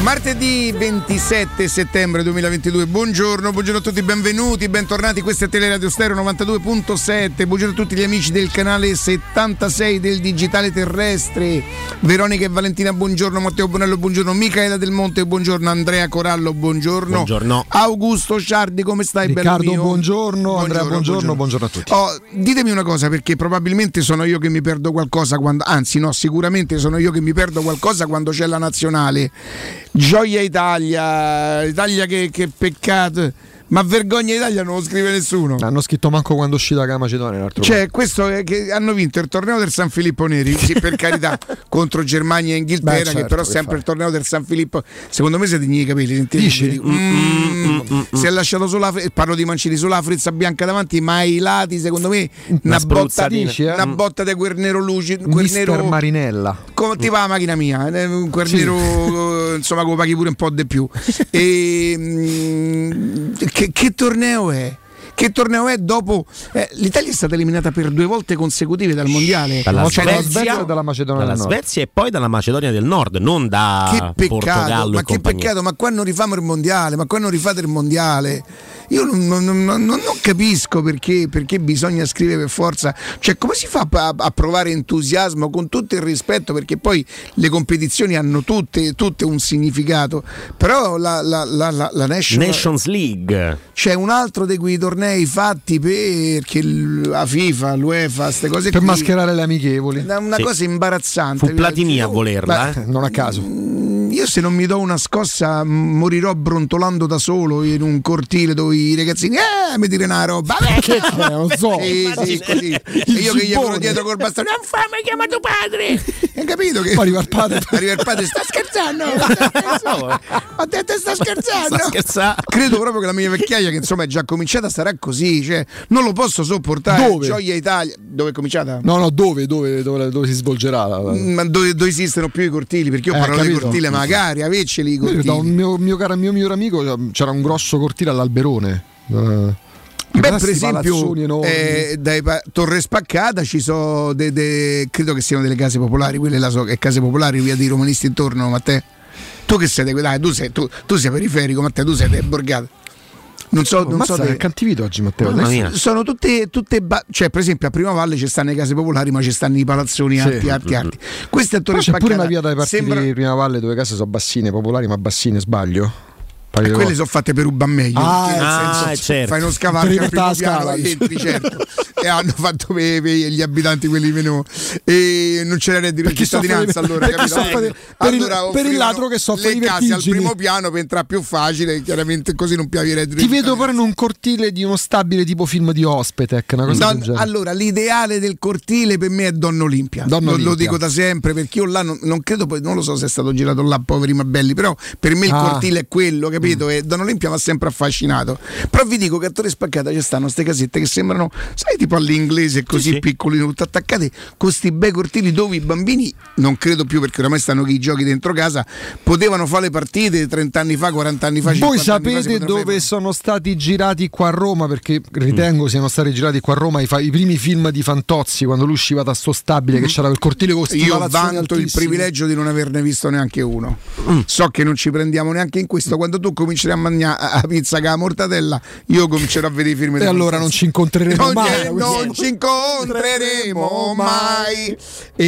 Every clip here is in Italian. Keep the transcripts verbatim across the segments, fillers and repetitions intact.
Martedì ventisette settembre duemilaventidue, buongiorno, buongiorno a tutti, benvenuti, bentornati, questa è Teleradio Stereo novantadue virgola sette, buongiorno a tutti gli amici del canale settantasei del digitale terrestre, Veronica e Valentina, buongiorno, Matteo Bonello, buongiorno, Micaela Del Monte, buongiorno, Andrea Corallo, buongiorno, buongiorno. Augusto Sciardi, come stai, Riccardo, bello mio? buongiorno, buongiorno, Andrea, buongiorno, buongiorno, buongiorno a tutti. Oh, ditemi una cosa, perché probabilmente sono io che mi perdo qualcosa quando, anzi no, sicuramente sono io che mi perdo qualcosa quando c'è la nazionale. Gioia Italia, Italia che, che peccato, ma vergogna Italia non lo scrive nessuno. Hanno scritto manco quando è uscita la Macedonia l'altro Cioè punto. questo è che hanno vinto il torneo del San Filippo Neri, sì, per carità, contro Germania e Inghilterra. Beh, certo, che però che sempre fai. Il torneo del San Filippo, secondo me siete i capelli, sentite, dici? Mm, mm, mm, mm, si è lasciato sulla, parlo di Mancini, sulla frizza bianca davanti, ma ai lati secondo me una, una botta, dici, eh? una botta di Guernero Luci, Mister Marinella. Come ti va la macchina mia? Un Guernero, sì. Insomma, come paghi pure un po' di più. E, mm, che, che torneo è? Che torneo è dopo eh, l'Italia è stata eliminata per due volte consecutive dal mondiale dalla cioè, Svezia, dalla Macedonia dalla del Nord. Svezia e poi dalla Macedonia del Nord, non da che peccato, Portogallo ma e che compagnia. peccato, ma qua non rifamo il mondiale, ma qua non rifate il mondiale. Io non, non, non, non, non capisco perché, perché bisogna scrivere per forza, cioè come si fa a, a provare entusiasmo con tutto il rispetto, perché poi le competizioni hanno tutte, tutte un significato, però la, la, la, la, la National, Nations League c'è un altro di quei tornei fatti perché la FIFA, l'UEFA, queste cose per qui, mascherare le amichevoli, una sì. cosa imbarazzante. Fu Platini a volerla. Beh, eh? Non a caso. Io se non mi do una scossa morirò brontolando da solo in un cortile dove i ragazzini eh mi dire una roba. Che c'è? Non so. Sì, sì, così. E io che gli corro dietro col bastone, non fammi, chiama tuo padre. Hai capito che poi arriva il padre. Arriva il padre, sta scherzando. Ho detto sta scherzando. Sta scherzando. Credo proprio che la mia vecchiaia, che insomma è già cominciata, sarà così, cioè non lo posso sopportare. Dove? Gioia Italia. Dove è cominciata? No, no, dove, dove, dove, dove si svolgerà? La... Ma dove, dove esistono più i cortili? Perché io Eh, parlo di capito. cortile, magari aveceli i cortili. Da un mio, mio caro mio migliore amico c'era un grosso cortile all'Alberone. Uh, Beh, per esempio, eh, dai, Torre Spaccata ci sono, de, de, credo che siano delle case popolari, quelle là so, che case popolari, via di romanisti intorno, ma te? Tu che sei, dai, tu sei, tu, tu sei periferico, ma te tu sei borgata. Non so, non so è cattivito oggi, Matteo. Sono tutte, tutte ba- cioè per esempio a Prima Valle ci stanno le case popolari, ma ci stanno i palazzoni alti, sì. alti, alti. Questa è Torre Spaccata. C'è pure una via dai partiti sembra... di Prima Valle dove case sono bassine, popolari, ma bassine, sbaglio? E quelle sono fatte per rubar meglio, ah, nel ah, senso, certo. fai uno scavalco al primo piano e entri, certo. E hanno fatto per, per gli abitanti quelli meno, e non c'era reddito di cittadinanza, allora, capito? Per, allora il, per il ladro che soffre di vertigini, le case al primo piano per entrare più facile, chiaramente così non piavi reddito. Ti vedo però in un cortile di uno stabile tipo film di Ospetec, una cosa Don, allora l'ideale del cortile per me è Donna Olimpia, Donna lo, Olimpia. lo dico da sempre, perché io là non, non credo, non lo so se è stato girato là, poveri ma belli, però per me il ah. cortile è quello, capito? Mm. E Donna Olimpia mi ha sempre affascinato. Però vi dico che a Torre Spaccata ci stanno queste casette che sembrano, sai, tipo all'inglese, così sì, piccoline, tutte attaccate, con questi bei cortili dove i bambini, non credo più perché oramai stanno che i giochi dentro casa, potevano fare le partite trenta anni fa, quaranta anni fa. Voi sapete dove fare. Sono stati girati qua a Roma? Perché ritengo mm. siano stati girati qua a Roma i, fa- i primi film di Fantozzi, quando lui usciva da sto stabile mm. che c'era quel cortile con sti io vanto altissimi. Il privilegio di non averne visto neanche uno. Mm. So che non ci prendiamo neanche in questo. Quando tu comincerai a mangiare a pizza con la mortadella, io comincerò a vedere i film. E allora non ci incontreremo non mai. Non ci incontreremo mai.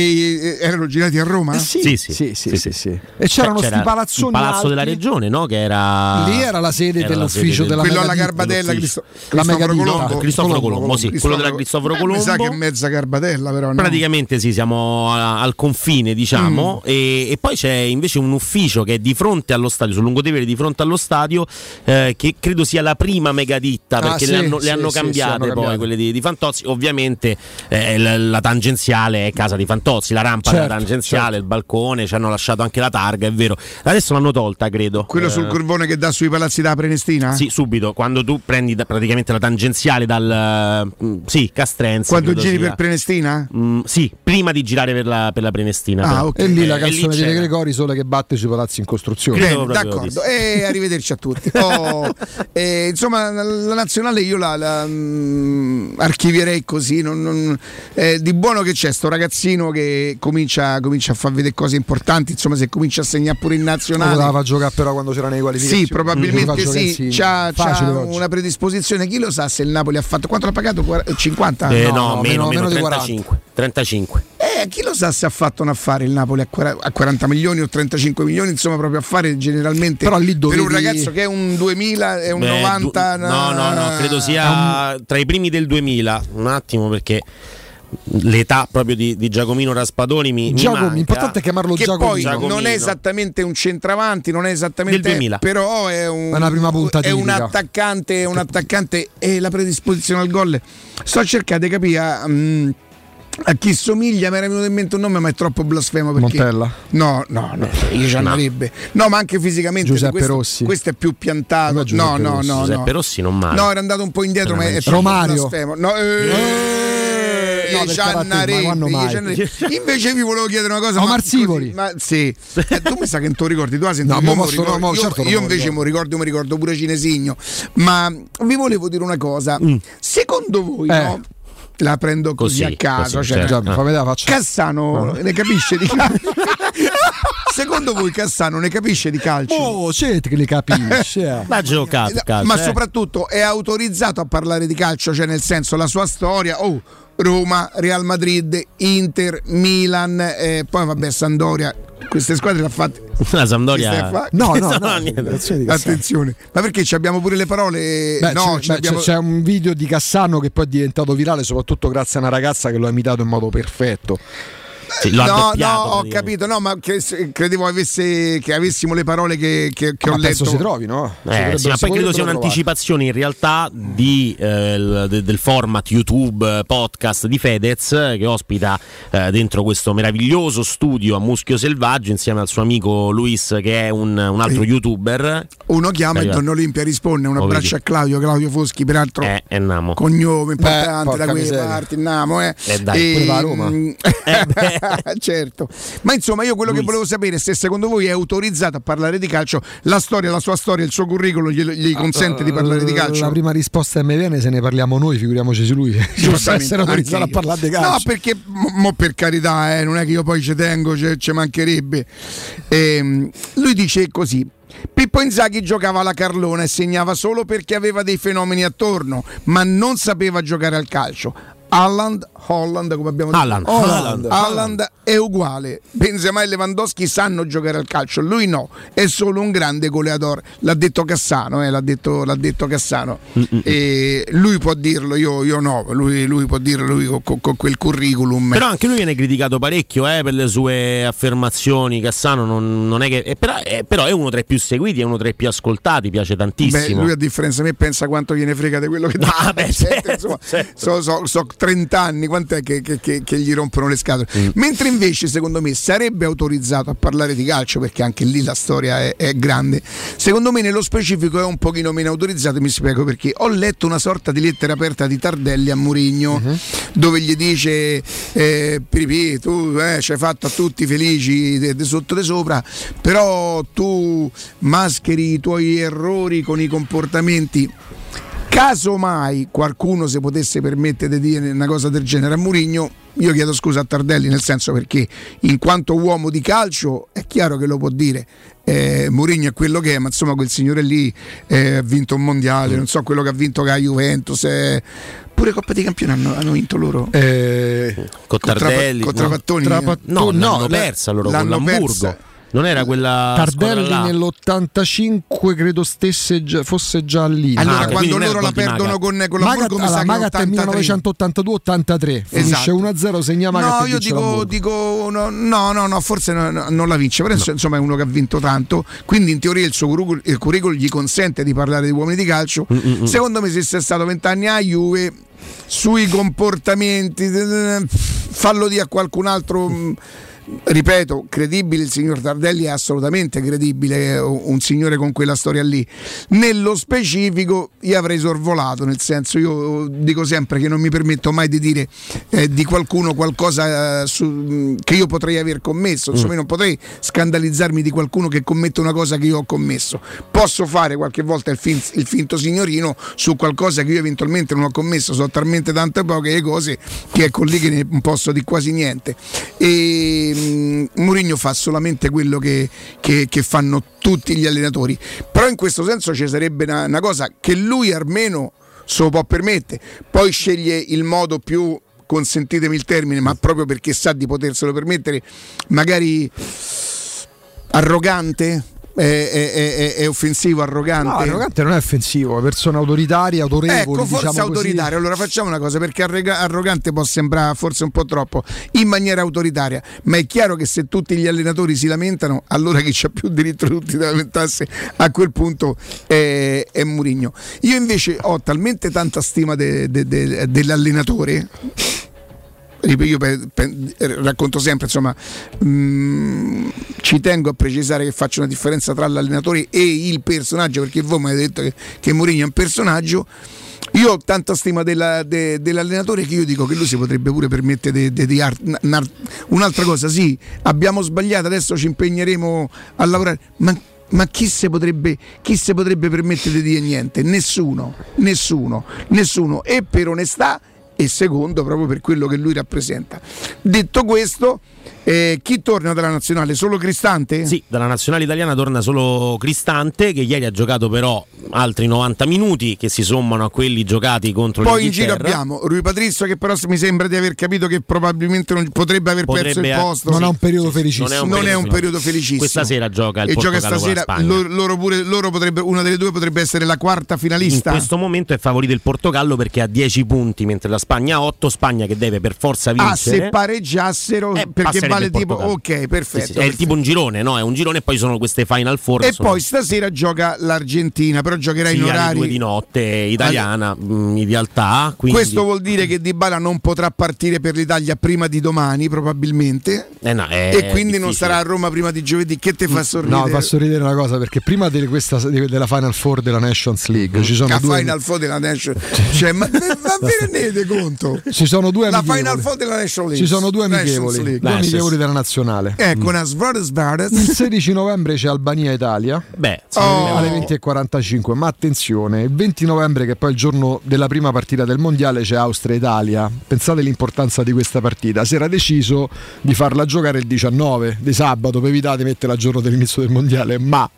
E erano girati a Roma? Eh sì. Sì, sì, sì, sì, sì, sì, sì. E c'erano c'era sti palazzoni il palazzo alti. della regione, no? Che era lì era la sede era dell'ufficio la sede della quello alla Megaditta, Garbatella, Cristo- la Cristoforo Megaditta. Colombo. No, Cristoforo Colombo, Colombo, sì, Cristoforo quello della Cristoforo Colombo. Mi sa che è mezza Garbatella, però. No? Praticamente sì, siamo a, al confine, diciamo, mm. e, e poi c'è invece un ufficio che è di fronte allo stadio, sul Lungotevere, di fronte allo stadio, eh, che credo sia la prima megaditta, perché ah, sì, le hanno, sì, le hanno sì, cambiate sì, hanno poi cambiato. quelle di, di Fantozzi. Ovviamente eh, la, la tangenziale è casa di Fantozzi, la rampa certo, della tangenziale, certo. il balcone, ci hanno lasciato anche la targa, è vero. Adesso l'hanno tolta, credo. Quello eh, sul curvone che dà sui palazzi della Prenestina? Sì, subito, quando tu prendi da, praticamente la tangenziale dal uh, sì, Castrense. Quando giri sia. per Prenestina? Mm, sì, prima di girare per la, per la Prenestina. Ah, okay. E lì la eh, canzone lì di De Gregori, Sole che batte sui palazzi in costruzione. Bene, d'accordo. E arrivederci a tutti. Oh, eh, insomma, la nazionale io la, la mh, archivierei così. Non, non, eh, di buono che c'è sto ragazzino che comincia, comincia a far vedere cose importanti. Insomma, se comincia a segnare pure in nazionale. Non doveva giocare però quando c'erano i qualificazioni. Sì, probabilmente sì. C'ha, c'ha una predisposizione. Chi lo sa se il Napoli ha fatto. Quanto l'ha pagato? cinquanta? Eh, no, no, meno, meno, meno, meno di trentacinque. trentacinque. Eh, chi lo sa se ha fatto un affare il Napoli a quaranta milioni o trentacinque milioni, insomma, proprio affare generalmente. Però lì dovevi... per un ragazzo che è un duemila, è un Beh, novanta. Du... No, no, no, credo sia un... tra i primi del duemila. Un attimo, perché l'età proprio di, di Giacomino Raspadoni mi, Giacomo, mi importante chiamarlo che Giacomino. Poi Giacomino. Non è esattamente un centravanti, non è esattamente del duemila. Però è un, è una prima punta è un attaccante, un attaccante e la predisposizione al gol. Sto cercando di capire um, a chi somiglia. Mi era venuto in mente un nome, ma è troppo blasfemo perché Montella? No, no, no, io ci andrebbe. No, ma anche fisicamente Giuseppe questo, Rossi. Questo è più piantato. No, no, no, no. Giuseppe Rossi non male. No, era andato un po' indietro, ma è Romario. Blasfemo. No, eh, No, invece vi volevo chiedere una cosa. O Marzivori. Ma sì, eh, tu mi sa che non te lo ricordi, tu hai sentito? No, io, posso, ricordo, no, io, certo io invece mi ricordo, mi ricordo pure Cinesigno. Ma vi volevo dire una cosa. Mm. Secondo voi, eh. no? La prendo così, così a caso. Così, cioè, certo. ah. Cassano ah. ne capisce di calcio? Secondo voi Cassano ne capisce di calcio? Oh, certo che ne capisce. Ma giocato calcio, ma eh. soprattutto è autorizzato a parlare di calcio, cioè nel senso la sua storia. Oh, Roma, Real Madrid, Inter, Milan, eh, poi vabbè Sampdoria. Queste squadre le ha fatte. La Sampdoria fa... no, no, no, no attenzione, ma perché ci abbiamo pure le parole? Beh, no, c'è, abbiamo... c'è un video di Cassano che poi è diventato virale soprattutto grazie a una ragazza che lo ha imitato in modo perfetto. Sì, no, no, ho capito, no, ma che, credevo avesse, che avessimo le parole che, che, che ah, ho ma letto. Penso si trovi, no? Eh, sì, ma poi credo sia un'anticipazione in realtà di, eh, del format YouTube podcast di Fedez, che ospita eh, dentro questo meraviglioso studio a Muschio Selvaggio insieme al suo amico Luis, che è un, un altro sì. youtuber. Uno chiama e Don Olimpia risponde. Un abbraccio a Claudio, Claudio Foschi, peraltro eh, è Namo. Cognome importante da quelle parti, Namo, eh. Eh, dai, e, da Roma. Eh, certo, ma insomma io quello Luis. che volevo sapere è se secondo voi è autorizzato a parlare di calcio, la storia, la sua storia, il suo curriculum gli, gli consente uh, di parlare di calcio. La prima risposta mi viene, se ne parliamo noi, figuriamoci su lui. Giusto essere autorizzato a parlare di calcio. No, perché mo per carità, eh, non è che io poi ci tengo, ci mancherebbe. Eh, lui dice così: Pippo Inzaghi giocava alla Carlona e segnava solo perché aveva dei fenomeni attorno, ma non sapeva giocare al calcio. Haaland, Holland, come abbiamo detto, Haaland, Haaland, Haaland è uguale. Benzema e Lewandowski sanno giocare al calcio, lui no, è solo un grande goleador. L'ha detto Cassano, eh, l'ha detto, l'ha detto Cassano. E lui può dirlo, io, io no. Lui, lui può dirlo, lui con, con, con quel curriculum. Però anche lui viene criticato parecchio eh, per le sue affermazioni. Cassano non, non è che, eh, però, eh, però è uno tra i più seguiti, è uno tra i più ascoltati, piace tantissimo. Beh, lui a differenza di me pensa quanto gliene frega di quello che ah, beh, certo, insomma, certo. so, so, so trenta anni, quant'è che, che, che, che gli rompono le scatole? Mm. Mentre invece secondo me sarebbe autorizzato a parlare di calcio, perché anche lì la storia è, è grande. Secondo me nello specifico è un pochino meno autorizzato, mi spiego perché. Ho letto una sorta di lettera aperta di Tardelli a Mourinho, uh-huh. dove gli dice eh, Piripì, tu eh, ci hai fatto a tutti felici de, de sotto de sopra, però tu mascheri i tuoi errori con i comportamenti. Caso mai qualcuno si potesse permettere di dire una cosa del genere a Mourinho, io chiedo scusa a Tardelli, nel senso perché in quanto uomo di calcio è chiaro che lo può dire. eh, Mourinho è quello che è, ma insomma quel signore lì eh, ha vinto un mondiale, non so quello che ha vinto con la Juventus, eh, pure Coppa dei Campioni hanno, hanno vinto loro eh, con Tardelli, con Trapattoni, no, no, no, l'hanno persa loro con l'Hamburgo. Non era quella Tardelli nell'ottantacinque credo stesse già, fosse già lì. Allora ah, quando loro la perdono con, con l'Hamburgo mi sa che Magat è millenovecentottantadue ottantatré finisce esatto. uno a zero, segna Magat. No, io dico, dico no, no, no, no forse no, no, non la vince, però no. Insomma è uno che ha vinto tanto, quindi in teoria il suo curriculum, il curriculum gli consente di parlare di uomini di calcio. Mm-mm. Secondo me se sei stato vent'anni a Juve, sui comportamenti fallo dire a qualcun altro ripeto, credibile il signor Tardelli è assolutamente credibile, un signore con quella storia lì. Nello specifico io avrei sorvolato, nel senso, io dico sempre che non mi permetto mai di dire eh, di qualcuno qualcosa eh, su, che io potrei aver commesso, insomma mm. io non potrei scandalizzarmi di qualcuno che commette una cosa che io ho commesso. Posso fare qualche volta il, fin, il finto signorino su qualcosa che io eventualmente non ho commesso, sono talmente tante poche cose che ecco lì che non posso di quasi niente. E Mourinho fa solamente quello che, che, che fanno tutti gli allenatori, però in questo senso ci sarebbe una, una cosa che lui almeno se lo può permettere, poi sceglie il modo più, consentitemi il termine, ma proprio perché sa di poterselo permettere, magari arrogante. È, è, è, è offensivo, arrogante? No, arrogante non è offensivo, è persona autoritaria, autorevole. Ecco, forse diciamo autoritaria. Così. Allora facciamo una cosa, perché arrogante può sembrare forse un po' troppo, in maniera autoritaria, ma è chiaro che se tutti gli allenatori si lamentano, allora chi c'ha più diritto di tutti di lamentarsi a quel punto è, è Mourinho. Io invece ho talmente tanta stima de, de, de, dell'allenatore. Io pe, pe, racconto sempre, insomma, mh, ci tengo a precisare che faccio una differenza tra l'allenatore e il personaggio, perché voi mi avete detto che, che Mourinho è un personaggio. Io ho tanta stima della, de, dell'allenatore che io dico che lui si potrebbe pure permettere di art, un'altra cosa. Sì, abbiamo sbagliato, adesso ci impegneremo a lavorare, ma Ma chi si potrebbe, chi si potrebbe permettere di dire niente? Nessuno, nessuno, nessuno. E per onestà, e secondo proprio per quello che lui rappresenta. Detto questo, eh, chi torna dalla nazionale? Solo Cristante? Sì, dalla nazionale italiana torna solo Cristante, che ieri ha giocato però altri novanta minuti che si sommano a quelli giocati contro Poi l'Inghilterra. In giro abbiamo Rui Patrizio, che però mi sembra di aver capito che probabilmente non potrebbe aver potrebbe perso il posto. Non sì, è un periodo sì, felicissimo. Non è un, non periodo, è un periodo felicissimo. Questa sera gioca il e Portogallo gioca stasera, con la Spagna. Loro, loro pure, loro potrebbe, una delle due potrebbe essere la quarta finalista. In questo momento è favorito il Portogallo perché ha dieci punti, mentre la Spagna ha otto. Spagna che deve per forza vincere. Ah, se pareggiassero, eh, perché vale tipo ok, perfetto. Sì, sì, è tipo un girone, no? È un girone e poi sono queste Final Four. E sono... poi stasera gioca l'Argentina, però giocherà sì, in orari alle due di notte italiana, mh, in realtà. Quindi... Questo vuol dire che Dybala non potrà partire per l'Italia prima di domani, probabilmente. Eh no, e quindi difficile. Non sarà a Roma prima di giovedì. Che te fa sorridere? No, fa sorridere una cosa, perché prima di questa, della Final Four della Nations League ci sono la due... Final Four della Nations cioè, ma, ma vi rendete conto? Ci sono due la amichevoli. Final Four della National League. Ci sono due amichevoli, due amichevoli della nazionale. Ecco, mm. una svara svara. Il sedici novembre c'è Albania-Italia. Beh, oh. alle venti e quarantacinque. Ma attenzione, il venti novembre, che poi è il giorno della prima partita del mondiale, c'è Austria-Italia. Pensate all'importanza di questa partita. Si era deciso di farla giocare il diciannove di sabato per evitare di mettere il giorno dell'inizio del mondiale, ma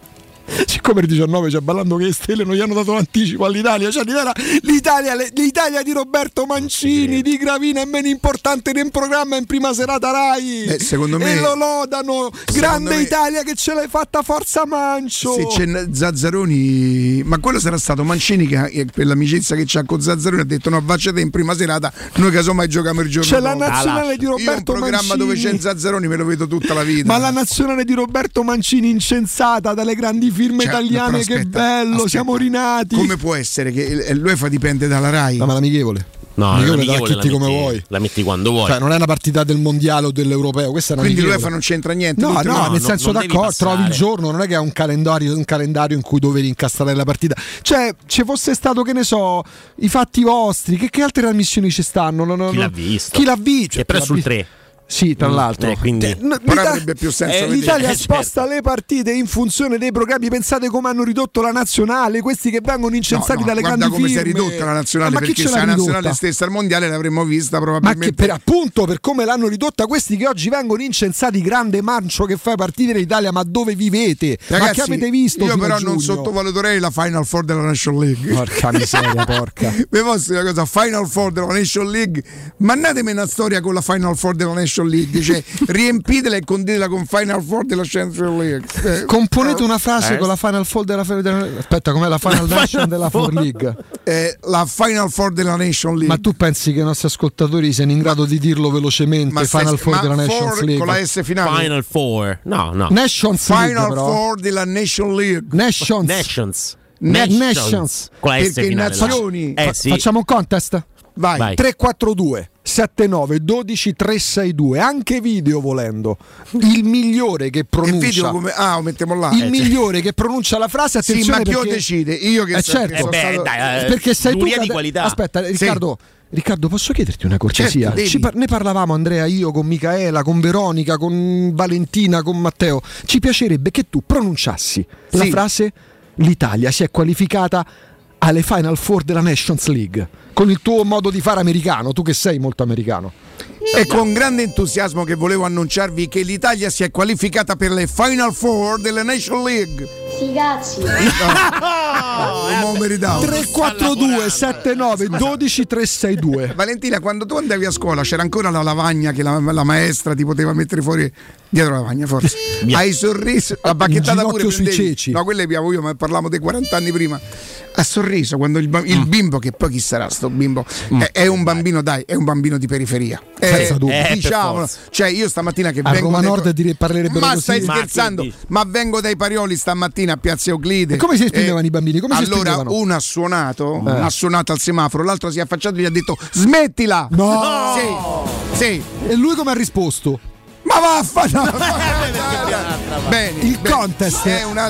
siccome il diciannove c'è ballando che le stelle non gli hanno dato l'anticipo all'Italia, cioè l'Italia, l'Italia, l'Italia di Roberto Mancini, di Gravina è meno importante nel programma in prima serata Rai. Eh, secondo me, e lo lodano, grande me, Italia che ce l'hai fatta, forza Mancio. Se c'è Zazzaroni, ma quello sarà stato Mancini che per l'amicizia che c'ha con Zazzaroni ha detto no, vaccete in prima serata, noi casomai giochiamo il giorno c'è dopo. La nazionale di Roberto Io un programma Mancini, dove c'è Zazzaroni me lo vedo tutta la vita. Ma la nazionale di Roberto Mancini incensata dalle grandi firme cioè, italiane, aspetta, che bello, aspetta. Siamo rinati. Come può essere che l'UEFA dipende dalla Rai? No, ma l'amichevole. No, l'amichevole l'amichevole la metti come metti, vuoi. La metti quando vuoi. Cioè, non è una partita del mondiale o dell'europeo, questa è una Quindi l'UEFA non c'entra niente. No, no, no, nel senso non d'accordo, trovi il giorno, non è che è un calendario, un calendario in cui dovevi incastrare la partita. Cioè, ci fosse stato, che ne so, i fatti vostri, che, che altre trasmissioni ci stanno? Non, chi non, l'ha visto? Chi l'ha visto? Che però sul tre. Sì, tra l'altro. Eh, quindi... eh, però avrebbe più senso eh, l'Italia eh, sposta certo. le partite in funzione dei programmi. Pensate come hanno ridotto la nazionale, questi che vengono incensati no, no, dalle grandi firme. Guarda come si è ridotta la nazionale, ma perché se la ridotta? nazionale stessa al mondiale l'avremmo vista probabilmente. Ma che per appunto per come l'hanno ridotta questi che oggi vengono incensati, grande Mancio che fai partire l'Italia, ma dove vivete? Ragazzi, ma che avete visto? Io però giugno? non sottovaluterei la Final Four della National League. Porca miseria, porca. Vi posso dire una cosa, Final Four della National League, mandatemi una storia con la Final Four della National League, cioè riempitela e conditela con Final Four della Champions League. Eh, Componete una frase eh? con la Final Four della, della aspetta, com'è la Final la Nation della Four League? Eh, la Final Four della Nation League. Ma tu pensi che i nostri ascoltatori siano in grado di dirlo velocemente? Ma Final Four della Nations League con la S finale. Final Four. No, no. Nations Final League, però. Four della Nation League. Nations. Nations. Nations. Nations. Con la S perché finale. nazioni. Eh, sì. Facciamo un contest? Vai. Vai. tre quattro due sette nove uno due tre sei due, anche video volendo. Il migliore che pronuncia il video come ah, mettiamo là. il Eh, migliore che pronuncia la frase, attenzione, sì, ma chi perché... lo decide? Io che eh, so, certo. che sono Eh beh, stato... dai, eh, perché sei tu giuria che... di qualità. Aspetta, Riccardo, sì. Riccardo, posso chiederti una cortesia? Certo, Ci par- ne parlavamo Andrea, io con Micaela, con Veronica, con Valentina, con Matteo. Ci piacerebbe che tu pronunciassi la Sì. frase l'Italia si è qualificata alle Final Four della Nations League, con il tuo modo di fare americano, tu che sei molto americano. È con grande entusiasmo che volevo annunciarvi che l'Italia si è qualificata per le Final Four della National League. Sì, cazzi. Non me meritavo. tre quattro due sette nove uno due tre sei due. Valentina, quando tu andavi a scuola c'era ancora la lavagna che la, la maestra ti poteva mettere fuori dietro la lavagna, forse. Hai sorriso, la bacchettata Il pure ginocchio sui prendevi. ceci. No, quelle abbiamo io, ma parliamo dei quaranta anni prima. Ha sorriso quando il, il bimbo, che poi chi sarà sto bimbo, Mm. è, è un bambino, dai, è un bambino di periferia. Senza Eh, dubbio. Eh, per diciamolo. forza. Cioè, io stamattina che A vengo Roma dai- Nord dire- parlerebbero ma così. stai Ma scherzando? che dici? Ma vengo dai Parioli stamattina a Piazza Euclide. E come si esprimevano i bambini? Come si allora esprimevano? uno ha suonato, Eh. ha suonato al semaforo, l'altro si è affacciato e gli ha detto smettila. No! Sì, sì. E lui come ha risposto? Ma vaffanculo. Bene. Il bene. contest è una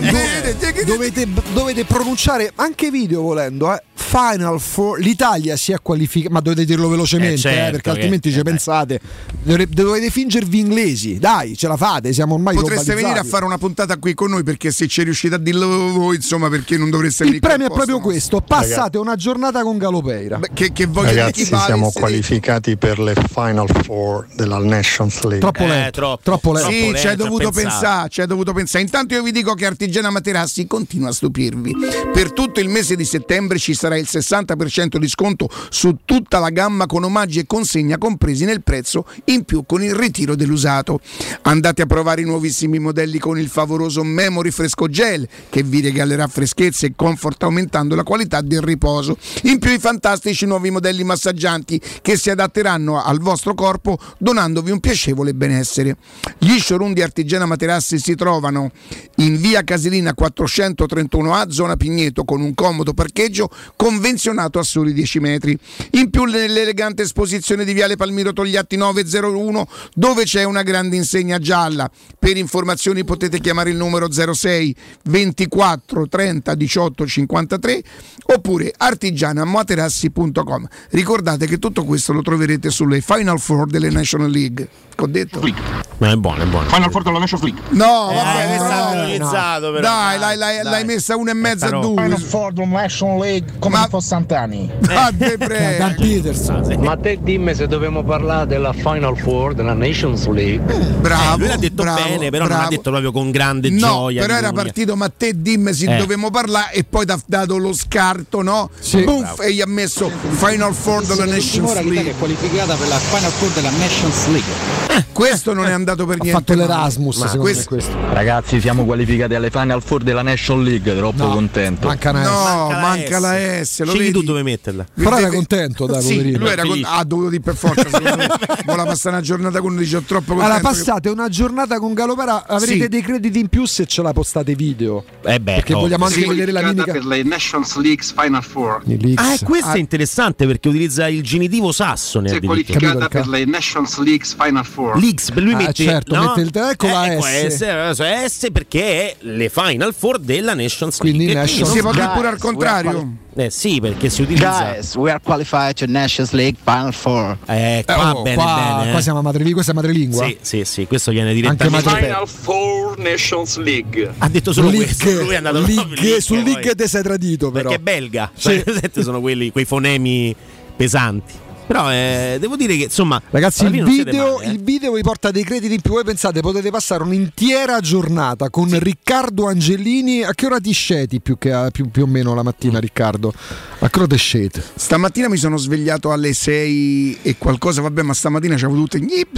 dovete, dovete pronunciare anche video volendo, eh. Final Four, l'Italia si è qualificata, ma dovete dirlo velocemente, Eh, certo eh, perché che- altrimenti ci eh, pensate. Dovete, dovete fingervi inglesi, dai, ce la fate, siamo ormai Potreste globalizzati. venire a fare una puntata qui con noi, perché se ci riuscite a dirlo voi, insomma, perché non dovreste Il venire premio è qui al posto proprio nostro? questo, passate una giornata con Galopeira. Beh, Che, che voglio Ragazzi, equivale siamo essere- qualificati per le Final Four della Nations League. Troppo Eh, lento, troppo. troppo lento. Sì, Troppo ci hai lento a dovuto pensare. pensare, ci hai dovuto pensare. Intanto io vi dico che Artigiana Materassi continua a stupirvi. Per tutto il mese di settembre ci sarà il sessanta per cento di sconto su tutta la gamma, con omaggi e consegna compresi nel prezzo, in più con il ritiro dell'usato. Andate a provare i nuovissimi modelli con il favoloso Memory Fresco Gel, che vi regalerà freschezza e comfort, aumentando la qualità del riposo. In più i fantastici nuovi modelli massaggianti che si adatteranno al vostro corpo, donandovi un piacevole benessere. Gli showroom di Artigiana Materassi si trovano in via Casilina quattrocentotrentuno A, zona Pigneto, con un comodo parcheggio convenzionato a soli dieci metri. In più nell'elegante esposizione di viale Palmiro Togliatti novecentouno, dove c'è una grande insegna gialla. Per informazioni potete chiamare il numero zero sei ventiquattro trenta diciotto cinquantatré oppure artigianamaterassi punto com. Ricordate che tutto questo lo troverete sulle Final Four delle National League. Che ho detto? Ma è buono, è buono. Final Four della Nations League. No, Eh, vabbè, questo no, è no. velocizzato, però. Dai, l'hai, l'hai, l'hai messa una e mezza a però- due. Final Four della National League come Ma- se fosse Sant'Ani. Ah, te Dan prego. Peterson. Ma te dimmi se dobbiamo parlare della Final Four della Nations League. Bravo. Eh, lui l'ha detto bravo, bene, però non bravo. l'ha detto proprio con grande No, gioia. però di era comunica- partito, ma te dimmi se Eh. dovevamo parlare, e poi ti ha dato lo scarto, no? Sì. Buff, e gli ha messo Final Four della Nations League. qualificata per la Final Four della Nations League. Questo non è andato per Ha niente. fatto male. l'Erasmus, Ma secondo questo- me questo. Ragazzi, siamo qualificati alle Final Four della National League, troppo No, contento. manca una S. No, Manca la manca S. la S. Lo Scegli vedi? tu dove metterla. Però era Vedete- contento, dai, sì, poverino. lui era con... Felice. ah, dovuto dire per forza. secondo me. Voleva passare una giornata con uno, dice ho troppo contento. Allora, che- passate una giornata con Galopera, avrete Sì. dei crediti in più se ce la postate video. Eh beh, Perché oh. vogliamo anche Sì, vedere la qualificata mimica. per le Nations League Final Four. I leaks. Ah, e questo Ah. è interessante perché utilizza il genitivo sassone. Si è addirittura. Capito qualificata il per le Nations League Final Four. L'X, per lui Ah, mette, certo, no? mette il- ecco la ecco S. S, adesso S perché è le Final Four della Nations Quindi League. Nations- Si può dire Guys, pure al we are contrario. Eh sì, perché si utilizza. Guys, we are qualified to Nations League Final Four. Eh, Eh, qua oh, bene, qua, bene. qua eh. siamo a madrelingua, questa è madrelingua. Sì, sì, sì, questo viene Anche direttamente. madre- Final Four Nations League. Ha detto solo questo. Lui è League, andato League, proprio lì, sul poi. League te sei tradito però. Perché è belga. Sì. Cioè, presente sono quelli, quei fonemi pesanti. Però eh, devo dire che insomma, Ragazzi, alla il fine non siete video, male, eh. il video vi porta dei crediti in più. Voi pensate, potete passare un'intera giornata con Riccardo Angelini. A che ora ti sceti più, che a, più, più o meno la mattina, Riccardo? A che ora ti sceti? Stamattina mi sono svegliato alle sei e qualcosa, vabbè, ma stamattina c'avevo tutte.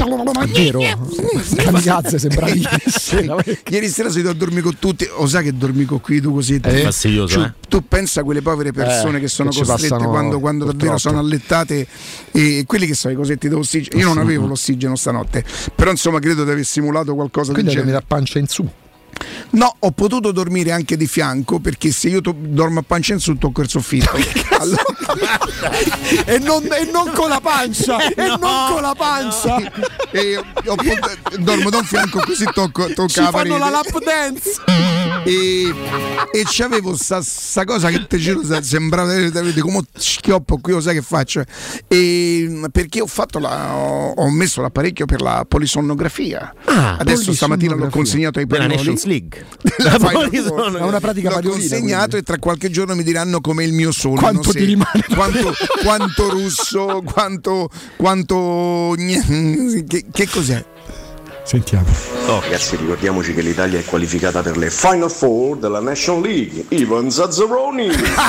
È vero? Kamikaze sembravi ieri sera. Ieri sera sei andato a dormire con tutti. O sai che dormi con qui tu così? È fastidioso, Cioè, eh. tu pensa a quelle povere persone Eh, che sono che ci costrette passano, quando, quando davvero purtroppo. sono allettate, e quelli che sono i cosetti d'ossigeno. Io non avevo l'ossigeno stanotte, però insomma credo di aver simulato qualcosa Quindi del dormi genere. da pancia in su. No, ho potuto dormire anche di fianco, perché se io to- dormo a pancia in su tocco il soffitto. Allora... e, non, e non con la pancia, no, e non con la pancia. No. E ho, ho, dormo da un fianco così tocco, tocca ci la fanno parete. la lap dance. E, e c'avevo sta, sta cosa che te giuro sembrava come schioppo qui, lo sai che faccio? E perché ho fatto la, ho, ho messo l'apparecchio per la polisonnografia. Ah, adesso stamattina l'ho consegnato ai della parioli. Nations League. La È una pratica l'ho pariolina, consegnato quindi. E tra qualche giorno mi diranno come il mio sole. Quanto ti rimane? Quanto, quanto russo, quanto quanto che, che cos'è? Sentiamo. Oh, ragazzi, ricordiamoci che l'Italia è qualificata per le Final Four della National League. Ivan Zazzaroni.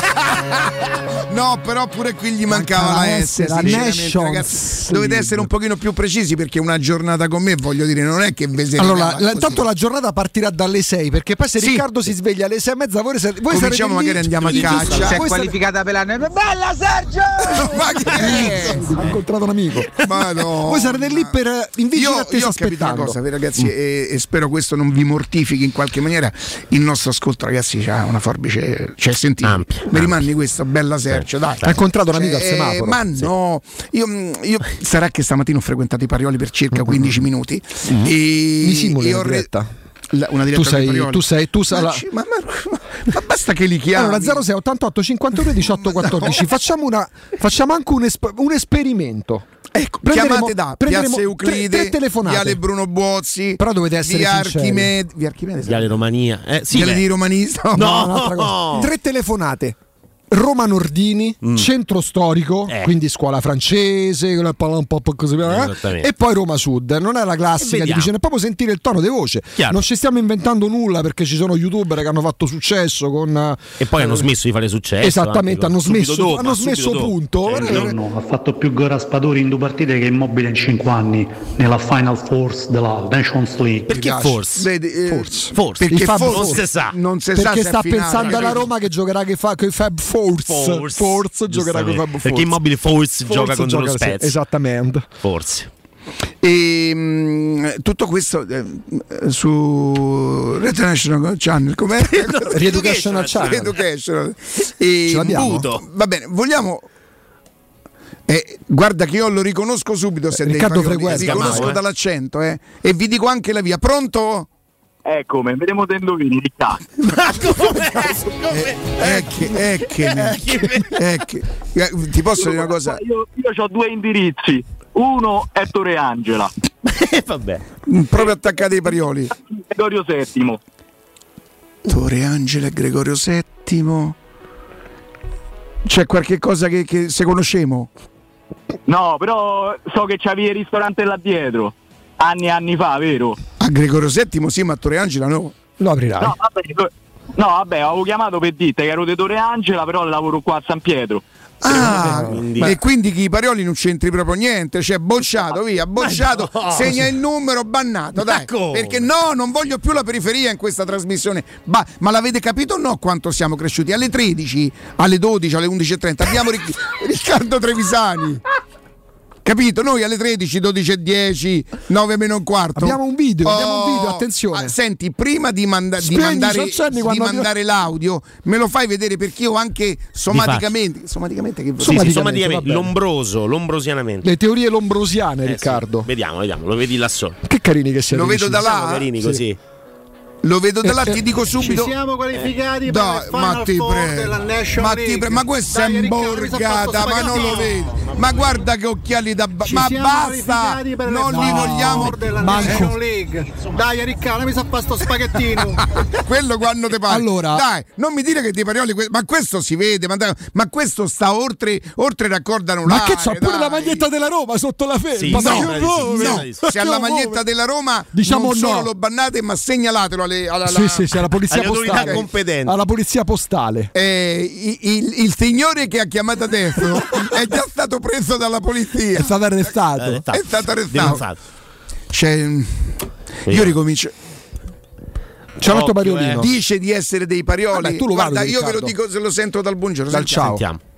No, però pure qui gli mancava Manca la la S, S, la sinceramente, Nations ragazzi. Dovete essere un pochino più precisi, perché una giornata con me, voglio dire, non è che ve se allora, la, intanto la giornata partirà dalle sei, perché poi se sì. Riccardo si sveglia alle sei e mezza, voi, sarete, voi cominciamo, sarete magari andiamo a caccia. Si è voi qualificata per l'anno. Bella Sergio! Ma che è? Ho incontrato un amico. Ma no, voi sarete lì per in vigile io, attesa io ho capito una aspettando. cosa, ragazzi, mm. e, e spero questo non vi mortifichi in qualche maniera. Il nostro ascolto, ragazzi, c'ha una forbice, cioè sentite, ampia, mi ampia. rimandi questa bella Sergio, dai. Ha incontrato un amico Cioè, al semaforo. ma no, io, io sarà che stamattina ho frequentato i Parioli per circa quindici minuti Mm. e Mi simuli e la ho re- diretta? la- una diretta Tu sei, dei Parioli. tu sei, tu sei ma, la... ci- ma, ma- ma basta che li chiami. Allora zero sei ottantotto cinquantadue diciotto quattordici. Facciamo una facciamo anche un, esp- un esperimento. Ecco, Prenderemo- chiamate da prenderemo Piazza Euclide, tre- tre telefonate. Viale Bruno Buozzi, Però dovete essere via sinceri. Archimede, via Archimede, Viale Romania. Eh, sì, Viale beh. di Romanista. No. Un'altra cosa. Tre telefonate. Roma Nordini, Mm. centro storico, Eh. quindi scuola francese, quella palla un po' così via, Esattamente. e poi Roma Sud. Non è la E classica di vediamo. vicino, è proprio sentire il tono di voce. Chiaro. Non ci stiamo inventando nulla, perché ci sono youtuber che hanno fatto successo con E poi hanno smesso di fare successo. esattamente, anche, hanno subito smesso, dopo, hanno subito smesso dopo. punto. Eh, Eh, No, ha fatto più gol Raspadori in due partite che Immobile in cinque anni nella Final Four della Nations League. Perché forse? Vedi, eh, Forse. Forse. perché Il Fab forse non si sa. non si sa perché se è sta finale, pensando alla capito? Roma che giocherà che fa con i Fab Force. Forse giocherà con i Fab Force. Perché Immobile forse, Forse gioca contro lo gioca- sì, Spezia. esattamente. Forse. E mh, tutto questo eh, su International Channel, com'è? Re-Educational Channel. Re-Educational. E, Ce l'abbiamo? Buto. Va bene, vogliamo. Eh, guarda che io lo riconosco subito se Eh, dei Riccardo Parioli, Freguesi, riconosco chiamavo, eh. dall'accento, eh. E vi dico anche la via. Pronto? Ecco, vedremo te indovini, Riccardo. Ma come? Eh, che, eh, che, eh, che- eh, ti posso dire una cosa? Io, io ho due indirizzi. Uno è Torre Angela, Vabbè. Proprio attaccati ai Parioli. Gregorio settimo. Torre Angela e Gregorio settimo. C'è qualche cosa che, che se conosciamo? No, però so che c'avevi il ristorante là dietro. Anni e anni fa, vero? A Gregorio settimo sì, ma a Torre Angela no. Lo aprirai. No, vabbè, no, vabbè, avevo chiamato per dirti che ero di Torre Angela, però lavoro qua a San Pietro. Ah, Quindi- e quindi chi i Parioli non c'entri proprio niente, cioè bocciato via, bocciato, no, segna il numero, bannato, dai, Ma come? perché no, non voglio più la periferia in questa trasmissione. Ba- ma l'avete capito o no quanto siamo cresciuti? Alle tredici, alle dodici, alle undici e trenta abbiamo Ric- Riccardo Trevisani. Capito? Noi alle tredici, dodici e dieci, nove meno un quarto. Abbiamo un video, abbiamo un video, Oh, attenzione. ah, senti, prima di, manda- di Spegni, mandare, accendi di quando- mandare l'audio, me lo fai vedere perché io anche somaticamente, somaticamente che Sì, sì, Somaticamente, somaticamente, va bene. lombroso, lombrosianamente. Le teorie lombrosiane, Eh, sì. Riccardo. Vediamo, vediamo, lo vedi là solo. Che carini che siete. Lo vedo vicini. da là? Siamo carini Sì. così. Lo vedo da là, Eh, ti dico subito. Ci siamo qualificati per Dai, il ma Final ti Four prego, della National ma League. ti prego, ma questa è Dai, Riccardo, mi sa imborgata, fatto ma non lo spaghettino. vedi. Ma guarda che occhiali da ba- Ci ma siamo basta, qualificati per non il li Final vogliamo. Four della Manco. National League. Dai Riccardo, mi sa fare sto spaghettino. Quello quando te pare. Allora- Dai, non mi dire che dei Parioli, que- ma questo si vede, ma, dai, ma questo sta oltre oltre raccordo anulare. Ma che c'ha pure dai. la maglietta della Roma sotto la felpa? Sì, Ma sì, che sì, vuoi? sì, No, sì, se alla maglietta della Roma Diciamo non solo no. lo bannate, ma segnalatelo alle, alla, Sì, sì, sì, alla polizia Alle autorità postale. competenti. Alla polizia postale. Eh, il, il- il signore che ha chiamato adesso è già stato preso dalla polizia. È stato arrestato. Eh, È stato arrestato. Denunciato. Cioè, io ricomincio. C'è un altro Occhio, Pariolino. eh. Dice di essere dei Parioli. Vabbè, tu lo Guarda, valuti, io ve lo Riccardo. dico se lo sento dal buongiorno. Dal sentiamo. ciao. Sentiamo.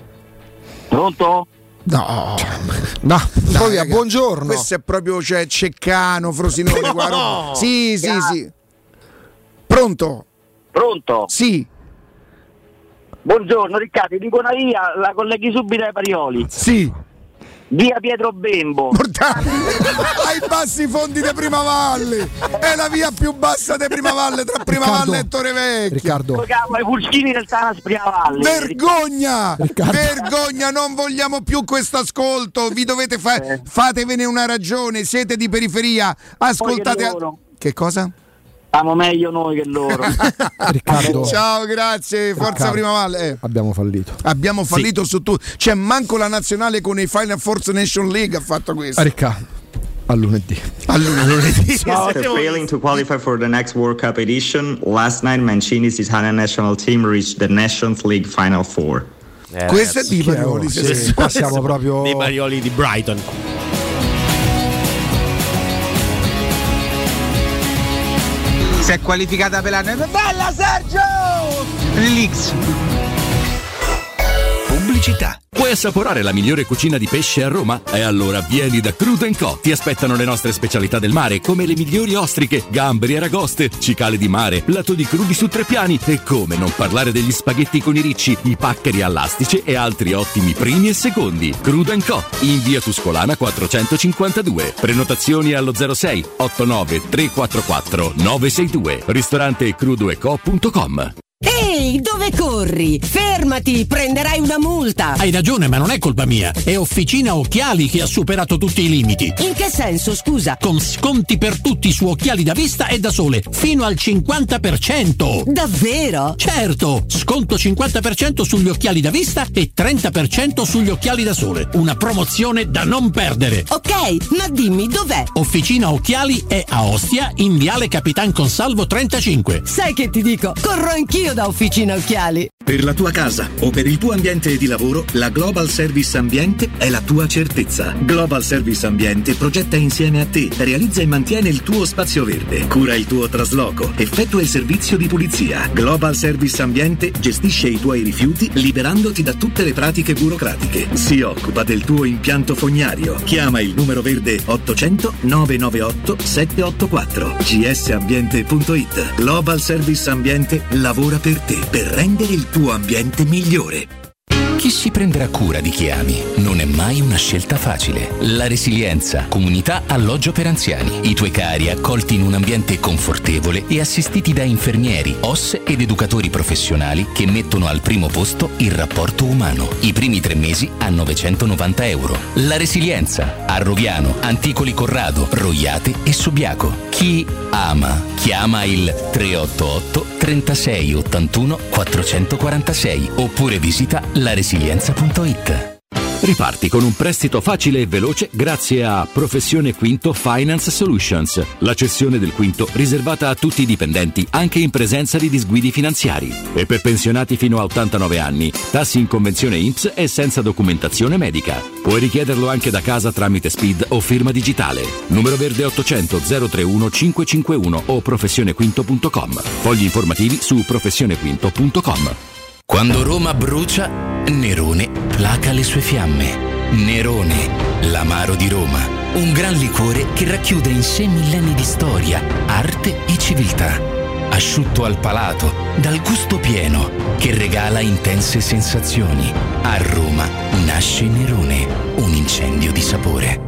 Pronto? No, No, Dai, poi, raga, buongiorno. questo è proprio cioè, Ceccano, Frosinone. Guarda. Sì, sì, sì. Pronto? Pronto? Sì. Buongiorno Riccardo, dico una via, la colleghi subito ai Parioli. Sì. Via Pietro Bembo. Ai bassi fondi di Primavalle. È la via più bassa di Primavalle, tra Primavalle e Torrevecchia. Riccardo. I Fulcini del Tanas Primavalle. Vergogna! Riccardo. Vergogna, non vogliamo più questo ascolto. Vi dovete fare, eh. fatevene una ragione, siete di periferia. Ascoltate. Che, che cosa? Stiamo meglio noi che loro. Riccardo. Ciao, grazie, Forza Riccardo. Primavalle. Eh. Abbiamo fallito. Abbiamo fallito sì. su tutto. Cioè, manco la nazionale con i Final Force Nation League ha fatto questo. Riccardo. A lunedì. A lunedì. After failing to qualify for the next World Cup edition, last night Mancini's Italian national team reached the Nations League Final Four. Eh, Questo è di Parioli. Sì, sì, qua siamo proprio dei Parioli di Brighton. Si è qualificata per l'anno. Bella Sergio! L'X. Pubblicità. Vuoi assaporare la migliore cucina di pesce a Roma? E allora vieni da Crudo and Co. Ti aspettano le nostre specialità del mare, come le migliori ostriche, gamberi, aragoste, cicale di mare, plato di crudi su tre piani e come non parlare degli spaghetti con i ricci, i paccheri all'astice e altri ottimi primi e secondi. Crudo and Co. in via Tuscolana quattrocentocinquantadue. Prenotazioni allo zero sei otto nove tre quattro quattro nove sei due. Ristorante crudo e co punto com. Ehi, dove corri? Fermati, prenderai una multa. Hai ragione, ma non è colpa mia. È Officina Occhiali che ha superato tutti i limiti. In che senso, scusa? Con sconti per tutti su occhiali da vista e da sole, fino al cinquanta per cento. Davvero? Certo, sconto cinquanta per cento sugli occhiali da vista e trenta per cento sugli occhiali da sole. Una promozione da non perdere. Ok, ma dimmi dov'è? Officina Occhiali è a Ostia, in Viale Capitan Consalvo trentacinque. Sai che ti dico? Corro anch'io da Officina Occhiali. Per la tua casa o per il tuo ambiente di lavoro, la Global Service Ambiente è la tua certezza. Global Service Ambiente progetta insieme a te, realizza e mantiene il tuo spazio verde, cura il tuo trasloco, effettua il servizio di pulizia. Global Service Ambiente gestisce i tuoi rifiuti liberandoti da tutte le pratiche burocratiche. Si occupa del tuo impianto fognario. Chiama il numero verde ottocento nove nove otto sette otto quattro g s ambiente punto i t. Global Service Ambiente lavora per te, per rendere il tuo ambiente migliore. Chi si prenderà cura di chi ami non è mai una scelta facile. La Resilienza, comunità alloggio per anziani. I tuoi cari accolti in un ambiente confortevole e assistiti da infermieri, O S ed educatori professionali che mettono al primo posto il rapporto umano. I primi tre mesi a novecentonovanta euro. La Resilienza, a Roviano, Anticoli Corrado, Roiate e Subiaco. Chi ama, chiama il tre otto otto trentasei ottantuno quattrocentoquarantasei oppure visita la resilienza punto i t. Riparti con un prestito facile e veloce grazie a Professione Quinto Finance Solutions, la cessione del quinto riservata a tutti i dipendenti anche in presenza di disguidi finanziari. E per pensionati fino a ottantanove anni, tassi in convenzione I N P S e senza documentazione medica. Puoi richiederlo anche da casa tramite S P I D o firma digitale. Numero verde ottocento zero trentuno cinquecentocinquantuno o professionequinto punto com. Fogli informativi su professionequinto punto com. Quando Roma brucia, Nerone placa le sue fiamme. Nerone, l'amaro di Roma. Un gran liquore che racchiude in sé millenni di storia, arte e civiltà. Asciutto al palato, dal gusto pieno, che regala intense sensazioni. A Roma nasce Nerone, un incendio di sapore.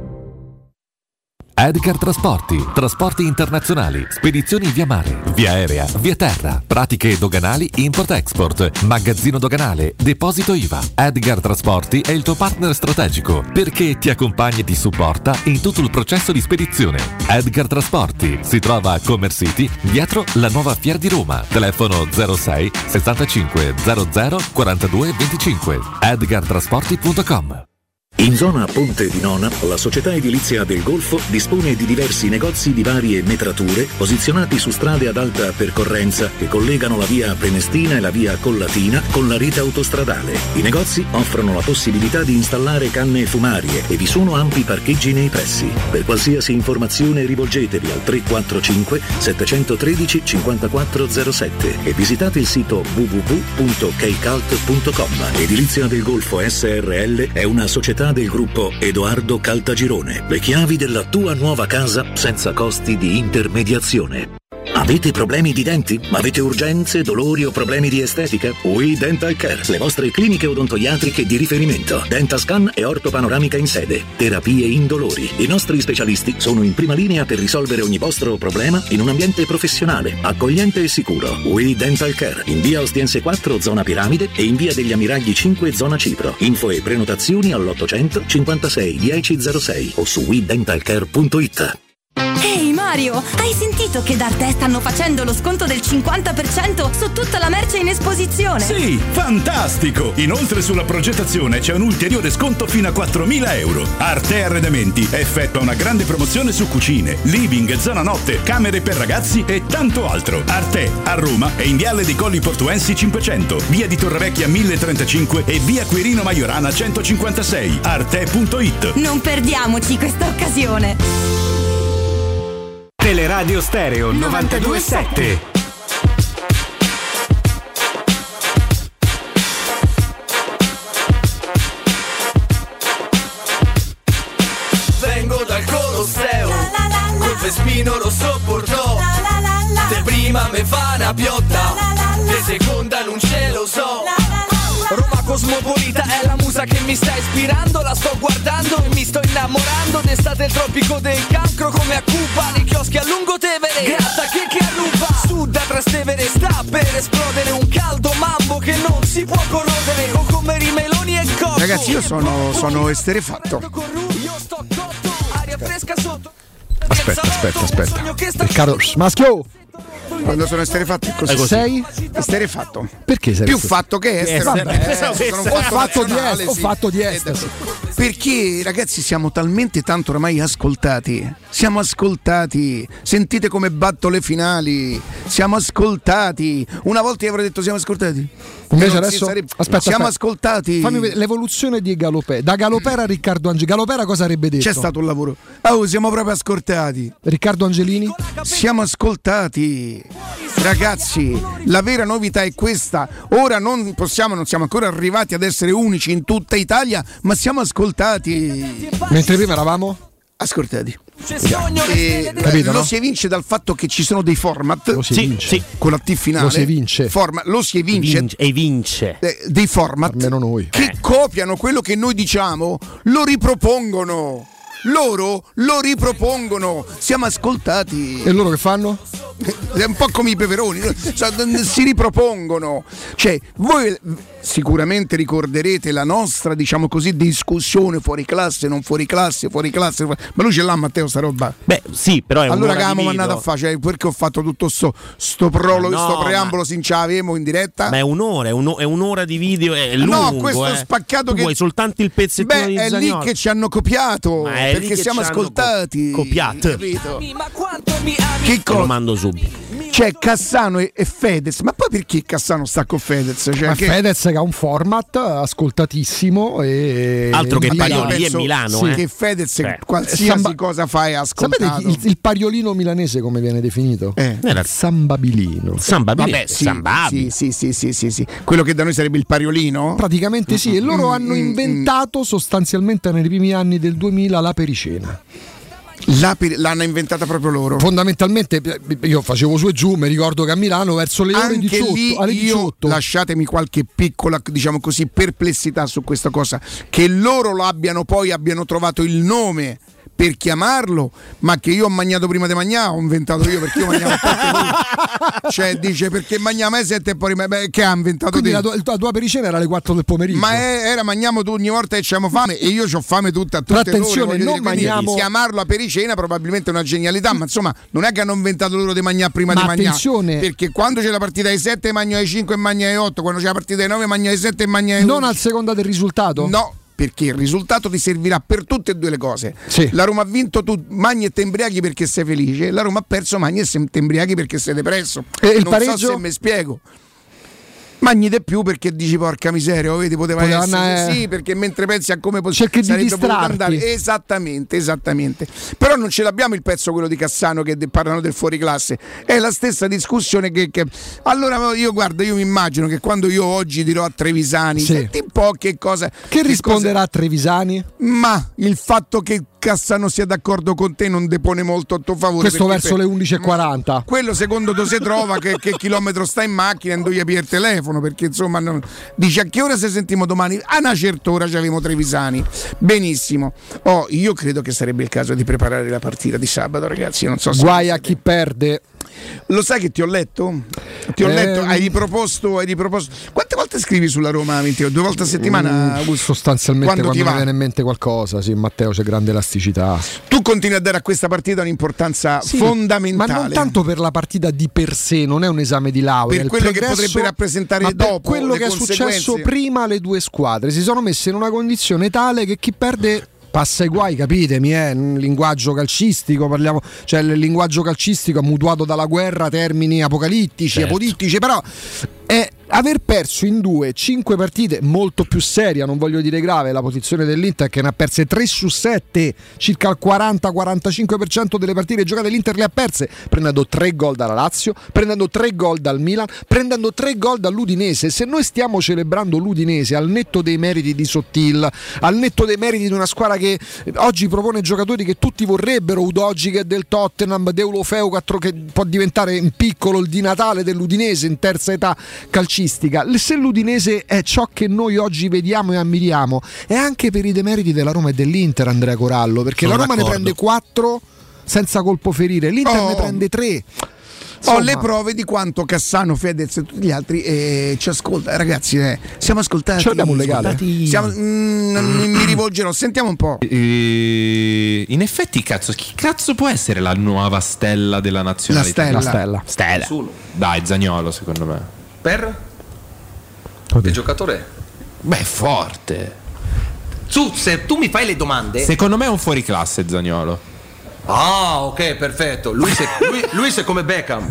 Edgar Trasporti, trasporti internazionali, spedizioni via mare, via aerea, via terra, pratiche doganali import-export, magazzino doganale, deposito I V A. Edgar Trasporti è il tuo partner strategico perché ti accompagna e ti supporta in tutto il processo di spedizione. Edgar Trasporti si trova a Commerce City, dietro la nuova Fiera di Roma. Telefono zero sei sessantacinque zero zero quarantadue venticinque. edgar trasporti punto com. In zona Ponte di Nona, la società edilizia del Golfo dispone di diversi negozi di varie metrature posizionati su strade ad alta percorrenza che collegano la via Prenestina e la via Collatina con la rete autostradale. I negozi offrono la possibilità di installare canne fumarie e vi sono ampi parcheggi nei pressi. Per qualsiasi informazione rivolgetevi al tre quattro cinque sette uno tre cinque zero sette e visitate il sito w w w punto keicalt punto com. Edilizia del Golfo S R L è una società del gruppo Edoardo Caltagirone. Le chiavi della tua nuova casa senza costi di intermediazione. Avete problemi di denti? Avete urgenze, dolori o problemi di estetica? We Dental Care, le vostre cliniche odontoiatriche di riferimento. Dentascan e ortopanoramica in sede. Terapie indolori. I nostri specialisti sono in prima linea per risolvere ogni vostro problema in un ambiente professionale, accogliente e sicuro. We Dental Care, in via Ostiense quattro, zona Piramide, e in via degli Ammiragli cinque, zona Cipro. Info e prenotazioni all'ottocento cinquantasei dieci zero sei o su we dental care punto it. Ehi Mario, hai sentito che da Arte stanno facendo lo sconto del cinquanta per cento su tutta la merce in esposizione? Sì, fantastico! Inoltre sulla progettazione c'è un ulteriore sconto fino a quattromila euro. Arte Arredamenti effettua una grande promozione su cucine, living, zona notte, camere per ragazzi e tanto altro. Arte a Roma è in viale dei Colli Portuensi cinquecento, via di Torrevecchia mille trentacinque e via Quirino Maiorana centocinquantasei. arte punto it. Non perdiamoci questa occasione. Teleradio Stereo novantadue sette. Vengo dal Colosseo, col Vespino lo sopportò. Te prima me fa una piotta, te seconda non ce lo so. Roma cosmopolita è la musa che mi sta ispirando. La sto guardando e mi sto innamorando. D'estate il tropico del cancro come a Cuba. Nei chioschi a Lungotevere, gratta che che arruba. Sud da Trastevere sta per esplodere un caldo mambo che non si può corrodere. O come rimeloni e cocco. Ragazzi, io sono, sono esterefatto. Aria fresca sotto. Aspetta, aspetta, aspetta. Riccardo, maschio! Quando sono esterefatto è così. Sei? Esterefatto. Perché sei più fatto che estero? Vabbè, eh, sono ho fatto di est, ho fatto di estero. Perché ragazzi siamo talmente tanto oramai ascoltati. Siamo ascoltati. Sentite come batto le finali. Siamo ascoltati. Una volta io avrei detto siamo ascoltati. Invece adesso sarebbe... aspetta, siamo aspetta. ascoltati. Fammi vedere l'evoluzione di Galopera. Da Galopera a Riccardo Angelini. Galopera cosa avrebbe detto? C'è stato un lavoro. Oh, siamo proprio ascoltati. Riccardo Angelini? Siamo ascoltati. Ragazzi, la vera novità è questa. Ora non possiamo, non siamo ancora arrivati ad essere unici in tutta Italia, ma siamo ascoltati. Mentre prima eravamo? Ascoltati. E capito, lo no? si evince dal fatto che ci sono dei format. Lo si sì, evince. Sì, con la T finale. Lo si evince. Forma, lo si evince. Vince, e vince. Eh, dei format almeno noi. che eh. copiano quello che noi diciamo, lo ripropongono. Loro lo ripropongono. Siamo ascoltati. E loro che fanno? È un po' come i peperoni, si ripropongono. Cioè, voi sicuramente ricorderete la nostra, diciamo così, discussione fuori classe, non fuori classe, fuori classe. Ma lui ce l'ha, Matteo, sta roba? Beh, sì, però è un allora che abbiamo mandato a fare, cioè, perché ho fatto tutto sto, sto prologo, no, sto preambolo, ma... sin ce l'avevamo in diretta. Ma è un'ora, è, un, è un'ora di video, è lungo. No, questo eh. spaccato tu che vuoi soltanto il pezzettino beh, di è Zaniolo. lì che ci hanno copiato, perché siamo ascoltati. Co- copiato. Che cosa? Lo mando subito. C'è Cassano e, e Fedez, ma poi perché Cassano sta con Fedez? Cioè, ma che... Fedez che ha un format ascoltatissimo e altro che Parioli e Milano, sì, eh. che Fedez Beh. qualsiasi Samba... cosa fai ascoltato. Sapete il, il pariolino milanese come viene definito? Eh. Era Sambabilino. Sambabilino. Vabbè, sì, sì, sì, sì, sì, sì, sì. Quello che da noi sarebbe il pariolino? Praticamente sì, e loro mm, hanno mm, inventato mm. sostanzialmente nei primi anni del duemila la pericena. La per... L'hanno inventata proprio loro. Fondamentalmente io facevo su e giù, mi ricordo che a Milano verso le ore diciotto, lì alle diciotto. Io, lasciatemi qualche piccola, diciamo così, perplessità su questa cosa, che loro lo abbiano poi abbiano trovato il nome per chiamarlo, ma che io ho mangiato prima di mangiare, ho inventato io perché io mangiavo cioè dice perché mangiamo alle sette e poi beh, che ha inventato. Quindi la tua, la tua pericena era alle quattro del pomeriggio, ma è, era mangiamo tu ogni volta che c'abbiamo fame e io ho fame tutta a tutte attenzione, le ore, non dire, mangiamo... chiamarlo a pericena probabilmente è una genialità, ma insomma non è che hanno inventato loro di mangiare prima ma di mangiare, attenzione, perché quando c'è la partita ai sette mangia ai cinque e mangia ai otto, quando c'è la partita ai nove mangia ai sette e mangia ai non undici. Al seconda del risultato? No, perché il risultato ti servirà per tutte e due le cose. Sì. La Roma ha vinto, tu mangi e te imbriachi perché sei felice, la Roma ha perso, mangi e te imbriachi perché sei depresso. E il non pareggio? so se mi spiego. Magni di più perché dici porca miseria, vedi, poteva Poteva essere andare... sì, perché mentre pensi a come pos- cerchi sarebbe di potuto andare. distrarti. Esattamente, esattamente. Però non ce l'abbiamo il pezzo quello di Cassano che de- parlano del fuori classe. È la stessa discussione che, che... Allora io guarda, io mi immagino che quando io oggi dirò a Trevisani, sì. senti un po' che cosa che risponderà cosa... a Trevisani? Ma il fatto che Cassano sia d'accordo con te non depone molto a tuo favore. Questo verso per... le undici e quaranta. Quello secondo te si trova che, che chilometro sta in macchina e non gli apri il telefono, perché insomma non... dice a che ora se sentiamo domani? A una certa ora ci avremo Trevisani. Benissimo. Oh, io credo che sarebbe il caso di preparare la partita di sabato, ragazzi. Non so se guai a chi perde. Lo sai che ti ho letto? Ti ho eh, letto, hai riproposto, hai riproposto. Quante volte scrivi sulla Roma ventidue? Due volte a settimana? Mm, sostanzialmente quando, quando mi viene in mente qualcosa, sì, Matteo, c'è grande elasticità. Tu continui a dare a questa partita un'importanza sì, fondamentale. Ma non tanto per la partita di per sé, non è un esame di laurea. Per quello che potrebbe rappresentare ma dopo. Per quello che è successo prima, le due squadre si sono messe in una condizione tale che chi perde passa ai guai, capitemi, eh? Un linguaggio calcistico, parliamo, cioè il linguaggio calcistico mutuato dalla guerra, termini apocalittici, certo. apodittici, però è aver perso in due cinque partite molto più seria, non voglio dire grave, la posizione dell'Inter che ne ha perse tre su sette, circa il quaranta quarantacinque per cento delle partite giocate l'Inter le ha perse, prendendo tre gol dalla Lazio, prendendo tre gol dal Milan, prendendo tre gol dall'Udinese. Se noi stiamo celebrando l'Udinese al netto dei meriti di Sottil, al netto dei meriti di una squadra che oggi propone giocatori che tutti vorrebbero, Udogi che è del Tottenham, Deulofeu che può diventare in piccolo il di Natale dell'Udinese in terza età calcistica, se l'Udinese è ciò che noi oggi vediamo e ammiriamo è anche per i demeriti della Roma e dell'Inter, Andrea Corallo, perché Sono la Roma d'accordo. ne prende quattro senza colpo ferire, l'Inter oh. ne prende tre. Ho le prove di quanto Cassano, Fedez e tutti gli altri eh, ci ascolta, ragazzi, eh, siamo ascoltati. Ce l'abbiamo un legale. Siamo, mm, mm. Mi rivolgerò, sentiamo un po'. E, in effetti, cazzo, chi cazzo può essere la nuova stella della nazionalità? La stella. La stella. stella. Dai, Zaniolo, secondo me. Per? Che giocatore? Beh, è forte. Su, se tu mi fai le domande. Secondo me è un fuoriclasse Zaniolo. Ah, ok, perfetto. Lui se, lui, lui se come Beckham.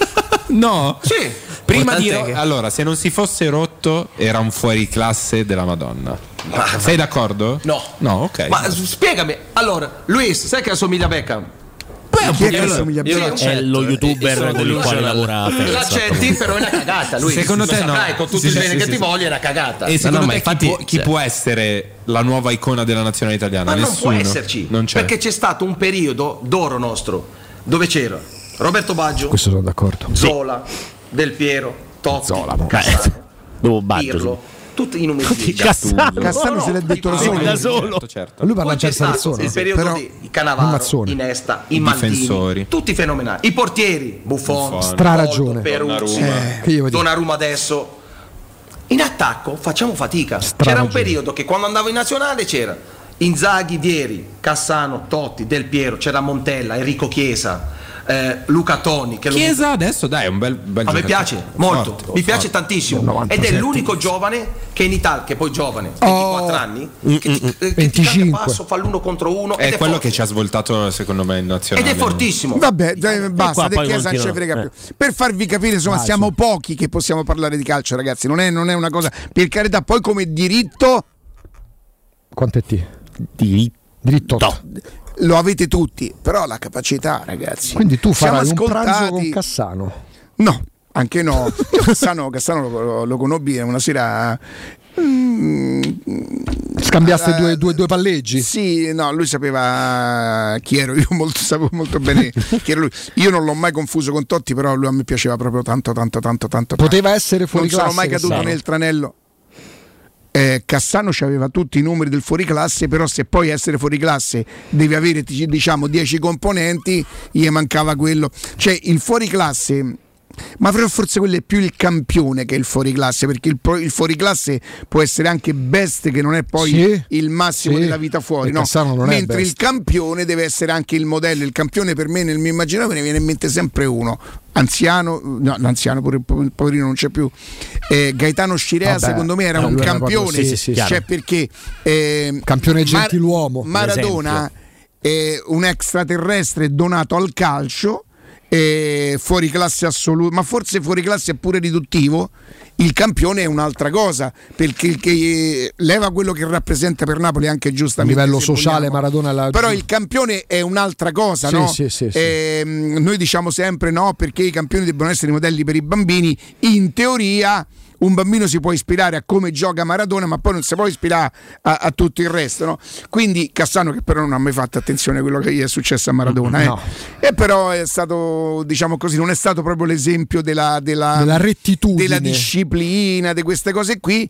No. Sì. Prima di che... allora, se non si fosse rotto, era un fuoriclasse della Madonna. Ma, sei d'accordo? No. No, ok. Ma spiegami. Allora, Luis, sai che assomiglia a Beckham? Beh, un po' che assomiglia a Beckham. È lo youtuber con il quale lavora. L'accetti, però è una cagata. Lui, secondo te no? Con tutto sì, il bene sì, che sì, ti sì. voglio, è una cagata. E secondo no, no, te infatti, chi, può, chi cioè... può essere la nuova icona della nazionale italiana? Ma Nessuno. non può esserci. Non c'è. Perché c'è stato un periodo d'oro nostro dove c'era Roberto Baggio, questo sono d'accordo, Zola, Del Piero, Totti, Zola, Cassano, Baggio, tutti i numeri di Cassano, Cassano se l'è detto da solo, da solo. Certo. Lui parla in terza persona. Il periodo però, di Cannavaro, Inesta, i Maldini, tutti fenomenali. I portieri, Buffon, Buffon. Straragione, Peruzzi, eh, Donnarumma adesso. In attacco facciamo fatica. C'era un periodo che quando andavo in nazionale c'era Inzaghi, Vieri, Cassano, Totti, Del Piero, c'era Montella, Enrico Chiesa, eh, Luca Toni. Che Chiesa lo... adesso dai è un bel, bel a me piace molto, forte, mi piace forte. tantissimo novantasette. Ed è l'unico giovane che in Italia, che poi giovane, ventiquattro oh. anni, che ti, che venticinque ti passo, fa l'uno contro uno. È, ed è quello forte. che ci ha svoltato secondo me in nazionale. Ed è fortissimo. Vabbè, dai, basta, De Chiesa non ci frega eh. più. Per farvi capire, insomma, Vai, siamo su. pochi che possiamo parlare di calcio, ragazzi. Non è, non è una cosa, per carità, poi come diritto. Quanto è T? Diritto. Diritto. No. Lo avete tutti, però la capacità, ragazzi. Quindi tu farai siamo un pranzo ascoltati... con Cassano? No, anche no. Cassano, Cassano lo, lo conobbi una sera. Mm, Scambiaste uh, due, due, due palleggi? Sì, no, lui sapeva chi ero, io molto, sapevo molto bene chi era lui. Io non l'ho mai confuso con Totti, però lui a me piaceva proprio tanto, tanto, tanto, tanto. Poteva tanto. essere fuori non classe. Non sono mai caduto Cassano. nel tranello. Eh, Cassano aveva tutti i numeri del fuoriclasse, però se poi essere fuoriclasse devi avere diciamo dieci componenti, gli mancava quello. Cioè il fuoriclasse, ma forse quello è più il campione che il fuoriclasse, perché il, il fuoriclasse può essere anche best, che non è poi sì, il massimo sì. della vita fuori, no? Mentre il campione deve essere anche il modello. Il campione per me nel mio immaginario ne viene in mente sempre uno anziano, no, l'anziano pure il poverino non c'è più, eh, Gaetano Scirea. Vabbè, secondo me era un campione, proprio, sì, sì, cioè perché eh, campione gentiluomo. Mar- Maradona è un extraterrestre donato al calcio, eh, fuori classe assoluto, ma forse fuori classe è pure riduttivo. Il campione è un'altra cosa, perché il che leva quello che rappresenta per Napoli anche giustamente a livello sociale vogliamo. Maradona la... però il campione è un'altra cosa, sì, no? Sì, sì, sì. Eh, noi diciamo sempre no, perché i campioni debbono essere i modelli per i bambini. In teoria un bambino si può ispirare a come gioca Maradona, ma poi non si può ispirare a, a tutto il resto, no? Quindi Cassano, che però non ha mai fatto attenzione a quello che gli è successo a Maradona, no. eh? E però è stato, diciamo così, non è stato proprio l'esempio della, della, della rettitudine, della disciplina, di queste cose qui.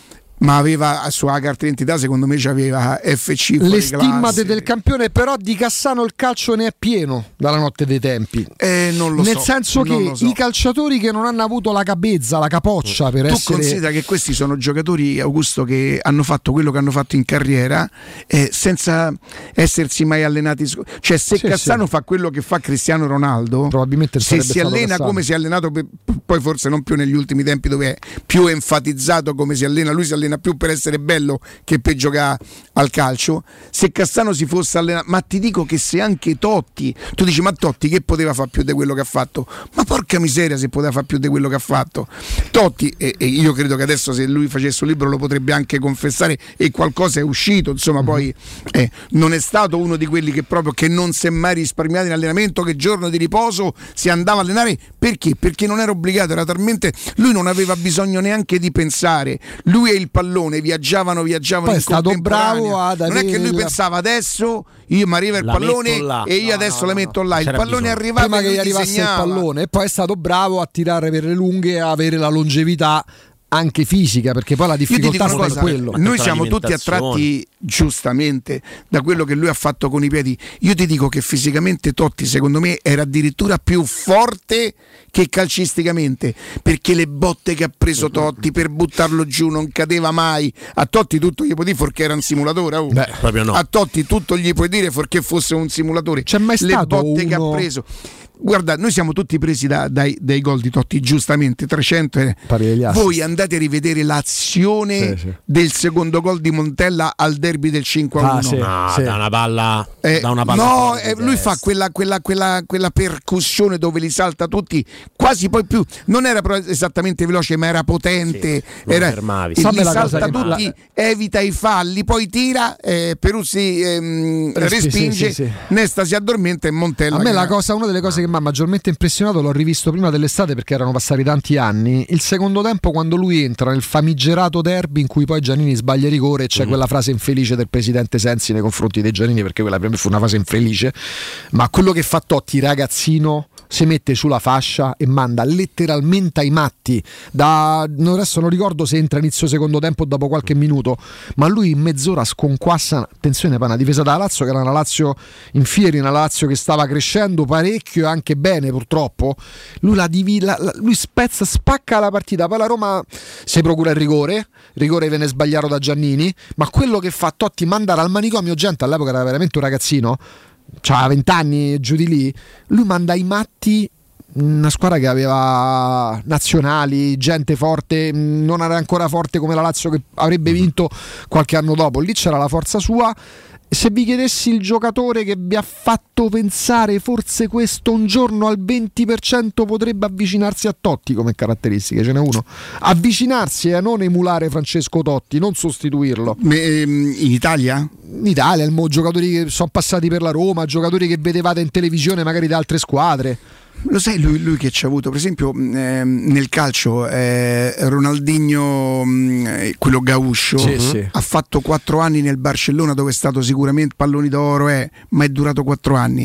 Ma aveva sua carta d'identità, secondo me c'aveva F C le stimmate del campione, però di Cassano il calcio ne è pieno dalla notte dei tempi, eh, non lo nel so, senso che so. i calciatori che non hanno avuto la cabezza, la capoccia per tu essere... considera che questi sono giocatori, Augusto, che hanno fatto quello che hanno fatto in carriera eh, senza essersi mai allenati, cioè se sì, Cassano sì. fa quello che fa Cristiano Ronaldo, probabilmente se si allena Cassano. come si è allenato, poi forse non più negli ultimi tempi dove è più enfatizzato come si allena, lui si allena più per essere bello che per giocare al calcio. Se Cassano si fosse allenato, ma ti dico che se anche Totti, tu dici ma Totti che poteva fare più di quello che ha fatto, ma porca miseria se poteva fare più di quello che ha fatto Totti, e, e io credo che adesso se lui facesse un libro lo potrebbe anche confessare, e qualcosa è uscito, insomma. Mm-hmm. Poi eh, non è stato uno di quelli che proprio che non si è mai risparmiato in allenamento, che giorno di riposo si andava a allenare. Perché? Perché non era obbligato, era talmente, lui non aveva bisogno neanche di pensare, lui e il pallone viaggiavano, viaggiavano. Poi in è stato bravo ad non è che lui la... pensava adesso io mi arriva il la pallone e io no, adesso no, la no, metto no. là, il C'era pallone bisogno. arrivava prima che gli arrivasse disegnava. il pallone, e poi è stato bravo a tirare per le lunghe e a avere la longevità anche fisica, perché poi la difficoltà non è quello. Noi siamo tutti attratti giustamente da quello che lui ha fatto con i piedi. Io ti dico che fisicamente Totti secondo me era addirittura più forte che calcisticamente, perché le botte che ha preso Totti per buttarlo giù non cadeva mai. A Totti tutto gli puoi dire perché era un simulatore. Oh. Beh, proprio no. A Totti tutto gli puoi dire perché fosse un simulatore. C'è mai le stato botte uno... che ha preso. Guarda, noi siamo tutti presi da, dai, dai gol di Totti, giustamente trecento. Eh. Voi andate a rivedere l'azione sì, sì. del secondo gol di Montella al derby del cinque a uno. Ah, sì, no, sì. Da una palla, eh, da una palla no, eh, lui fa quella, quella, quella, quella percussione dove li salta tutti, quasi poi più. Non era esattamente veloce, ma era potente. Sì, era, fermavi. E li salta tutti, parla... evita i falli, poi tira, eh, Peruzzi ehm, respinge, sì, sì, sì. Nesta si addormenta e Montella. A me la cosa, una delle cose che mi ha maggiormente impressionato, l'ho rivisto prima dell'estate perché erano passati tanti anni, il secondo tempo quando lui entra nel famigerato derby in cui poi Giannini sbaglia il rigore e c'è mm. quella frase infelice del presidente Sensi nei confronti dei Giannini, perché quella per me fu una frase infelice, ma quello che fa Totti ragazzino si mette sulla fascia e manda letteralmente ai matti da, non adesso non ricordo se entra inizio secondo tempo o dopo qualche minuto, ma lui in mezz'ora sconquassa, attenzione, per una difesa della Lazio che era una Lazio in fieri, una Lazio che stava crescendo parecchio e anche bene purtroppo, lui la divide, lui spezza, spacca la partita, poi la Roma si procura il rigore, il rigore viene sbagliato da Giannini, ma quello che fa Totti, mandare al manicomio gente, all'epoca era veramente un ragazzino, c'aveva vent'anni giù di lì, lui manda i matti una squadra che aveva nazionali, gente forte, non era ancora forte come la Lazio che avrebbe vinto qualche anno dopo, lì c'era la forza sua. Se vi chiedessi il giocatore che vi ha fatto pensare forse questo un giorno al venti per cento potrebbe avvicinarsi a Totti come caratteristiche, ce n'è uno, avvicinarsi e eh, non emulare Francesco Totti, non sostituirlo. In Italia? In Italia, il mo, giocatori che sono passati per la Roma, giocatori che vedevate in televisione magari da altre squadre. Lo sai lui, lui che ci ha avuto per esempio eh, nel calcio eh, Ronaldinho, eh, quello Gauscio, sì, sì. ha fatto quattro anni nel Barcellona dove è stato sicuramente palloni d'oro, eh, ma è durato quattro anni.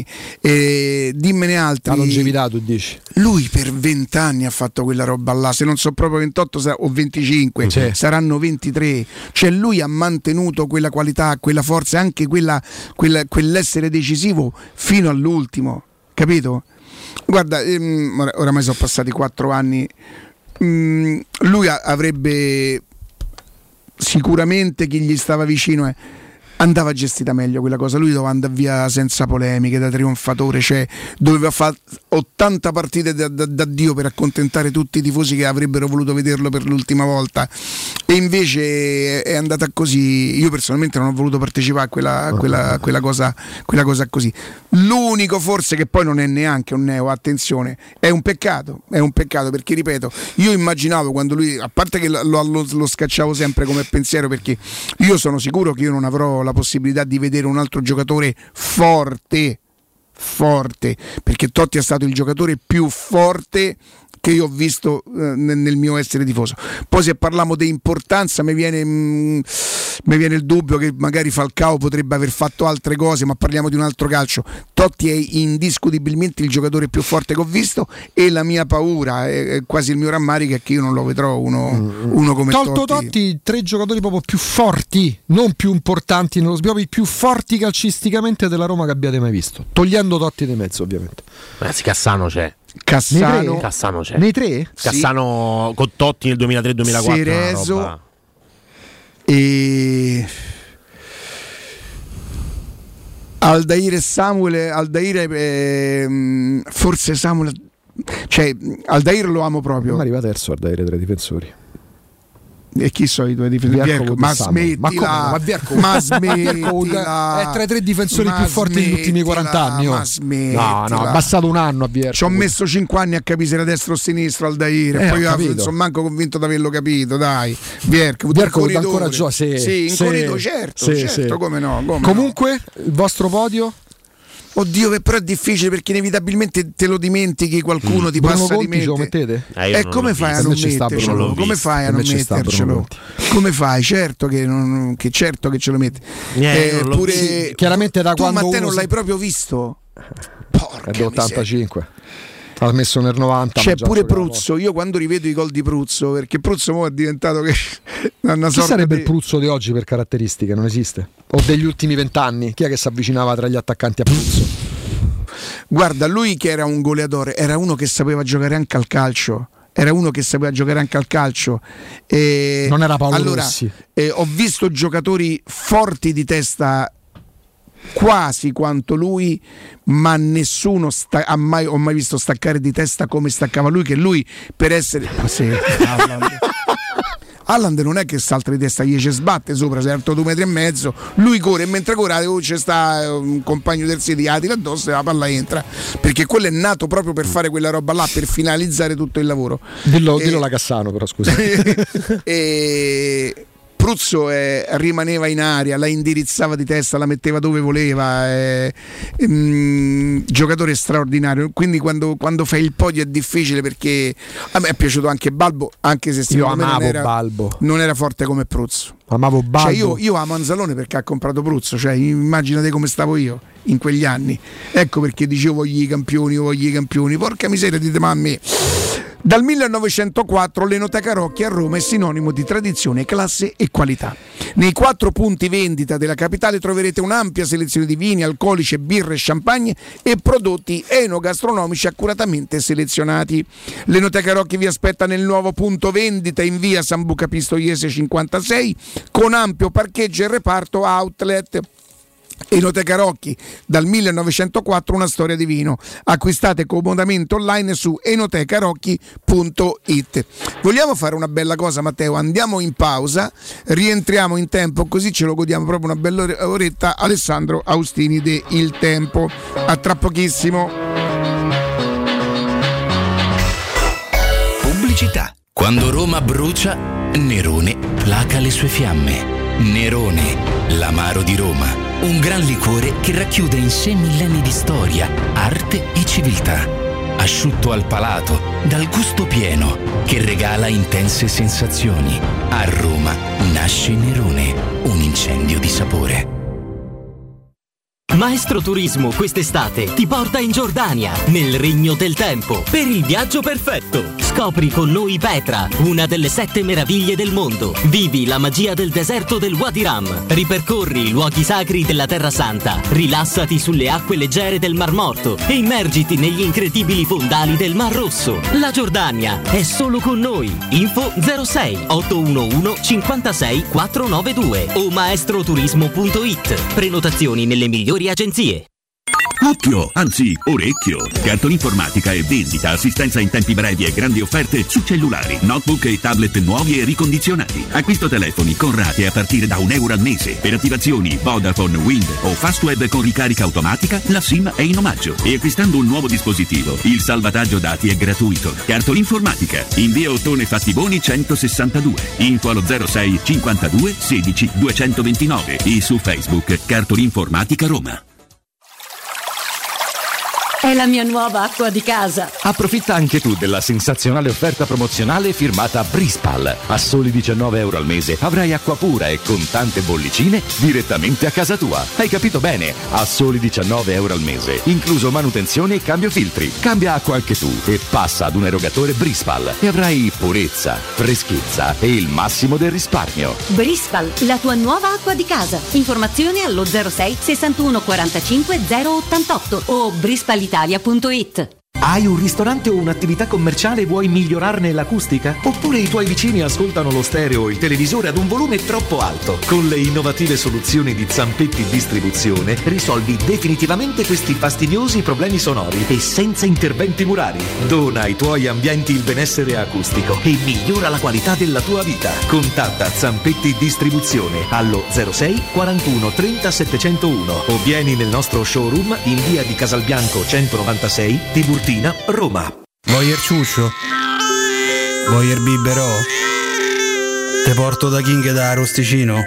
E dimmene altri. La longevità tu dici. Lui per vent'anni ha fatto quella roba là, se non so proprio ventotto o venticinque, sì. saranno ventitré. Cioè lui ha mantenuto quella qualità, quella forza, anche quella, quella, quell'essere decisivo fino all'ultimo, capito? Guarda, ehm, oramai sono passati quattro anni, mm, lui a- avrebbe sicuramente chi gli stava vicino, eh, andava gestita meglio quella cosa, lui doveva andare via senza polemiche, da trionfatore, cioè doveva fare ottanta partite da, da, da Dio per accontentare tutti i tifosi che avrebbero voluto vederlo per l'ultima volta, e invece è andata così. Io personalmente non ho voluto partecipare a quella, a quella, a quella, cosa, quella cosa così. L'unico forse che poi non è neanche un neo, attenzione, è un peccato, è un peccato perché ripeto, io immaginavo quando lui, a parte che lo, lo, lo scacciavo sempre come pensiero, perché io sono sicuro che io non avrò la possibilità di vedere un altro giocatore forte forte, perché Totti è stato il giocatore più forte che io ho visto eh, nel, nel mio essere tifoso. Poi se parliamo di importanza mi viene, mm, mi viene il dubbio che magari Falcao potrebbe aver fatto altre cose, ma parliamo di un altro calcio. Totti è indiscutibilmente il giocatore più forte che ho visto, e la mia paura è, è quasi il mio rammarico è che io non lo vedrò uno, mm. uno come Tolto Totti. Totti, tre giocatori proprio più forti, non più importanti nello sviluppo, i più forti calcisticamente della Roma che abbiate mai visto, togliendo Totti di mezzo ovviamente. Ragazzi, Cassano c'è. Cassano, Cassano c'è. Nei tre? Cassano sì. Con Totti nel duemilatré duemilaquattro. Cerezo e Aldair e Samuel. Aldair eh, forse Samuel, cioè Aldair lo amo proprio. Ma arriva terzo Aldair tra i difensori. E chi sono i due difensori? Ma smettila, ma Vierco, ma smettila. È tra i tre difensori più forti degli ultimi quaranta anni. Ma no, no, è passato un anno a Vierco. Ci ho messo cinque anni a capire se era destro o sinistro Aldair, eh, poi io non sono manco convinto di averlo capito, dai. Vierco, Vierco ancora gioca, sì, sì, in sì, corridoio, certo, sì, certo, sì. come no, come Comunque, no. Il vostro podio? Oddio, che però è difficile perché inevitabilmente te lo dimentichi, qualcuno mm. ti Bruno passa Conti di mente. Ce lo mettete? E eh, come fai a non mettercelo? Come fai a non mettercelo? Come fai? Certo che, non, che certo che ce lo metti. Eh, eh, pure sì, chiaramente da tu, quando ma te non si... l'hai proprio visto? Porca è dell'ottantacinque. Ha messo nel novanta. C'è pure Pruzzo. Io quando rivedo i gol di Pruzzo, perché Pruzzo mo è diventato che una chi sarebbe di... il Pruzzo di oggi per caratteristiche? Non esiste. O degli ultimi vent'anni? Chi è che si avvicinava tra gli attaccanti a Pruzzo? Guarda, lui che era un goleatore, era uno che sapeva giocare anche al calcio. Era uno che sapeva giocare anche al calcio. E non era Paolo allora, Rossi. Eh, ho visto giocatori forti di testa quasi quanto lui, ma nessuno sta- ha mai, ho mai visto staccare di testa come staccava lui, che lui per essere... Sì, Haaland non è che salta di testa, gli ci sbatte sopra, sei alto due metri e mezzo, lui corre e mentre corre oh, c'è sta un compagno del City, la tira addosso e la palla entra, perché quello è nato proprio per fare quella roba là, per finalizzare tutto il lavoro. Dillo, e... dillo la Cassano però, scusa. e... Pruzzo eh, rimaneva in aria, la indirizzava di testa, la metteva dove voleva, eh, ehm, giocatore straordinario. Quindi quando, quando fai il podio è difficile, perché a me è piaciuto anche Balbo, anche se io amavo non era, Balbo. non era forte come Pruzzo. Amavo Balbo. Cioè io, io amo Anzalone perché ha comprato Pruzzo, cioè immaginate come stavo io in quegli anni. Ecco perché dicevo voglio i campioni, voglio i campioni. Porca miseria, dite ma a me. Dal millenovecentoquattro l'Enoteca Rocchi a Roma è sinonimo di tradizione, classe e qualità. Nei quattro punti vendita della capitale troverete un'ampia selezione di vini, alcolici, birre, champagne e prodotti enogastronomici accuratamente selezionati. L'Enoteca Rocchi vi aspetta nel nuovo punto vendita in via Sambuca Pistoiese cinquantasei con ampio parcheggio e reparto outlet. Enoteca Rocchi, dal millenovecentoquattro una storia di vino. Acquistate comodamente online su enotecarocchi punto it. Vogliamo fare una bella cosa, Matteo? Andiamo in pausa, rientriamo in tempo, così ce lo godiamo proprio una bella oretta. Alessandro Austini de Il Tempo. A tra pochissimo. Pubblicità. Quando Roma brucia, Nerone placa le sue fiamme. Nerone, l'amaro di Roma. Un gran liquore che racchiude in sé millenni di storia, arte e civiltà. Asciutto al palato, dal gusto pieno, che regala intense sensazioni. A Roma nasce Nerone, un incendio di sapore. Maestro Turismo quest'estate ti porta in Giordania, nel Regno del Tempo, per il viaggio perfetto. Scopri con noi Petra, una delle sette meraviglie del mondo. Vivi la magia del deserto del Wadi Rum. Ripercorri i luoghi sacri della Terra Santa. Rilassati sulle acque leggere del Mar Morto e immergiti negli incredibili fondali del Mar Rosso. La Giordania è solo con noi. Info zero sei otto uno uno cinquantasei quattrocentonovantadue o maestroturismo punto it. Prenotazioni nelle migliori agenzie. Occhio, anzi orecchio. Cartolinformatica e vendita, assistenza in tempi brevi e grandi offerte su cellulari, notebook e tablet nuovi e ricondizionati. Acquisto telefoni con rate a partire da un euro al mese. Per attivazioni Vodafone, Wind o Fastweb con ricarica automatica, la SIM è in omaggio. E acquistando un nuovo dispositivo, il salvataggio dati è gratuito. Cartolinformatica, in via Ottone Fattiboni centosessantadue. Info allo zero sei cinquantadue sedici duecentoventinove e su Facebook Cartolinformatica Roma. È la mia nuova acqua di casa. Approfitta anche tu della sensazionale offerta promozionale firmata Brispal. A soli diciannove euro al mese avrai acqua pura e con tante bollicine direttamente a casa tua. Hai capito bene? A soli diciannove euro al mese, incluso manutenzione e cambio filtri. Cambia acqua anche tu e passa ad un erogatore Brispal e avrai purezza, freschezza e il massimo del risparmio. Brispal, la tua nuova acqua di casa. Informazioni allo zero sei sessantuno quarantacinque zero ottantotto o brispalitalia punto it. Hai un ristorante o un'attività commerciale e vuoi migliorarne l'acustica? Oppure i tuoi vicini ascoltano lo stereo o il televisore ad un volume troppo alto? Con le innovative soluzioni di Zampetti Distribuzione risolvi definitivamente questi fastidiosi problemi sonori e senza interventi murari. Dona ai tuoi ambienti il benessere acustico e migliora la qualità della tua vita. Contatta Zampetti Distribuzione allo zero sei quarantuno trenta settecentouno o vieni nel nostro showroom in via di Casalbianco centonovantasei, Tiburtina, Roma. Voyer ciuccio? Voyer biberò? Te porto da King da Arrosticino?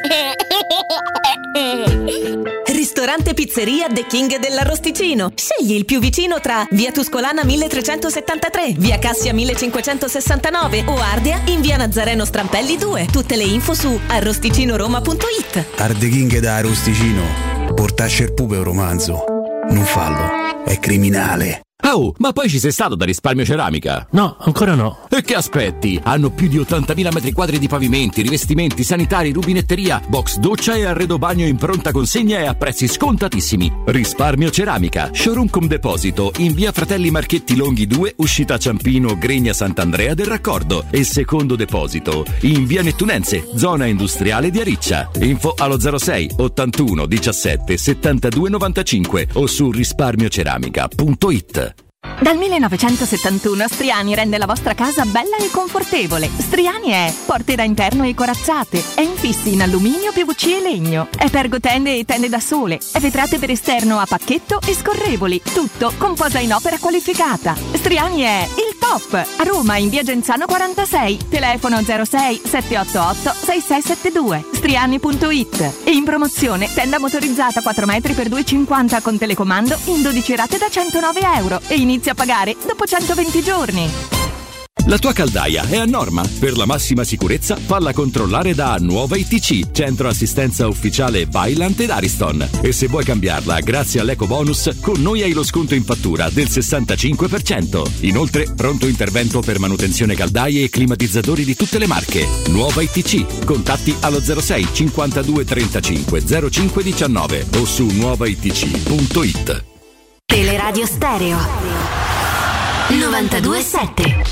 Ristorante Pizzeria The King dell'Arrosticino. Scegli il più vicino tra via Tuscolana milletrecentosettantatré, via Cassia millecinquecentosessantanove o Ardea in via Nazareno Strampelli due. Tutte le info su arrosticinoroma punto it. Arde King da Arrosticino. Portasce il pupe un romanzo. Non fallo, è criminale. Oh, ma poi ci sei stato da Risparmio Ceramica? No, ancora no. E che aspetti? Hanno più di ottantamila metri quadri di pavimenti, rivestimenti, sanitari, rubinetteria, box doccia e arredo bagno in pronta consegna e a prezzi scontatissimi. Risparmio Ceramica, showroom con deposito in via Fratelli Marchetti Longhi due, uscita Ciampino, Gregna Sant'Andrea del Raccordo, e secondo deposito in via Nettunense, zona industriale di Ariccia. Info allo zero sei ottantuno diciassette settantadue novantacinque o su risparmioceramica punto it. Dal millenovecentosettantuno Striani rende la vostra casa bella e confortevole. Striani è porte da interno e corazzate, è infissi in alluminio, P V C e legno, è pergotende e tende da sole, è vetrate per esterno a pacchetto e scorrevoli, tutto con posa in opera qualificata. Striani è il top! A Roma in via Genzano quarantasei, telefono zero sei sette otto otto sei sei sette due, striani punto it. E in promozione tenda motorizzata quattro metri per due e cinquanta con telecomando in dodici rate da centonove euro e inizia a pagare dopo centoventi giorni. La tua caldaia è a norma? Per la massima sicurezza falla controllare da Nuova I T C, centro assistenza ufficiale Vaillant ed Ariston. E se vuoi cambiarla grazie all'eco bonus, con noi hai lo sconto in fattura del sessantacinque per cento. Inoltre pronto intervento per manutenzione caldaie e climatizzatori di tutte le marche. Nuova I T C, contatti allo zero sei cinquantadue trentacinque zero cinque diciannove o su nuova i t c punto it. Teleradio Stereo novantadue sette.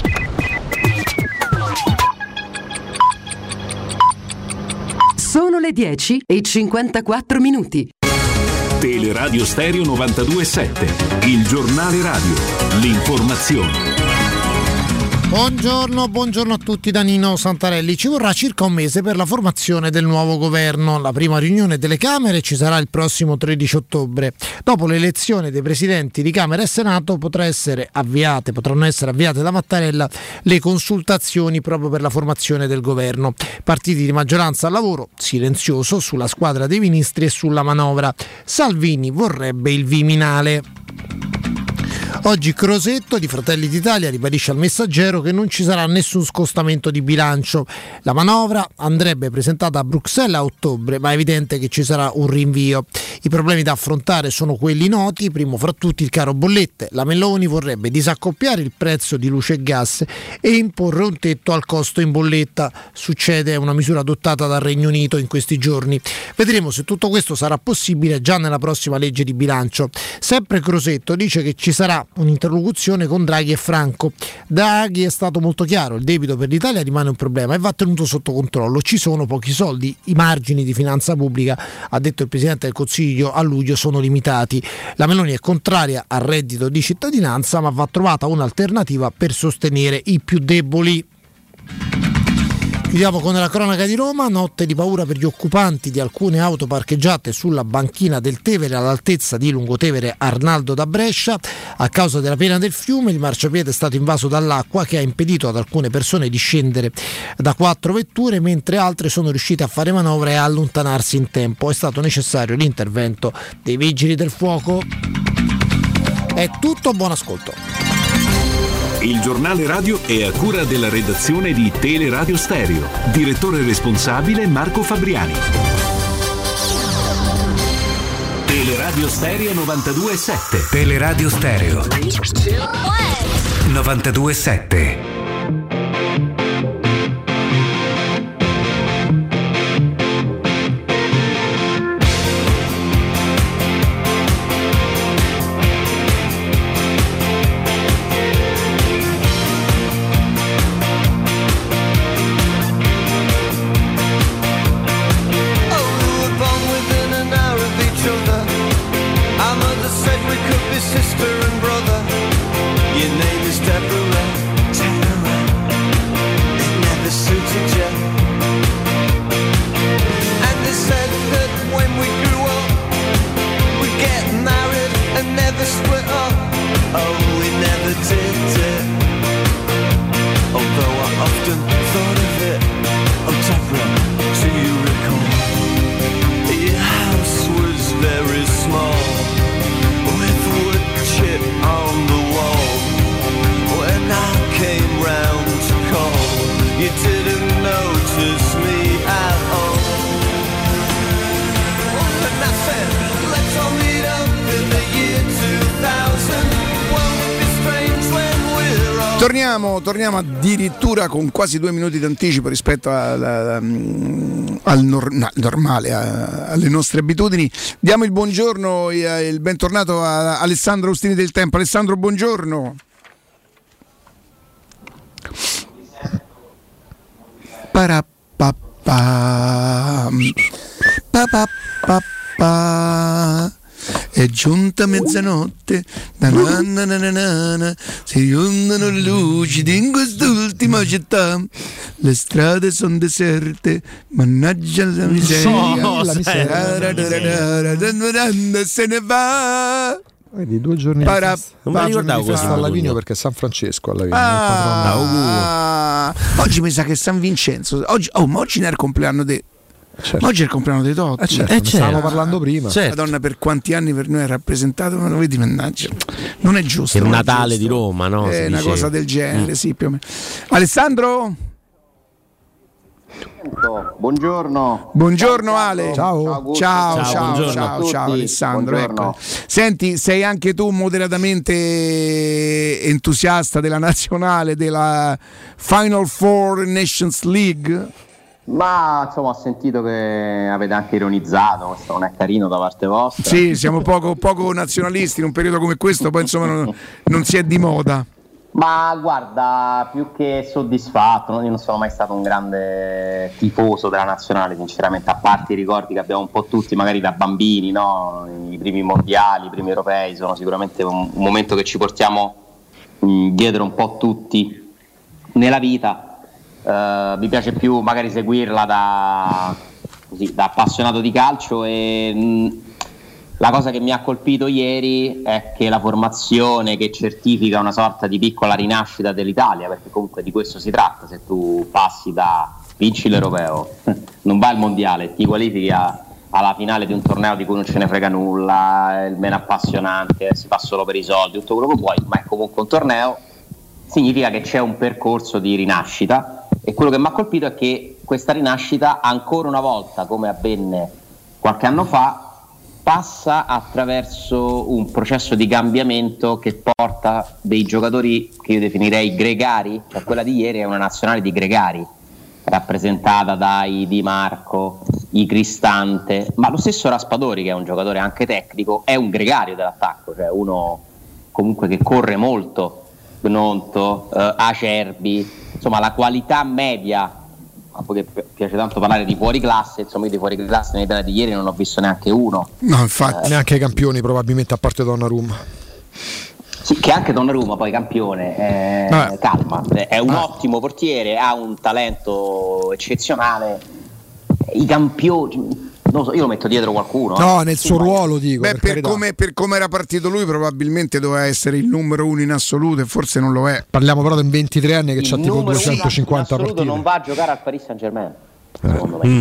Sono le dieci e cinquantaquattro minuti. Teleradio Stereo novantadue sette, il giornale radio, l'informazione. Buongiorno, buongiorno a tutti da Nino Santarelli. Ci vorrà circa un mese per la formazione del nuovo governo. La prima riunione delle Camere ci sarà il prossimo tredici ottobre. Dopo l'elezione dei presidenti di Camera e Senato potrà essere avviate, potranno essere avviate da Mattarella le consultazioni proprio per la formazione del governo. Partiti di maggioranza al lavoro, silenzioso sulla squadra dei ministri e sulla manovra. Salvini vorrebbe il Viminale. Oggi Crosetto di Fratelli d'Italia ribadisce al Messaggero che non ci sarà nessun scostamento di bilancio. La manovra andrebbe presentata a Bruxelles a ottobre, ma è evidente che ci sarà un rinvio. I problemi da affrontare sono quelli noti, primo fra tutti il caro bollette. La Meloni vorrebbe disaccoppiare il prezzo di luce e gas e imporre un tetto al costo in bolletta. Succede, è una misura adottata dal Regno Unito in questi giorni. Vedremo se tutto questo sarà possibile già nella prossima legge di bilancio. Sempre Crosetto dice che ci sarà un'interlocuzione con Draghi e Franco. Draghi è stato molto chiaro: il debito per l'Italia rimane un problema e va tenuto sotto controllo, ci sono pochi soldi, i margini di finanza pubblica, ha detto il Presidente del Consiglio, a luglio sono limitati. La Meloni è contraria al reddito di cittadinanza, ma va trovata un'alternativa per sostenere i più deboli. Chiudiamo con la cronaca di Roma. Notte di paura per gli occupanti di alcune auto parcheggiate sulla banchina del Tevere all'altezza di Lungotevere Arnaldo da Brescia. A causa della piena del fiume il marciapiede è stato invaso dall'acqua che ha impedito ad alcune persone di scendere da quattro vetture, mentre altre sono riuscite a fare manovra e a allontanarsi in tempo. È stato necessario l'intervento dei vigili del fuoco. È tutto, buon ascolto. Il giornale radio è a cura della redazione di Teleradio Stereo. Direttore responsabile Marco Fabriani. Teleradio Stereo novantadue virgola sette. Teleradio Stereo novantadue virgola sette. Sister and brother, your name is Deborah. Deborah, it never suited you. And they said that when we grew up, we'd get married and never split up. Oh, we never did it. Although I often thought of it. Oh, Deborah, do you recall? Your house was very small, chip on the wall. When I came round to call, you didn't notice me at all. And I said, let's all meet up in the year two thousand. Won't it be strange when we're all... Torniamo, torniamo addirittura con quasi due minuti d'anticipo rispetto al, al nor- no, normale, a, alle nostre abitudini. Diamo il buongiorno e il bentornato a Alessandro Austini del Tempo. Alessandro, buongiorno. Parapapà. Papapapà. È giunta mezzanotte, na-na-na-na-na-na, si riunono le luci in quest'ultima città, le strade sono deserte, mannaggia la miseria, No, la miseria, se ne va. Vedi, due giorni Para- di festa, non me la ricordavo di festa questo a Lavigno giorno. perché è San Francesco a Lavigno. Ah, oggi mi sa che è San Vincenzo. Oggi, oh, ma oggi ne è il compleanno di. Certo. Oggi è il compleanno dei Totti. Eh certo, ne stavamo parlando prima. Certo. Madonna, per quanti anni per noi è rappresentato, ma lo vedi, mannaggia. Non è giusto. Il non è Natale giusto. di Roma, no? È Si una dice. cosa del genere, Mm. sì, più o meno. Alessandro? Buongiorno. Buongiorno Ale. Ciao. Ciao, ciao, Ciao, ciao, buongiorno ciao, a tutti. ciao, Alessandro. Buongiorno. Ecco. Senti, sei anche tu moderatamente entusiasta della nazionale, della Final Four Nations League? Ma insomma ho sentito che avete anche ironizzato, questo non è carino da parte vostra. Sì, siamo poco, poco nazionalisti in un periodo come questo, poi insomma non, non si è di moda. Ma guarda, più che soddisfatto, no? Io non sono mai stato un grande tifoso della nazionale, sinceramente, a parte i ricordi che abbiamo un po' tutti, magari da bambini, no? I primi mondiali, i primi europei sono sicuramente un, un momento che ci portiamo mh, dietro un po' tutti nella vita. Uh, mi piace più magari seguirla da, così, da appassionato di calcio e mh, la cosa che mi ha colpito ieri è che la formazione che certifica una sorta di piccola rinascita dell'Italia, perché comunque di questo si tratta, se tu passi da vinci l'europeo, non vai al mondiale, ti qualifichi a, alla finale di un torneo di cui non ce ne frega nulla, è il meno appassionante, si fa solo per i soldi, tutto quello che vuoi, ma è comunque un torneo, significa che c'è un percorso di rinascita. E quello che mi ha colpito è che questa rinascita, ancora una volta, come avvenne qualche anno fa, passa attraverso un processo di cambiamento che porta dei giocatori che io definirei gregari, cioè quella di ieri è una nazionale di gregari, rappresentata dai Di Marco, i Cristante, ma lo stesso Raspadori, che è un giocatore anche tecnico, è un gregario dell'attacco, cioè uno comunque che corre molto, Gnonto, eh, Acerbi, insomma la qualità media, poi che piace tanto parlare di fuori classe, insomma io di fuori classe nell'Italia di ieri non ho visto neanche uno. No, infatti. Eh. Neanche i campioni probabilmente, a parte Donnarumma. Sì, che anche Donnarumma poi campione, eh, calma, è un ah. ottimo portiere, ha un talento eccezionale, i campioni... Non so, io lo metto dietro qualcuno. No, eh. nel suo ruolo dico. Beh, per, per, carità. come, per come era partito lui, probabilmente doveva essere il numero uno in assoluto, e forse non lo è. Parliamo però di ventitré anni che c'ha tipo duecentocinquanta in partite. Non va a giocare al Paris Saint Germain, eh. secondo me. Mm.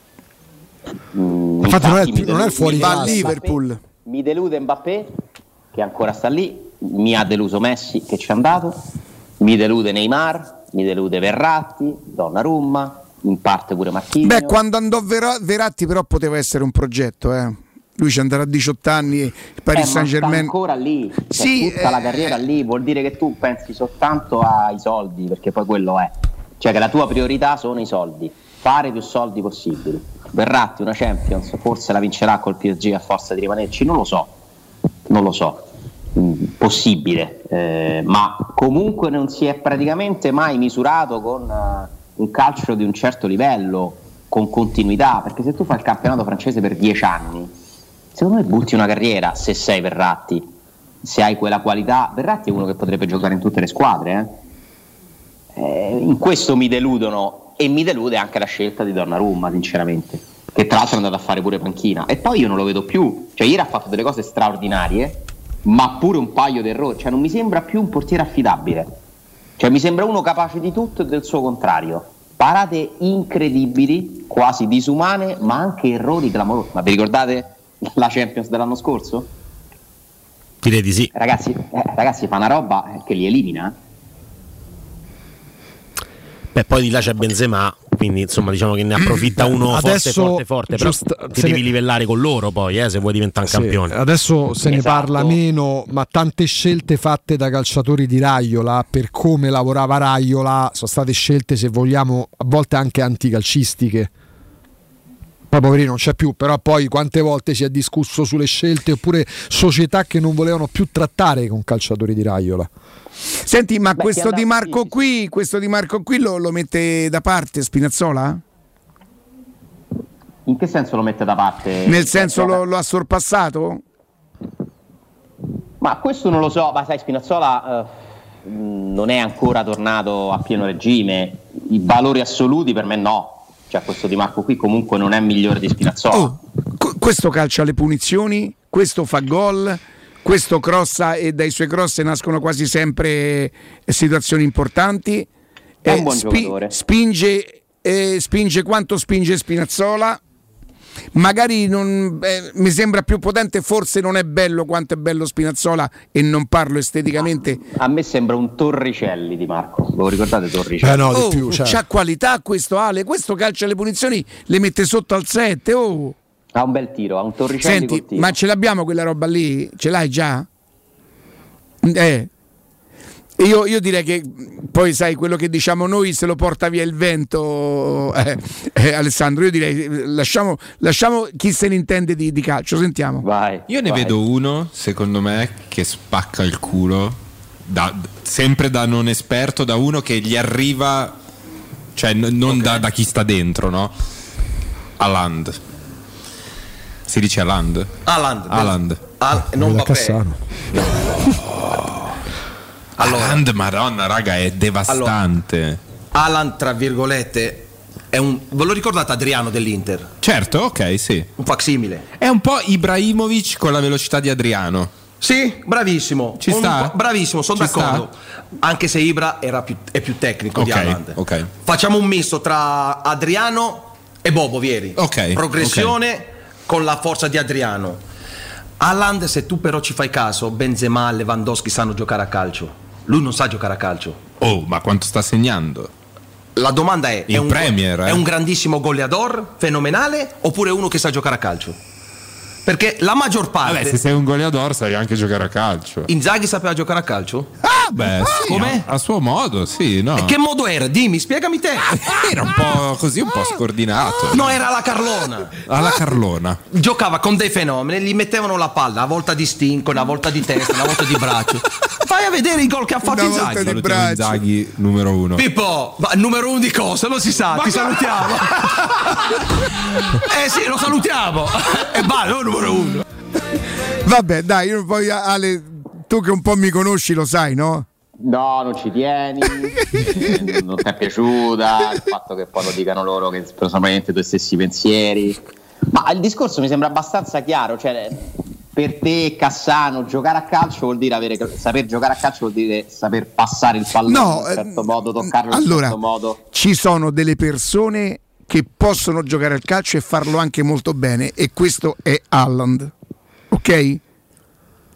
Mm, infatti, non è il, non è il fuori mi classe. Va a Liverpool. Mi delude Mbappé, che ancora sta lì, mi ha deluso Messi che ci è andato, mi delude Neymar, mi delude Verratti, Donnarumma, in parte pure Marquinhos. Beh, quando andò Ver- Verratti però poteva essere un progetto, eh. Lui ci andrà a diciotto anni, il Paris eh, Saint-Germain ancora lì, cioè, sì, tutta eh, la carriera lì, vuol dire che tu pensi soltanto ai soldi, perché poi quello è, cioè che la tua priorità sono i soldi, fare più soldi possibili. Verratti una Champions forse la vincerà col P S G a forza di rimanerci, non lo so, non lo so, mm, possibile, eh, ma comunque non si è praticamente mai misurato con uh, un calcio di un certo livello, con continuità, perché se tu fai il campionato francese per dieci anni, secondo me butti una carriera se sei Verratti, se hai quella qualità. Verratti è uno che potrebbe giocare in tutte le squadre, eh? Eh, in questo mi deludono. E mi delude anche la scelta di Donnarumma, sinceramente, che tra l'altro è andato a fare pure panchina. E poi io non lo vedo più, cioè ieri ha fatto delle cose straordinarie, ma pure un paio di errori, cioè non mi sembra più un portiere affidabile, cioè mi sembra uno capace di tutto e del suo contrario. Parate incredibili, quasi disumane, ma anche errori clamorosi. Ma vi ricordate la Champions dell'anno scorso? Direi di sì. Ragazzi, eh, ragazzi fa una roba che li elimina. Beh, poi di là c'è Benzema, quindi insomma diciamo che ne approfitta uno adesso, forte forte forte, però giusto, ti devi ne... livellare con loro poi, eh, se vuoi diventare un sì, campione. Adesso se esatto. ne parla meno, ma tante scelte fatte da calciatori di Raiola per come lavorava Raiola sono state scelte, se vogliamo, a volte anche anticalcistiche. Poi poverino non c'è più, però poi quante volte si è discusso sulle scelte, oppure società che non volevano più trattare con calciatori di Raiola. Senti, ma Beh, questo Di Marco sì, qui, sì. questo Di Marco qui lo, lo mette da parte Spinazzola? In che senso lo mette da parte? Nel senso lo, lo ha sorpassato? Ma questo non lo so, ma sai Spinazzola eh, non è ancora tornato a pieno regime, i valori assoluti per me no. Cioè questo Di Marco qui comunque non è migliore di Spinazzola. Oh, c- questo calcia le punizioni, questo fa gol, questo crossa e dai suoi cross nascono quasi sempre situazioni importanti. È un buon spi- giocatore. Spinge, eh, spinge quanto spinge Spinazzola. Magari non, eh, mi sembra più potente, forse non è bello quanto è bello Spinazzola, e non parlo esteticamente. A me sembra un Torricelli Di Marco, lo ricordate Torricelli? Eh no, di oh, più, cioè. C'ha qualità questo Ale, questo calcia le punizioni, le mette sotto al sette. Oh. Ha un bel tiro, ha un Torricelli. Senti, ma ce l'abbiamo quella roba lì? Ce l'hai già? Eh. Io, io direi che poi sai quello che diciamo noi se lo porta via il vento, eh, eh, Alessandro. Io direi lasciamo, lasciamo chi se ne intende di, di calcio. Sentiamo. Vai, io ne vai. vedo uno secondo me che spacca il culo da, sempre da non esperto, da uno che gli arriva, cioè n- non okay. da, da chi sta dentro, no? Haaland. Si dice Haaland? Haaland. Haaland. Al- non va bene. Allora, Haaland, madonna raga, è devastante. Allora, Haaland tra virgolette è un, ve lo ricordate Adriano dell'Inter? Certo, ok, sì. Un facsimile. È un po' Ibrahimovic con la velocità di Adriano. Sì, bravissimo. Ci un, sta? Bravissimo, sono Ci d'accordo. Sta? Anche se Ibra era più, è più tecnico okay, di Haaland. Ok. Facciamo un misto tra Adriano e Bobo Vieri. Ok. Progressione okay. con la forza di Adriano. Haaland, se tu però ci fai caso, Benzema, Lewandowski sanno giocare a calcio. Lui non sa giocare a calcio. Oh, ma quanto sta segnando? La domanda è: il è un, Premier, eh? è un grandissimo goleador, fenomenale, oppure uno che sa giocare a calcio? Perché la maggior parte. Vabbè, se sei un goleador sai anche giocare a calcio. Inzaghi sapeva giocare a calcio? Ah, beh, sì, come? A suo modo, sì, no. E che modo era? Dimmi, spiegami te. Era un po' così, un po' scordinato. No, era alla Carlona. Alla Carlona. Giocava con dei fenomeni, gli mettevano la palla, una volta di stinco, una volta di testa, una volta di braccio. Fai a vedere i gol che ha fatto una Inzaghi. Salutiamo Inzaghi numero uno. Pippo, ma numero uno di cosa? Non si sa, ma ti che... salutiamo. Eh sì, lo salutiamo. E vai, no, numero uno. Vabbè, dai, io poi Ale, tu che un po' mi conosci lo sai, no? No, non ci tieni, non ti è piaciuta il fatto che poi lo dicano loro che sono probabilmente i tuoi stessi pensieri. Ma il discorso mi sembra abbastanza chiaro, cioè per te Cassano giocare a calcio vuol dire avere, saper giocare a calcio vuol dire saper passare il pallone no, in un certo eh, modo, toccarlo in allora, un certo modo. Ci sono delle persone che possono giocare al calcio e farlo anche molto bene, e questo è Haaland, ok?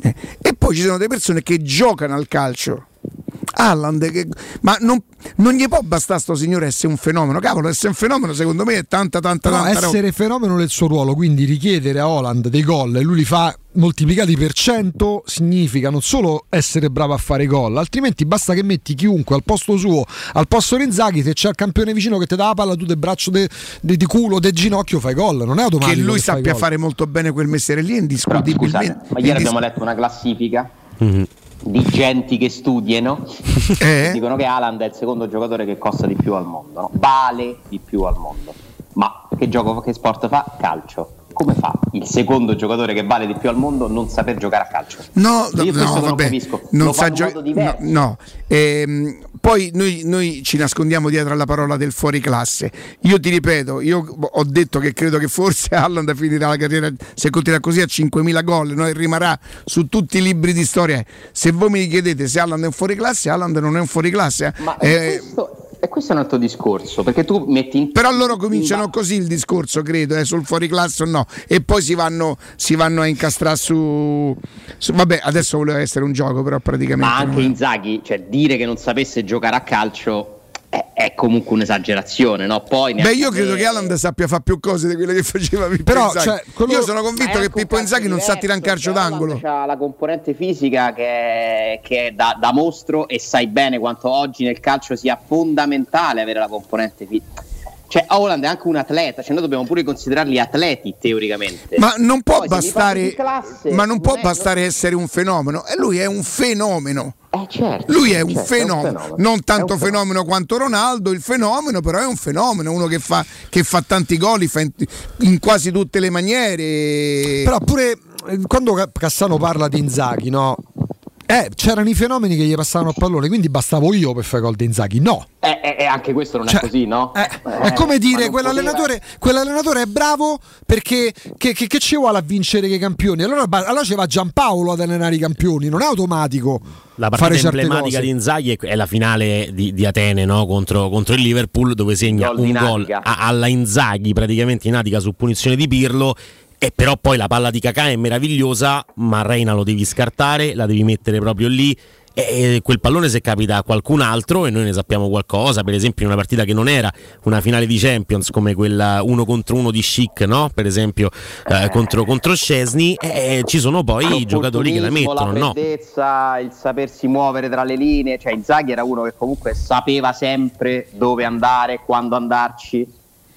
Eh. E poi ci sono delle persone che giocano al calcio. Haaland, che, ma non, non gli può bastare sto signore essere un fenomeno. Cavolo, essere un fenomeno secondo me è tanta tanta no, tanta essere roba. fenomeno nel suo ruolo, quindi richiedere a Haaland dei gol e lui li fa moltiplicati per cento significa non solo essere bravo a fare gol, altrimenti basta che metti chiunque al posto suo, al posto di Inzaghi, se c'è il campione vicino che ti dà la palla, tu del braccio di de, de culo, del ginocchio fai gol, non è automatico. Che lui che sappia fare molto bene quel mestiere lì è indiscutibilmente. Però, scusate, ma ieri abbiamo letto una classifica mm-hmm. di genti che studiano eh? dicono che Haaland è il secondo giocatore che costa di più al mondo, no? Vale di più al mondo. Ma che gioco, che sport fa? Calcio. Come fa il secondo giocatore che vale di più al mondo non saper giocare a calcio? No, no, io no, non vabbè, capisco. non Lo sa fa in gio- modo diverso. No, no. Ehm, poi noi, noi ci nascondiamo dietro alla parola del fuori classe. Io ti ripeto, io ho detto che credo che forse Haaland finirà la carriera, se continuerà così, a cinquemila gol, no? E rimarrà su tutti i libri di storia. Se voi mi chiedete se Haaland è un fuori classe, Haaland non è un fuori classe. Eh. Ma eh, questo... E questo è un altro discorso, perché tu metti in... Però loro cominciano così il discorso, credo, eh, sul fuoriclasse o no, e poi si vanno, si vanno a incastrare su, su... Vabbè, adesso voleva essere un gioco, però praticamente... Ma anche Inzaghi, cioè dire che non sapesse giocare a calcio è, è comunque un'esagerazione, no? Poi Beh, io credo che Haaland sappia fare più cose di quelle che faceva Pippo Però, Inzaghi. cioè, quello... Io sono convinto che Pippo Inzaghi non sa tirare un calcio d'angolo. C'ha la componente fisica che è, che è da, da mostro, e sai bene quanto oggi nel calcio sia fondamentale avere la componente fisica. Cioè Haaland è anche un atleta, cioè noi dobbiamo pure considerarli atleti teoricamente. Ma non può Poi, bastare, classe, ma non può è, bastare essere un fenomeno, e lui è un fenomeno. Eh, certo, lui è un, certo, fenomeno. è un fenomeno, non tanto un fenomeno. fenomeno quanto Ronaldo, il fenomeno, però è un fenomeno, uno che fa, che fa tanti gol, fa in, in quasi tutte le maniere. Però pure quando Cassano parla di Inzaghi, no? Eh, c'erano i fenomeni che gli passavano il pallone, quindi bastavo io per fare gol di Inzaghi. No. Eh, eh, eh, anche questo non cioè, è così, no? Eh, eh, è come dire quell'allenatore, poteva... quell'allenatore è bravo perché che, che, che ci vuole a vincere che i campioni. Allora, allora ci va Giampaolo ad allenare i campioni, non è automatico. La partita emblematica cose. di Inzaghi è la finale di, di Atene, no? contro, contro il Liverpool, dove segna gol un gol alla Inzaghi praticamente in Attica su punizione di Pirlo. E però poi la palla di Kakà è meravigliosa, ma Reina lo devi scartare, la devi mettere proprio lì, e quel pallone se capita a qualcun altro, e noi ne sappiamo qualcosa, per esempio in una partita che non era una finale di Champions come quella uno contro uno di Schick, no? Per esempio eh, contro, contro Szczesny, eh, ci sono poi i giocatori che la mettono, la freddezza, no? Il sapersi muovere tra le linee, cioè Inzaghi era uno che comunque sapeva sempre dove andare, quando andarci.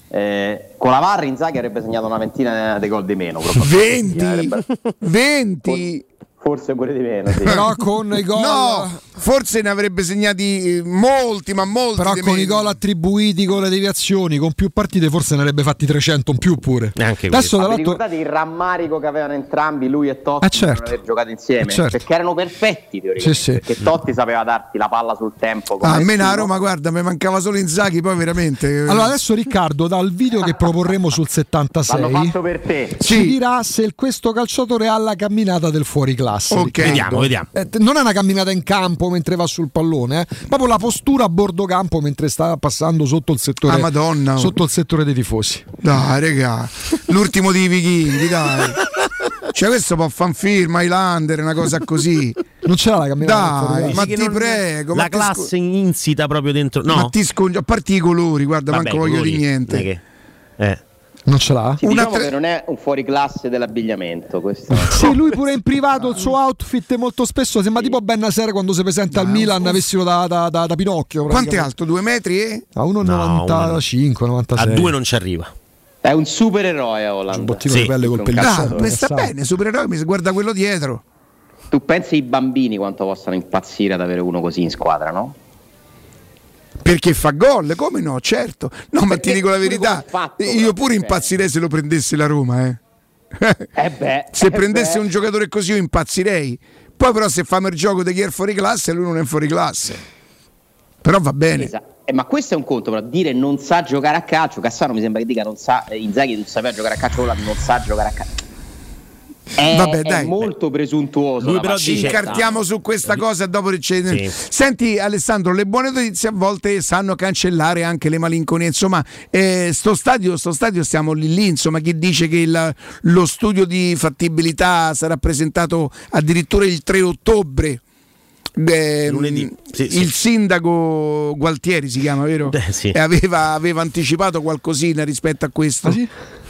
Eh, con la V A R Inzaghi avrebbe segnato una ventina di gol di meno, venti venti forse pure di meno, sì. Però con i gol no, forse ne avrebbe segnati molti, ma molti però di con meno. I gol attribuiti, con le deviazioni, con più partite forse ne avrebbe fatti trecento in più pure. Anche adesso ma vi ricordate il rammarico che avevano entrambi lui e Totti, eh certo. per aver giocato insieme, eh certo. perché erano perfetti teoricamente, sì, sì. perché Totti sapeva darti la palla sul tempo ah, a me a Roma, guarda, mi mancava solo Inzaghi, poi veramente. Allora adesso Riccardo, dal video che proporremo sul settantasei l'hanno fatto per te. ci sì. dirà se questo calciatore ha la camminata del fuoriclasse. Ok, vediamo. Vediamo. Eh, non è una camminata in campo mentre va sul pallone, eh? Proprio la postura a bordo campo mentre sta passando sotto il settore, ah, Madonna. sotto il settore dei tifosi. Dai, regà, l'ultimo dei vichinghi, dai. Cioè questo può fan film, Highlander, una cosa così. Non c'era la camminata. Dai, ma ti prego. La ma classe scu- insita proprio dentro. No. Ma ti scongi, a parte i colori, guarda, Vabbè, manco voglio di niente. Che... Eh. Non ce l'ha? Sì, diciamo tre... che non è un fuoriclasse dell'abbigliamento questo. Sì, lui pure in privato il suo outfit molto spesso sembra sì. tipo Bennacer quando si presenta no, al Milan vestito da, da, da, da Pinocchio. Quanto è alto? Due metri? Eh? A uno virgola novantacinque novantasei. A due non ci arriva. È un supereroe Haaland. Un bottino sì. di pelle col pellicino. Ah, sta bene, supereroe, mi guarda quello dietro. Tu pensi ai bambini quanto possano impazzire ad avere uno così in squadra, no? Perché fa gol, come no? Certo. No, perché ma ti dico la verità, fatto, io pure impazzirei se lo prendesse la Roma, eh. eh beh, se eh prendesse beh. un giocatore così io impazzirei. Poi però se famo il gioco di chi è fuori classe, lui non è fuori classe. Però va bene. Esatto. Eh, ma questo è un conto, però dire non sa giocare a calcio, Cassano mi sembra che dica non sa, eh, Inzaghi non sapeva giocare a calcio, non sa giocare a calcio. È, Vabbè, è dai. molto presuntuoso. Lui però Ci dice- incartiamo su questa cosa e dopo riceve. Sì. Senti Alessandro, le buone notizie a volte sanno cancellare anche le malinconie. Insomma, eh, sto stadio, sto stadio stiamo lì lì. Insomma, chi dice che il- lo studio di fattibilità sarà presentato addirittura il tre ottobre. Eh, Lunedì. Sì, sì. Il sindaco Gualtieri si chiama, vero? Eh, sì. E aveva, aveva anticipato qualcosina rispetto a questo. Ah, sì?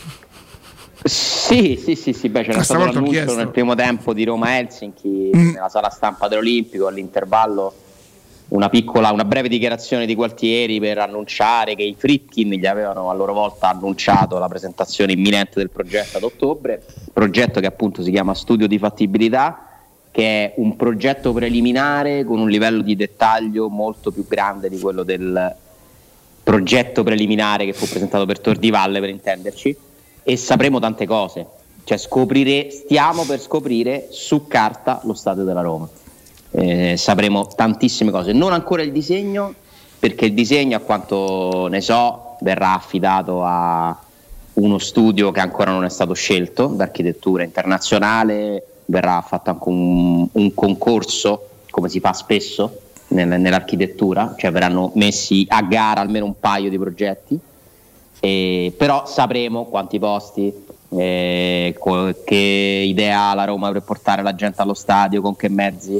Sì, sì, sì, sì, beh, c'era Questa stato volta ho l'annuncio chiesto. nel primo tempo di Roma-Helsinki Mm. nella sala stampa dell'Olimpico, all'intervallo una piccola, una breve dichiarazione di Gualtieri per annunciare che i Friedkin gli avevano a loro volta annunciato la presentazione imminente del progetto ad ottobre, progetto che appunto si chiama Studio di fattibilità, che è un progetto preliminare con un livello di dettaglio molto più grande di quello del progetto preliminare che fu presentato per Tor di Valle, per intenderci, e sapremo tante cose, cioè scoprire, stiamo per scoprire su carta lo stadio della Roma. Eh, sapremo tantissime cose, non ancora il disegno, perché il disegno, a quanto ne so, verrà affidato a uno studio che ancora non è stato scelto d'architettura internazionale, verrà fatto anche un, un concorso, come si fa spesso nel, nell'architettura, cioè verranno messi a gara almeno un paio di progetti, eh, però sapremo quanti posti, eh, co- che idea ha la Roma per portare la gente allo stadio, con che mezzi,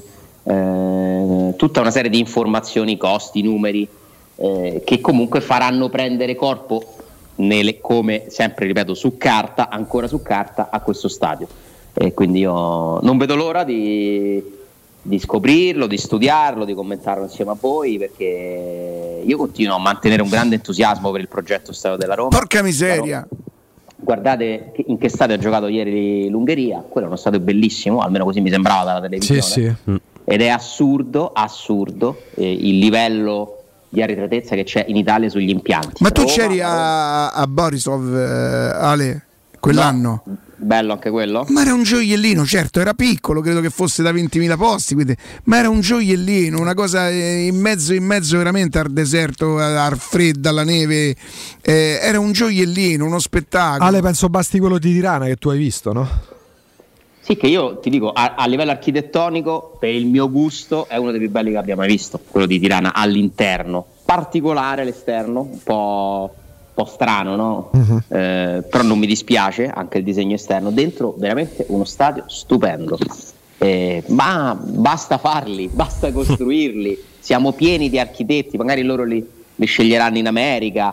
eh, tutta una serie di informazioni, costi, numeri, eh, che comunque faranno prendere corpo, nelle, come sempre ripeto, su carta, ancora su carta, a questo stadio. E quindi io non vedo l'ora di, di scoprirlo, di studiarlo, di commentarlo insieme a voi, perché io continuo a mantenere un grande entusiasmo per il progetto Stadio della Roma. Porca miseria! Guardate che- in che stadio ha giocato ieri l'Ungheria, quello è uno stadio bellissimo, almeno così mi sembrava dalla televisione. Sì, sì. Ed è assurdo, assurdo eh, il livello di arretratezza che c'è in Italia sugli impianti. Ma tu Roma- c'eri a, a Borisov, eh, Ale, quell'anno? No, bello anche quello? Ma era un gioiellino, certo, era piccolo, credo che fosse da ventimila posti, quindi, ma era un gioiellino, una cosa eh, in mezzo, in mezzo veramente al deserto, al freddo, alla neve, eh, era un gioiellino, uno spettacolo. Ale, penso basti quello di Tirana che tu hai visto, no? Sì, che io ti dico, a, a livello architettonico, per il mio gusto, è uno dei più belli che abbia mai visto, quello di Tirana all'interno. Particolare l'esterno, un po', un po' strano, no? Uh-huh. Eh, però non mi dispiace anche il disegno esterno. Dentro veramente uno stadio stupendo. Eh, ma basta farli, basta costruirli. Siamo pieni di architetti, magari loro li, li sceglieranno in America.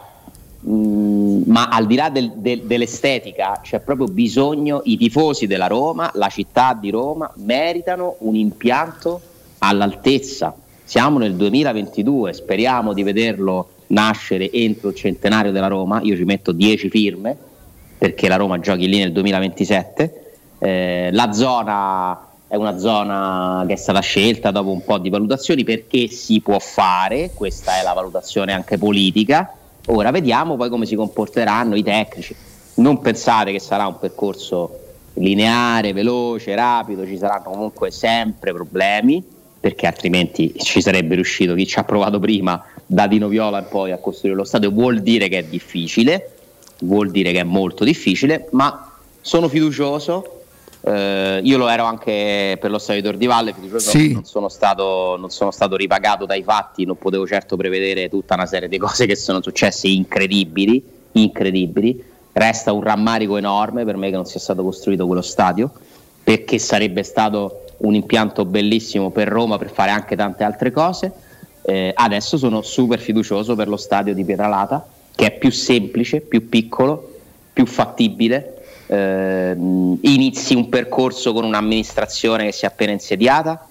Mm, ma al di là del, del, dell'estetica c'è proprio bisogno, i tifosi della Roma, la città di Roma meritano un impianto all'altezza. Siamo nel duemilaventidue, speriamo di vederlo nascere entro il centenario della Roma. Io ci metto dieci firme perché la Roma giochi lì nel duemilaventisette. Eh, la zona è una zona che è stata scelta dopo un po' di valutazioni, perché si può fare, questa è la valutazione anche politica. Ora vediamo poi come si comporteranno i tecnici. Non pensate che sarà un percorso lineare, veloce, rapido, ci saranno comunque sempre problemi, perché altrimenti ci sarebbe riuscito chi ci ha provato prima, da Dino Viola in poi, a costruire lo stadio. Vuol dire che è difficile, vuol dire che è molto difficile, ma sono fiducioso. Eh, io lo ero anche per lo stadio di Tor di Valle, fiducioso. Sì. non, sono stato, non sono stato ripagato dai fatti, non potevo certo prevedere tutta una serie di cose che sono successe incredibili, incredibili. Resta un rammarico enorme per me che non sia stato costruito quello stadio, perché sarebbe stato un impianto bellissimo per Roma, per fare anche tante altre cose. Eh, adesso sono super fiducioso per lo stadio di Pietralata, che è più semplice, più piccolo, più fattibile. Eh, inizi un percorso con un'amministrazione che si è appena insediata,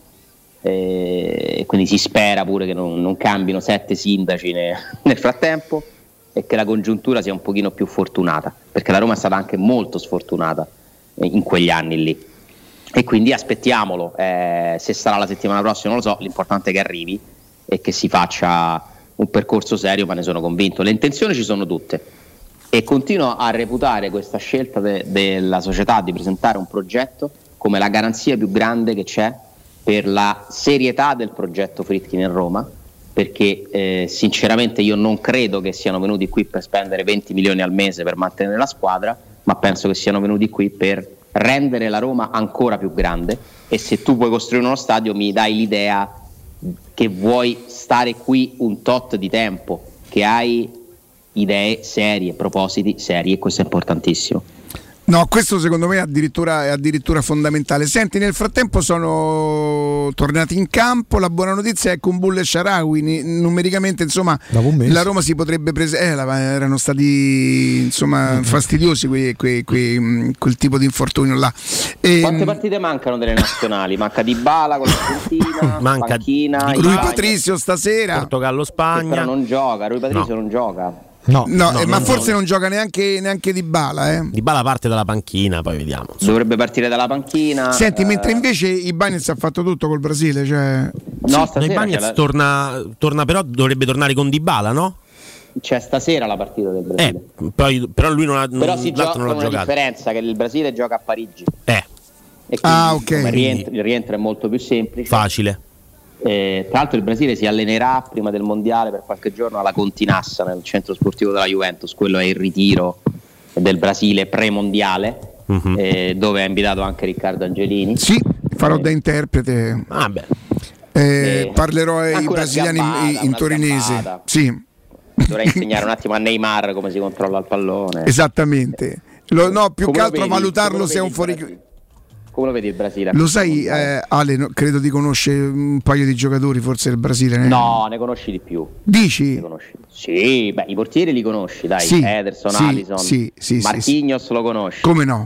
e eh, quindi si spera pure che non, non cambino sette sindaci ne, nel frattempo, e che la congiuntura sia un pochino più fortunata, perché la Roma è stata anche molto sfortunata in quegli anni lì, e quindi aspettiamolo. Eh, se sarà la settimana prossima non lo so, l'importante è che arrivi e che si faccia un percorso serio, ma ne sono convinto. Le intenzioni ci sono tutte, e continuo a reputare questa scelta de- della società di presentare un progetto come la garanzia più grande che c'è per la serietà del progetto Friedkin in Roma, perché eh, sinceramente io non credo che siano venuti qui per spendere venti milioni al mese per mantenere la squadra, ma penso che siano venuti qui per rendere la Roma ancora più grande, e se tu puoi costruire uno stadio mi dai l'idea che vuoi stare qui un tot di tempo, che hai idee serie, propositi seri, e questo è importantissimo. No, questo secondo me addirittura, è addirittura fondamentale. Senti, nel frattempo sono tornati in campo. La buona notizia è con Bull e Shaarawy numericamente, insomma, la Roma si potrebbe prese- eh, erano stati insomma mm-hmm. fastidiosi quei, quei, quei, quel tipo di infortunio là. E, quante partite mancano delle nazionali? Manca Dybala con l'Argentina, manca panchina, Rui Patricio stasera, Portogallo Spagna, però non gioca, Rui Patricio no. non gioca. No, no, no, no eh, ma no, forse no. non gioca neanche, neanche Dybala, eh. Dybala parte dalla panchina, poi vediamo. Dovrebbe partire dalla panchina. Senti, eh... mentre invece Ibanez ha fatto tutto col Brasile, cioè... No, sì, Ibanez la... torna, torna, però dovrebbe tornare con Dybala, no? C'è stasera la partita del Brasile. Eh, poi, però lui non ha Però si gioca non con una giocato. differenza, che il Brasile gioca a Parigi. Eh. E ah, ok. Il rientro, il rientro è molto più semplice. Facile. Eh, tra l'altro il Brasile si allenerà prima del mondiale per qualche giorno alla Continassa, nel centro sportivo della Juventus. Quello è il ritiro del Brasile pre-mondiale, uh-huh. eh, dove ha invitato anche Riccardo Angelini. Sì, farò eh. da interprete. Ah, beh. Eh, eh, parlerò ai brasiliani sgambata, in, in torinese. Sì. Dovrei insegnare un attimo a Neymar come si controlla il pallone. Esattamente. Lo, no, più come che altro vedi, valutarlo se è un fuori. Come lo vedi il Brasile? Lo sai, eh, Ale, no, credo di conoscere un paio di giocatori forse del Brasile. Ne? No, ne conosci di più. Dici? Ne conosci. Sì, beh, i portieri li conosci, dai. Sì, Ederson, sì, Alisson, sì, sì, Marquinhos sì. lo conosci. Come no?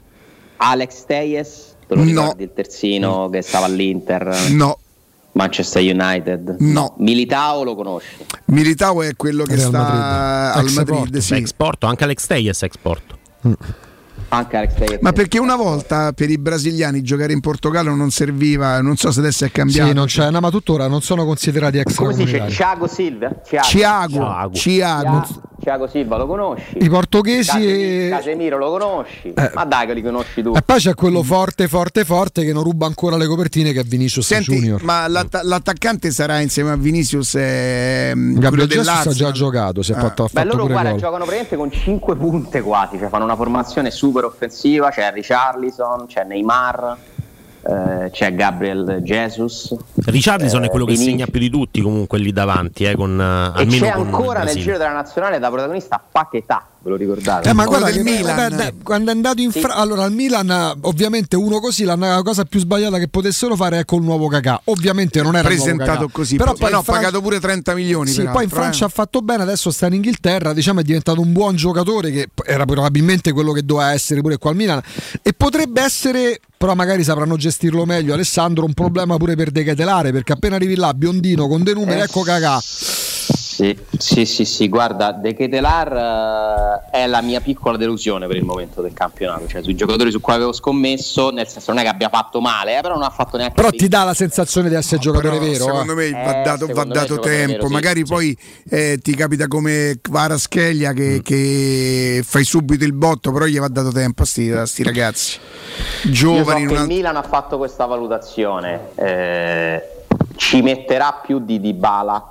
Alex Telles, te lo ricordi, il terzino che stava all'Inter? No. Manchester United? No. Militao lo conosci? Militao è quello che Real sta Madrid. al Madrid, sì. Ex Porto, anche Alex Telles ex Porto. Mm. Anche Alex Telles. Ma perché una volta per i brasiliani giocare in Portogallo non serviva, non so se adesso è cambiato. Sì, non c'è, no, ma tuttora non sono considerati extracomunitari. Come si dice? Thiago Silva? Thiago. Thiago. Thiago Silva lo conosci? I portoghesi Casemiro, Casemiro lo conosci? Eh. Ma dai che li conosci tu. E poi c'è quello forte, forte, forte che non ruba ancora le copertine, che è Vinicius Senti, Junior. Ma l'att- l'attaccante sarà insieme a Vinicius e Gabriel Jesus ha già giocato, si è ah. fatto, ha Beh, fatto loro pure guarda, gol. giocano praticamente con cinque punte quasi, cioè fanno una formazione super offensiva, c'è Richarlison, c'è Neymar, eh, c'è Gabriel Jesus. Richarlison eh, è quello che Vinicius. segna più di tutti comunque lì davanti, eh, con, e almeno c'è con ancora il nel giro della nazionale da protagonista Paquetá, ve lo ricordate? Eh, ma guarda che Milan. Beh, beh, quando è andato in sì. Fra- allora il Milan, ovviamente uno così, la, la cosa più sbagliata che potessero fare è col nuovo Kakà. Ovviamente non era presentato così, però poi poi ha Francia... pagato pure trenta milioni. Sì, poi in Francia eh. ha fatto bene, adesso sta in Inghilterra, diciamo è diventato un buon giocatore, che era probabilmente quello che doveva essere pure qua al Milan, e potrebbe essere, però magari sapranno gestirlo meglio Alessandro, un problema pure per De Ketelare, perché appena arrivi là biondino con dei numeri, eh, ecco Kakà. Sì, sì, sì, sì, guarda, De Ketelar uh, è la mia piccola delusione per il momento del campionato, cioè sui giocatori su cui avevo scommesso, nel senso non è che abbia fatto male, eh, però non ha fatto neanche. Però ti dà la sensazione di essere no, giocatore vero. Secondo eh. me va dato, eh, va dato tempo, vero, sì, magari sì. poi eh, ti capita come Kvaratskhelia che, mm. che fai subito il botto, però gli va dato tempo a sti, a sti ragazzi giovani. Io so che una... il Milan ha fatto questa valutazione, eh, ci metterà più di Dybala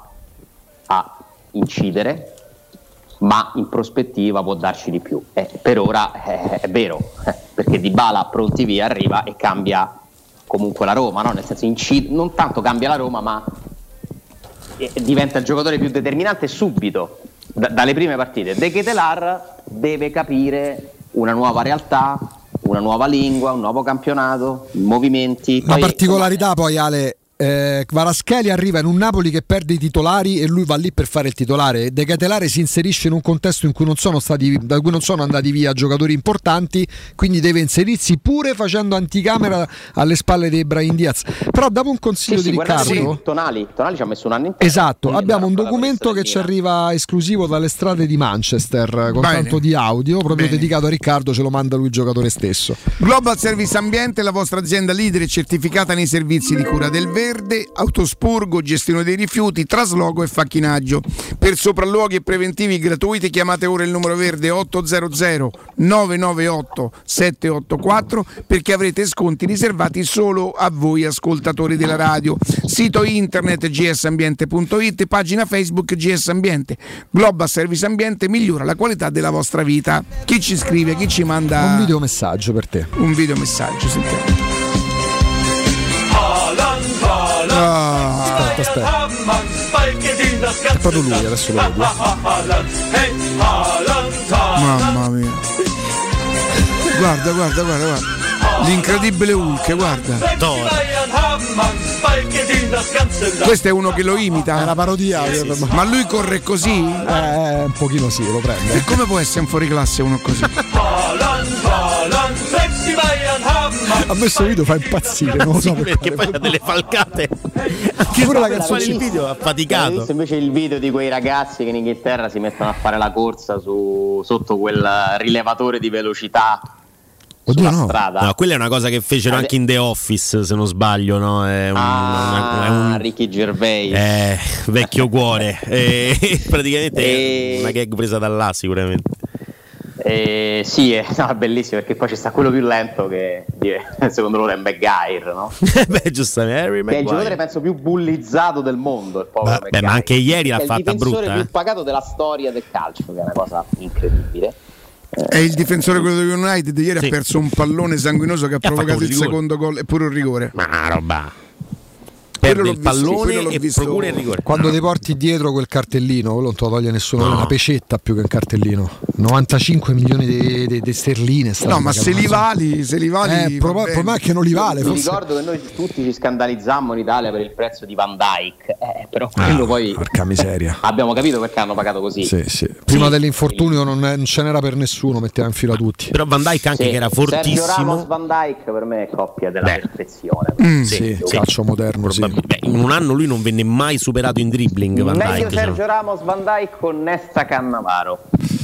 a incidere, ma in prospettiva può darci di più. Eh, per ora eh, è vero, eh, perché Dybala pronti via arriva e cambia comunque la Roma, no? Nel senso incide, non tanto cambia la Roma, ma eh, diventa il giocatore più determinante subito, d- dalle prime partite. De Ketelar deve capire una nuova realtà, una nuova lingua, un nuovo campionato, movimenti. La poi, particolarità insomma, poi Ale, eh, Kvaratskhelia arriva in un Napoli che perde i titolari e lui va lì per fare il titolare. De Ketelare si inserisce in un contesto in cui non sono stati, da cui non sono andati via giocatori importanti, quindi deve inserirsi pure facendo anticamera alle spalle di Brahim Diaz. Però dopo un consiglio sì, di sì, Riccardo, Tonali, Tonali ci ha messo un anno intero. esatto, abbiamo un documento che ci arriva esclusivo dalle strade di Manchester con Bene. tanto di audio proprio Bene. dedicato a Riccardo, ce lo manda lui il giocatore stesso. Global Service Ambiente, la vostra azienda leader e certificata nei servizi di cura del verde. verde, autospurgo, gestione dei rifiuti, trasloco e facchinaggio. Per sopralluoghi e preventivi gratuiti chiamate ora il numero verde ottocento nove nove otto sette otto quattro perché avrete sconti riservati solo a voi ascoltatori della radio. Sito internet g s ambiente punto i t, pagina Facebook G S Ambiente. Globa Service Ambiente migliora la qualità della vostra vita. Chi ci scrive, chi ci manda un video messaggio per te. Un video messaggio, sentiamo. Ah. Aspetta, aspetta. È proprio lui, adesso lo vedo. Mamma mia. Guarda, guarda, guarda, guarda. L'incredibile Hulk, guarda. Questo è uno che lo imita. È una parodia. Sì, sì, sì. Ma lui corre così? Eh, un pochino sì, lo prende. E come può essere un fuoriclasse uno così? A me questo video fa impazzire, non lo so sì, perché poi ha delle falcate. Anche pure la canzone il video ha faticato. Visto invece il video di quei ragazzi che in Inghilterra si mettono a fare la corsa su, sotto quel rilevatore di velocità. Oddio, no. strada. No, quella è una cosa che fecero anche in The Office, se non sbaglio, no? È un, ah, una, è un Ricky Gervais. Eh, vecchio cuore. E praticamente e... è una gag presa da là, sicuramente. Eh, sì, è, no, è bellissimo perché poi ci sta quello più lento che secondo loro è Maguire, no? Beh, giustamente, Harry Maguire. Che è il giocatore penso più bullizzato del mondo, il povero beh, beh, ma anche ieri l'ha è fatta brutta. È il difensore eh? più pagato della storia del calcio, che è una cosa incredibile. È il difensore quello di United, ieri sì. ha perso un pallone sanguinoso che ha, ha provocato il rigore. Secondo gol e pure un rigore. Ma roba. Perde il pallone visto, e visto... procura il rigore. Quando ti porti dietro quel cartellino, quello non te lo toglie nessuno, no. È una pecetta più che un cartellino. novantacinque milioni di sterline. No, ma se li vali, se li vali. Eh, il problema è che non li vale. Mi ricordo che noi tutti ci scandalizzammo in Italia per il prezzo di Van Dijk, eh, però quello ah, poi. Porca miseria. Abbiamo capito perché hanno pagato così. Sì, sì. Prima sì. dell'infortunio non, è, non ce n'era per nessuno, metteva in fila tutti. Però Van Dijk anche sì. che era fortissimo. Sergio Ramos Van Dijk per me è coppia della Beh. perfezione. Mm, sì, sì, calcio moderno. Sì. Beh, in un anno lui non venne mai superato in dribbling. Van Meglio Dijk, Sergio cioè. Ramos Van Dijk con Nesta Cannavaro.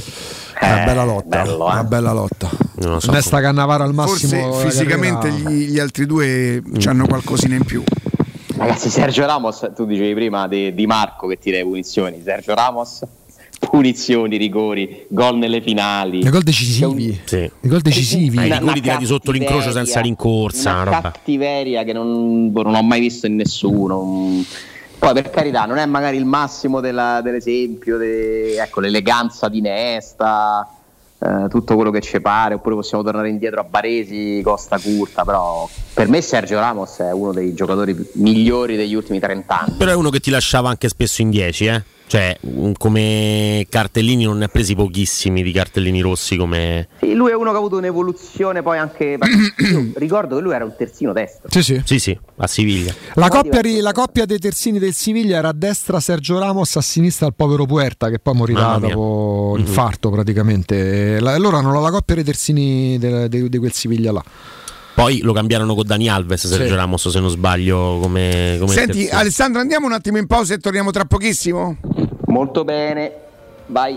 Una bella lotta, bello, eh? una bella lotta. Non so Nesta come... Cannavaro al massimo. Forse fisicamente gli, gli altri due mm. hanno qualcosina in più. Ragazzi, Sergio Ramos, tu dicevi prima di, di Marco che tira le punizioni. Sergio Ramos, punizioni, rigori, gol nelle finali. I gol decisivi. Sì. I gol decisivi. I rigori tirati sotto l'incrocio senza rincorsa. Una roba. cattiveria che non, non ho mai visto in nessuno. Poi per carità non è magari il massimo della, dell'esempio de, ecco, l'eleganza di Nesta, eh, tutto quello che ci pare, oppure possiamo tornare indietro a Baresi, Costa Curta, però per me Sergio Ramos è uno dei giocatori migliori degli ultimi trent'anni. Però è uno che ti lasciava anche spesso in dieci, eh? Cioè, come cartellini non ne ha presi pochissimi di cartellini rossi come... Sì, lui è uno che ha avuto un'evoluzione poi anche... Io ricordo che lui era un terzino destro. Sì, sì. Sì, sì, a Siviglia. La coppia, la coppia dei terzini del Siviglia era a destra Sergio Ramos, a sinistra il povero Puerta, che poi morirà dopo mm-hmm. infarto praticamente. E loro hanno la coppia dei terzini di quel Siviglia là. Poi lo cambiarono con Dani Alves, Sergio sì. Ramos, se non sbaglio, come, come Senti, terzino. Alessandro, andiamo un attimo in pausa e torniamo tra pochissimo? Molto bene, vai.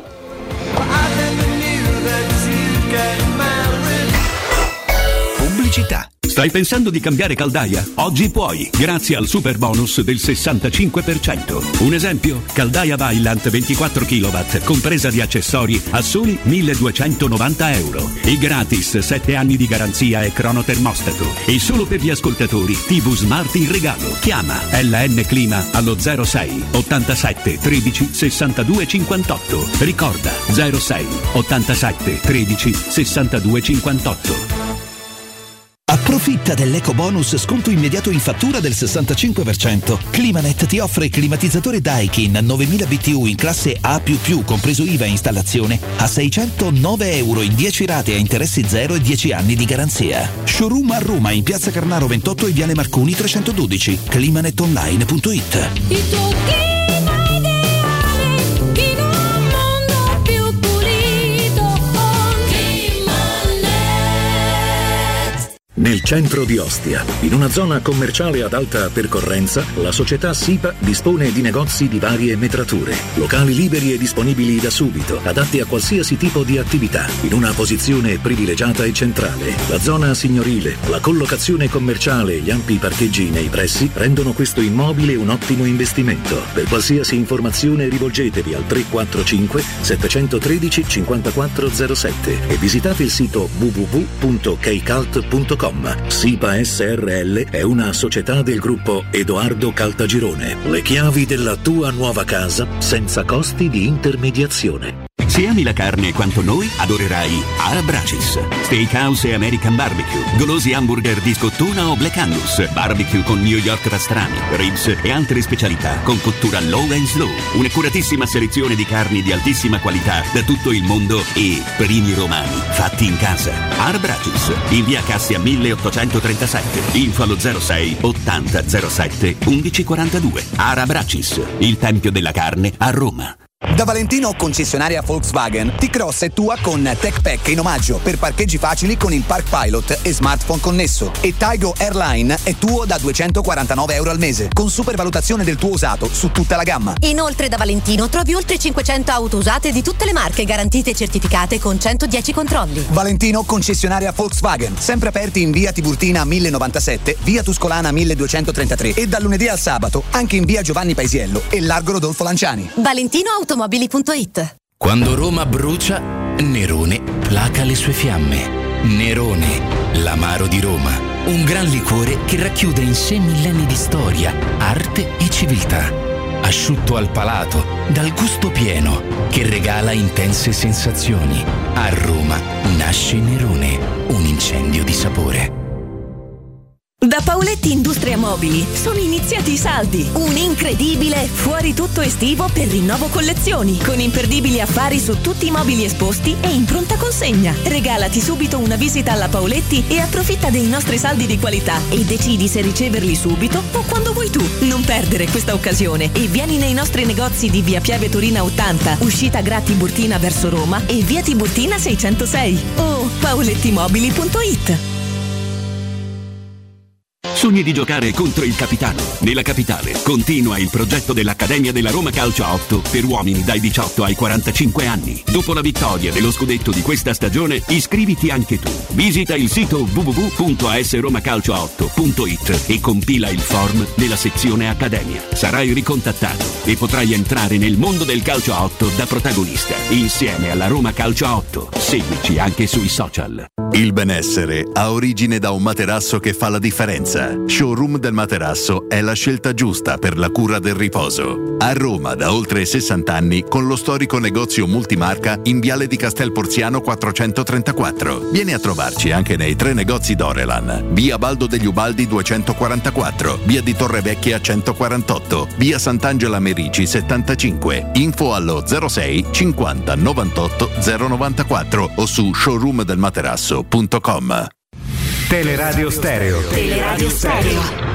Pubblicità. Stai pensando di cambiare caldaia? Oggi puoi, grazie al super bonus del sessantacinque per cento. Un esempio? Caldaia Vaillant ventiquattro chilowatt, compresa di accessori, a soli milleduecentonovanta euro. E gratis sette anni di garanzia e cronotermostato. E solo per gli ascoltatori T V Smart in regalo. Chiama L N Clima allo zero sei ottantasette tredici sessantadue cinquantotto. Ricorda zero sei ottantasette tredici sessantadue cinquantotto. Approfitta dell'eco bonus sconto immediato in fattura del sessantacinque per cento. Climanet ti offre il climatizzatore Daikin novemila B T U in classe A più più, compreso I V A e installazione, a seicentonove euro in dieci rate a interessi zero e dieci anni di garanzia. Showroom a Roma in piazza Carnaro ventotto e viale Marconi trecentododici. climanetonline punto it. Il tuo clima ideale in un mondo più pulito con Climanet. Nel centro di Ostia. In una zona commerciale ad alta percorrenza, la società SIPA dispone di negozi di varie metrature, locali liberi e disponibili da subito, adatti a qualsiasi tipo di attività, in una posizione privilegiata e centrale. La zona signorile, la collocazione commerciale e gli ampi parcheggi nei pressi rendono questo immobile un ottimo investimento. Per qualsiasi informazione rivolgetevi al tre quattro cinque sette uno tre cinque zero sette e visitate il sito w w w punto keicalt punto com. SIPA S R L è una società del gruppo Edoardo Caltagirone. Le chiavi della tua nuova casa senza costi di intermediazione. Se ami la carne quanto noi, adorerai Arabracis. Steakhouse e American Barbecue, golosi hamburger di scottuna o Black Angus, barbecue con New York pastrami, ribs e altre specialità con cottura low and slow. Un'accuratissima selezione di carni di altissima qualità da tutto il mondo e primi romani fatti in casa. Arabracis, in via Cassia milleottocentotrentasette, info allo zero sei ottanta zero sette undici quarantadue. Arabracis, il tempio della carne a Roma. Da Valentino, concessionaria Volkswagen, T-Cross è tua con Tech Pack in omaggio per parcheggi facili con il Park Pilot e smartphone connesso. E Taigo Airline è tuo da duecentoquarantanove euro al mese, con supervalutazione del tuo usato su tutta la gamma. Inoltre da Valentino trovi oltre cinquecento auto usate di tutte le marche, garantite e certificate con centodieci controlli. Valentino, concessionaria Volkswagen, sempre aperti in via Tiburtina millenovantasette, via Tuscolana milleduecentotrentatré e dal lunedì al sabato anche in via Giovanni Paisiello e largo Rodolfo Lanciani. Valentino Automobili punto it. Quando Roma brucia, Nerone placa le sue fiamme. Nerone, l'amaro di Roma. Un gran liquore che racchiude in sé millenni di storia, arte e civiltà. Asciutto al palato, dal gusto pieno, che regala intense sensazioni. A Roma nasce Nerone, un incendio di sapore. Da Paoletti Industria Mobili sono iniziati i saldi. Un incredibile fuori tutto estivo per rinnovo collezioni, con imperdibili affari su tutti i mobili esposti e in pronta consegna. Regalati subito una visita alla Paoletti e approfitta dei nostri saldi di qualità e decidi se riceverli subito o quando vuoi tu. Non perdere questa occasione e vieni nei nostri negozi di via Piave Torina ottanta, uscita Gra Tiburtina verso Roma e via Tiburtina seicentosei o paolettimobili punto it. Sogni di giocare contro il capitano. Nella capitale continua il progetto dell'Accademia della Roma Calcio a otto per uomini dai diciotto ai quarantacinque anni. Dopo la vittoria dello scudetto di questa stagione, iscriviti anche tu. Visita il sito w w w punto a s roma calcio a otto punto it e compila il form nella sezione Accademia. Sarai ricontattato e potrai entrare nel mondo del calcio a otto da protagonista, insieme alla Roma Calcio a otto. Seguici anche sui social. Il benessere ha origine da un materasso che fa la differenza. Showroom del Materasso è la scelta giusta per la cura del riposo. A Roma da oltre sessanta anni con lo storico negozio multimarca in Viale di Castel Porziano quattrocentotrentaquattro. Vieni a trovarci anche nei tre negozi Dorelan, via Baldo degli Ubaldi duecentoquarantaquattro, via di Torrevecchia centoquarantotto, via Sant'Angela Merici settantacinque. Info allo zero sei cinquanta novantotto zero novantaquattro o su showroom del materasso punto com. Teleradio Stereo. Teleradio Stereo.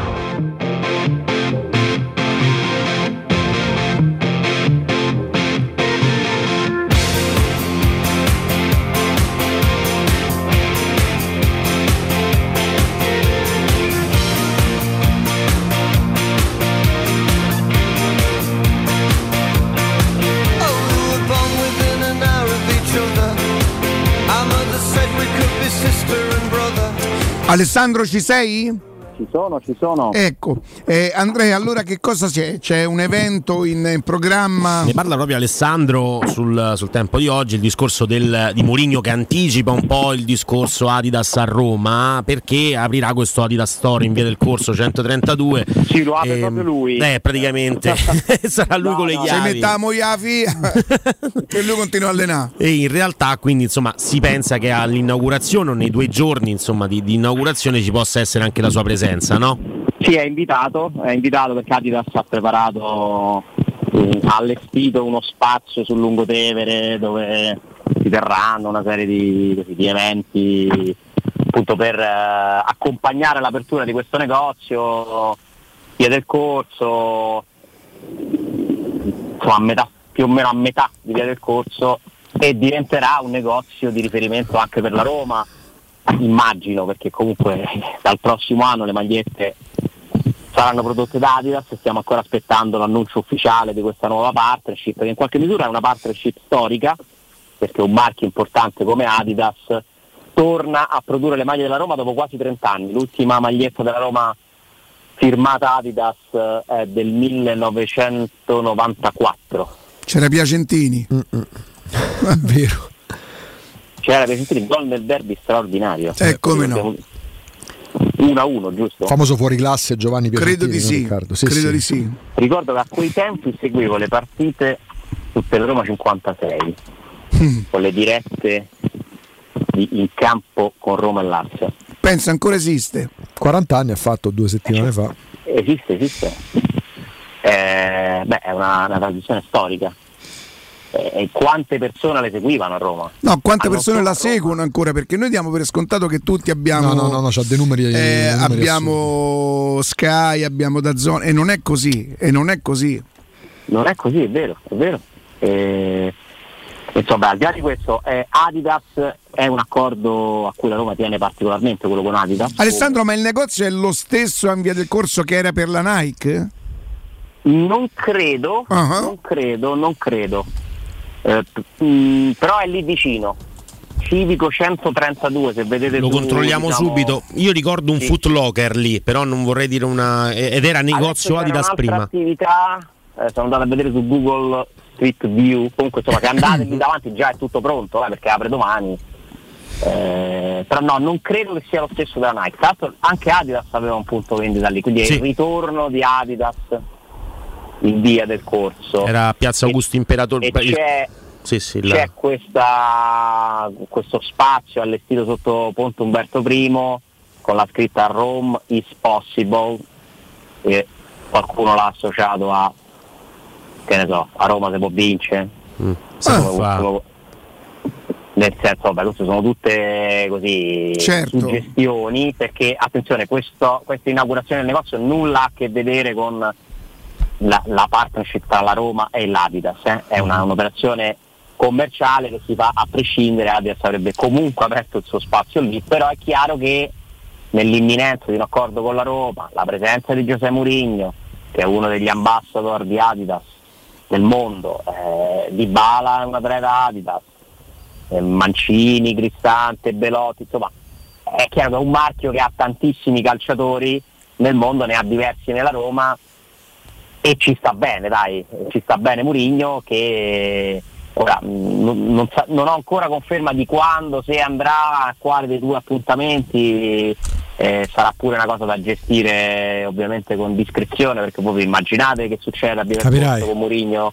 Alessandro, ci sei? Ci sono, ci sono. Ecco, eh, Andrea, allora che cosa c'è? C'è un evento in, in programma? Ne parla proprio Alessandro sul, sul Tempo di oggi, il discorso del, di Mourinho che anticipa un po' il discorso Adidas a Roma, perché aprirà questo Adidas Store in via del Corso centotrentadue. Sì, lo apre e, proprio lui. Eh, praticamente sarà lui no, con le no, chiavi. Se mettiamo Iafi e lui continua a allenare. E in realtà quindi insomma si pensa che all'inaugurazione o nei due giorni insomma di, di inaugurazione ci possa essere anche la sua presenza. No? Sì, è invitato, è invitato perché Adidas ha preparato, eh, ha allestito uno spazio sul Lungotevere dove si terranno una serie di, così, di eventi appunto per eh, accompagnare l'apertura di questo negozio, via del Corso, insomma a metà, più o meno a metà di via del Corso, e diventerà un negozio di riferimento anche per la Roma. immagino, perché comunque dal prossimo anno le magliette saranno prodotte da Adidas e stiamo ancora aspettando l'annuncio ufficiale di questa nuova partnership, che in qualche misura è una partnership storica, perché un marchio importante come Adidas torna a produrre le maglie della Roma dopo quasi trenta anni. L'ultima maglietta della Roma firmata Adidas è del millenovecentonovantaquattro. C'era Piacentini. È vero. C'era Piacentini, gol nel derby straordinario. Eh, come no. uno a uno, giusto? Famoso fuori classe Giovanni Piacentini. Credo di sì, Riccardo. Sì, credo sì. di sì. Ricordo che a quei tempi seguivo le partite su Teleroma cinquantasei con le dirette di, in campo con Roma e Lazio. Pensa, ancora esiste? quaranta anni ha fatto due settimane fa. Esiste, esiste. Eh, beh, è una, una tradizione storica. Eh, e quante persone le seguivano a Roma? No, quante Hanno persone la solo Roma. seguono ancora? Perché noi diamo per scontato che tutti abbiamo. No, no, no, no, c'ha dei numeri. eh, dei numeri abbiamo Sky, abbiamo DAZN, e non è così. E non è così. Non è così, è vero, è vero. Eh, insomma, al di là di questo, eh, Adidas è un accordo a cui la Roma tiene particolarmente, quello con Adidas. Alessandro, ma il negozio è lo stesso in via del Corso che era per la Nike? Non credo, uh-huh. non credo, non credo. Eh, mh, però è lì vicino. Civico centotrentadue, se vedete lo su, controlliamo diciamo, subito. Io ricordo un sì. Foot Locker lì, però non vorrei dire una. Ed era negozio Adesso Adidas prima. Attività, eh, sono andato a vedere su Google Street View. Comunque insomma, che andate lì davanti già è tutto pronto, eh, perché apre domani. Eh, però no, non credo che sia lo stesso della Nike. Tra l'altro anche Adidas aveva un punto vendita lì, quindi Sì. è il ritorno di Adidas in via del Corso. Era Piazza Augusto Imperatore. E c'è, sì, sì, là. c'è questa, questo spazio allestito sotto Ponte Umberto I con la scritta Rome is possible, e qualcuno l'ha associato a, che ne so, a Roma se può vincere. Mm. Come, come, nel senso, vabbè, queste sono tutte così Certo. suggestioni, perché attenzione, questo, questa inaugurazione del negozio nulla ha a che vedere con la, la partnership tra la Roma e l'Adidas, eh? È una, un'operazione commerciale che si fa a prescindere. Adidas avrebbe comunque aperto il suo spazio lì, però è chiaro che nell'imminenza di un accordo con la Roma, la presenza di José Mourinho, che è uno degli ambassador di Adidas nel mondo, eh, Dybala è una preda Adidas, eh, Mancini, Cristante, Belotti, insomma è chiaro che è un marchio che ha tantissimi calciatori nel mondo, ne ha diversi nella Roma, e ci sta bene, dai, ci sta bene Mourinho, che ora non, non, sa, non ho ancora conferma di quando, se andrà, a quale dei due appuntamenti, eh, sarà pure una cosa da gestire ovviamente con discrezione, perché voi vi immaginate che succede a Via del Corso con Mourinho,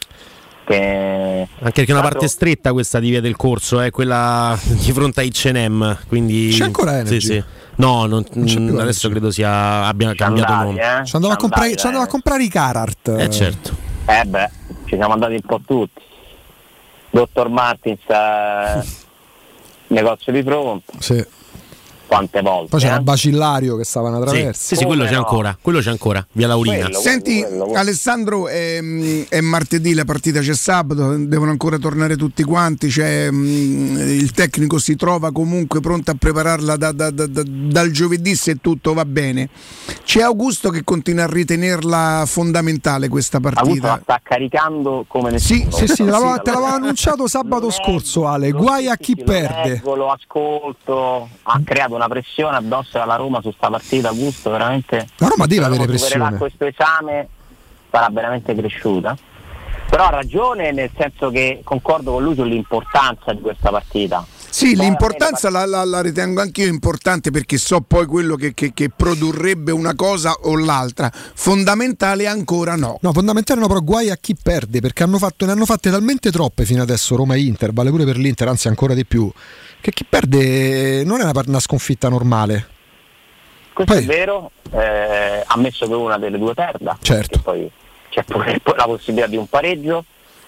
che anche perché è una parte stretta questa di Via del Corso, è eh, quella di fronte a H and M, quindi c'è ancora Energy? Sì, sì. No, non, non adesso credo sia abbia ci cambiato andati, nome. Eh? Ci andava a comprare, andati, ci andava a comprare i Carhartt. Eh certo. Eh beh, ci siamo andati un po' tutti. Dottor Martins, eh, negozio di fronte. Sì. Quante volte? Poi c'era eh? Bacillario che stava una Sì, traversa. sì, sì, quello c'è no? ancora, quello c'è ancora, via Laurina. Quello. Senti, quello, quello. Alessandro, è, è martedì la partita, c'è sabato, devono ancora tornare tutti quanti, c'è, mh, il tecnico si trova comunque pronto a prepararla da, da, da, da, dal giovedì, se tutto va bene. C'è Augusto che continua a ritenerla fondamentale questa Augusto partita. la sta caricando come nessuno. Sì, sì, sì, te l'avevo, Sì, te l'avevo annunciato sabato Lo scorso, leggo, Ale. lo- Guai a sì, chi sì, perde. Lo leggo, lo ascolto, ha creato una pressione addosso alla Roma su sta partita. Augusto veramente. La Roma deve se avere supererà pressione. questo esame sarà veramente cresciuta. Però ha ragione, nel senso che concordo con lui sull'importanza di questa partita. Sì, Poi l'importanza la, la, la ritengo anch'io importante, perché so poi quello che, che, che produrrebbe una cosa o l'altra. Fondamentale ancora no. No, fondamentale no, però guai a chi perde, perché hanno fatto, ne hanno fatte talmente troppe fino adesso Roma e Inter, vale pure per l'Inter, anzi ancora di più, che chi perde non è una, una sconfitta normale. Questo Poi- è vero, eh, ammesso che una delle due perda, Certo. poi c'è pure la possibilità di un pareggio.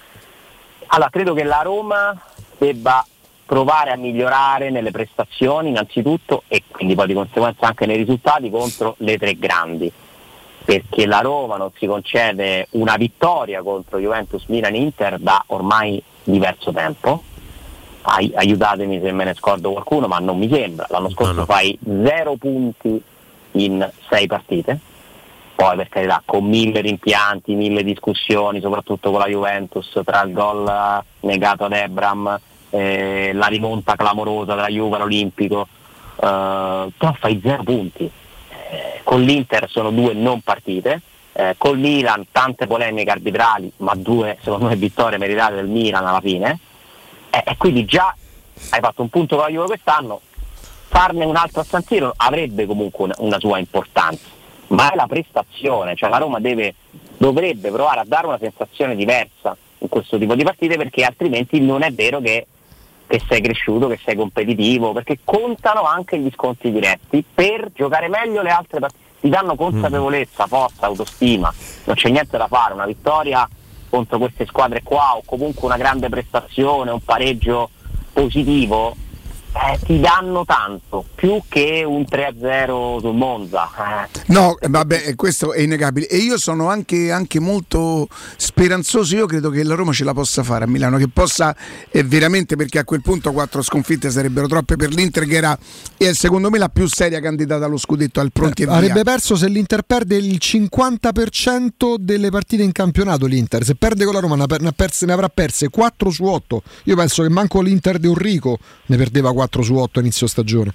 Allora, credo che la Roma debba provare a migliorare nelle prestazioni innanzitutto, e quindi poi di conseguenza anche nei risultati contro le tre grandi, perché la Roma non si concede una vittoria contro Juventus, Milan e Inter da ormai diverso tempo, ai- aiutatemi se me ne scordo qualcuno, ma non mi sembra. L'anno scorso no. fai zero punti in sei partite, poi per carità con mille rimpianti, mille discussioni, soprattutto con la Juventus, tra il gol eh, negato ad Ebram, eh, la rimonta clamorosa della Juve all'Olimpico, eh, però fai zero punti. Eh, con l'Inter sono due non partite, eh, col Milan tante polemiche arbitrali, ma due secondo me vittorie meritate del Milan alla fine, eh, e quindi già hai fatto un punto con la Juve quest'anno, farne un altro a San Siro avrebbe comunque una, una sua importanza, ma è la prestazione, cioè la Roma deve, dovrebbe provare a dare una sensazione diversa in questo tipo di partite, perché altrimenti non è vero che, che sei cresciuto, che sei competitivo, perché contano anche gli scontri diretti per giocare meglio le altre partite, ti danno consapevolezza, forza, autostima, non c'è niente da fare, una vittoria contro queste squadre qua o comunque una grande prestazione, un pareggio positivo, eh, ti danno tanto, più che un tre a zero sul Monza. Eh. No, vabbè, questo è innegabile. E io sono anche, anche molto speranzoso. Io credo che la Roma ce la possa fare a Milano, che possa eh, veramente, perché a quel punto quattro sconfitte sarebbero troppe per l'Inter, che era eh, secondo me la più seria candidata allo scudetto, al pronti eh, e via. Avrebbe perso, se l'Inter perde, il cinquanta per cento delle partite in campionato. L'Inter, se perde con la Roma, ne, ha perse, ne avrà perse quattro su otto. Io penso che manco l'Inter di Enrico ne perdeva quattro su otto a inizio stagione.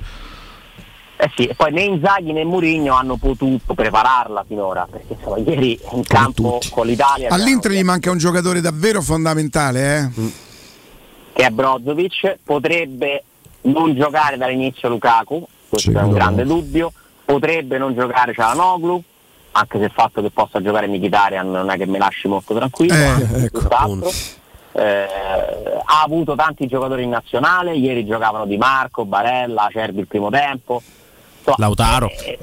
Eh sì, e poi né Inzaghi né Mourinho hanno potuto prepararla finora, perché insomma ieri in come campo tutti. Con l'Italia all'Inter gli manca un giocatore davvero fondamentale, eh? mm. che è Brozovic. Potrebbe non giocare dall'inizio Lukaku, questo sì, è un no. grande dubbio. Potrebbe non giocare Çalhanoğlu, anche se il fatto che possa giocare Mkhitaryan non è che mi lasci molto tranquillo. Eh, ecco, Eh, ha avuto tanti giocatori in nazionale, ieri giocavano Di Marco, Barella, Acerbi il primo tempo, so, Lautaro eh,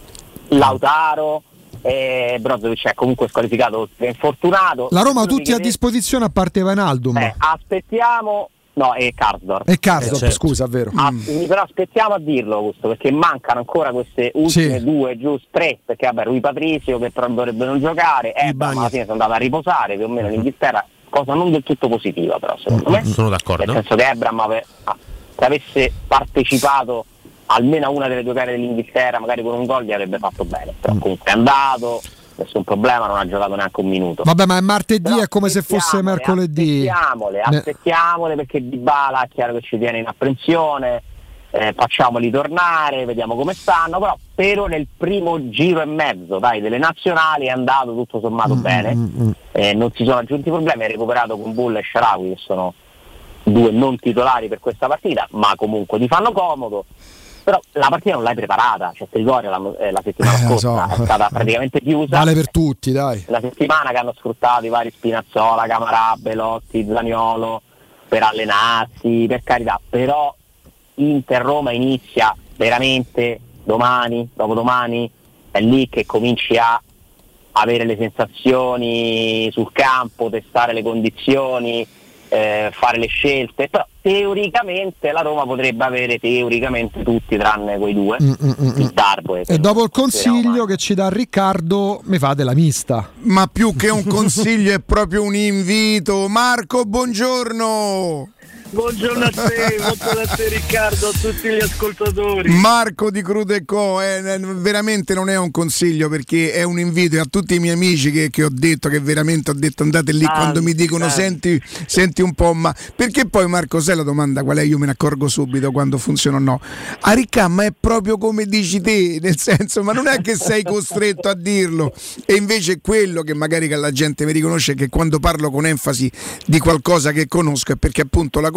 Lautaro eh, Brozovic è comunque squalificato, è infortunato. La Roma tutti a disposizione a parte Wijnaldum. Eh, aspettiamo no, e Karsdorp. E Karsdorp, eh, certo. scusa, vero. Ah, mm. Però aspettiamo a dirlo questo, perché mancano ancora queste ultime sì. due, giusto tre, perché vabbè, Rui Patricio che però dovrebbe non giocare, eh, ma alla fine sono andato a riposare più o meno in Inghilterra, cosa non del tutto positiva però secondo me. Sono d'accordo. Nel senso che Ebram ave- ah, se avesse partecipato almeno a una delle due gare dell'Inghilterra, magari con un gol gli avrebbe fatto bene, però comunque è andato, nessun problema, non ha giocato neanche un minuto. Vabbè, ma è martedì, però è come se fosse mercoledì. Aspettiamole, aspettiamole, perché Dybala è chiaro che ci tiene in apprensione, eh, facciamoli tornare, vediamo come stanno, però però nel primo giro e mezzo dai delle nazionali è andato tutto sommato mm, bene, mm, eh, non si sono aggiunti problemi, ha recuperato con Bull e Shaarawy, che sono due non titolari per questa partita, ma comunque ti fanno comodo. Però la partita non l'hai preparata, cioè Trigoria la, eh, la settimana eh, scorsa so. è stata praticamente chiusa. Vale per tutti, dai. La settimana che hanno sfruttato i vari Spinazzola, Camarà, Belotti, Zaniolo per allenarsi, per carità, però Inter-Roma inizia veramente domani, dopodomani, è lì che cominci a avere le sensazioni sul campo, testare le condizioni, eh, fare le scelte, però teoricamente la Roma potrebbe avere teoricamente tutti tranne quei due, mm, mm, mm. il Darbo e dopo il consiglio che ci dà Riccardo mi fate la mista. Ma più che un consiglio è proprio un invito. Marco, buongiorno. Buongiorno a te, buongiorno a te Riccardo, a tutti gli ascoltatori. Marco di Crudo e Co, eh, veramente non è un consiglio, perché è un invito, e a tutti i miei amici che, che ho detto, che veramente ho detto andate lì, ah, quando mi dicono senti, senti un po', ma perché poi Marco, sai la domanda qual è? Io me ne accorgo subito quando funziona o no. A Riccamma è proprio come dici te, nel senso, ma non è che sei costretto a dirlo, e invece quello che magari che la gente mi riconosce è che quando parlo con enfasi di qualcosa che conosco è perché appunto la conosco,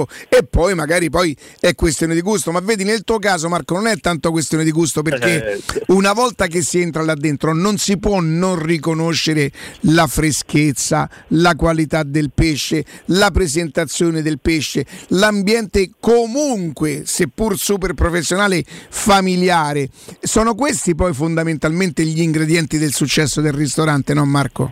e poi magari poi è questione di gusto. Ma vedi, nel tuo caso Marco non è tanto questione di gusto, perché una volta che si entra là dentro non si può non riconoscere la freschezza, la qualità del pesce, la presentazione del pesce, l'ambiente comunque seppur super professionale, familiare. Sono questi poi fondamentalmente gli ingredienti del successo del ristorante, no Marco?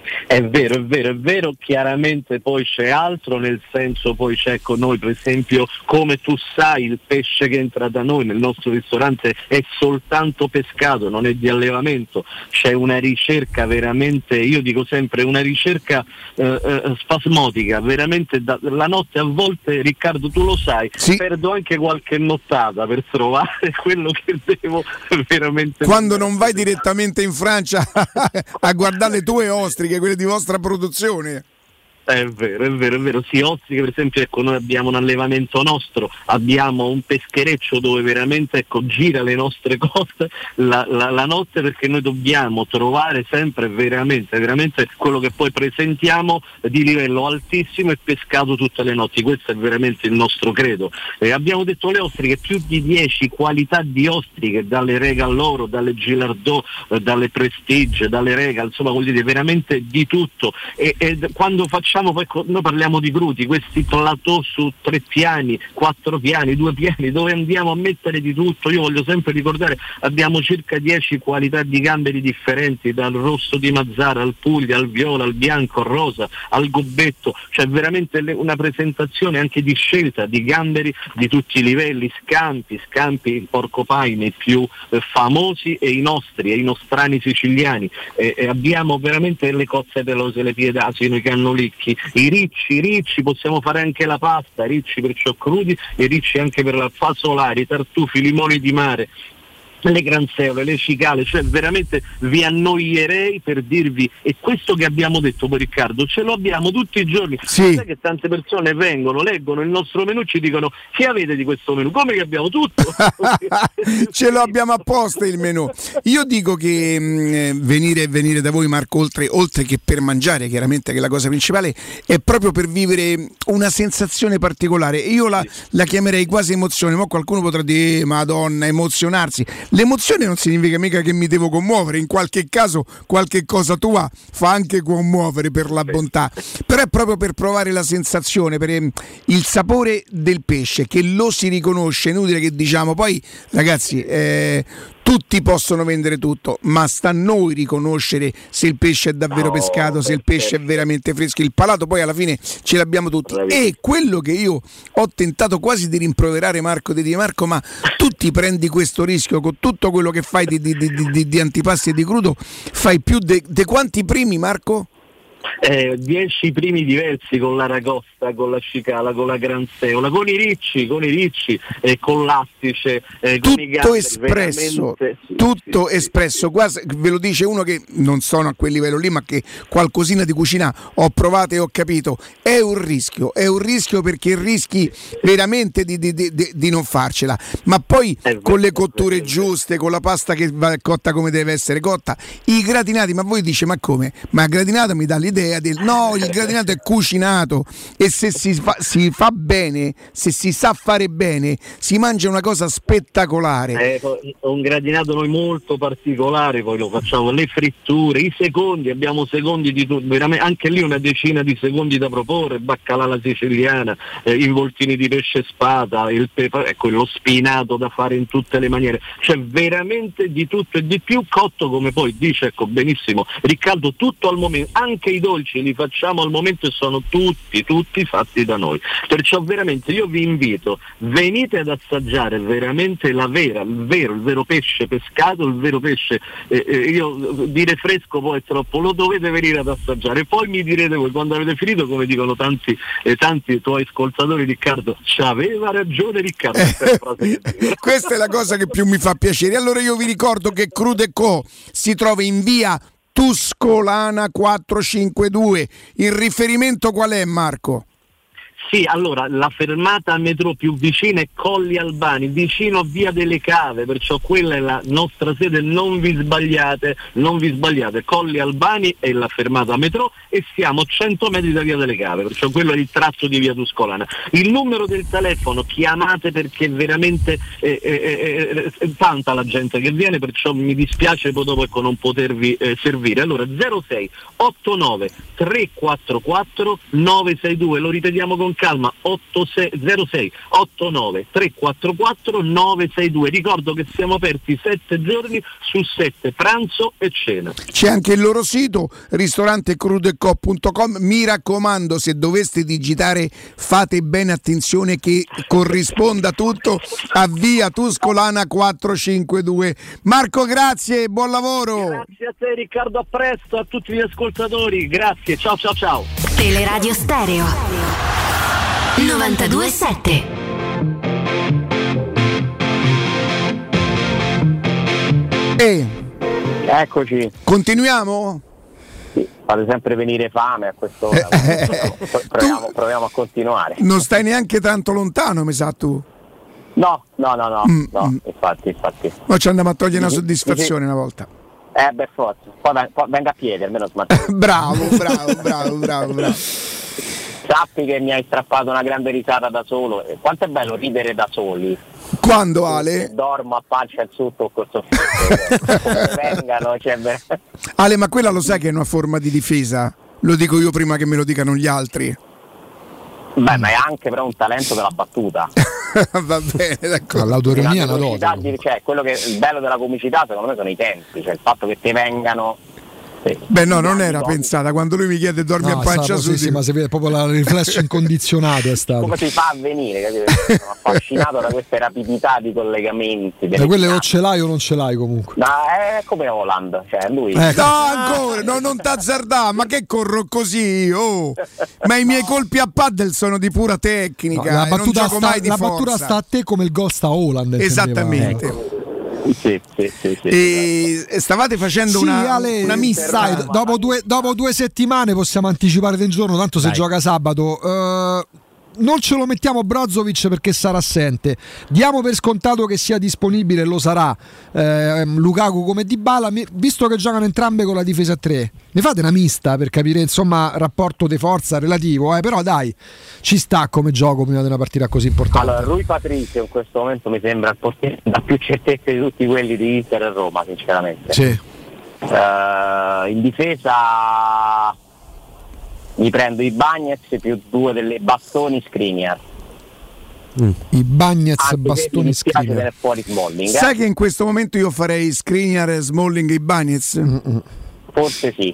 È vero, è vero, è vero, chiaramente poi c'è altro, nel senso poi c'è con noi per esempio, come tu sai, il pesce che entra da noi nel nostro ristorante è soltanto pescato, non è di allevamento, c'è una ricerca veramente, io dico sempre una ricerca eh, eh, spasmodica, veramente da, la notte a volte, Riccardo tu lo sai, sì. Perdo anche qualche nottata per trovare quello che devo veramente. Quando non vai direttamente in Francia a guardare le tue ostriche, quelle di vostra produzione. È vero, è vero, è vero. Sì, ostriche per esempio, ecco, noi abbiamo un allevamento nostro, abbiamo un peschereccio dove veramente ecco gira le nostre coste la, la, la notte, perché noi dobbiamo trovare sempre veramente, veramente quello che poi presentiamo di livello altissimo e pescato tutte le notti. Questo è veramente il nostro credo. Eh, abbiamo detto le ostriche, più di dieci qualità di ostriche, dalle Regal Loro, dalle Gilardot, eh, dalle Prestige, dalle Regal, insomma vuol dire veramente di tutto. E, e quando facciamo Poi noi parliamo di crudi, questi plateau su tre piani, quattro piani, due piani, dove andiamo a mettere di tutto. Io voglio sempre ricordare, abbiamo circa dieci qualità di gamberi differenti, dal rosso di Mazzara al Puglia, al viola, al bianco, al rosa, al gobbetto, cioè veramente una presentazione anche di scelta di gamberi di tutti i livelli, scampi, scampi porcopaine più eh, famosi e i nostri, e i nostrani siciliani, e, e abbiamo veramente le cozze pelose, le piedasino, i cannolicchi, i ricci, i ricci, possiamo fare anche la pasta, ricci perciò crudi e ricci anche per la fasolari, i tartufi, i limoni di mare, le granzeole, le cicale, cioè veramente vi annoierei per dirvi, e questo che abbiamo detto poi Riccardo, ce lo abbiamo tutti i giorni. Sì. Sai che tante persone vengono, leggono il nostro menù, ci dicono che avete di questo menù, come che abbiamo tutto? Ce lo abbiamo apposta il menù. Io dico che mh, venire, venire da voi Marco, oltre, oltre che per mangiare, chiaramente che è la cosa principale, è proprio per vivere una sensazione particolare. Io la, la chiamerei quasi emozione, ma qualcuno potrà dire eh, Madonna, emozionarsi. L'emozione non significa mica che mi devo commuovere, in qualche caso qualche cosa tua fa anche commuovere per la bontà, però è proprio per provare la sensazione, per il sapore del pesce, che lo si riconosce. È inutile che diciamo poi ragazzi, eh, tutti possono vendere tutto, ma sta a noi riconoscere se il pesce è davvero no, pescato, se il pesce è veramente fresco. Il palato poi alla fine ce l'abbiamo tutti. E quello che io ho tentato quasi di rimproverare Marco, di dire Marco, ma tu ti prendi questo rischio con tutto quello che fai di, di, di, di, di antipasti e di crudo, fai più di quanti primi, Marco? Eh, dieci primi diversi, con l'aragosta, con la cicala, con la granzeola, con i ricci, con i ricci, eh, con l'astice, eh, con i gamberi, espresso, sì, tutto sì, espresso, quasi, ve lo dice uno che non sono a quel livello lì, ma che qualcosina di cucina ho provato e ho capito. È un rischio, è un rischio perché rischi veramente di, di, di, di non farcela, ma poi vero, con le cotture giuste, con la pasta che va cotta come deve essere cotta, i gratinati, ma voi dice ma come? Ma il gratinato mi dà l'idea del no, il gratinato è cucinato, e se si fa, si fa bene, se si sa fare bene, si mangia una cosa spettacolare. Eh, un gratinato noi molto particolare, poi lo facciamo, le fritture, i secondi, abbiamo secondi di tutto, veramente anche lì una decina di secondi da proporre, baccalà alla siciliana, eh, involtini di pesce spada, il pepe, ecco, lo spinato da fare in tutte le maniere, cioè veramente di tutto e di più, cotto come poi dice, ecco benissimo Riccardo, tutto al momento, anche i dolci li facciamo al momento e sono tutti, tutti fatti da noi. Perciò veramente io vi invito, venite ad assaggiare veramente la vera, il vero, il vero pesce pescato, il vero pesce, eh, eh, io dire fresco poi è troppo, lo dovete venire ad assaggiare, poi mi direte voi quando avete finito, come dicono tanti eh, tanti tuoi ascoltatori, Riccardo, c'aveva ragione Riccardo. Eh, questa è la cosa che più mi fa piacere. Allora io vi ricordo che Crudo e Co si trova in via Tuscolana quattrocentocinquantadue. Il riferimento qual è, Marco? Sì, allora la fermata metro più vicina è Colli Albani, vicino a Via delle Cave, perciò quella è la nostra sede, non vi sbagliate, non vi sbagliate, Colli Albani è la fermata metro e siamo a cento metri da Via delle Cave, perciò quello è il tratto di Via Tuscolana. Il numero del telefono, chiamate perché veramente è, è, è, è tanta la gente che viene, perciò mi dispiace poi dopo ecco, non potervi eh, servire. Allora zero sei otto nove tre quattro quattro nove sei due, lo ripetiamo con calma. otto sei zero sei otto nove tre quattro quattro nove sei due. Ricordo che siamo aperti sette giorni su sette, pranzo e cena. C'è anche il loro sito ristorante crudeco punto com. Mi raccomando, se doveste digitare fate bene attenzione che corrisponda tutto a via Tuscolana quattrocentocinquantadue. Marco, grazie, buon lavoro. Grazie a te Riccardo, a presto, a tutti gli ascoltatori, grazie, ciao ciao ciao. Teleradio Stereo novantadue sette. E eccoci. Continuiamo? Sì, fate sempre venire fame a quest'ora. proviamo, proviamo a continuare. Non stai neanche tanto lontano, mi sa tu. No, no, no, no, Mm, no mm. infatti, infatti. Ma ci andiamo a togliere una Sì, soddisfazione sì. una volta. Eh beh, forza. Poi, ven- poi venga a piedi, almeno smattina. Bravo, bravo, bravo, bravo, bravo. Sappi che mi hai strappato una grande risata da solo. E quanto è bello ridere da soli. Quando, Ale? Dormo a pancia in sotto col soffitto. Come vengano, cioè, ver- Ale, ma quella lo sai che è una forma di difesa? Lo dico io prima che me lo dicano gli altri. Beh, ma è anche però un talento della battuta. Va bene, d'accordo. L'autoironia è Una una comicità dose. di- cioè, quello che il bello della comicità secondo me sono i tempi, cioè il fatto che ti vengano. Sì. Beh, no, non era pensata. Quando lui mi chiede dormi No, a pancia stavo- su, sì, sì, ma si vede proprio la- il riflesso incondizionato è stato. Come si fa a venire, capito? Sono affascinato da queste rapidità di collegamenti. Da quelle o ce l'hai o non ce l'hai comunque. No, è come Holland, cioè lui. Ecco. No, ancora, no, non t'azzardà, ma che corro così? Oh. Ma i miei colpi a paddle sono di pura No, tecnica, la e non battuta, gioco sta, mai di la forza. battuta sta a te come il gol sta a Holland. intendeva. Esattamente. Sì, sì, sì, sì. E stavate facendo Sì, una, Ale, una missa. sai, dopo, due, dopo due settimane possiamo anticipare del giorno, tanto se Dai. gioca sabato. Eh, non ce lo mettiamo Brozovic perché sarà assente. Diamo per scontato che sia disponibile, lo sarà eh, Lukaku come Dybala, mi- visto che giocano entrambe con la difesa a tre. Mi fate una mista per capire insomma rapporto di forza relativo, eh, però dai, ci sta come gioco prima di una partita così importante. Allora, Rui Patricio in questo momento mi sembra il portiere da più certezze di tutti quelli di Inter e Roma, sinceramente. Sì. Eh, in difesa mi prendo i Bagnets più due delle bastoni Skriniar. I Bagnets, Anche se mi bastoni, dispiace Skriniar. tenere fuori Smalling. eh. Sai che in questo momento io farei Skriniar, Smalling e Bagnez? Forse sì,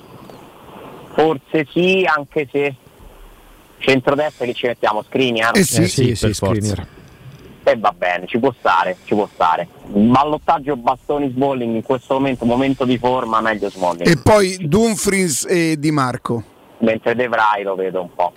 forse sì, anche se centrodestra che ci mettiamo Skriniar. Eh sì, Eh sì, sì, sì, per forza. Skriniar. E va bene, ci può stare, ci può stare. Ballottaggio Bastoni Smalling in questo momento, momento di forma, meglio Smalling. E poi Dumfries e Di Marco. Mentre De Vrij lo vedo un po'.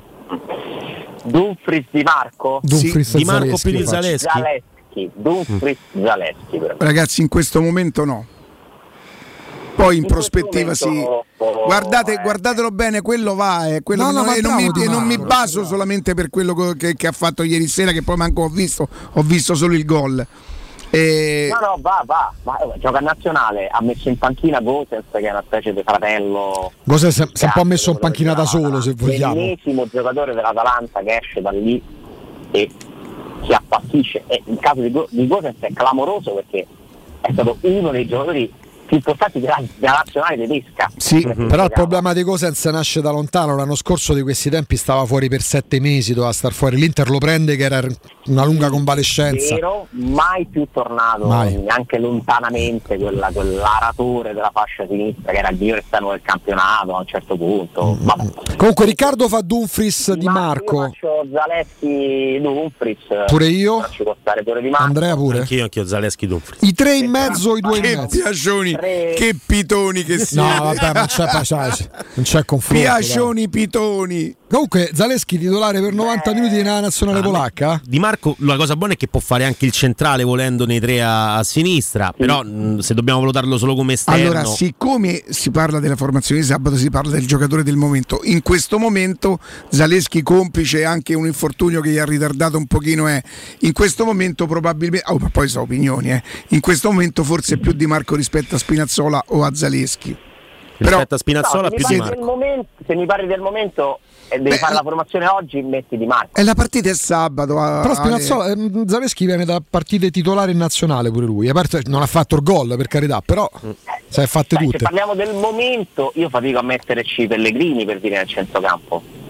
Dumfries Di Marco? Dumfries Di e Marco Zaleschi, più di lo faccio. Zaleschi. Zaleschi, Dumfries Zaleschi per me. Ragazzi, in questo momento no. Poi in, In prospettiva questo sì. momento, oh, Guardate, eh. guardatelo bene, quello va, eh, quello No, che no, non, ma e non mi, bravo Di e non mi Marco, baso bravo. solamente per quello co- che, che ha fatto ieri sera, che poi manco ho visto, ho visto solo il gol. E... No, no, va, va, va, eh, gioca a nazionale, ha messo in panchina Gosens che è una specie di fratello. Gosens si è- si è un po' Grazie, messo in quello panchina che da giocava solo, se vogliamo. L'ennesimo giocatore dell'Atalanta che esce da lì e si appassisce. E il caso di, Go- di Gosens è clamoroso perché è stato uno dei giocatori più importanti della, della nazionale tedesca. Sì, Mm-hmm. Però il problema di Gosens nasce da lontano. L'anno scorso di questi tempi stava fuori per sette mesi, doveva star fuori. L'Inter lo prende che era una lunga convalescenza. Vero, mai più tornato Mai. neanche lontanamente quella, quell'aratore della fascia sinistra che era il migliore esterno del campionato a un certo punto. Vabbè. Comunque Riccardo fa Dumfries Di Ma Marco. io faccio Zaleschi Dumfries. Pure io? Però ci può stare pure Di Marco. Andrea pure. Anch'io, anch'io Zaleschi Dumfries. I tre in mezzo, i due in che mezzo. piacioni, Tre. che pitoni che siete. No, vabbè, non c'è, non c'è confronto. dai. Piacioni pitoni. Comunque Zaleschi titolare per novanta minuti nella nazionale polacca? Di Marco la cosa buona è che può fare anche il centrale volendo nei tre a, a sinistra, però mh, se dobbiamo valutarlo solo come esterno. Allora, siccome si parla della formazione di sabato, si parla del giocatore del momento. In questo momento Zaleschi, complice anche un infortunio che gli ha ritardato un pochino, è in questo momento probabilmente, oh, ma poi sono opinioni, eh. In questo momento forse più Di Marco rispetto a Spinazzola o a Zaleschi. rispetto a Spinazzola No, più se, Di mi pare Marco. del momento, se mi parli del momento e devi Beh, fare la formazione oggi, metti Di Marco. E la partita è sabato. a- Però alle- Spinazzola, ehm, Zaleschi viene da partite titolare in nazionale pure lui. A parte non ha fatto il gol per carità, però se è fatte Beh, se tutte. parliamo del momento, io fatico a metterci Pellegrini per dire nel centrocampo.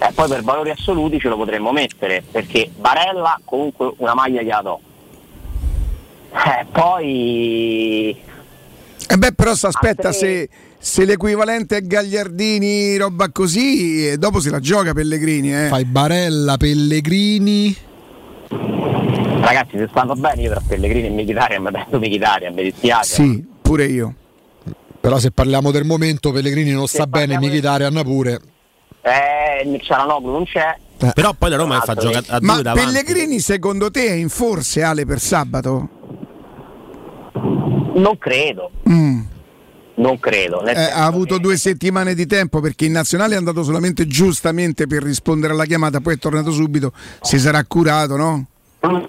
Eh, poi per valori assoluti ce lo potremmo mettere, perché Barella comunque una maglia gliela do. Eh, poi... Eh beh, però aspetta, altre... se, se l'equivalente è Gagliardini, roba così, e dopo se la gioca Pellegrini. Eh. Fai Barella, Pellegrini... Ragazzi, se stanno bene io tra Pellegrini e Mkhitaryan mi metto Mkhitaryan, mi dispiace. Sì, pure io. Però se parliamo del momento, Pellegrini non se sta bene, Mkhitaryan del... pure. Eh, Cialanoglu non c'è. Eh. Però poi la Roma fa giocare a Ma due davanti. Pellegrini secondo te è in forse, Ale, per sabato? Non credo. Mm. Non credo. Eh, ha avuto due settimane di tempo, perché in nazionale è andato solamente giustamente per rispondere alla chiamata, poi è tornato subito, si sarà curato, no? Mm.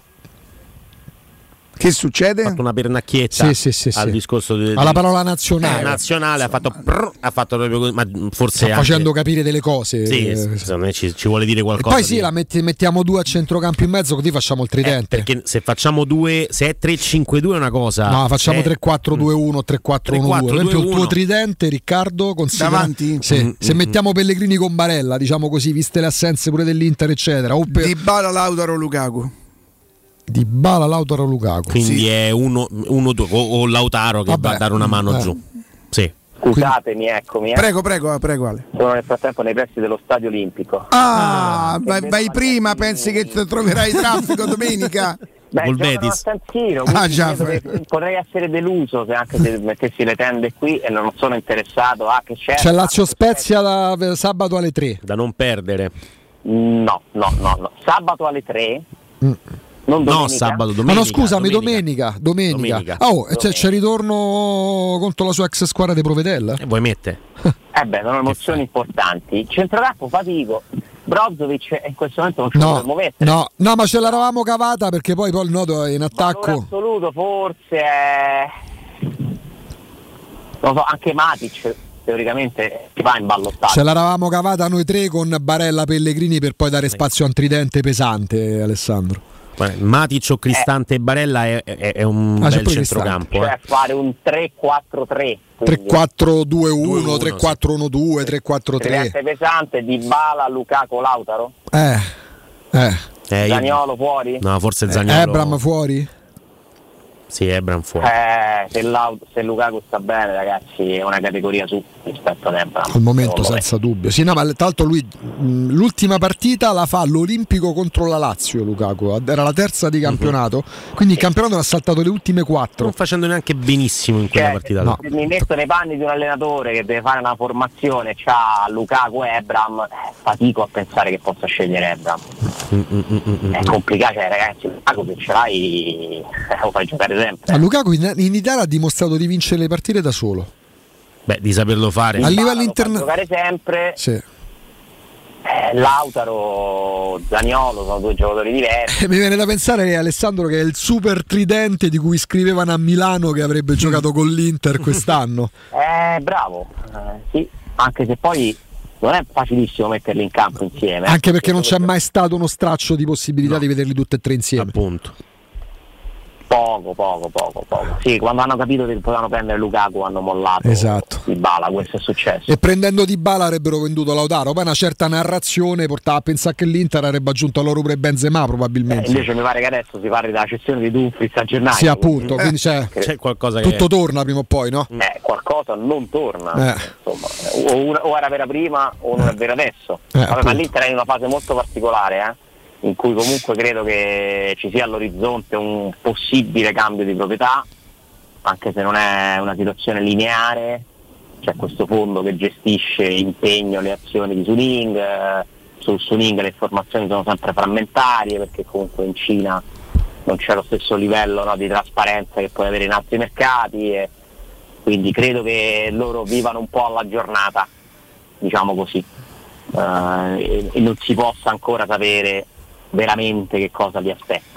Che succede? Ha fatto una pernacchietta sì, sì, sì, al sì. discorso di, alla parola nazionale. Eh, nazionale ha fatto, prr, ha fatto proprio così, ma forse sta anche... facendo capire delle cose. Sì, eh. secondo me ci, ci vuole dire qualcosa. E poi sì, di... la metti, mettiamo due a centrocampo in mezzo, così facciamo il tridente. Eh, perché se facciamo due, se è tre cinque due è una cosa. No, facciamo eh... tre quattro due uno, tre quattro uno due. Per esempio il tuo tridente, Riccardo, considera... davanti? Sì. Mm, se mm, mettiamo Pellegrini con Barella, diciamo così, viste le assenze pure dell'Inter, eccetera. O per... Dybala, Lautaro, Lukaku. Dybala, Lautaro, Lukaku. Quindi sì. è uno, uno o, o Lautaro che Vabbè, va a dare una mano eh. giù. Sì. Scusatemi, eccomi. Eh. Prego, prego, prego Ale. Sono nel frattempo nei pressi dello Stadio Olimpico. Ah, ah vai, vai prima, pensi che troverai traffico domenica? Beh, giocano a San Siro, ah, già, potrei essere deluso se anche se mettessi le tende qui e non sono interessato. Ah, che c'è? C'è Lazio Spezia da, sabato alle tre. Da non perdere. No, no, no, no. Sabato alle tre. Mm. Non no, sabato, domenica. Ma no, scusami, domenica. Domenica. domenica. Ah, oh, domenica. C'è ritorno contro la sua ex squadra di Provedella? E vuoi mette? Eh beh, sono emozioni importanti. Centrocampo fatico. Brozovic in questo momento non ci no, possiamo mettere. No, no, ma ce l'eravamo cavata perché poi, poi il nodo è in attacco. In assoluto forse è... non so, anche Matic teoricamente si va in ballottaggio. Ce l'eravamo cavata noi tre con Barella, Pellegrini per poi dare spazio a un tridente pesante, Alessandro. Matic o Cristante e eh. Barella è, è, è un ah, bel centrocampo. Cioè eh. fare un tre quattro tre. tre quattro due uno, tre quattro uno due, tre quattro tre. Tridente pesante, Dybala, Lukaku, Lautaro? Eh. Eh. eh Zaniolo fuori? No, forse Zaniolo. Ebram fuori? Sì, Ebram fuori. Eh, se, se Lukaku sta bene, ragazzi, è una categoria su rispetto ad Ebram. Al momento senza dubbio. Sì, no, ma tra l'altro lui mh, l'ultima partita la fa all'Olimpico contro la Lazio, Lukaku. Era la terza di campionato, uh-huh. quindi il campionato ha saltato le ultime quattro. Non facendo neanche benissimo in quella cioè, partita. No. Mi metto nei panni di un allenatore che deve fare una formazione, c'ha Lukaku e Ebram, eh, fatico a pensare che possa scegliere Ebram. Mm-mm-mm-mm. È complicato, cioè, ragazzi, Lukaku che ce l'hai eh, lo fai giocare sempre. Ma Lukaku in, in Italia ha dimostrato di vincere le partite da solo. Beh, di saperlo fare. A livello internazionale. Giocare sempre. Sì. Eh, Lautaro, Zaniolo sono due giocatori diversi. Mi viene da pensare, Alessandro, che è il super tridente di cui scrivevano a Milano che avrebbe giocato con l'Inter quest'anno. Eh, bravo. Eh, sì, anche se poi non è facilissimo metterli in campo insieme. Anche perché non c'è mai stato uno straccio di possibilità no. di vederli tutti e tre insieme. Appunto. Poco, poco, poco, poco. Sì, quando hanno capito che potevano prendere Lukaku hanno mollato esatto. Dybala, questo è successo. E prendendo Dybala avrebbero venduto Lautaro, poi una certa narrazione portava a pensare che l'Inter avrebbe aggiunto a loro pure Benzema probabilmente. Eh, invece mi pare che adesso si parli della cessione di Dumfries a gennaio. Sì, appunto, quindi c'è, c'è qualcosa tutto che... torna prima o poi, no? Eh, qualcosa non torna. Eh. Insomma, o, una, o era vera prima o non è vera adesso. Eh, Vabbè, ma l'Inter è in una fase molto particolare, eh? in cui comunque credo che ci sia all'orizzonte un possibile cambio di proprietà, anche se non è una situazione lineare. C'è questo fondo che gestisce impegno le azioni di Suning, eh, sul Suning le informazioni sono sempre frammentarie perché comunque in Cina non c'è lo stesso livello, no, di trasparenza che puoi avere in altri mercati, e quindi credo che loro vivano un po' alla giornata, diciamo così, uh, e, e non si possa ancora sapere veramente che cosa li aspetta,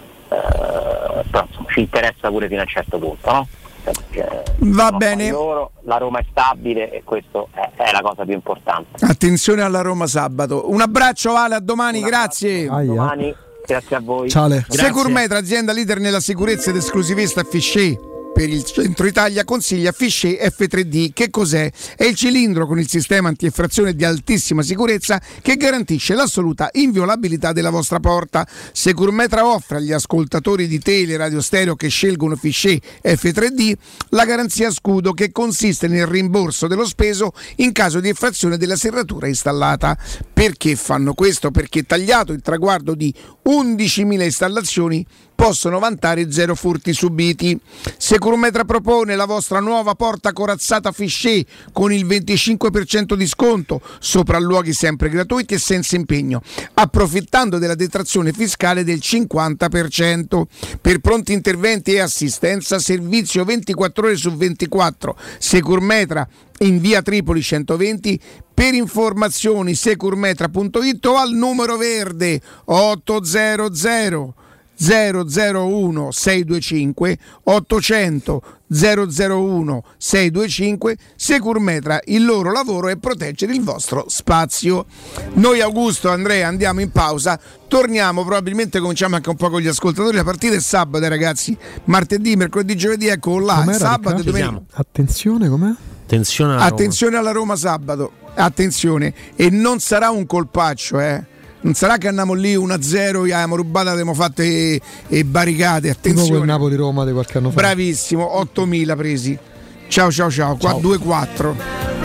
uh, però insomma, ci interessa pure fino a un certo punto, no? Perché va bene, loro, la Roma è stabile e questo è, è la cosa più importante. Attenzione alla Roma sabato. Un abbraccio Ale, a domani, grazie. A domani, grazie a voi. Ciao. Securmetra, azienda leader nella sicurezza ed esclusivista Fichet. per il centro Italia consiglia Fichet F tre D. Che cos'è? È il cilindro con il sistema antieffrazione di altissima sicurezza che garantisce l'assoluta inviolabilità della vostra porta. Securmetra offre agli ascoltatori di Tele Radio Stereo che scelgono Fichet F tre D la garanzia scudo, che consiste nel rimborso dello speso in caso di effrazione della serratura installata. Perché fanno questo? Perché tagliato il traguardo di undicimila installazioni possono vantare zero furti subiti. Securmetra propone la vostra nuova porta corazzata Fichet con il venticinque per cento di sconto, sopralluoghi sempre gratuiti e senza impegno, approfittando della detrazione fiscale del cinquanta per cento. Per pronti interventi e assistenza, servizio ventiquattro ore su ventiquattro. Securmetra in via Tripoli centoventi. Per informazioni securmetra punto it o al numero verde ottocento zero zero uno sei due cinque ottocento zero zero uno sei due cinque. Securmetra, il loro lavoro è proteggere il vostro spazio. Noi, Augusto, Andrea, andiamo in pausa, torniamo, probabilmente cominciamo anche un po' con gli ascoltatori. La partita è sabato, ragazzi, martedì, mercoledì, giovedì, ecco là. Com'era, sabato e domenica. Attenzione, com'è? Attenzione alla Attenzione Roma. alla Roma sabato, attenzione, e non sarà un colpaccio, eh. Non sarà che andiamo lì uno a zero, gli abbiamo rubato, abbiamo fatto e, e barricate, attenzione. Tipo quel Napoli-Roma di qualche anno fa. Bravissimo, ottomila presi. Ciao ciao ciao, qua due quattro.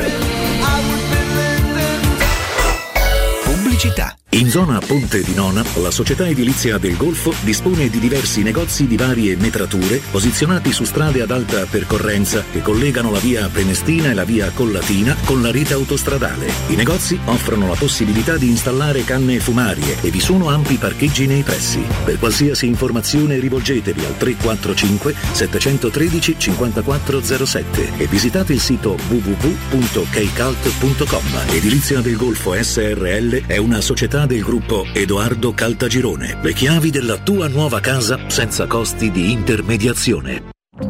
Pubblicità. In zona Ponte di Nona, la società edilizia del Golfo dispone di diversi negozi di varie metrature posizionati su strade ad alta percorrenza che collegano la via Prenestina e la via Collatina con la rete autostradale. I negozi offrono la possibilità di installare canne fumarie e vi sono ampi parcheggi nei pressi. Per qualsiasi informazione rivolgetevi al tre quattro cinque sette uno tre cinque zero sette e visitate il sito w w w punto keicalt punto com. Edilizia del Golfo S R L è una società del gruppo Edoardo Caltagirone. Le chiavi della tua nuova casa senza costi di intermediazione.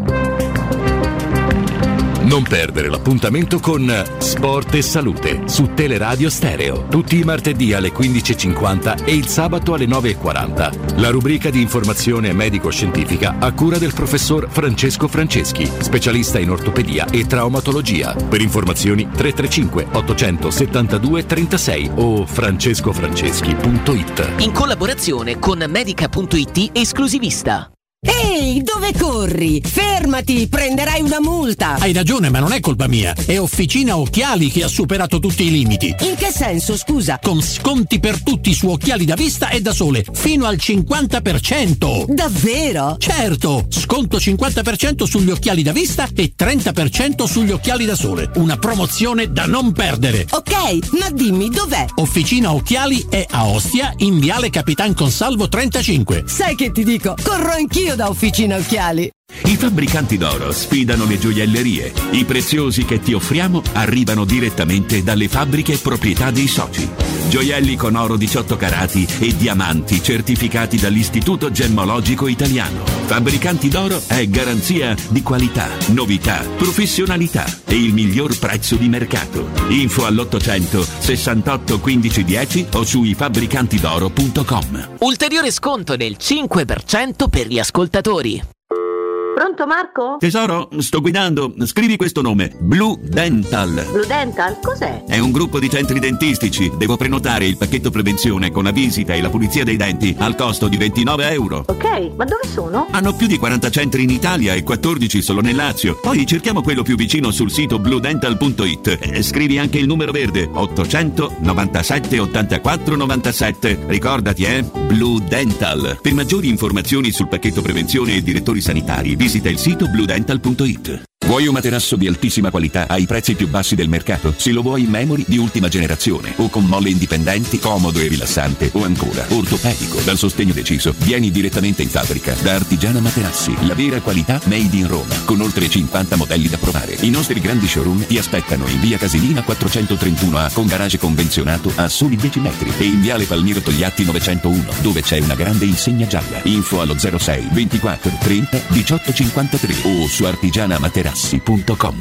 Non perdere l'appuntamento con Sport e Salute su Teleradio Stereo, tutti i martedì alle quindici e cinquanta e il sabato alle nove e quaranta. La rubrica di informazione medico-scientifica a cura del professor Francesco Franceschi, specialista in ortopedia e traumatologia. Per informazioni tre tre cinque otto sette due tre sei o francescofranceschi punto it. In collaborazione con medica punto it esclusivista. Ehi, dove corri? Fermati, prenderai una multa. Hai ragione, ma non è colpa mia. È Officina Occhiali che ha superato tutti i limiti. In che senso, scusa? Con sconti per tutti su occhiali da vista e da sole, fino al cinquanta per cento. Davvero? Certo, sconto cinquanta per cento sugli occhiali da vista e trenta per cento sugli occhiali da sole. Una promozione da non perdere. Ok, ma dimmi dov'è? Officina Occhiali è a Ostia, in Viale Capitan Consalvo trentacinque. Sai che ti dico? Corro anch'io da Officina Occhiali. I fabbricanti d'oro sfidano le gioiellerie. I preziosi che ti offriamo arrivano direttamente dalle fabbriche proprietà dei soci. Gioielli con oro diciotto carati e diamanti certificati dall'Istituto Gemmologico Italiano. Fabbricanti d'oro è garanzia di qualità, novità, professionalità e il miglior prezzo di mercato. Info all'ottocento sessantotto quindici dieci o su i fabbricantidoro punto com. Ulteriore sconto del cinque per cento per gli ascoltatori. Pronto Marco? Tesoro, sto guidando. Scrivi questo nome. Blue Dental. Blue Dental? Cos'è? È un gruppo di centri dentistici. Devo prenotare il pacchetto prevenzione con la visita e la pulizia dei denti al costo di ventinove euro. Ok, ma dove sono? Hanno più di quaranta centri in Italia e quattordici solo nel Lazio. Poi cerchiamo quello più vicino sul sito blue dental punto it. E scrivi anche il numero verde ottocento novantasette ottantaquattro novantasette. Ricordati, eh? Blue Dental. Per maggiori informazioni sul pacchetto prevenzione e direttori sanitari visita il sito blue dental punto it. Vuoi un materasso di altissima qualità ai prezzi più bassi del mercato? Se lo vuoi in memory di ultima generazione o con molle indipendenti, comodo e rilassante o ancora ortopedico dal sostegno deciso, vieni direttamente in fabbrica da Artigiana Materassi, la vera qualità made in Roma, con oltre cinquanta modelli da provare. I nostri grandi showroom ti aspettano in via Casilina quattrocentotrentuno A con garage convenzionato a soli dieci metri e in viale Palmiro Togliatti novecentouno dove c'è una grande insegna gialla. Info allo zero sei ventiquattro trenta diciotto cinquantatré o su artigiana materassi punto com.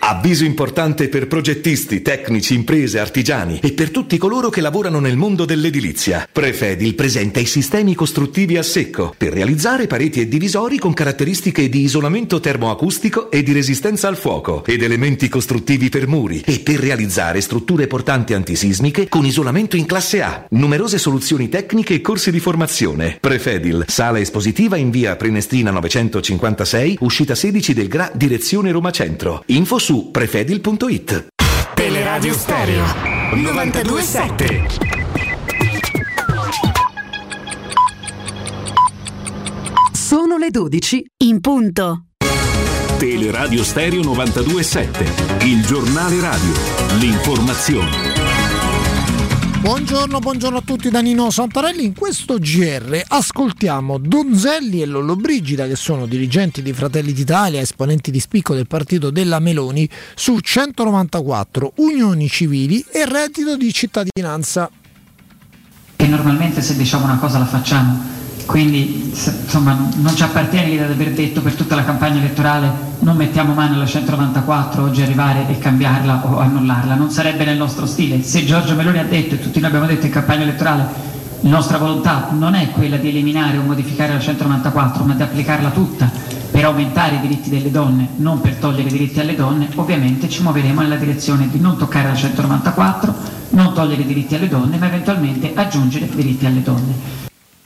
Avviso importante per progettisti, tecnici, imprese, artigiani e per tutti coloro che lavorano nel mondo dell'edilizia. Prefedil presenta i sistemi costruttivi a secco per realizzare pareti e divisori con caratteristiche di isolamento termoacustico e di resistenza al fuoco ed elementi costruttivi per muri e per realizzare strutture portanti antisismiche con isolamento in classe A. Numerose soluzioni tecniche e corsi di formazione. Prefedil, sala espositiva in via Prenestina novecentocinquantasei, uscita sedici del Gra, direzione Roma Centro. Info su prefedil punto it. Teleradio Stereo novantadue sette. Sono le dodici in punto. Teleradio Stereo novantadue sette, il giornale radio, l'informazione. Buongiorno, buongiorno a tutti da Nino Santarelli. In questo G R ascoltiamo Donzelli e Lollobrigida, che sono dirigenti di Fratelli d'Italia, esponenti di spicco del partito della Meloni, su centonovantaquattro unioni civili e reddito di cittadinanza. E normalmente se diciamo una cosa la facciamo, quindi insomma non ci appartiene l'idea di aver detto per tutta la campagna elettorale non mettiamo mano alla centonovantaquattro, oggi arrivare e cambiarla o annullarla, non sarebbe nel nostro stile. Se Giorgia Meloni ha detto e tutti noi abbiamo detto in campagna elettorale la nostra volontà non è quella di eliminare o modificare la centonovantaquattro, ma di applicarla tutta per aumentare i diritti delle donne, non per togliere i diritti alle donne, ovviamente ci muoveremo nella direzione di non toccare la centonovantaquattro, non togliere i diritti alle donne, ma eventualmente aggiungere diritti alle donne.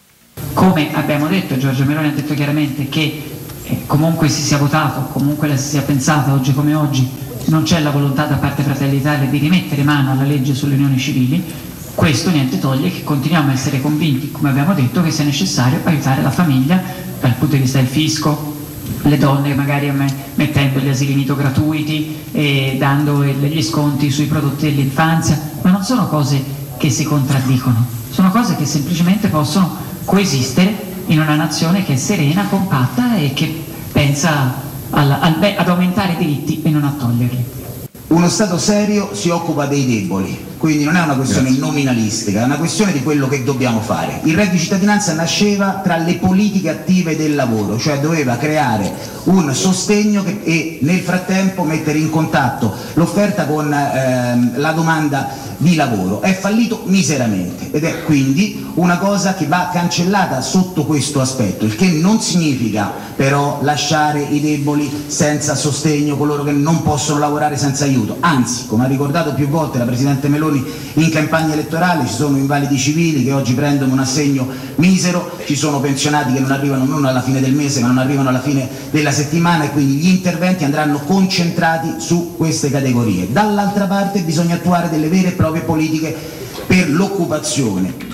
Come abbiamo detto, Giorgia Meloni ha detto chiaramente che eh, comunque si sia votato, comunque la si sia pensata oggi come oggi, non c'è la volontà da parte Fratelli d'Italia di rimettere mano alla legge sulle unioni civili. Questo niente toglie che continuiamo a essere convinti, come abbiamo detto, che sia necessario aiutare la famiglia dal punto di vista del fisco, le donne magari mettendo gli asili nido gratuiti e dando gli sconti sui prodotti dell'infanzia, ma non sono cose che si contraddicono, sono cose che semplicemente possono coesistere in una nazione che è serena, compatta e che pensa al, al, ad aumentare i diritti e non a toglierli. Uno Stato serio si occupa dei deboli, quindi non è una questione Grazie. nominalistica, è una questione di quello che dobbiamo fare. Il reddito di cittadinanza nasceva tra le politiche attive del lavoro, cioè doveva creare un sostegno che, e nel frattempo mettere in contatto l'offerta con ehm, la domanda di lavoro. È fallito miseramente ed è quindi una cosa che va cancellata sotto questo aspetto, il che non significa però lasciare i deboli senza sostegno, coloro che non possono lavorare senza aiuto. Anzi, come ha ricordato più volte la Presidente Meloni in campagna elettorale, ci sono invalidi civili che oggi prendono un assegno misero, ci sono pensionati che non arrivano non alla fine del mese ma non arrivano alla fine della settimana, e quindi gli interventi andranno concentrati su queste categorie. Dall'altra parte bisogna attuare delle vere e proprie politiche per l'occupazione.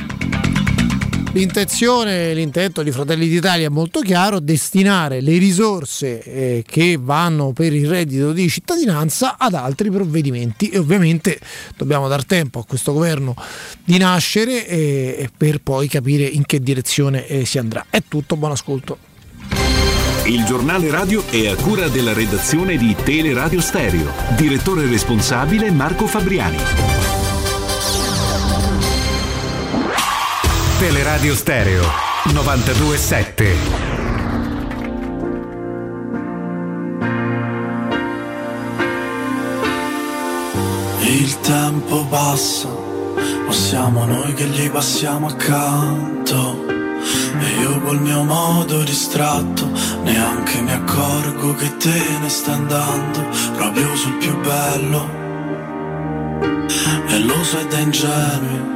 L'intenzione, l'intento di Fratelli d'Italia è molto chiaro: destinare le risorse eh, che vanno per il reddito di cittadinanza ad altri provvedimenti, e ovviamente dobbiamo dar tempo a questo governo di nascere eh, per poi capire in che direzione eh, si andrà. È tutto, buon ascolto. Il giornale radio è a cura della redazione di Teleradio Stereo. Direttore responsabile Marco Fabriani. Teleradio Stereo novantadue sette. Il tempo passa, ma siamo noi che gli passiamo accanto. E io col mio modo distratto neanche mi accorgo che te ne stai andando proprio sul più bello. E lo so, è da ingenui.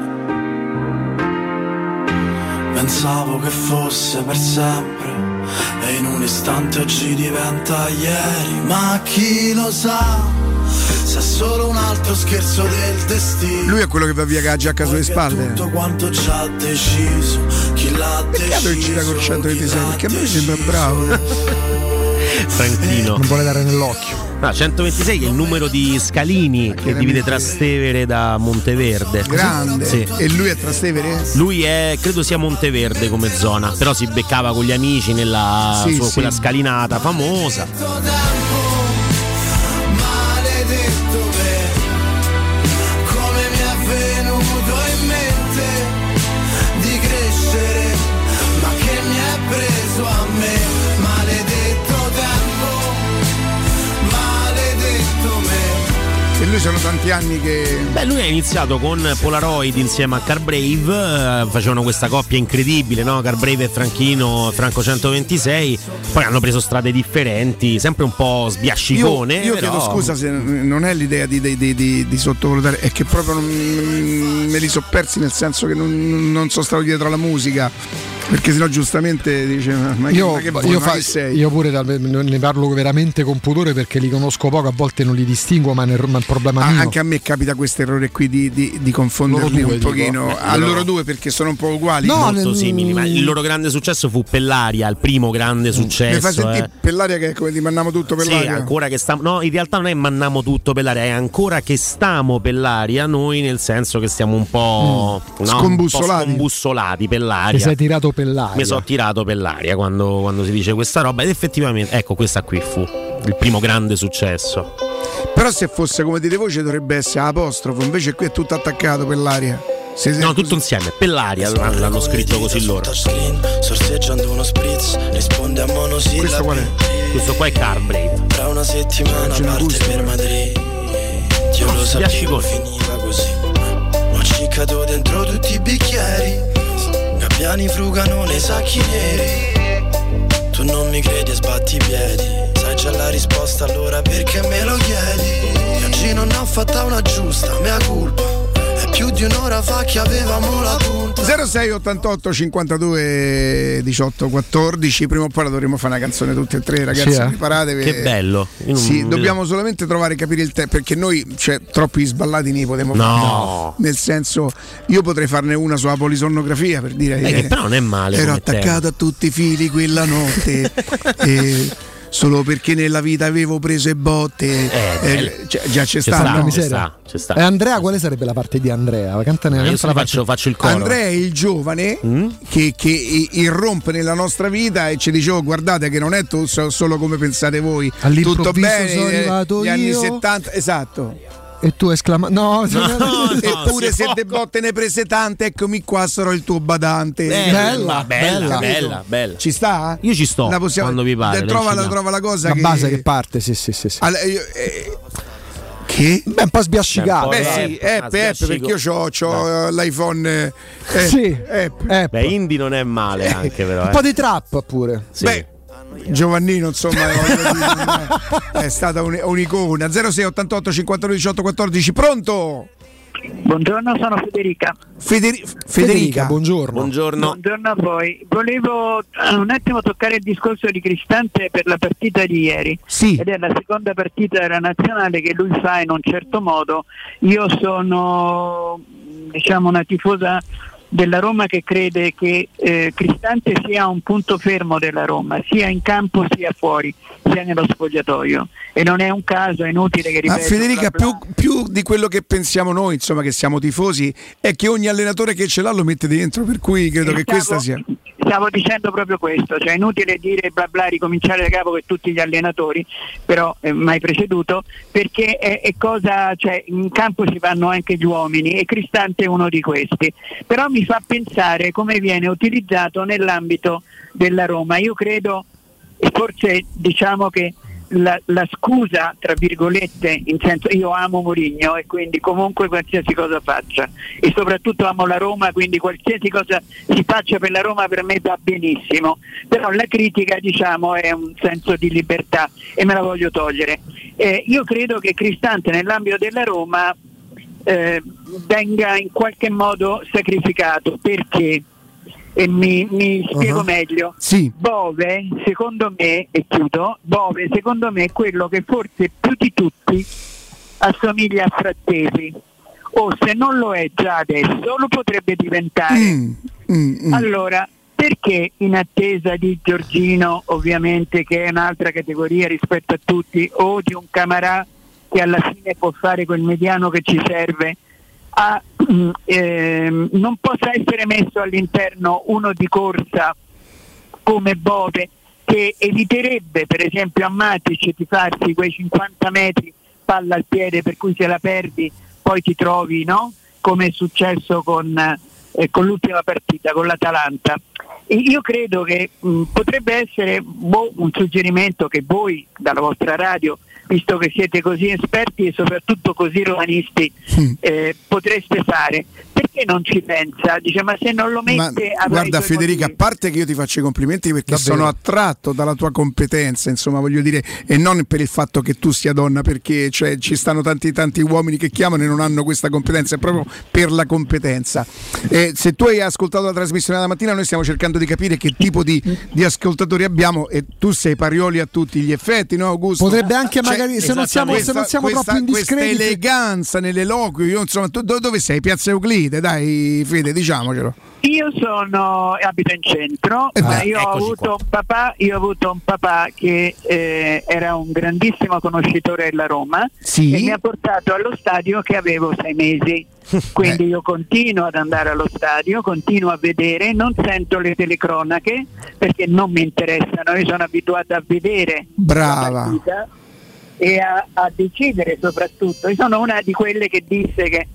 Pensavo che fosse per sempre e in un istante oggi diventa ieri. Ma chi lo sa se è solo un altro scherzo del destino. Lui è quello che va via con la giacca sulle spalle. Tutto quanto già deciso. Chi l'ha Peccato deciso? che gira col centoventisei, perché a me sembra bravo. Franchino non vuole dare nell'occhio. No, centoventisei è il numero di scalini che divide Trastevere da Monteverde. Grande. Sì. E lui è Trastevere? Lui è, credo sia Monteverde come zona, però si beccava con gli amici nella sì, su sì. quella scalinata famosa. Maledetto me, come mi è venuto in mente di crescere, ma che mi è preso a me. Maledetto tempo, maledetto me. sono tanti anni che... Beh, lui ha iniziato con Polaroid insieme a Carbrave, eh, facevano questa coppia incredibile, no? Carbrave e Franchino, Franco centoventisei, poi hanno preso strade differenti, sempre un po' sbiascicone. Io, io però... chiedo scusa se non è l'idea di, di, di, di, di sottovalutare, è che proprio non, me li so persi, nel senso che non, non sono stato dietro alla musica, perché sennò giustamente dice ma che, io, ma che, vuoi, io, ma fa, che sei? Io pure ne parlo veramente con pudore perché li conosco poco, a volte non li distingo, ma è il problema ah, mio. Anche a me capita questo errore qui di, di, di confonderli due, un pochino dico. a loro due, perché sono un po' uguali, no, molto nel... simili, ma il loro grande successo fu Pellaria, il primo grande successo. Mi fai sentire eh. Pellaria che è come di Mannamo tutto Pellaria? Sì, ancora che stiamo. No, in realtà non è Mannamo tutto Pellaria, è ancora che stiamo Pellaria noi, nel senso che stiamo un po', mm. no, scombussolati. Un po' scombussolati Pellaria. Ti sei tirato Pellaria. Mi sono tirato Pellaria quando, quando si dice questa roba, ed effettivamente, ecco, questa qui fu il primo grande successo. Però se fosse come dite voi ci dovrebbe essere apostrofo, invece qui è tutto attaccato Pellaria. Se no, tutto così... insieme, Pellaria l'hanno scritto così loro. Sorseggiando uno spritz, risponde a monosillabi. Questo qual è? Questo qua è Carbrave. Tra una settimana parte per Madrid. Io no, lo sapevo finiva così. Ho ciccato dentro tutti i bicchieri. Gabbiani frugano nei sacchi neri. Tu non mi credi e sbatti i piedi. Sai già la risposta, allora perché me lo chiedi? Che oggi non ne ho fatta una giusta, mea colpa. È più di un'ora fa che avevamo la punta. zero sei ottantotto cinquantadue diciotto quattordici. Prima o poi la dovremo fare una canzone tutte e tre, ragazzi, sì, eh? Preparatevi. Che bello. Sì, dobbiamo solamente trovare e capire il tempo, perché noi, cioè, troppi sballati ne potremmo no. fare. No. Nel senso, io potrei farne una sulla polisonnografia, per dire eh, che, che però non è male. Ero attaccato tema. a tutti i fili quella notte. e solo perché nella vita avevo preso e botte, eh, eh, cioè, già c'è, c'è sta, sta, no? c'è sta, c'è sta. E Andrea, quale sarebbe la parte di Andrea? Cantane, no, io la faccio, faccio il coro. Andrea è il giovane mm? che, che irrompe nella nostra vita e ci dice: oh, guardate che non è tutto solo come pensate voi, tutto bene, sono arrivato gli io. anni settanta, esatto. E tu esclama no, no, no eppure se de botte ne prese tante, eccomi qua, sarò il tuo badante. Bella, bella, bella, bella, bella. Ci sta? Io ci sto. La possiamo... quando vi pare. Trova la, trova la cosa la che... base che parte, sì, sì, sì. sì. Allora, io, eh... Che? Beh, un po' sbiascicato. Beh, sì, app, app, perché io c'ho, c'ho l'iPhone. Eh, sì, app. app. Beh, indie non è male anche, però. Un eh. po' di trap pure. Sì. Beh, Giovannino, insomma, è stata un, un'icona. zero sei ottantotto cinquantadue diciotto quattordici. Pronto? Buongiorno, sono Federica. Federi- Federica. Federica, buongiorno. Buongiorno. Buongiorno a voi. Volevo un attimo toccare il discorso di Cristante per la partita di ieri. Sì. Ed è la seconda partita della nazionale che lui fa in un certo modo. Io sono, diciamo, una tifosa della Roma che crede che eh, Cristante sia un punto fermo della Roma, sia in campo sia fuori, sia nello spogliatoio, e non è un caso, è inutile che ripeto. Ma Federica, bla bla. Più, più di quello che pensiamo noi, insomma, che siamo tifosi, è che ogni allenatore che ce l'ha lo mette dentro, per cui credo e che stavo, questa sia... Stavo dicendo proprio questo, cioè è inutile dire bla bla, ricominciare da capo che tutti gli allenatori, però eh, mai preceduto, perché è, è cosa, cioè in campo ci vanno anche gli uomini e Cristante è uno di questi, però mi fa pensare come viene utilizzato nell'ambito della Roma. Io credo, e forse diciamo che La, la scusa, tra virgolette, in senso, io amo Mourinho e quindi comunque qualsiasi cosa faccia, e soprattutto amo la Roma, quindi qualsiasi cosa si faccia per la Roma per me va benissimo, però la critica, diciamo, è un senso di libertà e me la voglio togliere. Eh, io credo che Cristante nell'ambito della Roma eh, venga in qualche modo sacrificato, perché e mi, mi spiego uh-huh. meglio. Sì. Bove, secondo me, e chiudo, Bove secondo me è quello che forse più di tutti assomiglia a Frattesi, o se non lo è già adesso lo potrebbe diventare. Mm, mm, mm. Allora, perché in attesa di Giorgino, ovviamente, che è un'altra categoria rispetto a tutti, o di un Camarà che alla fine può fare quel mediano che ci serve, A, ehm, non possa essere messo all'interno uno di corsa come Bove, che eviterebbe per esempio a Matic di farsi quei cinquanta metri palla al piede, per cui se la perdi poi ti trovi, no? Come è successo con, eh, con l'ultima partita con l'Atalanta. E io credo che mh, potrebbe essere boh, un suggerimento che voi dalla vostra radio visto che siete così esperti e soprattutto così romanisti, eh, potreste fare. Perché non ci pensa? Dice, ma se non lo mette... Ma, guarda Federica, a parte che io ti faccio i complimenti perché Davvero? sono attratto dalla tua competenza, insomma, voglio dire, e non per il fatto che tu sia donna, perché cioè, ci stanno tanti tanti uomini che chiamano e non hanno questa competenza, è proprio per la competenza. Eh, se tu hai ascoltato la trasmissione della mattina, noi stiamo cercando di capire che tipo di, di ascoltatori abbiamo, e tu sei Parioli a tutti gli effetti, no Augusto? Potrebbe anche magari, se non siamo, questa, se non siamo questa, troppo indiscreti, questa eleganza nell'eloquio, io, insomma, tu dove sei? Piazza Euclide, dai Fede, diciamocelo. Io sono abito in centro, eh ma beh, io ho avuto qua. un papà, io ho avuto un papà che eh, era un grandissimo conoscitore della Roma, sì? e mi ha portato allo stadio che avevo sei mesi. Quindi eh. io continuo ad andare allo stadio, continuo a vedere, non sento le telecronache perché non mi interessano, io sono abituata a vedere Brava. la partita e a, a decidere soprattutto. Io sono una di quelle che disse che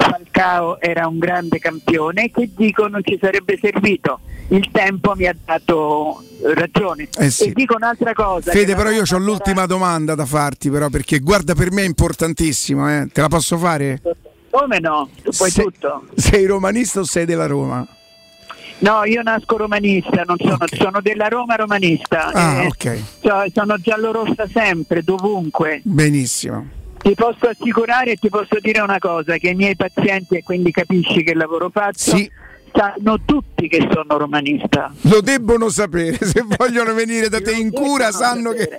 Falcao era un grande campione, che dico non ci sarebbe servito, il tempo mi ha dato ragione. Eh sì. E dico un'altra cosa, Fede, però io ho sarà... l'ultima domanda da farti, però, perché guarda, per me è importantissimo, eh. Te la posso fare? Come no? Tu puoi Se, tutto. Sei romanista o sei della Roma? No, io nasco romanista, non sono, okay. sono della Roma romanista. Ah, eh, ok. Cioè, sono giallorossa sempre, dovunque. Benissimo. Ti posso assicurare e ti posso dire una cosa, che i miei pazienti, e quindi capisci che lavoro faccio, sì. sanno tutti che sono romanista. Lo debbono sapere, se vogliono venire da te in cura sanno che...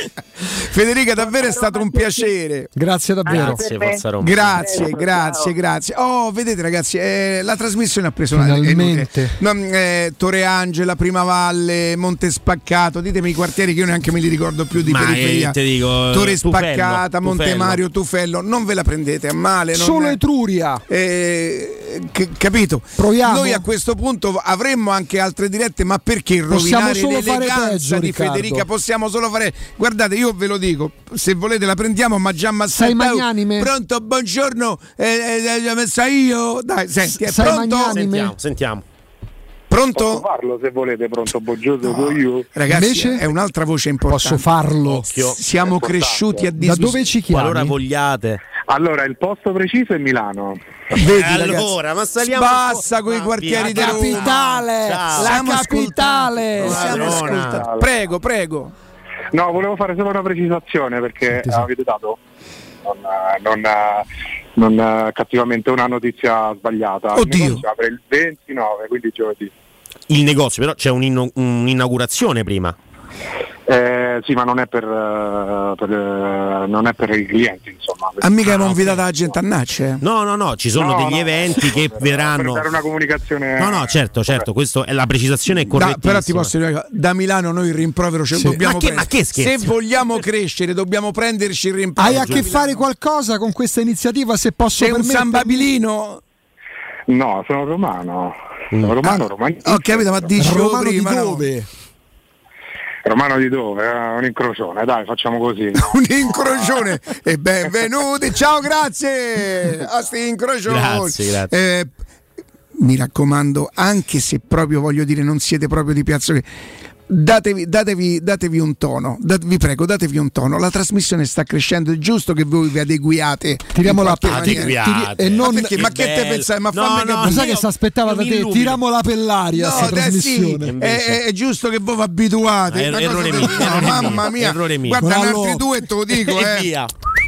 Federica, davvero è stato un piacere. Grazie davvero. Grazie, Forza Roma. Grazie, grazie, grazie. Oh, vedete ragazzi, eh, la trasmissione ha preso finalmente. No, eh, Torre Angela, Prima Valle, Monte Spaccato, ditemi i quartieri che io neanche me li ricordo più di Ma periferia. Eh, te dico, Torre Tufello, Spaccata, Monte Tufello. Mario, Tufello, non ve la prendete a male. Non Solo è... Etruria. Eh, c- capito? Proviamo. Noi a questo punto avremmo anche altre dirette, ma perché Possiamo rovinare solo fare l'eleganza peggio, di Riccardo. Federica? Possiamo solo fare. Guardate, io ve lo dico, se volete la prendiamo, ma già ammazzato. Sei magnanime? Pronto, buongiorno. Eh, eh, eh, messa io. Dai, senti, è Sei pronto? magnanime? Sentiamo, sentiamo. Pronto? Posso farlo se volete, pronto, buongiorno, no. io. Ragazzi, Invece? è un'altra voce importante. Posso farlo? Occhio. Siamo cresciuti a Da dismissione. dove ci chiami? Qualora vogliate. Allora, il posto preciso è Milano. Vedi, allora, ragazzi, ma saliamo basta con i quartieri di La Roma. capitale, Ciao. la Siamo capitale. ascoltati. Siamo Madonna. ascoltati. Prego, prego. No, volevo fare solo una precisazione perché Senti, sì. avete dato non, non, non cattivamente una notizia sbagliata. Oddio. Il negozio apre il ventinove, quindi giovedì. Il negozio, però c'è un'inno- un'inaugurazione prima. Eh, sì, ma non è per, eh, per eh, non è per i clienti, insomma. Ah, mica Ah, non ok. vi date la gente a Nacce? No, no, no, ci sono No, degli no, eventi che per, verranno. per dare una comunicazione. No, no, certo, certo, questo è la precisazione è Da, correttissima. però ti posso dire, da Milano noi il rimprovero ce lo Sì. dobbiamo Ma che- prendere. ma che scherzi? Se vogliamo crescere dobbiamo prenderci il rimprovero. Hai a che fare qualcosa con questa iniziativa, se posso Sei un permettermi? sambabilino? No, sono romano. Sono romano, romanista. Ho capito, ma dicevo Romano prima, di no? dove? Romano di dove? Eh, un incrocione, dai, facciamo così. Un incrocione e benvenuti, ciao, grazie a sti incrocioni. Grazie, grazie. Eh, mi raccomando, anche se proprio voglio dire non siete proprio di Piazza Euclide, datevi, datevi, datevi un tono, dat- vi prego, datevi un tono. La trasmissione sta crescendo, è giusto che voi vi adeguiate. Tiriamo in la qualche maniera. Adeguiate. e non- Ma perché? Ma che te bello. pensai? Ma No, fammi no, capire. Lo sai io- che si aspettava io da mi te? illumino. Tiriamola per l'aria, No, sta eh, trasmissione. sì, Invece. è, è giusto che voi vi abituate. Er- Una errore cosa mio, del- no, errore mamma mio, mia, errore mio. guarda, Bravo. altri due te lo dico, E eh. via.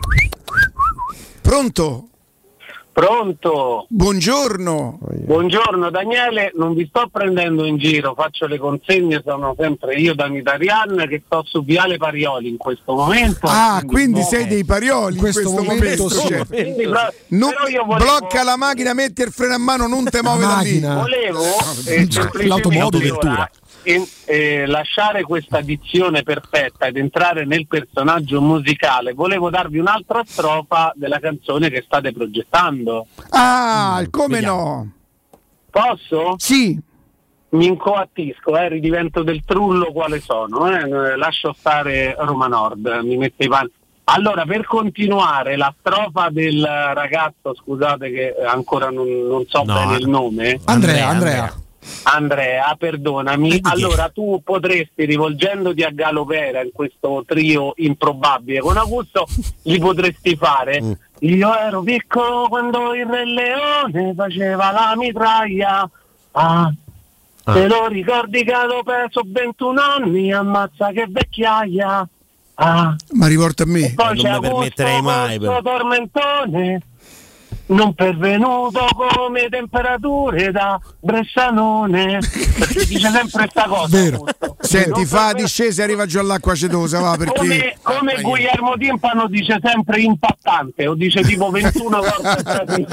Pronto? Pronto? Buongiorno. Buongiorno Daniele, non vi sto prendendo in giro, faccio le consegne, sono sempre io Dan Italian che sto su Viale Parioli in questo momento. Ah, quindi no. sei dei Parioli in questo, questo momento. momento sì. certo. Quindi, però- Non- però io volevo, blocca la macchina, metti il freno a mano, non te muove da lì. Macchina. volevo eh, L'automobile. semplicemente ora, e, eh, lasciare questa dizione perfetta ed entrare nel personaggio musicale. Volevo darvi un'altra strofa della canzone che state progettando. Ah, come Vediamo. no? Posso? Sì. Mi incoattisco, eh, ridivento del trullo quale sono, eh, lascio stare Roma Nord, mi metto i panni. Allora, per continuare la strofa del ragazzo, scusate che ancora non, non so No, bene il nome. Andrea, Andrea. Andrea, perdonami, allora tu potresti, rivolgendoti a Galopera in questo trio improbabile con Augusto, gli potresti fare mm. io ero piccolo quando il Re Leone faceva la mitraglia, ah, ah. te lo ricordi Galopera, so ventuno anni, ammazza che vecchiaia, ah. Ma riporta a me, e poi non c'è mi permetterei mai questo tormentone non pervenuto come temperature da Bressanone, perché dice sempre questa cosa. Vero. Senti, fa discesa e arriva giù all'acqua acetosa, va, perché come, come ah, Guglielmo Timpano dice sempre impattante, o dice tipo ventuno volte.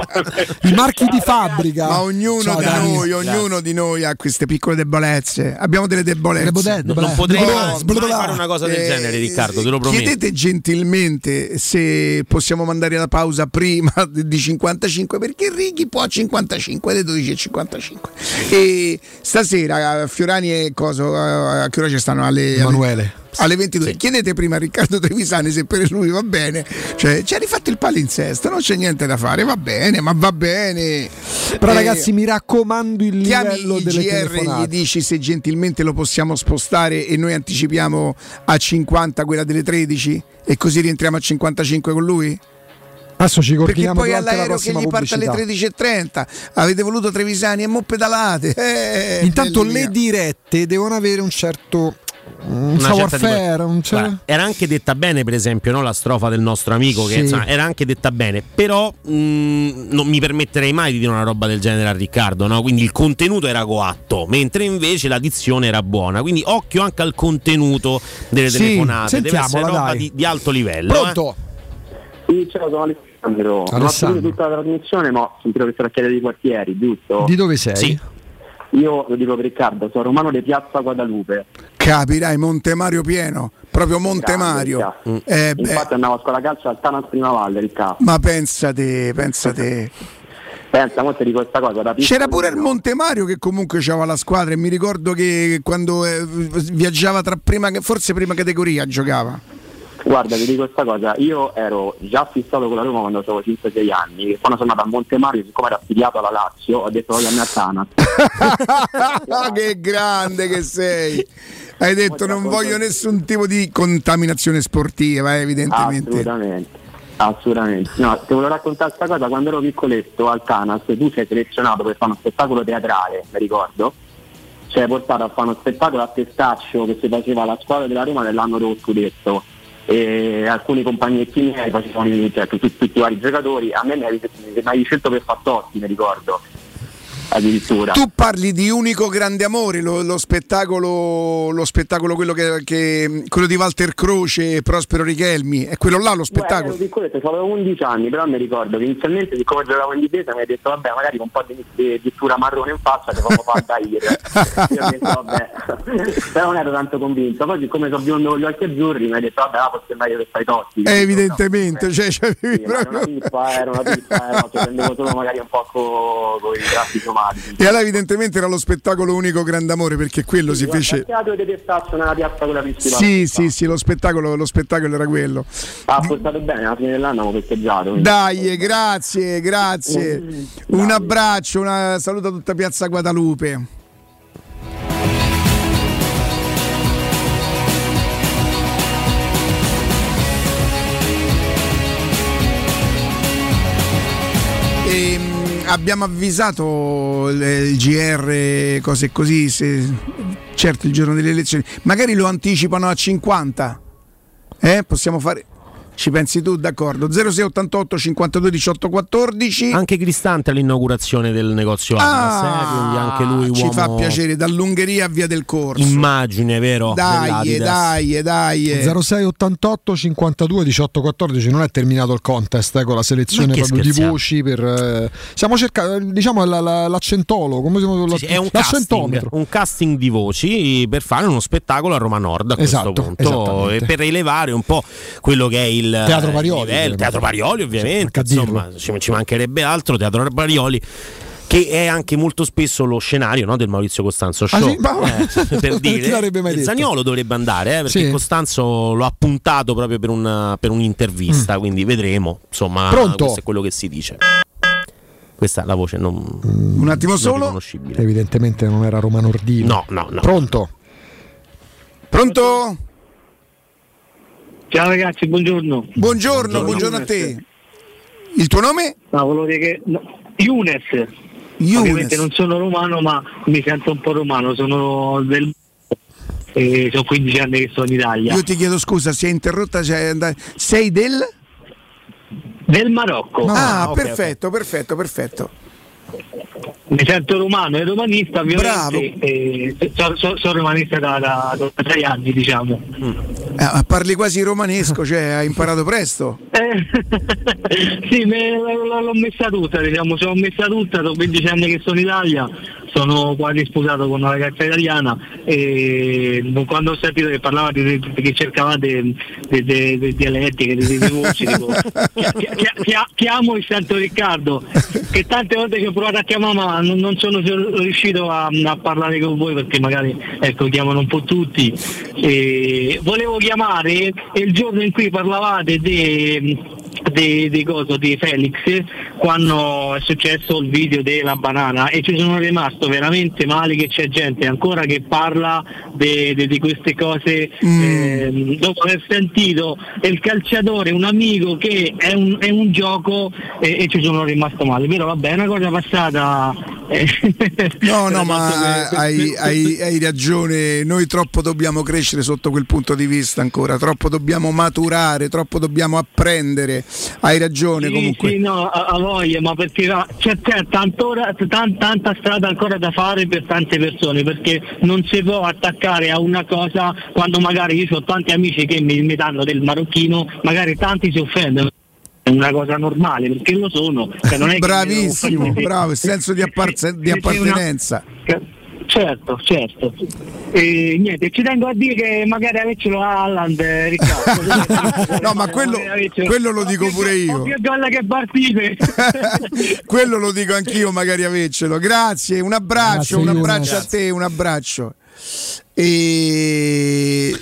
I marchi di fabbrica. Ma ognuno Ciao, di Dani. noi, ognuno di noi ha queste piccole debolezze. Abbiamo delle debolezze. Le bodette, non bodette. potrei Bodette, bodette. fare una cosa del Eh, genere, Riccardo, te lo prometto. Chiedete gentilmente se possiamo mandare la pausa prima di cinquantacinque, perché Righi può a cinquantacinque, alle dodici e cinquantacinque. E stasera Fiorani e Coso, a che ora ci stanno? Alle, Emanuele. alle ventidue. Sì. Chiedete prima a Riccardo Trevisani se per lui va bene, cioè ci ha rifatto il palinsesto, non c'è niente da fare, va bene, ma va bene. Però Eh, ragazzi, mi raccomando il chiami livello il delle G R, telefonate. gli dici se gentilmente lo possiamo spostare e noi anticipiamo a cinquanta quella delle tredici e così rientriamo a cinquantacinque con lui? Adesso ci Perché coordiniamo poi durante la all'aereo che prossima gli parte alle pubblicità. tredici e trenta avete voluto Trevisani e mo pedalate. Eh, Intanto belli le mia. dirette devono avere un certo un Una savoir certa tipo- faire, un cer- Guarda, era anche detta bene, per esempio, no? La strofa del nostro amico, che Sì. insomma, era anche detta bene, però mh, non mi permetterei mai di dire una roba del genere a Riccardo, no? Quindi il contenuto era coatto, mentre invece la dizione era buona, quindi occhio anche al contenuto delle Sì, telefonate, deve essere sentiamola, roba dai. di, di alto livello. Pronto? Sì, ciao, sono Alessandro. Non ho Alessandro. seguito tutta la trasmissione, ma ho sentito che sarà chiedere di quartieri, giusto? Di dove sei? Sì. Io lo dico per Riccardo, sono romano di Piazza Guadalupe. Capirai, Montemario pieno, proprio Montemario. Grande, Eh, beh, Infatti andavo a scuola calcio al Tanas Prima Valle, Riccardo. ma pensate, pensate. Pensa, mo ti dico questa cosa. Da C'era pure il piccolino- Montemario che comunque c'aveva la squadra e mi ricordo che quando eh, viaggiava tra prima, forse prima categoria giocava. Guarda, ti dico questa cosa, io ero già fissato con la Roma quando avevo cinque sei anni, quando sono andato a Montemario, siccome ero affiliato alla Lazio, ho detto voglio andare a Tanas. Che grande che sei! Hai detto non voglio nessun tipo di contaminazione sportiva, eh, evidentemente. Assolutamente, assolutamente. No, ti volevo raccontare questa cosa, quando ero piccoletto al Tanas, tu sei selezionato per fare uno spettacolo teatrale, mi ricordo, ci hai portato a fare uno spettacolo a Testaccio che si faceva alla squadra della Roma nell'anno dello scudetto. E alcuni compagnetti miei facevano, cioè, tutti, tutti i vari giocatori, a me mi avevi, mi avevi scelto per Fattotti, mi ricordo, addirittura. Tu parli di Unico Grande Amore, lo, lo spettacolo, lo spettacolo quello, che, che, quello di Walter Croce e Prospero Richelmi, è quello là lo spettacolo? Beh, ero piccoletto, avevo undici anni, però mi ricordo che inizialmente, siccome giocavo in difesa, mi ha detto vabbè, magari con un po' di, di, di pittura marrone in faccia ti fanno fare da ire. Io ho detto vabbè, però non ero tanto convinto. Poi siccome sono biondo con gli occhi azzurri mi ha detto vabbè, là può sembrare che fai totti. Eh, evidentemente, no, cioè, cioè, sì, ma era una pippa, era una pippa, era, cioè, prendevo solo magari un po' con i tratti somatici. E allora evidentemente era lo spettacolo Unico Grande Amore, perché quello Sì, si fece. Il teatro di Testaccio nella piazza quella principale. Sì, sì, sì, lo spettacolo, lo spettacolo era quello. Ha portato bene, alla fine dell'anno avevo festeggiato. quindi- Dai, grazie, grazie. Un abbraccio, una saluto a tutta Piazza Guadalupe. E, mh, abbiamo avvisato il, il G R, cose così, se, certo il giorno delle elezioni, magari lo anticipano a cinquanta, eh? Possiamo fare... Ci pensi tu, d'accordo? zero sei ottantotto cinquantadue diciotto quattordici. Anche Cristante all'inaugurazione del negozio Atlas, Ah, eh, quindi anche lui ci uomo... fa piacere, dall'Ungheria a Via del Corso. Immagine, vero? Dai, dell'Adidas. dai, dai. zero sei ottantotto cinquantadue diciotto quattordici. Non è terminato il contest eh, con la selezione Ma che proprio di scherziamo? voci per eh, stiamo cercando, diciamo, la, la, l'accentolo, come si chiama? Sì, sì, è un casting, l'accentometro. un casting di voci per fare uno spettacolo a Roma Nord a Esatto, questo punto, esattamente. e per rilevare un po' quello che è il Teatro Parioli, il livello, Teatro Parioli ovviamente, Sì, insomma ci, ci mancherebbe altro, Teatro Parioli che è anche molto spesso lo scenario, no, del Maurizio Costanzo Show. Ah, sì? Ma- eh, per non ti dire, l'avrebbe mai il detto. Zaniolo dovrebbe andare, eh, perché Sì. Costanzo lo ha puntato proprio per, una, per un'intervista, Mm. quindi vedremo, insomma. Pronto? Questo è quello che si dice. Questa è la voce non mm. Un attimo non solo. riconoscibile. Evidentemente non era Romano Ordino. No, no, no. Pronto? Pronto? Ciao ragazzi, buongiorno. Buongiorno, buongiorno, buongiorno a te. Il tuo nome? No, volevo dire che no, Younes. Younes. Ovviamente non sono romano, ma mi sento un po' romano, sono del e sono quindici anni che sono in Italia. Io ti chiedo scusa, si è interrotta, cioè, sei del del Marocco. Ah, ah okay, perfetto, okay. perfetto, perfetto. Mi sento romano e romanista, ovviamente. Bravo. E sono, sono, sono romanista da, da, da tre anni, diciamo. Eh, parli quasi romanesco, cioè hai imparato presto. Eh, sì, me, l'ho messa tutta, diciamo, sono messa tutta, sono quindici anni che sono in Italia, sono quasi sposato con una ragazza italiana e quando ho sentito che parlavate di, di, che cercavate di dialettiche, di voci, dico, chiamo il Santo Riccardo, che tante volte ci ho provato a chiamare ma non, non sono riuscito a, a parlare con voi perché magari ecco chiamano un po' tutti. E volevo chiamare il giorno in cui parlavate di di, di, coso, di Felix, quando è successo il video della banana, e ci sono rimasto veramente male che c'è gente ancora che parla di, di, di queste cose mm. eh, dopo aver sentito il calciatore, un amico che è un, è un gioco e, e ci sono rimasto male, però vabbè è una cosa passata. No, no, ma hai, hai, hai ragione, noi troppo dobbiamo crescere sotto quel punto di vista ancora, troppo dobbiamo maturare, troppo dobbiamo apprendere, hai ragione sì, comunque. Sì, no, a, a voglia, ma perché c'è, c'è tantora, tan, tanta strada ancora da fare per tante persone, perché non si può attaccare a una cosa quando magari io ho tanti amici che mi, mi danno del marocchino, magari tanti si offendono. È una cosa normale perché lo sono, cioè non è bravissimo, che bravo, il senso di, apparse- di appartenenza. Una... Certo, certo. E niente, ci tengo a dire che magari avercelo a Haaland, Riccardo. No, ma quello, quello lo dico pure io. Che gol che partite. Quello lo dico anch'io, magari avercelo. Grazie, un abbraccio, Grazie, un abbraccio Grazie. a te, un abbraccio. E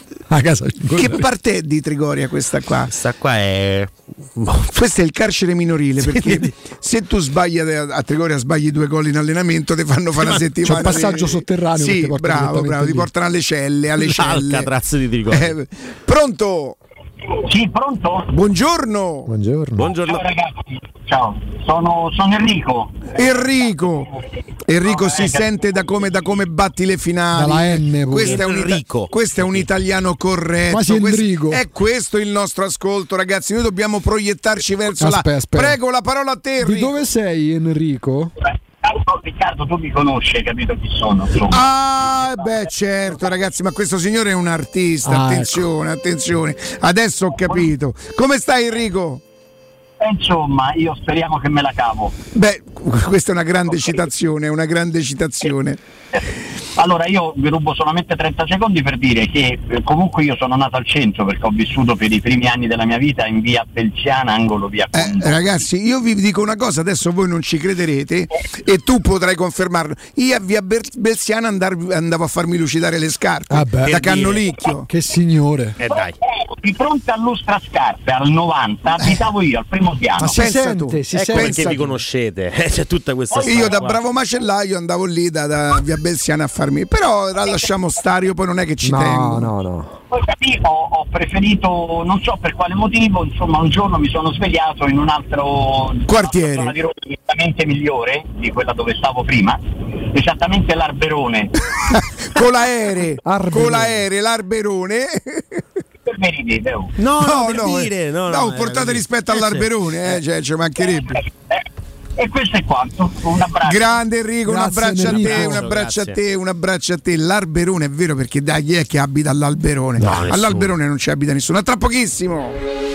a casa. Che parte è di Trigoria questa qua? Questa qua è questo è il carcere minorile, perché se tu sbagli a Trigoria, sbagli due gol in allenamento, ti fanno fare una settimana. C'è un passaggio sotterraneo. Sì, bravo, bravo, ti portano alle celle, alle celle. Alcatraz di Trigoria. Eh, pronto? Sì, pronto? Buongiorno. Buongiorno. Buongiorno. Ciao ragazzi. Ciao, sono, sono Enrico. Enrico. Enrico si sente da come, da come batti le finali. Dalla N. Questo è, un ita- questo è un italiano corretto. Quasi Enrico. Questo, è questo il nostro ascolto, ragazzi. Noi dobbiamo proiettarci verso aspetta, là. Aspetta. Prego, la parola a te, Enrico. Di dove sei, Enrico? Riccardo, tu mi conosci, hai capito chi sono? Insomma. Ah, beh, certo, ragazzi, ma questo signore è un artista. Ah, attenzione, ecco. attenzione. Adesso ho capito. Come stai, Enrico? Eh, insomma, io speriamo che me la cavo. Beh, questa è una grande okay. citazione, una grande citazione. Allora io vi rubo solamente trenta secondi per dire che eh, comunque io sono nato al centro, perché ho vissuto per i primi anni della mia vita in via Belziana, angolo via Conda. Eh, ragazzi, io vi dico una cosa, adesso voi non ci crederete e tu potrai confermarlo. Io a via Ber- Belziana andar- andavo a farmi lucidare le scarpe ah beh, da Cannolicchio. Che signore. Eh, dai. Di fronte all'Ustra Scarpe al novanta abitavo io al primo piano. Ma si pensa sente, tu. si ecco sente. Perché vi conoscete. C'è tutta questa storia. Io da bravo macellaio andavo lì da, da via Belziana a farmi, però la lasciamo stare, io poi non è che ci no, tengo. No, no. Poi capito, ho preferito, non so per quale motivo, insomma un giorno mi sono svegliato in un altro quartiere, zona di Roma esattamente migliore di quella dove stavo prima, esattamente l'Arberone. Con l'aereo, con l'aereo, l'Arberone. Per me ridete, oh. No, no, no, no, dire, no, no, no, portate eh, rispetto eh, all'Arberone, eh, cioè ci mancherebbe. Eh, e questo è quanto. Un abbraccio. Grande Enrico, grazie, un abbraccio Enrico. a te, un abbraccio grazie. a te, un abbraccio a te. L'Arberone è vero, perché dai, chi è che abita all'Alberone? No, all'Alberone non ci abita nessuno. A tra pochissimo.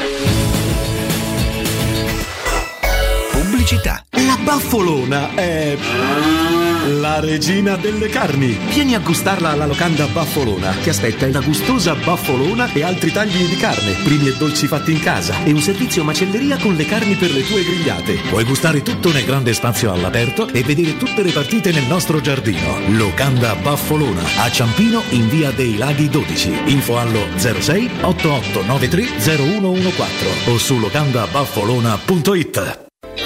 Pubblicità. La Baffolona è la regina delle carni. Vieni a gustarla alla locanda Baffolona. Ti aspetta una gustosa baffolona e altri tagli di carne, primi e dolci fatti in casa e un servizio macelleria con le carni per le tue grigliate. Puoi gustare tutto nel grande spazio all'aperto e vedere tutte le partite nel nostro giardino. Locanda Baffolona a Ciampino in via dei Laghi dodici. Info allo zero sei otto otto nove tre zero uno uno quattro o su locanda baffolona punto it.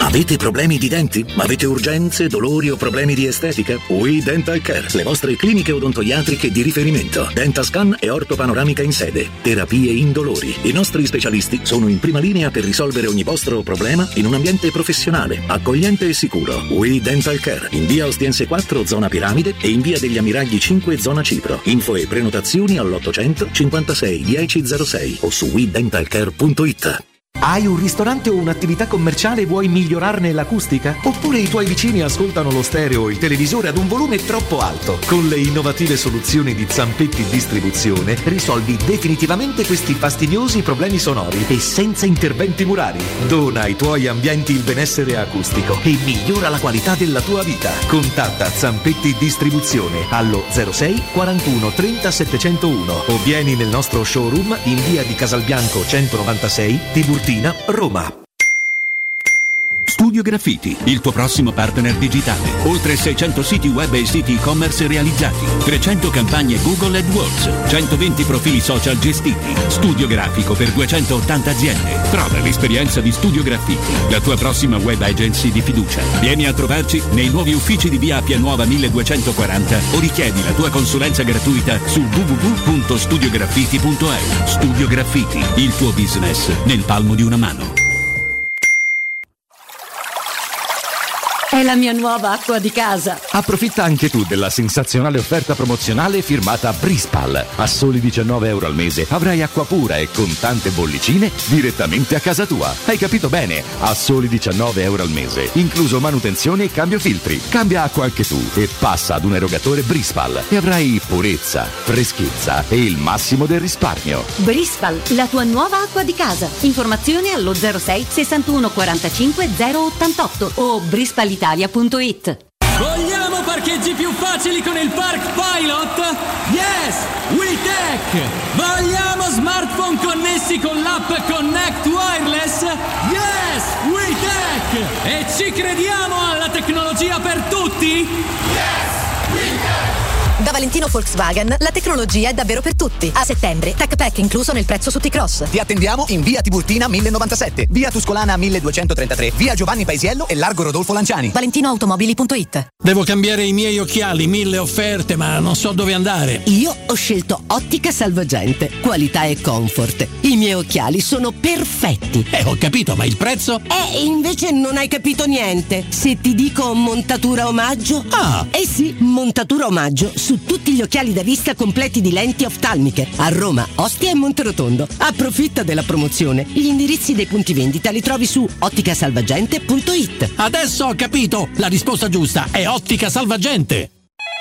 Avete problemi di denti? Avete urgenze, dolori o problemi di estetica? We Dental Care, le vostre cliniche odontoiatriche di riferimento. Dentascan e ortopanoramica in sede. Terapie indolori. I nostri specialisti sono in prima linea per risolvere ogni vostro problema in un ambiente professionale, accogliente e sicuro. We Dental Care, in via Ostiense quattro, zona Piramide, e in via degli Ammiragli cinque, zona Cipro. Info e prenotazioni all'ottocento cinquantasei dieci zero sei o su we dental care punto it. Hai un ristorante o un'attività commerciale e vuoi migliorarne l'acustica? Oppure i tuoi vicini ascoltano lo stereo o il televisore ad un volume troppo alto? Con le innovative soluzioni di Zampetti Distribuzione risolvi definitivamente questi fastidiosi problemi sonori e senza interventi murari. Dona ai tuoi ambienti il benessere acustico e migliora la qualità della tua vita. Contatta Zampetti Distribuzione allo zero sei quarantuno trenta settecentouno o vieni nel nostro showroom in via di Casalbianco centonovantasei, Tiburtina, Roma. Studio Graffiti, il tuo prossimo partner digitale. Oltre seicento siti web e siti e-commerce realizzati, trecento campagne Google AdWords, centoventi profili social gestiti. Studio grafico per duecentottanta aziende. Prova l'esperienza di Studio Graffiti, la tua prossima web agency di fiducia. Vieni a trovarci nei nuovi uffici di via Appia Nuova milleduecentoquaranta o richiedi la tua consulenza gratuita su w w w punto studio graffiti punto e u. Studio Graffiti, il tuo business nel palmo di una mano. È la mia nuova acqua di casa. Approfitta anche tu della sensazionale offerta promozionale firmata Brispal. A soli diciannove euro al mese avrai acqua pura e con tante bollicine direttamente a casa tua. Hai capito bene? A soli diciannove euro al mese, incluso manutenzione e cambio filtri. Cambia acqua anche tu e passa ad un erogatore Brispal e avrai purezza, freschezza e il massimo del risparmio. Brispal, la tua nuova acqua di casa. Informazioni allo zero sei sessantuno quarantacinque zero ottantotto o brispal italia punto it. Vogliamo parcheggi più facili con il Park Pilot? Yes! WeTech! Vogliamo smartphone connessi con l'app Connect Wireless? Yes! WeTech! E ci crediamo alla tecnologia per tutti? Yes! WeTech! Da Valentino Volkswagen la tecnologia è davvero per tutti. A settembre, Tech Pack incluso nel prezzo su T-Cross. Ti attendiamo in via Tiburtina mille novantasette, via Tuscolana milleduecentotrentatré, via Giovanni Paesiello e largo Rodolfo Lanciani. valentinoautomobili punto it. Devo cambiare i miei occhiali, mille offerte, ma non so dove andare. Io ho scelto Ottica Salvagente, qualità e comfort. I miei occhiali sono perfetti. Eh, ho capito, ma il prezzo? Eh, invece non hai capito niente. Se ti dico montatura omaggio? Ah! Eh sì, montatura omaggio su tutti gli occhiali da vista completi di lenti oftalmiche a Roma, Ostia e Monterotondo. Approfitta della promozione. Gli indirizzi dei punti vendita li trovi su ottica salvagente punto it. Adesso ho capito! La risposta giusta è Ottica Salvagente.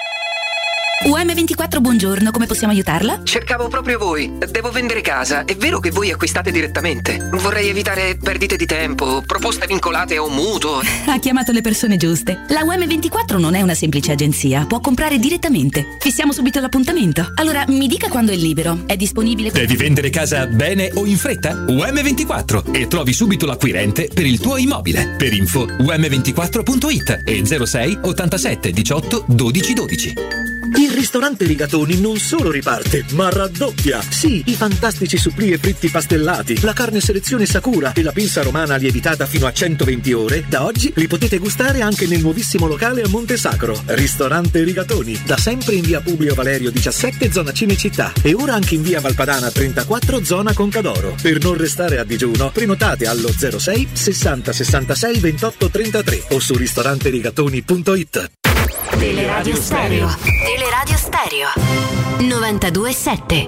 U M ventiquattro, buongiorno, come possiamo aiutarla? Cercavo proprio voi. Devo vendere casa. È vero che voi acquistate direttamente? Vorrei evitare perdite di tempo, proposte vincolate o mutuo. Ha chiamato le persone giuste. La U M ventiquattro non è una semplice agenzia, può comprare direttamente. Fissiamo subito l'appuntamento. Allora, mi dica quando è libero. È disponibile? Devi vendere casa bene o in fretta? U M ventiquattro e trovi subito l'acquirente per il tuo immobile. Per info u m ventiquattro punto it e zero sei ottantasette diciotto dodici dodici. Il ristorante Rigatoni non solo riparte, ma raddoppia. Sì, i fantastici supplì e fritti pastellati, la carne selezione Sakura e la pinza romana lievitata fino a centoventi ore, da oggi li potete gustare anche nel nuovissimo locale a Monte Sacro. Ristorante Rigatoni, da sempre in via Publio Valerio diciassette, zona Cinecittà, e ora anche in via Valpadana trentaquattro, zona Concadoro. Per non restare a digiuno, prenotate allo zero sei sessanta sessantasei ventotto trentatré o su ristoranterigatoni punto it. Teleradio Stereo. Teleradio Stereo. novantadue sette.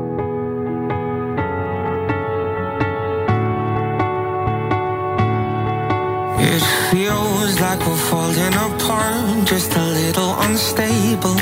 It feels like we're falling apart, just a little unstable.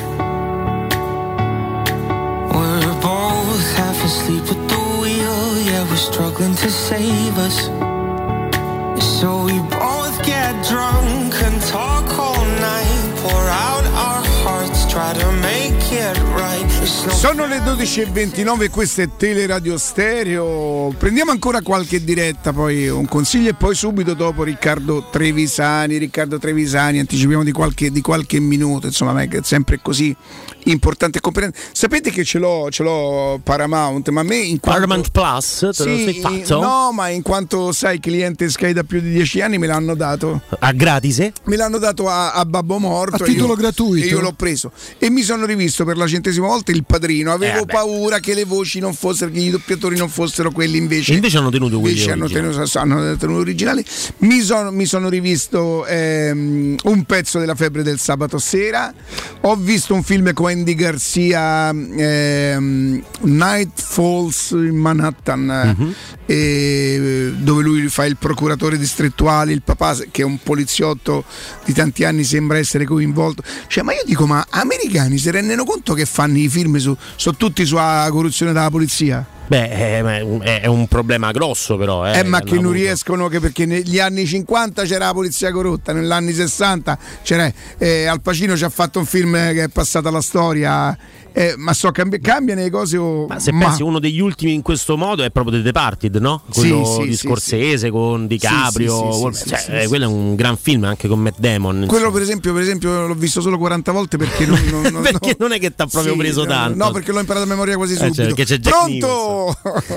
We're both half asleep at the wheel, yeah, we're struggling to save us. So we both get drunk and talk all night, pour out our hearts, try to make it right. Sono le dodici e ventinove e questo è Teleradio Stereo. Prendiamo ancora qualche diretta, poi un consiglio e poi subito dopo Riccardo Trevisani. Riccardo Trevisani, anticipiamo di qualche, di qualche minuto, insomma, è sempre così importante e competente. Sapete che ce l'ho, ce l'ho Paramount, ma a me in quanto, Paramount Plus, te sì, lo sei fatto? No, ma in quanto sai cliente Sky da più di dieci anni me l'hanno dato. A gratis? Me l'hanno dato a, a babbo morto. A titolo io, gratuito. E io l'ho preso. E mi sono rivisto per la centesima volta Il Padrino. Avevo Eh, paura che le voci non fossero, che i doppiatori non fossero quelli invece. Invece hanno tenuto quelli invece hanno originali. tenuto, hanno tenuto originali. Mi sono, mi sono rivisto ehm, un pezzo della Febbre del sabato sera. Ho visto un film con Andy Garcia, ehm, Night Falls in Manhattan, Mhm. e, dove lui fa il procuratore distrettuale, il papà che è un poliziotto di tanti anni sembra essere coinvolto. Cioè, ma io dico, ma americani si rendono conto che fanno i film su, su tutti sulla corruzione della polizia? Beh, è, è un problema grosso però. Eh, Eh, ma che non avuto. riescono, che perché negli anni cinquanta c'era la polizia corrotta, negli anni sessanta c'era eh, Al Pacino ci ha fatto un film che è passato alla storia, eh, ma so cambi- cambiano le cose o... Ma se ma- pensi uno degli ultimi in questo modo è proprio The Departed, no? Sì, Quello sì, di sì, Scorsese con DiCaprio, sì, sì, col- sì, cioè, sì, eh, sì, quello è un gran film anche con Matt Damon. Quello per esempio, per esempio l'ho visto solo quaranta volte perché non, non, non- Perché non è che t'ha proprio Sì, preso no, tanto. No, perché l'ho imparato a memoria quasi Eh, cioè, subito. perché c'è Jack Pronto?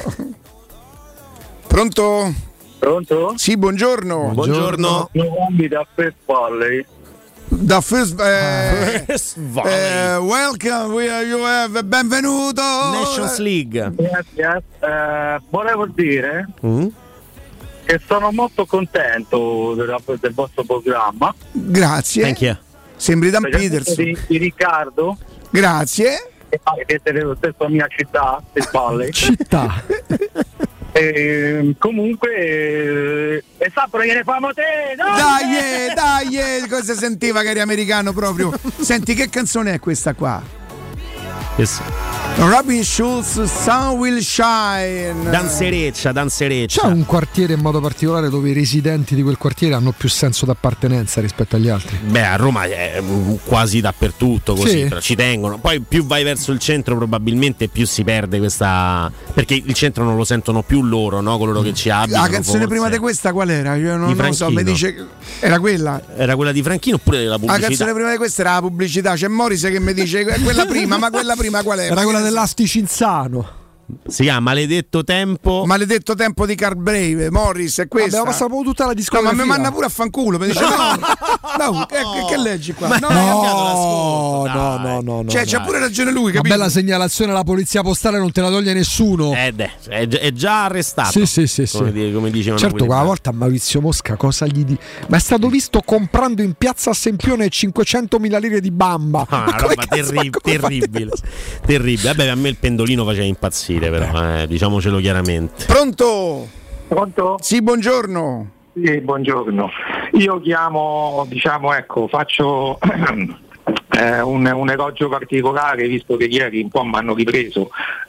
Pronto? Pronto? Sì, buongiorno. Buongiorno. Giovanni da First Valley. Da First, eh, First eh, Valley. welcome, we are, you have, benvenuto. Nations League. Yes, yes. Eh, volevo dire Mm? che sono molto contento del, del vostro programma. Grazie. Thank you. Sembri Dan Specialmente Peterson. Di, di Riccardo, Grazie. che siete dello stesso mia città, First Valley. Città. E, comunque, eh, e sappero che ne famo te! Dai, eh, dai, eh, cosa sentiva che eri americano proprio? Senti, che canzone è questa qua? Yes. Robin Schulz, Sun Will Shine. Danzereccia, danzereccia. C'è un quartiere in modo particolare dove i residenti di quel quartiere hanno più senso d'appartenenza rispetto agli altri? Beh, a Roma è mm, quasi dappertutto così, Sì. però ci tengono. Poi più vai verso il centro probabilmente più si perde questa... Perché il centro non lo sentono più loro, no? Coloro che ci abitano. La canzone forse. prima di questa qual era? Io non, Di non lo so, mi Franchino. dice che era quella. Era quella di Franchino oppure della La pubblicità? canzone prima di questa era la pubblicità. C'è Morris che mi dice "Eh, quella prima, ma quella prima qual è? Era quella dell'Asticinzano. Si chiama Maledetto Tempo. Maledetto tempo di Carl Brave, Morris, è questa. Abbiamo passato tutta la No, discografia. ma mi manda pure a fanculo, mi dice no, no, che, che- che leggi qua? Ma No, hai no, cambiato l'ascolto, no, dai. no, no, no. cioè, c'ha dai. pure ragione lui, Una capito? bella segnalazione alla polizia postale, non te la toglie nessuno. Eh, deh, è, gi- è già arrestato. Sì, sì, sì, sì. Come, di- come dicevano Certo, quelli quella là. volta a Maurizio Mosca cosa gli di... Ma è stato visto comprando in piazza Sempione cinquecentomila lire di bamba. Ah, Ma una come roba cazzo- terri- ma come fate terribile, così? terribile. Vabbè, a me il pendolino faceva impazzire, però, eh, diciamocelo chiaramente. Pronto? Pronto? Sì, buongiorno. Sì, buongiorno. Io chiamo, diciamo, ecco, faccio eh, un, un elogio particolare, visto che ieri un po' mi hanno ripreso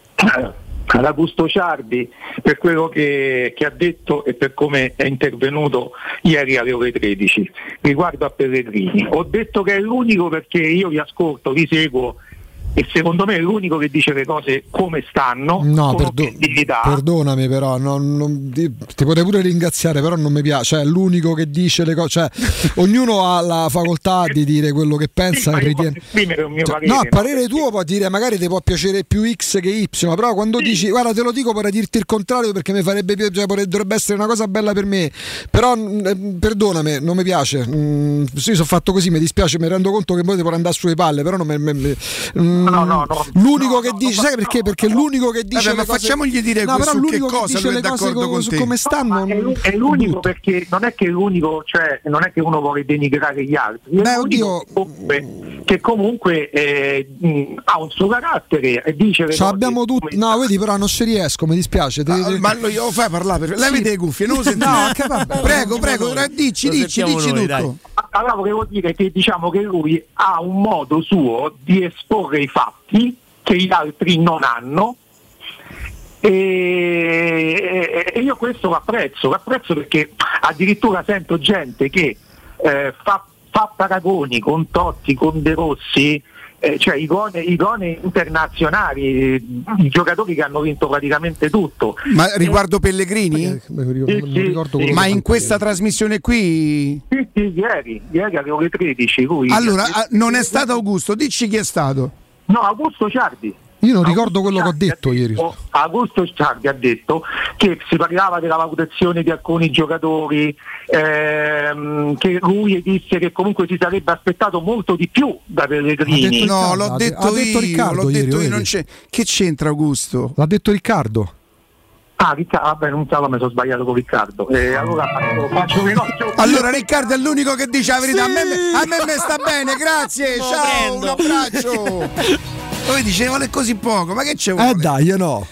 ad Augusto Ciardi per quello che, che ha detto e per come è intervenuto ieri alle ore tredici riguardo a Pellegrini. Ho detto che è l'unico, perché io vi ascolto, vi seguo e secondo me è l'unico che dice le cose come stanno, No, con perdo- obiettività. perdonami però, non- non- ti, ti potrei pure ringraziare, però non mi piace, cioè, è l'unico che dice le cose, cioè, ognuno ha la facoltà di dire quello che pensa Sì, e ma io ritiene. posso esprimere un mio Cioè, parere, no, a no? parere tuo può dire, magari ti può piacere più X che Y, però quando dici, guarda, te lo dico per dirti il contrario perché mi farebbe piacere, cioè, dovrebbe essere una cosa bella per me, però mh, perdonami, non mi piace. Mm, sì, sono fatto così, mi dispiace, mi rendo conto che poi ti può andare sulle palle, però non mi, mi- mi- mm, No, no, no. l'unico No, che no, dice, no, sai perché? no, Perché no. l'unico che dice Vabbè, le ma cose... facciamogli dire no, però su che l'unico che cosa dice lui è le cose d'accordo co- con su te. come stanno. No, ma è, l'u- è l'unico, perché non è che è l'unico, cioè non è che uno vuole denigrare gli altri, è Beh, l'unico oddio. che comunque, che comunque eh, mh, ha un suo carattere e dice le Ce cose l'abbiamo come tutti. No, stanno. vedi, però non ci riesco, mi dispiace. Te- Ah, te- ma lo io fai parlare per... Levate le cuffie, non lo sentite. No, che vabbè. Prego, prego, ra- dici, Lo dici, sentiamo dici noi, tutto. Allora volevo dire che diciamo che lui ha un modo suo di esporre i fatti che gli altri non hanno e, e io questo lo apprezzo, lo apprezzo perché addirittura sento gente che eh, fa, fa paragoni con Totti, con De Rossi eh, cioè icone, icone internazionali, i giocatori che hanno vinto praticamente tutto. Ma riguardo Pellegrini? Eh, sì, sì, sì. Ma in questa trasmissione qui? Sì, sì, ieri, ieri alle ore tredici. Lui... Allora, non è stato Augusto, dici chi è stato? No, Augusto Ciardi. Io non ricordo quello che ho detto ieri. Augusto Ciardi ha detto che si parlava della valutazione di alcuni giocatori, ehm, che lui disse che comunque si sarebbe aspettato molto di più da Pellegrini. No, l'ho detto, ha detto io, Riccardo l'ho ieri, detto io, vedi? non c'è. Che c'entra Augusto? L'ha detto Riccardo. Ah, Riccardo, vabbè, non so, mi sono sbagliato con Riccardo. Eh, allora faccio, faccio un Allora Riccardo è l'unico che dice la verità. Sì. A me, a me, me sta bene, grazie. Lo ciao, prendo. un abbraccio. Poi dice vuole così poco, ma che c'è vuole? Eh dai, no.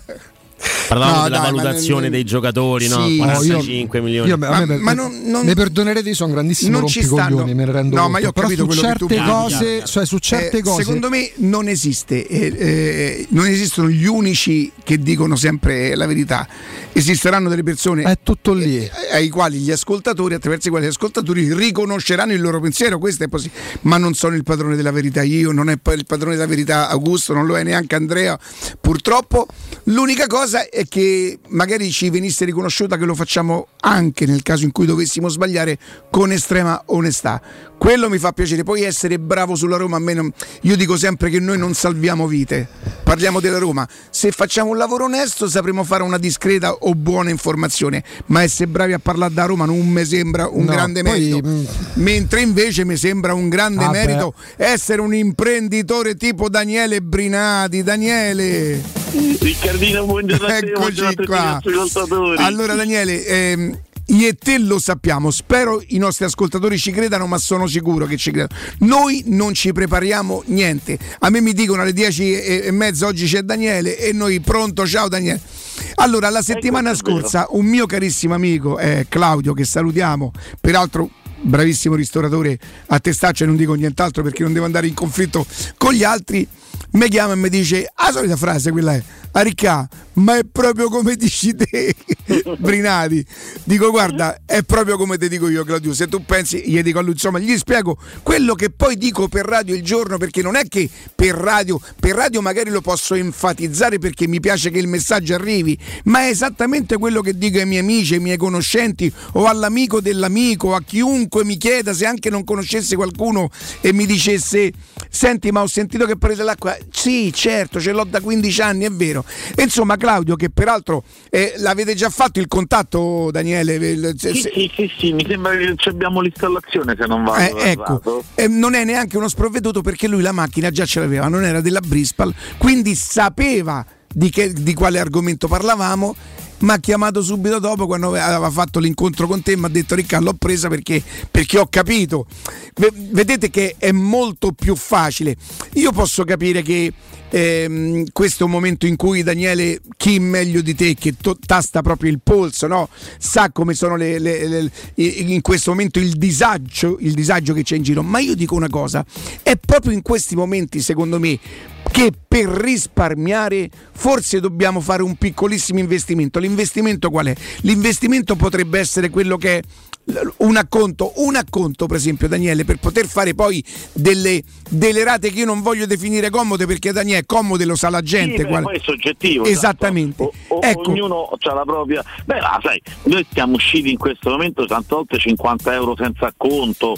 Parlavamo No, della dai, valutazione ma- dei giocatori, no? Sì. quarantacinque No, io- milioni. io- a me- a me- Ma- me- ma non- non- mi perdonerete, io sono un grandissimo non ci stanno. rompicoglioni, me ne rendo No, conto. ma io ho Però capito su quello che tu certe chiaro, cose, chiaro, chiaro. cioè su certe Eh, cose. secondo me non esiste, eh, eh, non esistono gli unici che dicono sempre la verità. Esisteranno delle persone è tutto lì. eh, ai quali gli ascoltatori, attraverso i quali gli ascoltatori riconosceranno il loro pensiero. Questo è possibile, ma non sono il padrone della verità io, non è il padrone della verità Augusto, non lo è neanche Andrea, purtroppo. L'unica cosa è che magari ci venisse riconosciuta che lo facciamo anche nel caso in cui dovessimo sbagliare con estrema onestà. Quello mi fa piacere. Poi essere bravo sulla Roma, a me non... io dico sempre che noi non salviamo vite, parliamo della Roma. Se facciamo un lavoro onesto sapremo fare una discreta o buona informazione, ma essere bravi a parlare da Roma non mi sembra un No, grande poi- merito, mentre invece mi sembra un grande Ah, merito essere un imprenditore tipo Daniele Brinati. Daniele, Riccardino, buongiorno a te, buongiorno a eccoci tutti i qua. nostri ascoltatori. Allora Daniele, ehm, io e te lo sappiamo, spero i nostri ascoltatori ci credano, ma sono sicuro che ci credano. Noi non ci prepariamo niente. A me mi dicono alle dieci e mezza oggi c'è Daniele e noi pronto, ciao Daniele. Allora, la settimana scorsa un mio carissimo amico, eh, Claudio, che salutiamo, peraltro bravissimo ristoratore a testaccia, non dico nient'altro perché non devo andare in conflitto con gli altri, mi chiama e mi dice la solita frase, quella è: Aricà, ma è proprio come dici te. Brinati, dico guarda, è proprio come ti dico io Claudio, se tu pensi, gli dico a lui, insomma gli spiego quello che poi dico per radio il giorno, perché non è che per radio per radio magari lo posso enfatizzare perché mi piace che il messaggio arrivi, ma è esattamente quello che dico ai miei amici, ai miei conoscenti o all'amico dell'amico, a chiunque mi chieda, se anche non conoscesse qualcuno e mi dicesse senti ma ho sentito che prese l'acqua, sì certo ce l'ho da quindici anni, è vero. E insomma Claudio, che peraltro eh, l'avete già fatto il contatto Daniele? Sì, sì, sì, sì, mi sembra che abbiamo l'installazione, se non vado Eh, ecco, eh, non è neanche uno sprovveduto perché lui la macchina già ce l'aveva, non era della Brispal, quindi sapeva di, che, di quale argomento parlavamo. Mi ha chiamato subito dopo quando aveva fatto l'incontro con te e mi ha detto Riccardo l'ho presa perché, perché ho capito. Vedete che è molto più facile. Io posso capire che ehm, questo è un momento in cui Daniele, chi meglio di te che to- tasta proprio il polso, no? Sa come sono le, le, le, in questo momento il disagio, il disagio che c'è in giro, ma io dico una cosa, è proprio in questi momenti secondo me che per risparmiare forse dobbiamo fare un piccolissimo investimento. L'investimento qual è? L'investimento potrebbe essere quello che è un acconto, un acconto per esempio Daniele, per poter fare poi delle, delle rate che io non voglio definire comode, perché Daniele comode lo sa la gente, sì, quale... poi è soggettivo, esattamente, esatto. o, o, ecco. Ognuno ha la propria. Beh, ah, sai, noi siamo usciti in questo momento tante volte cinquanta euro senza acconto,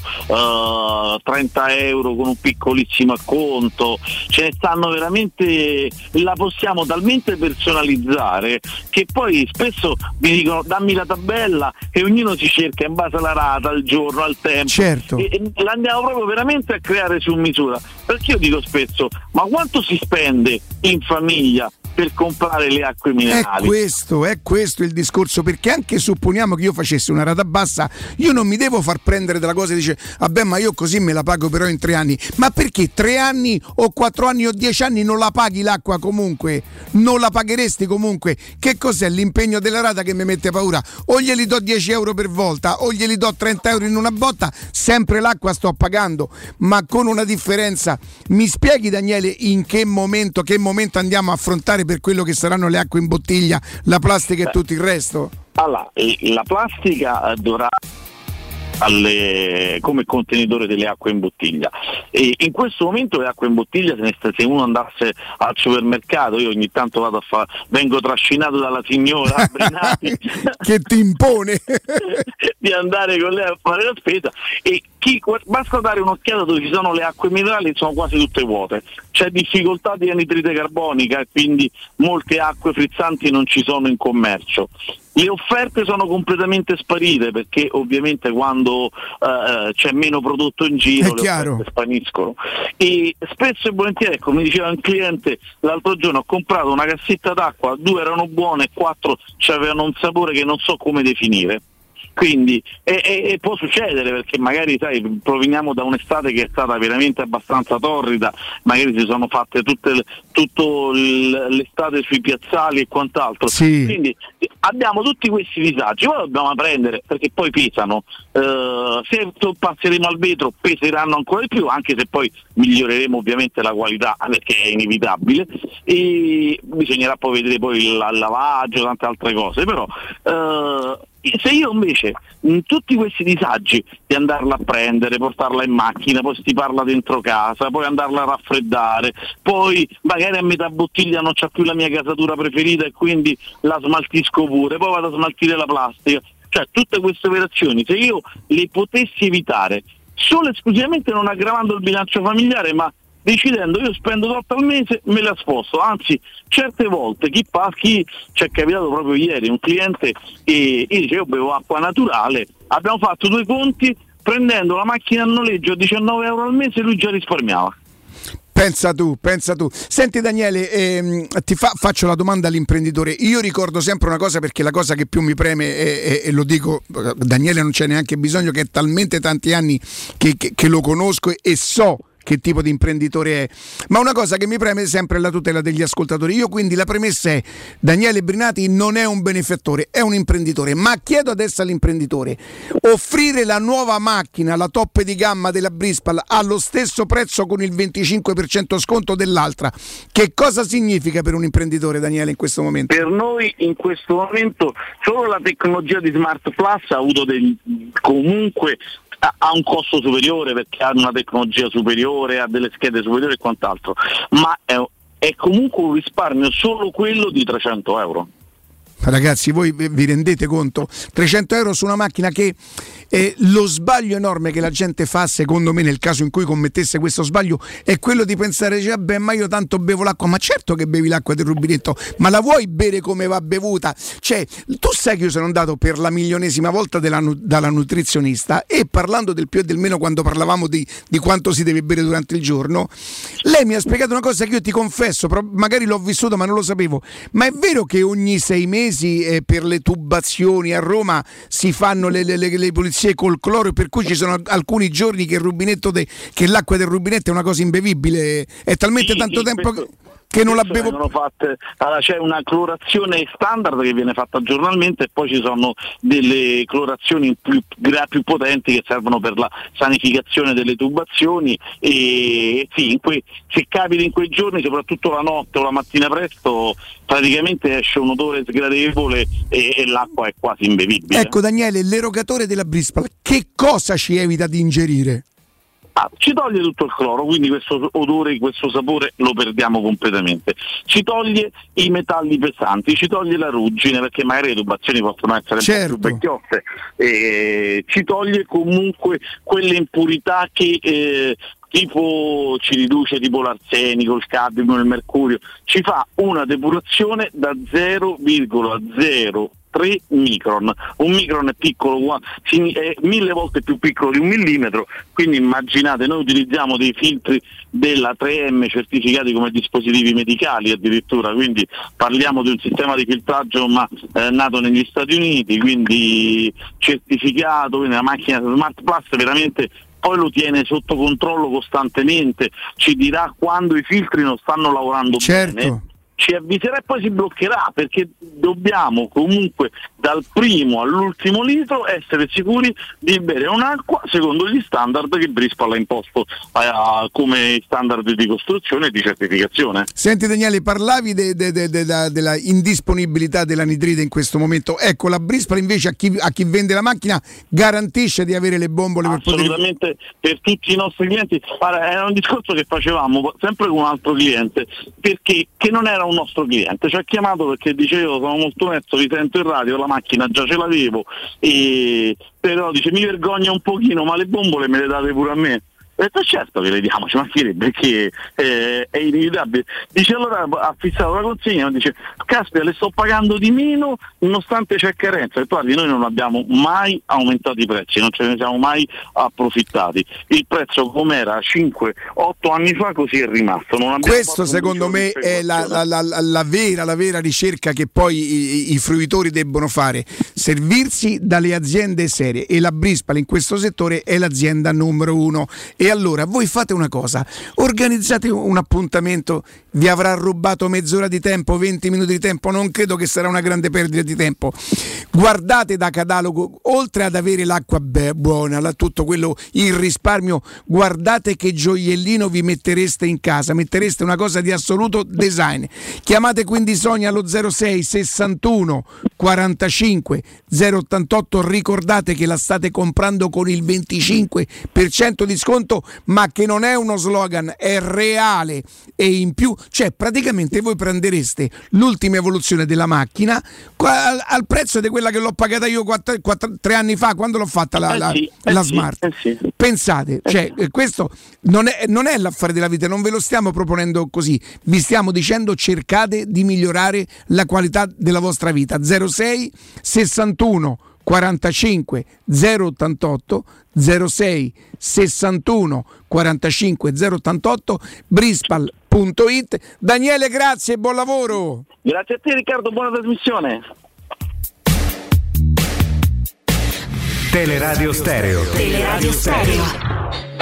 uh, trenta euro con un piccolissimo acconto, ce ne stanno veramente, la possiamo talmente personalizzare che poi spesso mi dicono dammi la tabella e ognuno si cerca in base alla rata, al giorno, al tempo, certo. e, e l'andiamo proprio veramente a creare su misura, perché io dico spesso ma quanto si spende in famiglia per comprare le acque minerali? È questo, è questo il discorso, perché anche supponiamo che io facessi una rata bassa, io non mi devo far prendere dalla cosa e dice vabbè ma io così me la pago però in tre anni, ma perché tre anni o quattro anni o dieci anni non la paghi l'acqua comunque? Non la pagheresti comunque? Che cos'è l'impegno della rata che mi mette paura? O glieli do dieci euro per volta o glieli do trenta euro in una botta, sempre l'acqua sto pagando, ma con una differenza. Mi spieghi Daniele in che momento, che momento andiamo a affrontare per quello che saranno le acque in bottiglia, la plastica e tutto il resto? Allora, la plastica dovrà alle, come contenitore delle acque in bottiglia. E in questo momento le acque in bottiglia, se uno andasse al supermercato, io ogni tanto vado a fare, vengo trascinato dalla signora Brinati che ti impone di andare con lei a fare la spesa, e chi, basta dare un'occhiata dove ci sono le acque minerali, sono quasi tutte vuote, c'è difficoltà di anidride carbonica e quindi molte acque frizzanti non ci sono in commercio. Le offerte sono completamente sparite perché ovviamente quando uh, c'è meno prodotto in giro le offerte spaniscono, e spesso e volentieri, come diceva un cliente l'altro giorno, ho comprato una cassetta d'acqua, due erano buone e quattro avevano un sapore che non so come definire. Quindi e, e, e può succedere, perché magari sai, proveniamo da un'estate che è stata veramente abbastanza torrida, magari si sono fatte tutte le, tutto l'estate sui piazzali e quant'altro, sì. Quindi abbiamo tutti questi disagi, poi dobbiamo apprendere, perché poi pesano, uh, se passeremo al vetro peseranno ancora di più, anche se poi miglioreremo ovviamente la qualità, perché è inevitabile, e bisognerà poi vedere poi il lavaggio, tante altre cose, però uh, se io invece in tutti questi disagi di andarla a prendere, portarla in macchina, poi stiparla dentro casa, poi andarla a raffreddare, poi magari a metà bottiglia non c'ha più la mia gasatura preferita e quindi la smaltisco pure, poi vado a smaltire la plastica, cioè tutte queste operazioni, se io le potessi evitare solo e esclusivamente non aggravando il bilancio familiare, ma decidendo io spendo tutto al mese, me la sposto, anzi certe volte chi pa- chi ci è capitato proprio ieri un cliente che dice io bevo acqua naturale, abbiamo fatto due conti, prendendo la macchina a noleggio a diciannove euro al mese lui già risparmiava. Pensa tu, pensa tu. Senti Daniele, ehm, ti fa, faccio la domanda all'imprenditore. Io ricordo sempre una cosa, perché la cosa che più mi preme, è, è, e lo dico, Daniele non c'è neanche bisogno, che è talmente tanti anni che, che, che lo conosco e, e so che tipo di imprenditore è, ma una cosa che mi preme sempre è la tutela degli ascoltatori. Io quindi la premessa è: Daniele Brinati non è un benefattore, è un imprenditore, ma chiedo adesso all'imprenditore: offrire la nuova macchina, la top di gamma della Brispal, allo stesso prezzo con il venticinque per cento sconto dell'altra, che cosa significa per un imprenditore, Daniele, in questo momento? Per noi in questo momento solo la tecnologia di Smart Plus ha avuto dei, comunque ha un costo superiore, perché ha una tecnologia superiore, ha delle schede superiori e quant'altro, ma è, è comunque un risparmio solo quello di trecento euro. Ragazzi, voi vi rendete conto? trecento euro su una macchina che eh, lo sbaglio enorme che la gente fa, secondo me, nel caso in cui commettesse questo sbaglio, è quello di pensare, cioè, beh, ma io tanto bevo l'acqua. Ma certo che bevi l'acqua del rubinetto, ma la vuoi bere come va bevuta? Cioè, tu sai che io sono andato per la milionesima volta della, dalla nutrizionista, e parlando del più e del meno, quando parlavamo di, di quanto si deve bere durante il giorno, lei mi ha spiegato una cosa che io ti confesso, magari l'ho vissuto ma non lo sapevo, ma è vero che ogni sei mesi Eh, per le tubazioni a Roma si fanno le, le, le pulizie col cloro, per cui ci sono alcuni giorni che il rubinetto de, che l'acqua del rubinetto è una cosa imbevibile, è talmente sì, tanto sì, tempo questo, che, che non la bevo. Fatte, allora, c'è una clorazione standard che viene fatta giornalmente, e poi ci sono delle clorazioni più, più potenti che servono per la sanificazione delle tubazioni, e sì, in que, se capita in quei giorni, soprattutto la notte o la mattina presto, praticamente esce un odore sgradevole e, e l'acqua è quasi imbevibile. Ecco Daniele, l'erogatore della Brispal che cosa ci evita di ingerire? Ah, ci toglie tutto il cloro, quindi questo odore, questo sapore lo perdiamo completamente. Ci toglie i metalli pesanti, ci toglie la ruggine, perché magari le tubazioni possono essere certo. un po' più vecchiotte, e ci toglie comunque quelle impurità che eh, tipo ci riduce, tipo l'arsenico, il cadmio, il mercurio, ci fa una depurazione da zero virgola zero tre micron. Un micron è piccolo, è mille volte più piccolo di un millimetro, quindi immaginate, noi utilizziamo dei filtri della tre M certificati come dispositivi medicali addirittura, quindi parliamo di un sistema di filtraggio ma eh, nato negli Stati Uniti, quindi certificato, quindi la macchina Smart Plus veramente poi lo tiene sotto controllo costantemente, ci dirà quando i filtri non stanno lavorando certo. bene, ci avviserà e poi si bloccherà, perché dobbiamo comunque dal primo all'ultimo litro essere sicuri di bere un'acqua secondo gli standard che Brispal ha imposto eh, come standard di costruzione e di certificazione. Senti Daniele, parlavi de, de, de, de, de, della indisponibilità dell'anidride in questo momento, ecco la Brispal invece a chi, a chi vende la macchina garantisce di avere le bombole per poter... Assolutamente, per tutti i nostri clienti. Era un discorso che facevamo sempre con un altro cliente, perché che non era un nostro cliente, ci ha chiamato perché dicevo sono molto onesto, vi sento in radio, la macchina già ce l'avevo, e però dice mi vergogna un pochino, ma le bombole me le date pure a me. Ho detto certo che le diamo, ci mancherebbe, perché eh, è inevitabile. Dice allora ha fissato la consegna, dice caspita le sto pagando di meno nonostante c'è carenza. E guardi, noi non abbiamo mai aumentato i prezzi, non ce ne siamo mai approfittati, il prezzo com'era cinque otto anni fa così è rimasto. Non questo secondo me è la, la, la, la, la vera la vera ricerca che poi i, i fruitori debbono fare, servirsi dalle aziende serie, e la Brispal in questo settore è l'azienda numero uno. E allora voi fate una cosa, organizzate un appuntamento, vi avrà rubato mezz'ora di tempo, venti minuti di tempo, non credo che sarà una grande perdita di tempo. Guardate da catalogo, oltre ad avere l'acqua be- buona, la, tutto quello, il risparmio, guardate che gioiellino vi mettereste in casa, mettereste una cosa di assoluto design. Chiamate quindi Sonia allo zero sei sessantuno quarantacinque zero ottantotto, ricordate che la state comprando con il venticinque per cento di sconto, ma che non è uno slogan, è reale, e in più, cioè praticamente voi prendereste l'ultima evoluzione della macchina al, al prezzo di quella che l'ho pagata io quattro, quattro, tre anni fa quando l'ho fatta la, eh la, sì, la eh Smart. Sì, eh sì. Pensate, cioè eh sì. questo non è, non è l'affare della vita, non ve lo stiamo proponendo così, vi stiamo dicendo cercate di migliorare la qualità della vostra vita. Zero sei sessantuno quarantacinque zero ottantotto zero sei sessantuno quarantacinque zero ottantotto brispal punto it. Daniele, grazie e buon lavoro. Grazie a te Riccardo, buona trasmissione. Teleradio Stereo. Teleradio Stereo.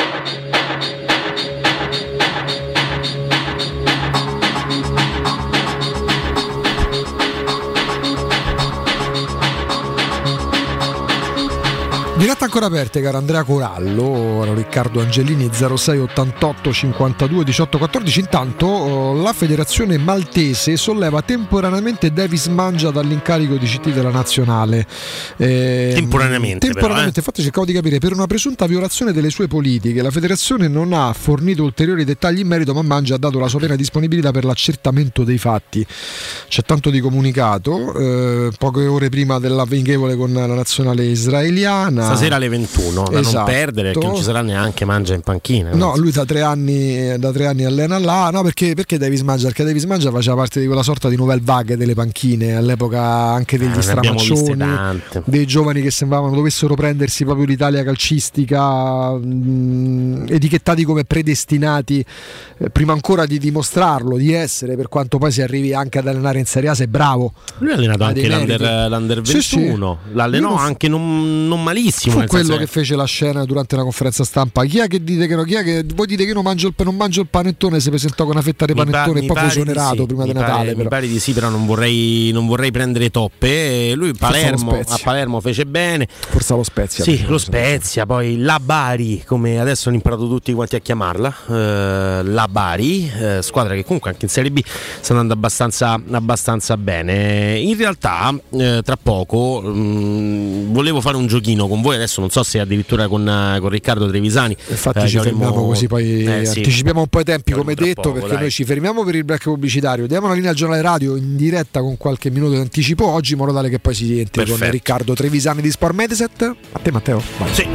Diretta ancora aperte, caro Andrea Corallo, Riccardo Angelini, zero sei ottantotto cinquantadue diciotto quattordici. Intanto la federazione maltese solleva temporaneamente Davis Mangia dall'incarico di C T della nazionale. Eh, temporaneamente, temporaneamente però, eh. Infatti cercavo di capire, per una presunta violazione delle sue politiche. La federazione non ha fornito ulteriori dettagli in merito, ma Mangia ha dato la sua piena disponibilità per l'accertamento dei fatti. C'è tanto di comunicato, eh, poche ore prima dell'amichevole con la nazionale israeliana. Stasera alle ventuno, da esatto. non perdere, perché non ci sarà neanche Mangia in panchina. No, lui da tre anni da tre anni allena là. No, perché, perché Davis Mangia? Perché Davis Mangia faceva parte di quella sorta di nouvelle vague delle panchine, all'epoca anche degli eh, stramaccioni, dei giovani che sembravano dovessero prendersi proprio l'Italia calcistica, mh, etichettati come predestinati, eh, prima ancora di dimostrarlo, di essere, per quanto poi si arrivi anche ad allenare in Serie A, sei bravo. Lui ha allenato anche l'under, l'under ventuno, sì, sì. L'allenò anche non, non malissimo. Fu quello che fece la scena durante una conferenza stampa. Chi è che dite che no? Chi è che voi dite che non mangio il, non mangio il panettone? Si presentò con una fetta di panettone e poi fu esonerato sì, prima di Natale. Pare, però. Mi pare di sì, però non vorrei, non vorrei prendere toppe. Lui Palermo, a Palermo fece bene. Forse lo Spezia. Sì, lo Spezia, poi la Bari, come adesso hanno imparato tutti quanti a chiamarla. Eh, la Bari, eh, squadra che comunque anche in Serie B sta andando abbastanza, abbastanza bene. In realtà, eh, tra poco mh, volevo fare un giochino con voi, adesso non so se addirittura con, con Riccardo Trevisani. Infatti eh, ci fermiamo avremo... così poi eh, sì. anticipiamo un po' i tempi, come detto, poco, perché dai. Noi ci fermiamo per il break pubblicitario, diamo la linea al giornale radio in diretta con qualche minuto di anticipo oggi, in modo tale che poi si rientri con Riccardo Trevisani di Sport Mediaset. A te Matteo. Vai. Sì.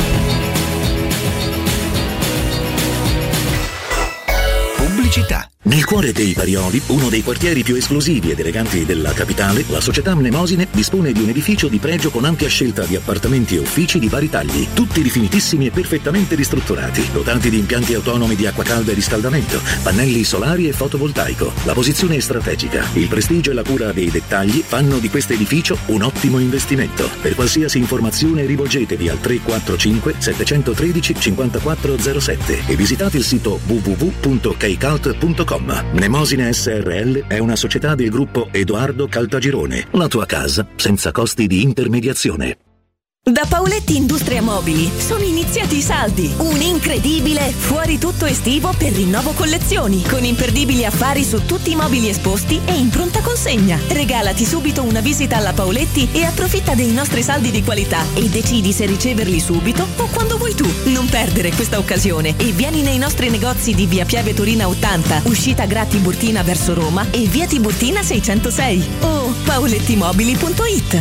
Pubblicità. Nel cuore dei Parioli, uno dei quartieri più esclusivi ed eleganti della capitale, la società Mnemosine dispone di un edificio di pregio con ampia scelta di appartamenti e uffici di vari tagli, tutti rifinitissimi e perfettamente ristrutturati, dotati di impianti autonomi di acqua calda e riscaldamento, pannelli solari e fotovoltaico. La posizione è strategica, il prestigio e la cura dei dettagli fanno di questo edificio un ottimo investimento. Per qualsiasi informazione rivolgetevi al tre quattro cinque sette uno tre cinque quattro zero sette e visitate il sito w w w punto k cult punto com. com. Nemosina S R L è una società del gruppo Edoardo Caltagirone. La tua casa senza costi di intermediazione. Da Paoletti Industria Mobili sono iniziati i saldi. Un incredibile fuori tutto estivo per rinnovo collezioni, con imperdibili affari su tutti i mobili esposti e in pronta consegna. Regalati subito una visita alla Paoletti e approfitta dei nostri saldi di qualità e decidi se riceverli subito o quando vuoi tu. Non perdere questa occasione e vieni nei nostri negozi di via Piave Torina ottanta, uscita Gra Tiburtina verso Roma e via Tiburtina seicentosei o paolettimobili punto it.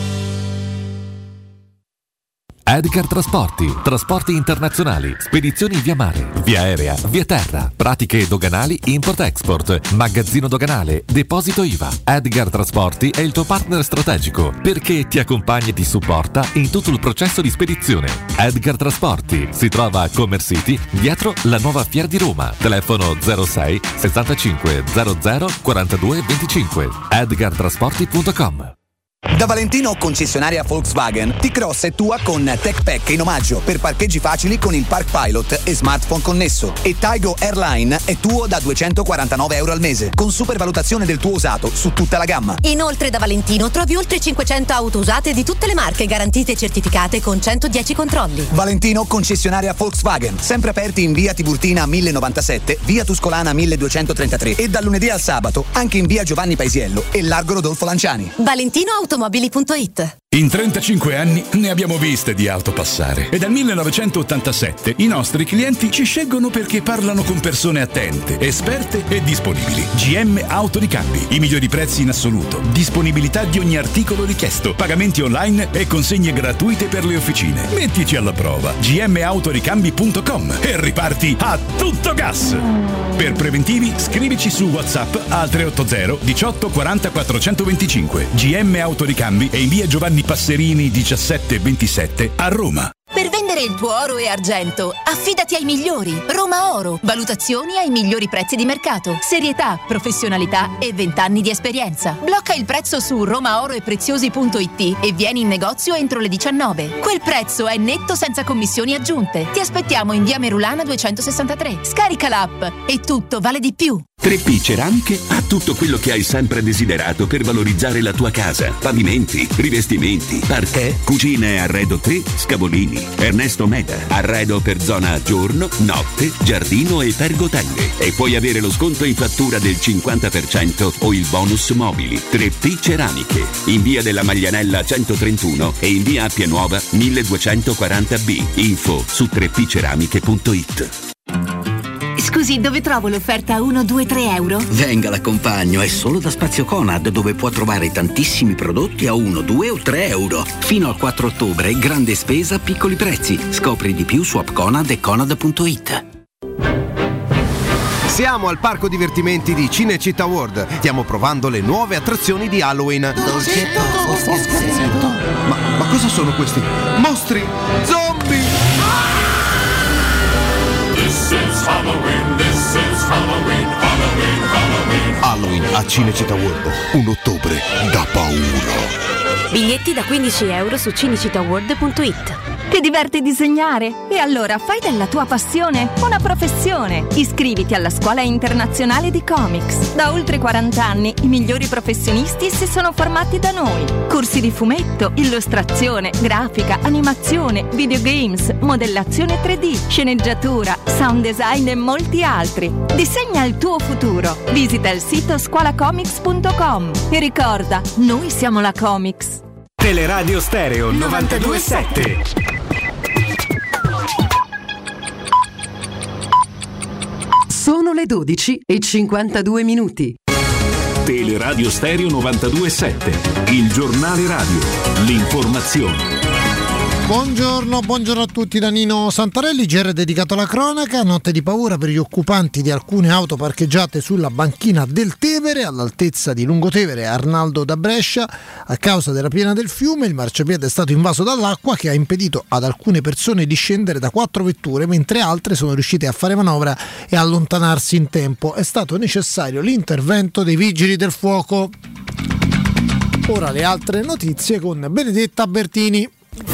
Edgar Trasporti, trasporti internazionali, spedizioni via mare, via aerea, via terra, pratiche doganali import-export, magazzino doganale, deposito I V A. Edgar Trasporti è il tuo partner strategico perché ti accompagna e ti supporta in tutto il processo di spedizione. Edgar Trasporti si trova a Commerce City, dietro la nuova Fiera di Roma. Telefono zero sei sessantacinque zero zero quarantadue venticinque. edgar trasporti punto com. Da Valentino, concessionaria Volkswagen, T-Cross è tua con Tech Pack in omaggio per parcheggi facili con il Park Pilot e smartphone connesso. E Taigo Airline è tuo da duecentoquarantanove euro al mese, con supervalutazione del tuo usato su tutta la gamma. Inoltre da Valentino trovi oltre cinquecento auto usate di tutte le marche, garantite e certificate con centodieci controlli. Valentino, concessionaria Volkswagen, sempre aperti in via Tiburtina mille novantasette, via Tuscolana milleduecentotrentatré e dal lunedì al sabato anche in via Giovanni Paisiello e largo Rodolfo Lanciani. Valentino automobili punto it. In trentacinque anni ne abbiamo viste di auto passare e dal millenovecentottantasette i nostri clienti ci scelgono perché parlano con persone attente, esperte e disponibili. G M Autoricambi, i migliori prezzi in assoluto, disponibilità di ogni articolo richiesto, pagamenti online e consegne gratuite per le officine. Mettici alla prova. g m autoricambi punto com e riparti a tutto gas. Per preventivi scrivici su WhatsApp al tre otto zero diciotto quaranta quattrocentoventicinque. G M Autoricambi e in via Giovanni Passerini diciassette ventisette a Roma. Per vendere il tuo oro e argento, affidati ai migliori. Roma Oro. Valutazioni ai migliori prezzi di mercato. Serietà, professionalità e vent'anni di esperienza. Blocca il prezzo su romaoroepreziosi punto it e vieni in negozio entro le diciannove. Quel prezzo è netto senza commissioni aggiunte. Ti aspettiamo in via Merulana duecentosessantatré. Scarica l'app e tutto vale di più. tre P Ceramiche ha tutto quello che hai sempre desiderato per valorizzare la tua casa. Pavimenti, rivestimenti, parquet, cucine e arredo tre, Scavolini. Ernesto Meda, arredo per zona giorno, notte, giardino e pergotelle. E puoi avere lo sconto in fattura del cinquanta per cento o il bonus mobili. tre P Ceramiche, in via della Maglianella centotrentuno e in via Appia Nuova milleduecentoquaranta B. Info su tre p ceramiche punto it. Scusi, dove trovo l'offerta uno, due, tre euro? Venga, l'accompagno, è solo da Spazio Conad, dove può trovare tantissimi prodotti a uno, due o tre euro. Fino al quattro ottobre, grande spesa, piccoli prezzi. Scopri di più su app Conad e conad punto it. Siamo al parco divertimenti di Cinecittà World. Stiamo provando le nuove attrazioni di Halloween. Dolcetto o scherzzetto? Ma, ma cosa sono questi? Mostri! Zombie! This is Halloween, this is Halloween, Halloween, Halloween. Halloween a Cinecittà World, un ottobre da paura. Biglietti da quindici euro su cinecittà world punto it. Ti diverti a disegnare? E allora fai della tua passione una professione. Iscriviti alla Scuola Internazionale di Comics. Da oltre quaranta anni i migliori professionisti si sono formati da noi. Corsi di fumetto, illustrazione, grafica, animazione, videogames, modellazione tre D, sceneggiatura, sound design e molti altri. Disegna il tuo futuro. Visita il sito scuola comics punto com e ricorda, noi siamo la Comics. Teleradio Stereo novantadue sette. Sono le dodici e cinquantadue minuti. Teleradio Stereo novantadue sette, il giornale radio, l'informazione. Buongiorno, buongiorno a tutti da Nino Santarelli, G R dedicato alla cronaca. Notte di paura per gli occupanti di alcune auto parcheggiate sulla banchina del Tevere, all'altezza di Lungotevere Arnaldo da Brescia. A causa della piena del fiume il marciapiede è stato invaso dall'acqua che ha impedito ad alcune persone di scendere da quattro vetture, mentre altre sono riuscite a fare manovra e allontanarsi in tempo. È stato necessario l'intervento dei vigili del fuoco. Ora le altre notizie con Benedetta Bertini.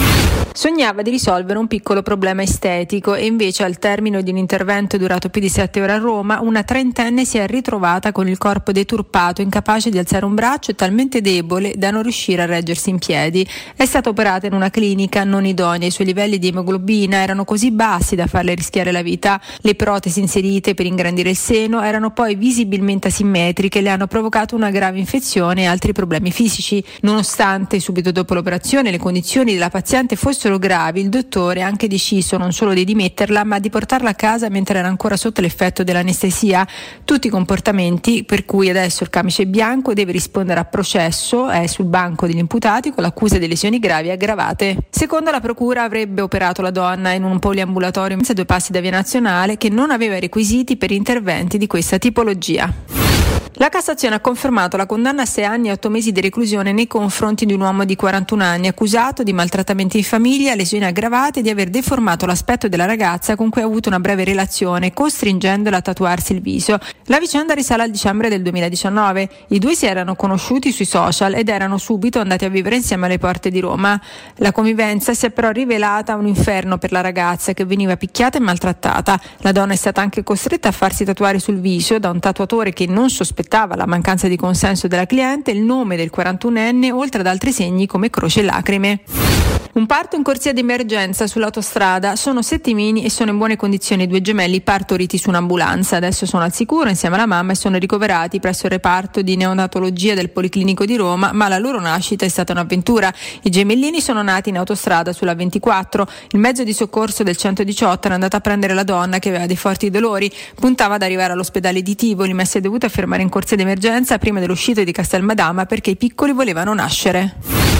Sognava di risolvere un piccolo problema estetico e invece al termine di un intervento durato più di sette ore a Roma una trentenne si è ritrovata con il corpo deturpato, incapace di alzare un braccio e talmente debole da non riuscire a reggersi in piedi. È stata operata in una clinica non idonea, i suoi livelli di emoglobina erano così bassi da farle rischiare la vita. Le protesi inserite per ingrandire il seno erano poi visibilmente asimmetriche e le hanno provocato una grave infezione e altri problemi fisici. Nonostante subito dopo l'operazione le condizioni della paziente fossero gravi, il dottore ha anche deciso non solo di dimetterla ma di portarla a casa mentre era ancora sotto l'effetto dell'anestesia. Tutti i comportamenti per cui adesso il camice bianco deve rispondere a processo, è sul banco degli imputati con l'accusa di lesioni gravi aggravate. Secondo la procura avrebbe operato la donna in un poliambulatorio a due passi da Via Nazionale che non aveva i requisiti per interventi di questa tipologia. La Cassazione ha confermato la condanna a sei anni e otto mesi di reclusione nei confronti di un uomo di quarantuno anni accusato di maltrattamenti in famiglia, lesioni aggravate e di aver deformato l'aspetto della ragazza con cui ha avuto una breve relazione, costringendola a tatuarsi il viso. La vicenda risale al dicembre del duemiladiciannove. I due si erano conosciuti sui social ed erano subito andati a vivere insieme alle porte di Roma. La convivenza si è però rivelata un inferno per la ragazza che veniva picchiata e maltrattata. La donna è stata anche costretta a farsi tatuare sul viso da un tatuatore che non sospettava la mancanza di consenso della cliente, il nome del quarantunenne, oltre ad altri segni come croce e lacrime. Un parto in corsia di emergenza sull'autostrada, sono settimini e sono in buone condizioni due gemelli partoriti su un'ambulanza. Adesso sono al sicuro insieme alla mamma e sono ricoverati presso il reparto di neonatologia del Policlinico di Roma, ma la loro nascita è stata un'avventura. I gemellini sono nati in autostrada sulla ventiquattro. Il mezzo di soccorso del centodiciotto era andato a prendere la donna che aveva dei forti dolori, puntava ad arrivare all'ospedale di Tivoli, ma si è dovuta fermare in corsia d'emergenza prima dell'uscita di Castelmadama perché i piccoli volevano nascere.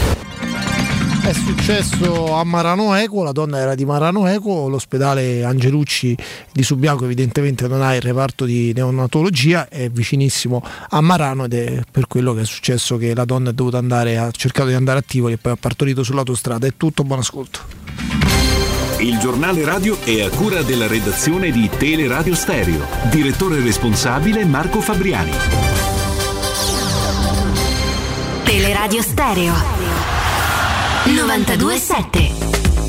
È successo a Marano Equo, la donna era di Marano Equo, l'ospedale Angelucci di Subiaco evidentemente non ha il reparto di neonatologia, è vicinissimo a Marano ed è per quello che è successo che la donna è dovuta andare, ha cercato di andare a Tivoli e poi ha partorito sull'autostrada. È tutto, buon ascolto. Il giornale radio è a cura della redazione di Teleradio Stereo. Direttore responsabile Marco Fabriani. Teleradio Stereo novantadue sette.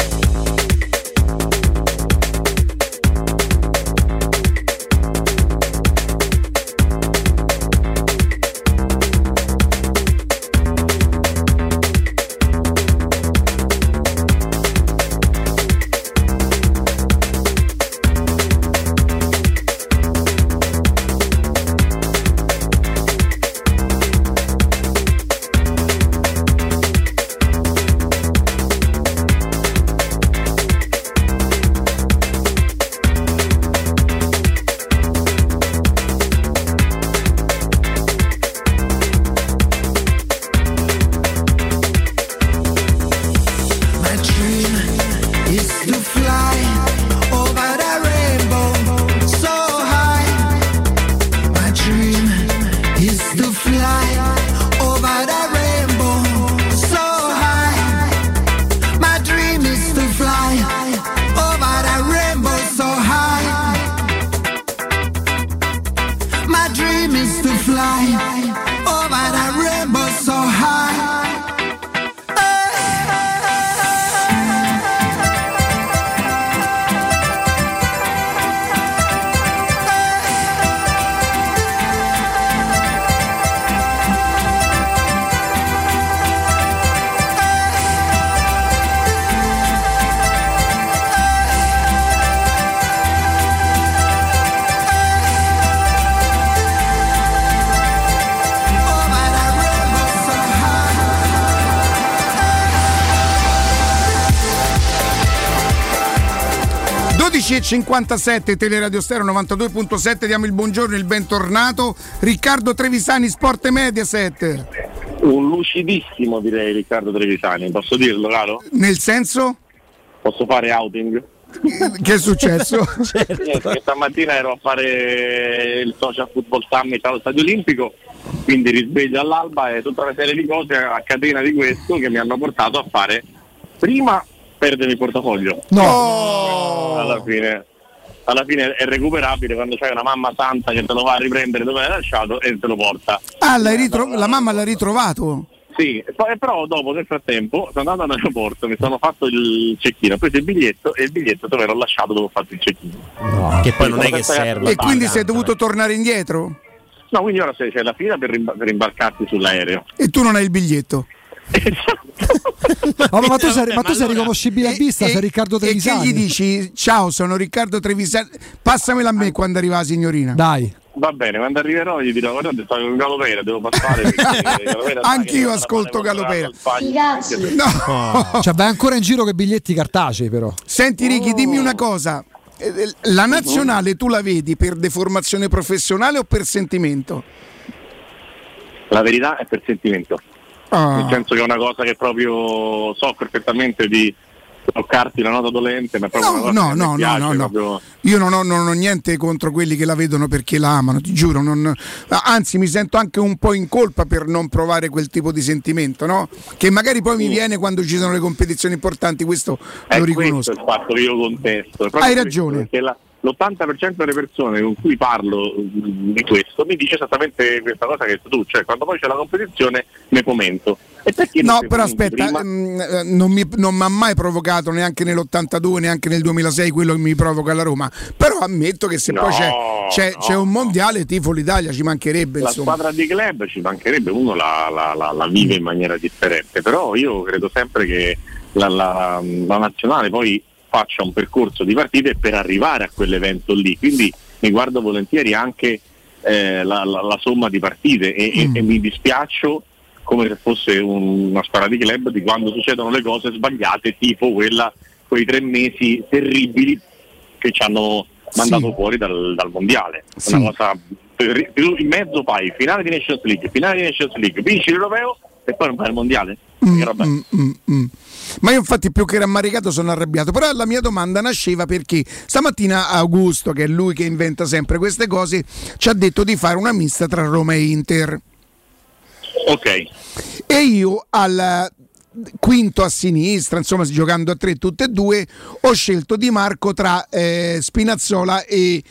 dodici e cinquantasette, Teleradio Stereo novantadue virgola sette, diamo il buongiorno e il bentornato Riccardo Trevisani, Sport e Mediaset. Un lucidissimo, direi, Riccardo Trevisani, posso dirlo, caro? Nel senso? Posso fare outing? Che è successo? Certo. Niente, stamattina ero a fare il Social Football Summit allo Stadio Olimpico, quindi risveglio all'alba e tutta una serie di cose a catena di questo che mi hanno portato a fare prima perdere il portafoglio. No! Alla fine, alla fine è recuperabile quando c'hai una mamma santa che te lo va a riprendere dove l'hai lasciato e te lo porta. Ah, l'hai ritro- la mamma l'ha ritrovato? Sì, e poi, però dopo nel frattempo sono andato all'aeroporto, mi sono fatto il cecchino, ho preso il biglietto e il biglietto dove l'ho lasciato dove ho fatto il cecchino. No. Che poi non è che serve. E quindi sei dovuto tornare indietro? No, quindi ora c'è la fila per, rimb- per imbarcarti sull'aereo. E tu non hai il biglietto? Oh, ma tu sei, ma tu sei riconoscibile a vista, sei Riccardo Trevisani. E che gli dici? Ciao, sono Riccardo Trevisani, passamela a me quando arriva la signorina. Dai. Va bene, quando arriverò gli dirò guardate, sto con Galopera, devo passare. Anch'io ascolto Galopera. No. Cioè vai ancora in giro che biglietti cartacei però. Senti Ricky, dimmi una cosa. La nazionale tu la vedi per deformazione professionale o per sentimento? La verità è per sentimento. Ah. Nel senso che è una cosa che proprio so perfettamente di toccarti la nota dolente, ma è proprio no, una cosa no, che no, mi piace, no, no, proprio... Io non ho, non ho niente contro quelli che la vedono perché la amano, ti giuro, non, anzi mi sento anche un po' in colpa per non provare quel tipo di sentimento, no? Che magari poi mi viene quando ci sono le competizioni importanti, questo è lo riconosco. Questo è il fatto che io contesto. Hai ragione. Perché la, l'ottanta per cento delle persone con cui parlo di questo mi dice esattamente questa cosa che hai detto tu, cioè quando poi c'è la competizione ne fomento. E perché no, però aspetta, mh, non mi non mi ha mai provocato neanche nell'ottantadue, neanche nel duemilasei quello che mi provoca la Roma. Però ammetto che se no, poi c'è, c'è, no, c'è un mondiale, tifo l'Italia, ci mancherebbe. La insomma. Squadra di club ci mancherebbe, uno la, la, la, la vive in maniera differente, però io credo sempre che la, la, la nazionale poi faccia un percorso di partite per arrivare a quell'evento lì, quindi mi guardo volentieri anche eh, la, la, la somma di partite e, mm. e, e mi dispiaccio come se fosse un, una squadra di club di quando succedono le cose sbagliate, tipo quella, quei tre mesi terribili che ci hanno mandato sì. fuori dal, dal mondiale. Sì. Una cosa, in mezzo fai finale di Nations League, finale di Nations League, vinci l'Europeo e poi non fai il mondiale. Mm, mm, mm, mm. Ma io infatti più che rammaricato sono arrabbiato, però la mia domanda nasceva perché stamattina Augusto, che è lui che inventa sempre queste cose, ci ha detto di fare una mista tra Roma e Inter. Ok. E io al quinto a sinistra, insomma giocando a tre tutte e due, ho scelto Di Marco tra eh, Spinazzola e,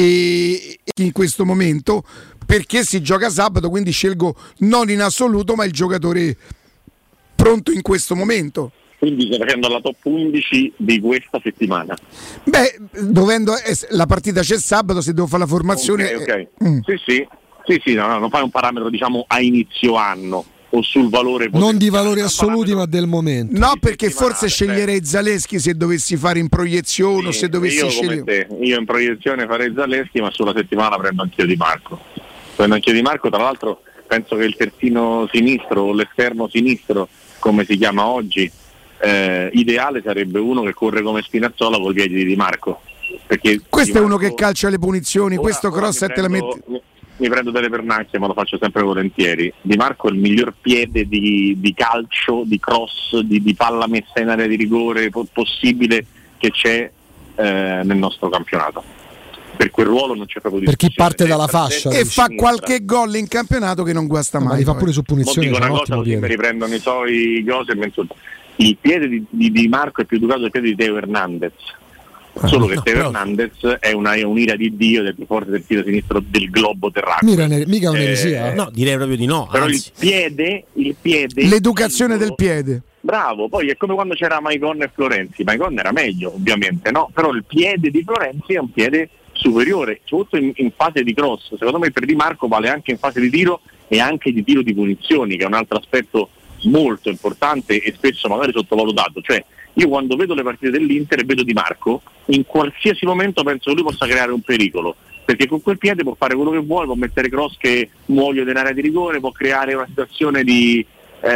e in questo momento, perché si gioca sabato, quindi scelgo non in assoluto ma il giocatore pronto in questo momento. Quindi stai facendo la top undici di questa settimana? Beh, dovendo la partita c'è sabato, se devo fare la formazione. Ok, okay. Mm. Sì, sì, sì, sì, no, no, non fai un parametro diciamo a inizio anno o sul valore non di valori assoluti ma del momento. No, perché forse sceglierei Zaleschi se dovessi fare in proiezione sì, o se dovessi io scegliere. Te, io in proiezione farei Zaleschi, ma sulla settimana prendo anch'io Di Marco. Prendo anch'io Di Marco, tra l'altro penso che il terzino sinistro o l'esterno sinistro, come si chiama oggi, eh, ideale sarebbe uno che corre come Spinazzola col piede di Di Marco. Perché questo Di è Marco, uno che calcia le punizioni, ora, questo cross e te la metti. Mi, mi prendo delle pernacchie, ma lo faccio sempre volentieri. Di Marco è il miglior piede di, di calcio, di cross, di, di palla messa in area di rigore po- possibile che c'è eh, nel nostro campionato. Per quel ruolo non c'è proprio per chi parte dalla fascia e fa qualche gol in campionato che non guasta mai. Ma li fa pure su punizione. Dico una cosa così mi riprendono i suoi cose, penso, il piede di, di, di Marco è più educato del piede di Teo Hernandez. Solo che no, Teo Hernandez è, una, è un'ira di Dio, del più forte del piede sinistro del globo terracqueo. Mica, mica un'eresia. Eh, no, direi proprio di no. Però anzi. il piede, il piede, l'educazione del piede. Bravo, poi è come quando c'era Maicon e Florenzi. Maicon era meglio, ovviamente, no? Però il piede di Florenzi è un piede superiore, soprattutto in, in fase di cross. Secondo me per Di Marco vale anche in fase di tiro e anche di tiro di punizioni, che è un altro aspetto molto importante e spesso magari sottovalutato. Cioè, io quando vedo le partite dell'Inter e vedo Di Marco, in qualsiasi momento penso che lui possa creare un pericolo, perché con quel piede può fare quello che vuole, può mettere cross che muoiono in area di rigore, può creare una situazione di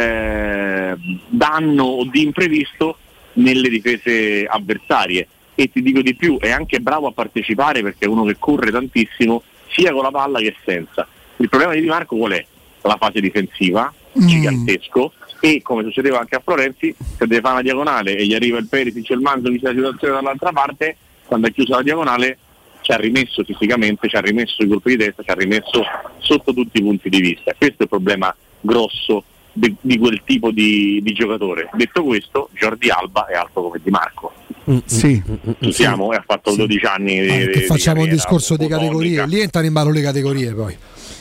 eh, danno o di imprevisto nelle difese avversarie. E ti dico di più, è anche bravo a partecipare perché è uno che corre tantissimo sia con la palla che senza. Il problema di Di Marco qual è? La fase difensiva, mm. gigantesco, e come succedeva anche a Florenzi, se deve fare una diagonale e gli arriva il Perisic e il Manzo che c'è la situazione dall'altra parte, quando è chiusa la diagonale ci ha rimesso fisicamente, ci ha rimesso i colpi di testa, ci ha rimesso sotto tutti i punti di vista. Questo è il problema grosso di, di quel tipo di, di giocatore. Detto questo, Jordi Alba è alto come Di Marco. Mm, sì, ci siamo sì. E ha fatto sì. dodici anni di, ah, di, facciamo di un discorso di fotonica. categorie, lì entrano in ballo le categorie poi.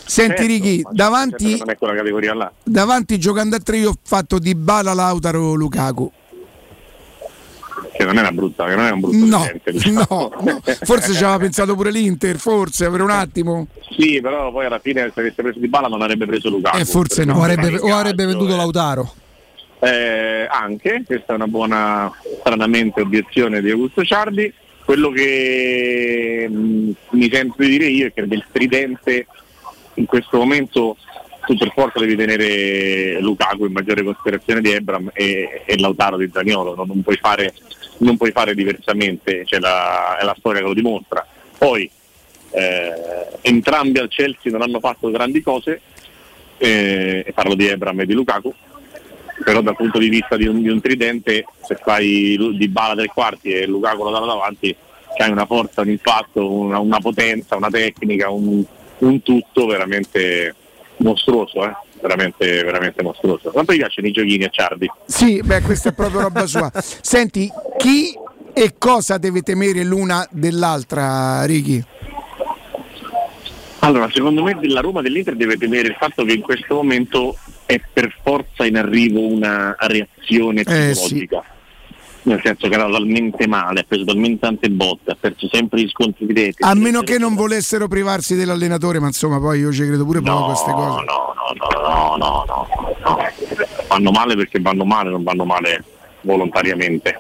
Senti certo, Righi, ma davanti, certo non è quella categoria là. davanti giocando a tre io ho fatto Dybala, Lautaro, Lukaku. Che non è una brutta, che non è un brutto No, presente, diciamo. no, no, forse ci aveva pensato pure l'Inter, forse per un attimo. Sì, però poi alla fine se avesse preso Dybala non avrebbe preso Lukaku. Eh, forse no. O avrebbe, o avrebbe venduto Lautaro. Eh, anche, questa è una buona, stranamente, obiezione di Augusto Ciardi. Quello che mh, mi sento di dire io è che del tridente in questo momento tu per forza devi tenere Lukaku in maggiore considerazione di Ebram e, e Lautaro di Zaniolo, non, non puoi fare non puoi fare diversamente, cioè la, è la storia che lo dimostra. Poi eh, entrambi al Chelsea non hanno fatto grandi cose, eh, e parlo di Ebram e di Lukaku, però dal punto di vista di un, di un tridente, se fai Dybala tre quarti e Lukaku lo danno davanti, c'hai una forza, un impatto, una, una potenza, una tecnica, un, un tutto veramente mostruoso, eh? veramente, veramente mostruoso. Quanto mi piacciono i giochini a Ciardi? Sì, beh, questa è proprio roba sua. Senti, chi e cosa deve temere l'una dell'altra, Righi? Allora, secondo me della Roma dell'Inter deve temere il fatto che in questo momento è per forza in arrivo una reazione psicologica. Eh, sì. Nel senso che era talmente male, ha preso talmente tante botte, ha perso sempre gli scontri di rete. A meno che non volessero privarsi dell'allenatore, ma insomma poi io ci credo pure poco a queste cose. No, no, no, no, no, no, no. Vanno male perché vanno male, non vanno male volontariamente.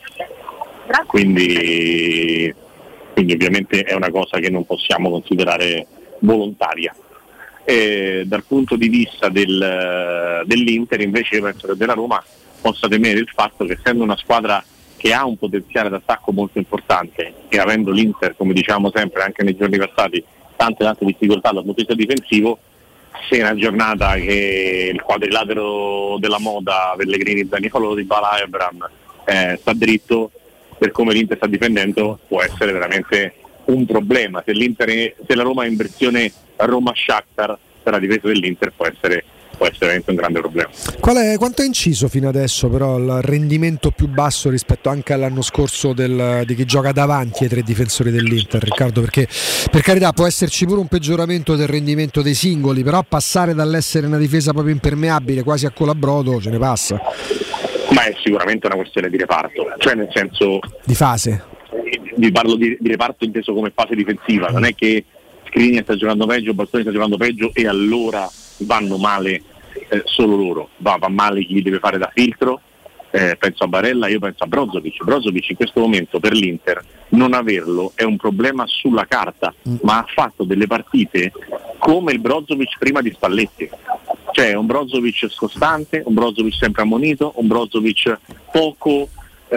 Quindi, quindi ovviamente è una cosa che non possiamo considerare volontaria. E dal punto di vista del, dell'Inter invece io penso che della Roma possa temere il fatto che essendo una squadra che ha un potenziale d'attacco molto importante e avendo l'Inter, come diciamo sempre anche nei giorni passati, tante tante difficoltà dal punto di vista difensivo, se è una giornata che il quadrilatero della moda Pellegrini, Zaniolo, Dybala, Ebram eh, sta dritto, per come l'Inter sta difendendo può essere veramente un problema. Se, l'Inter è, se la Roma è in versione Roma-Shakhtar, per la difesa dell'Inter può essere può essere veramente un grande problema. Qual è, quanto è inciso fino adesso però il rendimento più basso rispetto anche all'anno scorso del, di chi gioca davanti ai tre difensori dell'Inter, Riccardo? Perché per carità può esserci pure un peggioramento del rendimento dei singoli, però passare dall'essere una difesa proprio impermeabile quasi a colabrodo ce ne passa. Ma è sicuramente una questione di reparto, cioè nel senso di fase. Vi parlo di, di reparto inteso come fase difensiva, non è che Skriniar sta giocando peggio, Bastoni sta giocando peggio e allora vanno male eh, solo loro, va, va male chi deve fare da filtro, eh, penso a Barella, io penso a Brozovic. Brozovic in questo momento per l'Inter non averlo è un problema sulla carta, mm. ma ha fatto delle partite come il Brozovic prima di Spalletti, cioè un Brozovic scostante, un Brozovic sempre ammonito, un Brozovic poco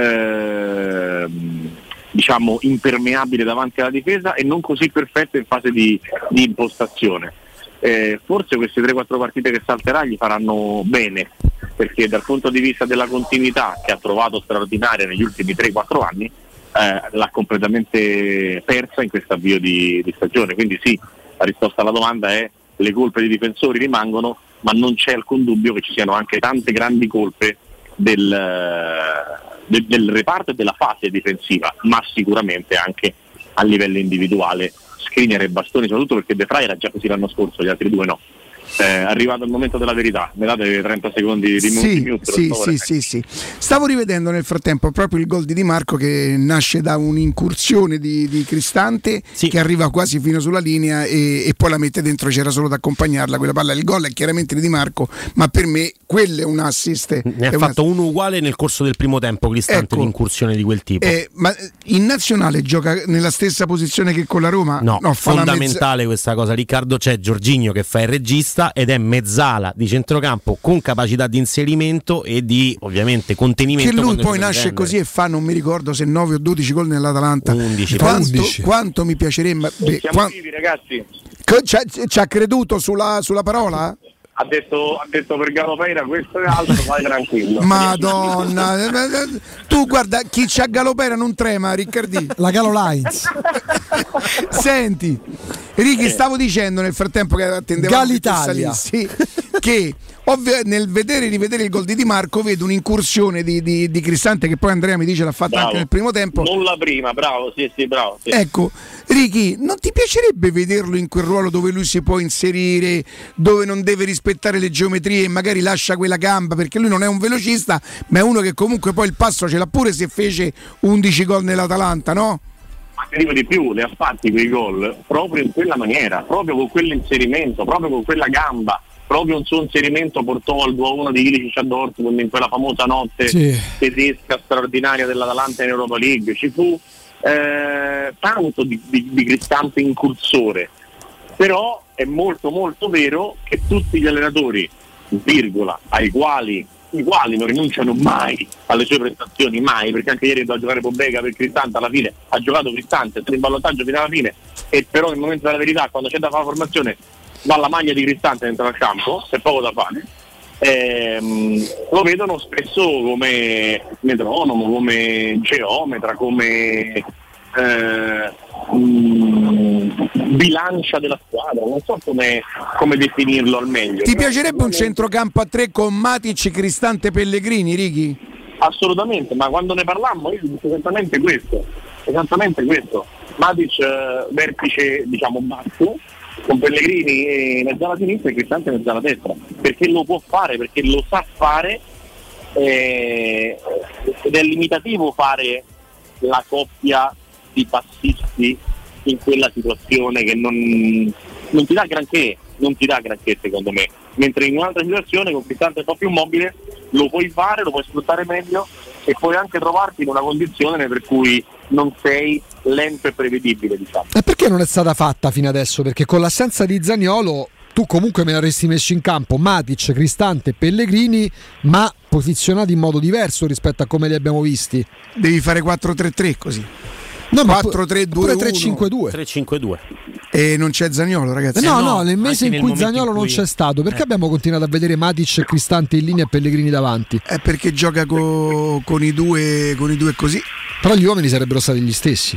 eh, diciamo impermeabile davanti alla difesa e non così perfetto in fase di, di impostazione. Eh, forse queste tre quattro partite che salterà gli faranno bene, perché dal punto di vista della continuità che ha trovato straordinaria negli ultimi tre quattro anni eh, l'ha completamente persa in questo avvio di, di stagione. Quindi sì, la risposta alla domanda è: le colpe dei difensori rimangono, ma non c'è alcun dubbio che ci siano anche tante grandi colpe del, del, del reparto e della fase difensiva, ma sicuramente anche a livello individuale Skriniar e Bastoni, soprattutto perché De Vrij era già così l'anno scorso, gli altri due no. Eh, arrivato il momento della verità, mi date trenta secondi di sì, minuto? Sì, sì, sì, sì. Stavo rivedendo nel frattempo proprio il gol di Di Marco che nasce da un'incursione di, di Cristante, sì, che arriva quasi fino sulla linea e, e poi la mette dentro, c'era solo da accompagnarla quella palla. Il gol è chiaramente di Di Marco, ma per me quello è un assist. Ne ha fatto uno uguale nel corso del primo tempo Cristante, ecco, l'incursione di quel tipo. Eh, ma in nazionale gioca nella stessa posizione che con la Roma? No, no, fondamentale mezza... questa cosa, Riccardo. C'è Jorginho che fa il regista ed è mezzala di centrocampo con capacità di inserimento e di ovviamente contenimento. Che lui poi nasce così e fa, non mi ricordo se nove o dodici gol nell'Atalanta. undici, quanto, undici. Quanto mi piacerebbe. Beh, siamo quant... vivi, ragazzi. Ci ha, ci ha creduto sulla, sulla parola? Ha detto, ha detto per Galopera questo e altro, vai tranquillo. Madonna, tu guarda, chi c'ha Galopera non trema, Riccardi. La Galo Lines. Senti, Righi, stavo dicendo nel frattempo che attendevamo Galitalia. Sì, che ovvio, nel vedere rivedere il gol di Di Marco vedo un'incursione di, di, di Cristante, che poi Andrea mi dice l'ha fatta bravo. Anche nel primo tempo. Non la prima, bravo, sì, sì, bravo. Sì. Ecco, Ricky, non ti piacerebbe vederlo in quel ruolo dove lui si può inserire, dove non deve rispettare le geometrie e magari lascia quella gamba, perché lui non è un velocista, ma è uno che comunque poi il passo ce l'ha pure se fece undici gol nell'Atalanta, no? Ma ti dico di più, le ha fatti quei gol proprio in quella maniera, proprio con quell'inserimento, proprio con quella gamba. Proprio un suo inserimento portò al due a uno di Ilicic a Dortmund in quella famosa notte sì. tedesca straordinaria dell'Atalanta in Europa League. Ci fu eh, tanto di, di, di Cristante incursore, però è molto molto vero che tutti gli allenatori, virgola, ai quali i quali non rinunciano mai alle sue prestazioni, mai, perché anche ieri doveva giocare Pobega per Cristante, alla fine ha giocato Cristante, è stato in ballottaggio fino alla fine, e però nel momento della verità, quando c'è da fare la formazione, va la maglia di Cristante dentro al campo, c'è poco da fare. Ehm, lo vedono spesso come metronomo, come geometra, come eh, mh, bilancia della squadra, non so come, come definirlo al meglio. Ti piacerebbe un centrocampo a tre con Matic, Cristante, Pellegrini, Righi? Assolutamente, ma quando ne parlammo io dico esattamente questo, esattamente questo. Matic eh, vertice, diciamo, basso, con Pellegrini in mezzo alla sinistra e Cristante in mezzo alla destra, perché lo può fare, perché lo sa fare, eh, ed è limitativo fare la coppia di passisti in quella situazione che non, non ti dà granché, non ti dà granché secondo me, mentre in un'altra situazione con Cristante un po' più mobile lo puoi fare, lo puoi sfruttare meglio e puoi anche trovarti in una condizione per cui non sei lento e prevedibile, diciamo. E perché non è stata fatta fino adesso? Perché con l'assenza di Zaniolo tu comunque me ne avresti messo in campo Matic, Cristante, Pellegrini, ma posizionati in modo diverso rispetto a come li abbiamo visti. Devi fare quattro tre tre così. No, quattro tre due tre cinque due. tre cinque due. E non c'è Zaniolo, ragazzi. Eh no, no, no, nel mese in nel cui Zaniolo in cui... non c'è stato, perché eh. abbiamo continuato a vedere Matic e Cristante in linea e Pellegrini davanti? È perché gioca co- con i due con i due così. Però gli uomini sarebbero stati gli stessi.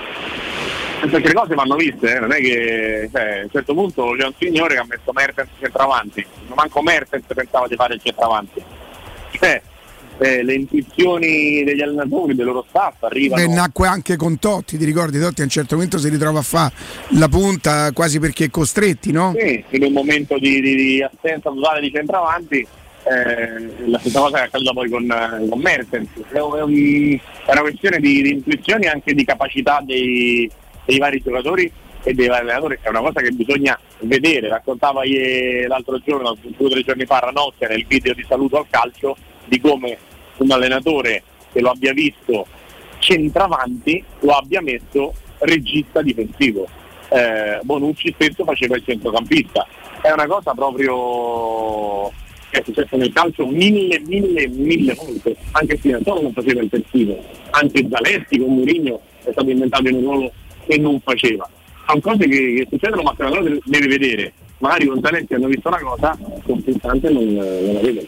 Perché le cose vanno viste, eh? Non è che cioè, a un certo punto c'è un signore che ha messo Mertens centravanti, non manco Mertens pensava di fare il centravanti. Cioè, eh, le intuizioni degli allenatori, del loro staff arrivano. E nacque anche con Totti, ti ricordi? Totti a un certo momento si ritrova a fare la punta quasi perché costretti, no? Sì, in un momento di, di, di assenza totale di centravanti. Eh, la stessa cosa che è accaduta poi con, eh, con Mertens. È, un, è una questione di, di intuizione e anche di capacità dei, dei vari giocatori e dei vari allenatori. È una cosa che bisogna vedere. Raccontava ieri, l'altro giorno, due o tre giorni fa, Ranocchia nel video di Saluto al Calcio, di come un allenatore che lo abbia visto centravanti lo abbia messo regista difensivo. eh, Bonucci spesso faceva il centrocampista. È una cosa proprio che è successo nel calcio mille, mille, mille volte. Anche Spinazzola non faceva il terzino, anche Zaleschi con Mourinho è stato inventato in un ruolo che non faceva. Sono cose che, che succedono, ma se l'allenatore deve vedere. Magari con Zaleschi hanno visto una cosa, con Cristante non, non la vedono.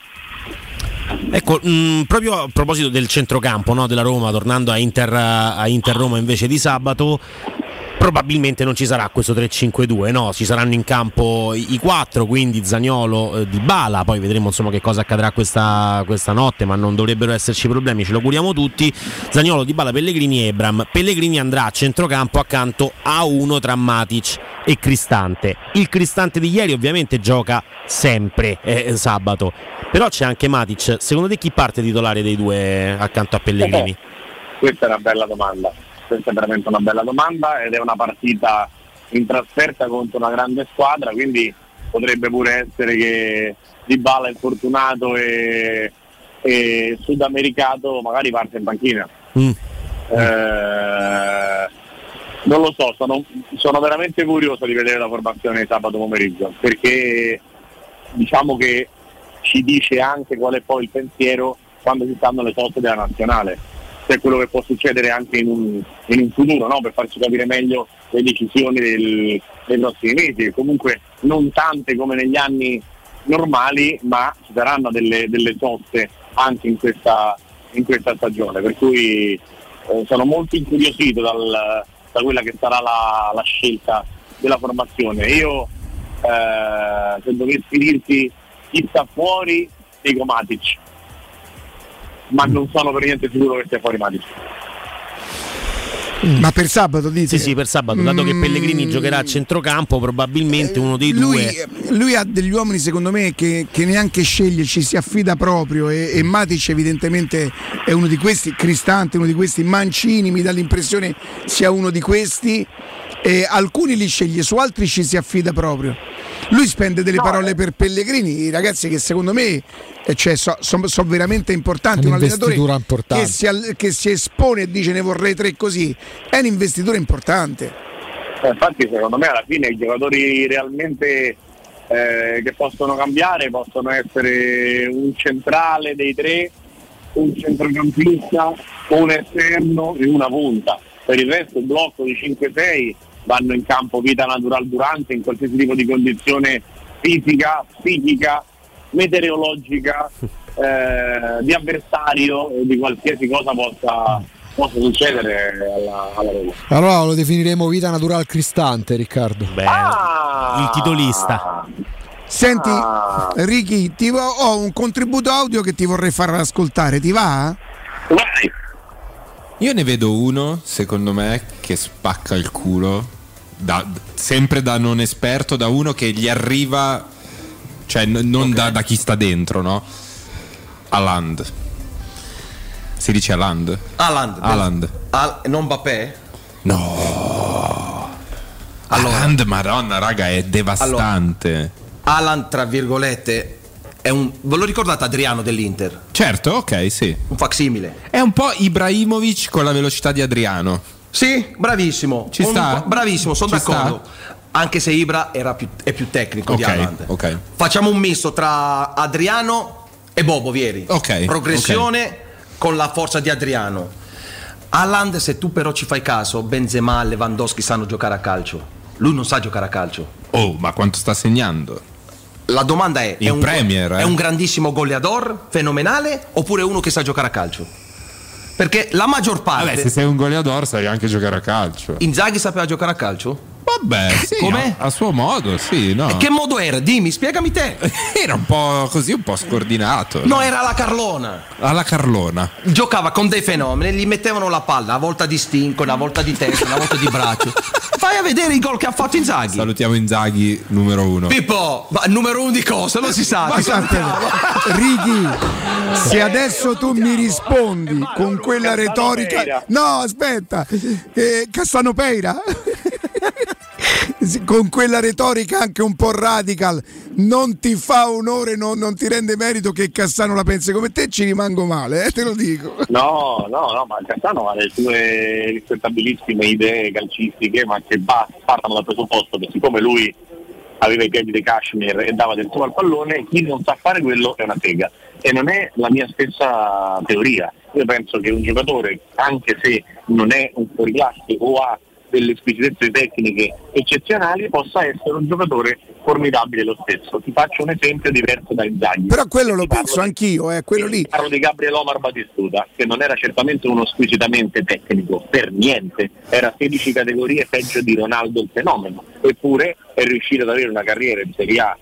Ecco, mh, proprio a proposito del centrocampo, no, della Roma, tornando a Inter, a Inter Roma invece di sabato, probabilmente non ci sarà questo tre cinque due, no? Ci saranno in campo i, i quattro, quindi Zaniolo, eh, Dybala, poi vedremo insomma che cosa accadrà questa, questa notte, ma non dovrebbero esserci problemi, ce lo auguriamo tutti. Zaniolo, Dybala, Pellegrini e Ebram. Pellegrini andrà a centrocampo accanto a uno tra Matic e Cristante. Il Cristante di ieri ovviamente gioca sempre eh, sabato, però c'è anche Matic. Secondo te chi parte titolare dei due accanto a Pellegrini? Eh, questa è una bella domanda. Questa è veramente una bella domanda ed è una partita in trasferta contro una grande squadra, quindi potrebbe pure essere che Dybala infortunato e, e sudamericato magari parte in panchina. Mm. Eh, non lo so, sono, sono veramente curioso di vedere la formazione di sabato pomeriggio, perché diciamo che ci dice anche qual è poi il pensiero quando ci stanno le soste della nazionale. C'è quello che può succedere anche in un, in un futuro, no? Per farci capire meglio le decisioni del, dei prossimi mesi, comunque non tante come negli anni normali, ma ci saranno delle, delle soste anche in questa, in questa stagione, per cui eh, sono molto incuriosito dal, da quella che sarà la, la scelta della formazione. Io eh, se dovessi dirti chi sta fuori dico Matic, ma non sono per niente sicuro che sia fuori Matic. Ma per sabato dite? Sì, sì, per sabato, dato mm. che Pellegrini giocherà a centrocampo, probabilmente uno dei lui, due. Lui ha degli uomini, secondo me, che, che neanche sceglie, ci si affida proprio. E, e Matic, evidentemente, è uno di questi. Cristante, uno di questi. Mancini, mi dà l'impressione sia uno di questi. E alcuni li sceglie, su altri ci si affida proprio. Lui spende delle no, parole eh. per Pellegrini, ragazzi, che secondo me cioè, sono so, so veramente importanti. Un allenatore che si, che si espone e dice ne vorrei tre così, è un'investitura importante. Eh, infatti secondo me alla fine i giocatori realmente eh, che possono cambiare possono essere un centrale dei tre, un centrocampista, un esterno e una punta. Per il resto il blocco di cinque sei vanno in campo vita natural durante in qualsiasi tipo di condizione fisica, psichica, meteorologica, eh, di avversario, di qualsiasi cosa possa, possa succedere alla, alla Roma. Allora lo definiremo vita natural cristante, Riccardo. Beh, ah, il titolista. Senti, ah. Ricky, ti ho un contributo audio che ti vorrei far ascoltare, ti va? Vai. Io ne vedo uno, secondo me, che spacca il culo, da, sempre da non esperto, da uno che gli arriva, cioè n- non okay. da, da chi sta dentro, no? Haaland. Si dice Haaland? Haaland. Haaland. Al- non Mbappé? No. Allora, Haaland, madonna, raga, è devastante. Allora, Haaland, tra virgolette, è un, ve lo ricordate Adriano dell'Inter? Certo, ok, sì. Un facsimile. È un po' Ibrahimovic con la velocità di Adriano. Sì, bravissimo. Ci sta? Un, bravissimo, sono Ci d'accordo. Sta? Anche se Ibra era più, è più tecnico okay, di Haaland. Ok. Facciamo un misto tra Adriano e Bobo Vieri. Ok. Progressione okay. con la forza di Adriano. Haaland, se tu però ci fai caso, Benzema, Lewandowski sanno giocare a calcio. Lui non sa giocare a calcio. Oh, ma quanto sta segnando? La domanda è: il è un, Premier, eh? è un grandissimo goleador fenomenale oppure uno che sa giocare a calcio? Perché la maggior parte. Vabbè, se sei un goleador sai anche giocare a calcio. Inzaghi sapeva giocare a calcio? Vabbè, sì, come? A suo modo, sì, no. E che modo era? Dimmi, spiegami te. Era un po' così, un po' scordinato. No, no? Era alla Carlona. Alla Carlona. Giocava con dei fenomeni, gli mettevano la palla, a volta di stinco, una volta di testa, una volta di braccio. Vai a vedere i gol che ha fatto Inzaghi. Salutiamo Inzaghi, numero uno. Pippo, ma numero uno di cosa? Non si sa. Ma Righi, se adesso tu mi rispondi con quella retorica. No, aspetta, eh, Cassanopeira. Con quella retorica anche un po' radical non ti fa onore, non, non ti rende merito che Cassano la pensi come te, ci rimango male, eh, te lo dico. No, no, no, ma Cassano ha le sue rispettabilissime idee calcistiche, ma che partono dal presupposto che siccome lui aveva i piedi di cashmere e dava del suo al pallone, chi non sa fare quello è una sega. E non è la mia stessa teoria. Io penso che un giocatore, anche se non è un fuoriclasse o ha delle squisitezze tecniche eccezionali, possa essere un giocatore formidabile lo stesso. Ti faccio un esempio diverso da Inzaghi. Però quello lo penso di, anch'io, è eh, quello lì. Parlo di Gabriel Omar Batistuta, che non era certamente uno squisitamente tecnico, per niente, era sedici categorie peggio di Ronaldo il fenomeno, eppure è riuscito ad avere una carriera in Serie A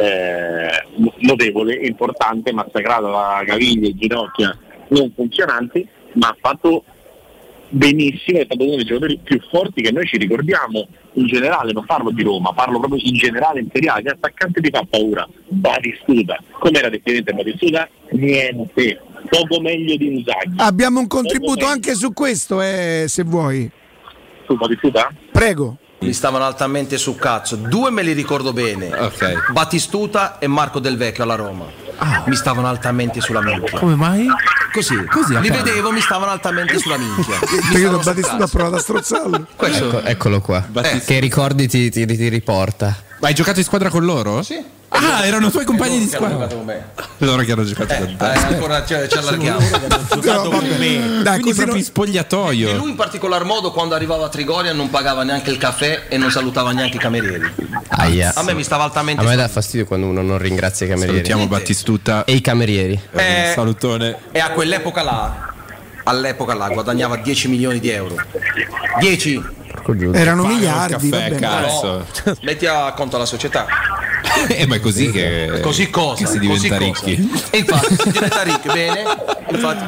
eh, notevole, importante, massacrata da caviglie e ginocchia non funzionanti, ma ha fatto benissimo, è stato uno dei giocatori più forti che noi ci ricordiamo in generale, non parlo di Roma, parlo proprio in generale in Serie A. Che attaccante ti fa paura? Batistuta. Com'era definito Batistuta? Niente, poco meglio di Inzaghi. Abbiamo un contributo anche su questo, eh, se vuoi. Su Batistuta? Prego. Mi stavano altamente sul cazzo, due me li ricordo bene, okay. Batistuta e Marco Del Vecchio alla Roma. Ah. Mi stavano altamente sulla minchia. Come mai? Così, Così li vedevo, mi stavano altamente sulla minchia. Perché Batistuta ha provato a strozzarlo. Ecco, eccolo qua. Eh. Che ricordi ti, ti, ti riporta. Ma hai giocato in squadra con loro? Sì. Ah, erano tuoi compagni di squadra. Loro che hanno giocato eh, con te. Eh, ancora ci allarghiamo. Giocato con me. Dai, quindi proprio in spogliatoio. E lui in particolar modo quando arrivava a Trigoria non pagava neanche il caffè e non salutava neanche i camerieri. Aia. A me mi stava altamente. A me dà fastidio quando uno non ringrazia i camerieri. Salutiamo Batistuta e i camerieri. Eh, salutone. E a quell'epoca là, all'epoca là guadagnava dieci milioni di euro. dieci Erano miliardi. Caffè, cazzo. No, metti a conto la società. Eh, ma è così che, così cosa? che si diventa Così ricchi. cosa? E infatti si diventa ricchi, bene. Infatti.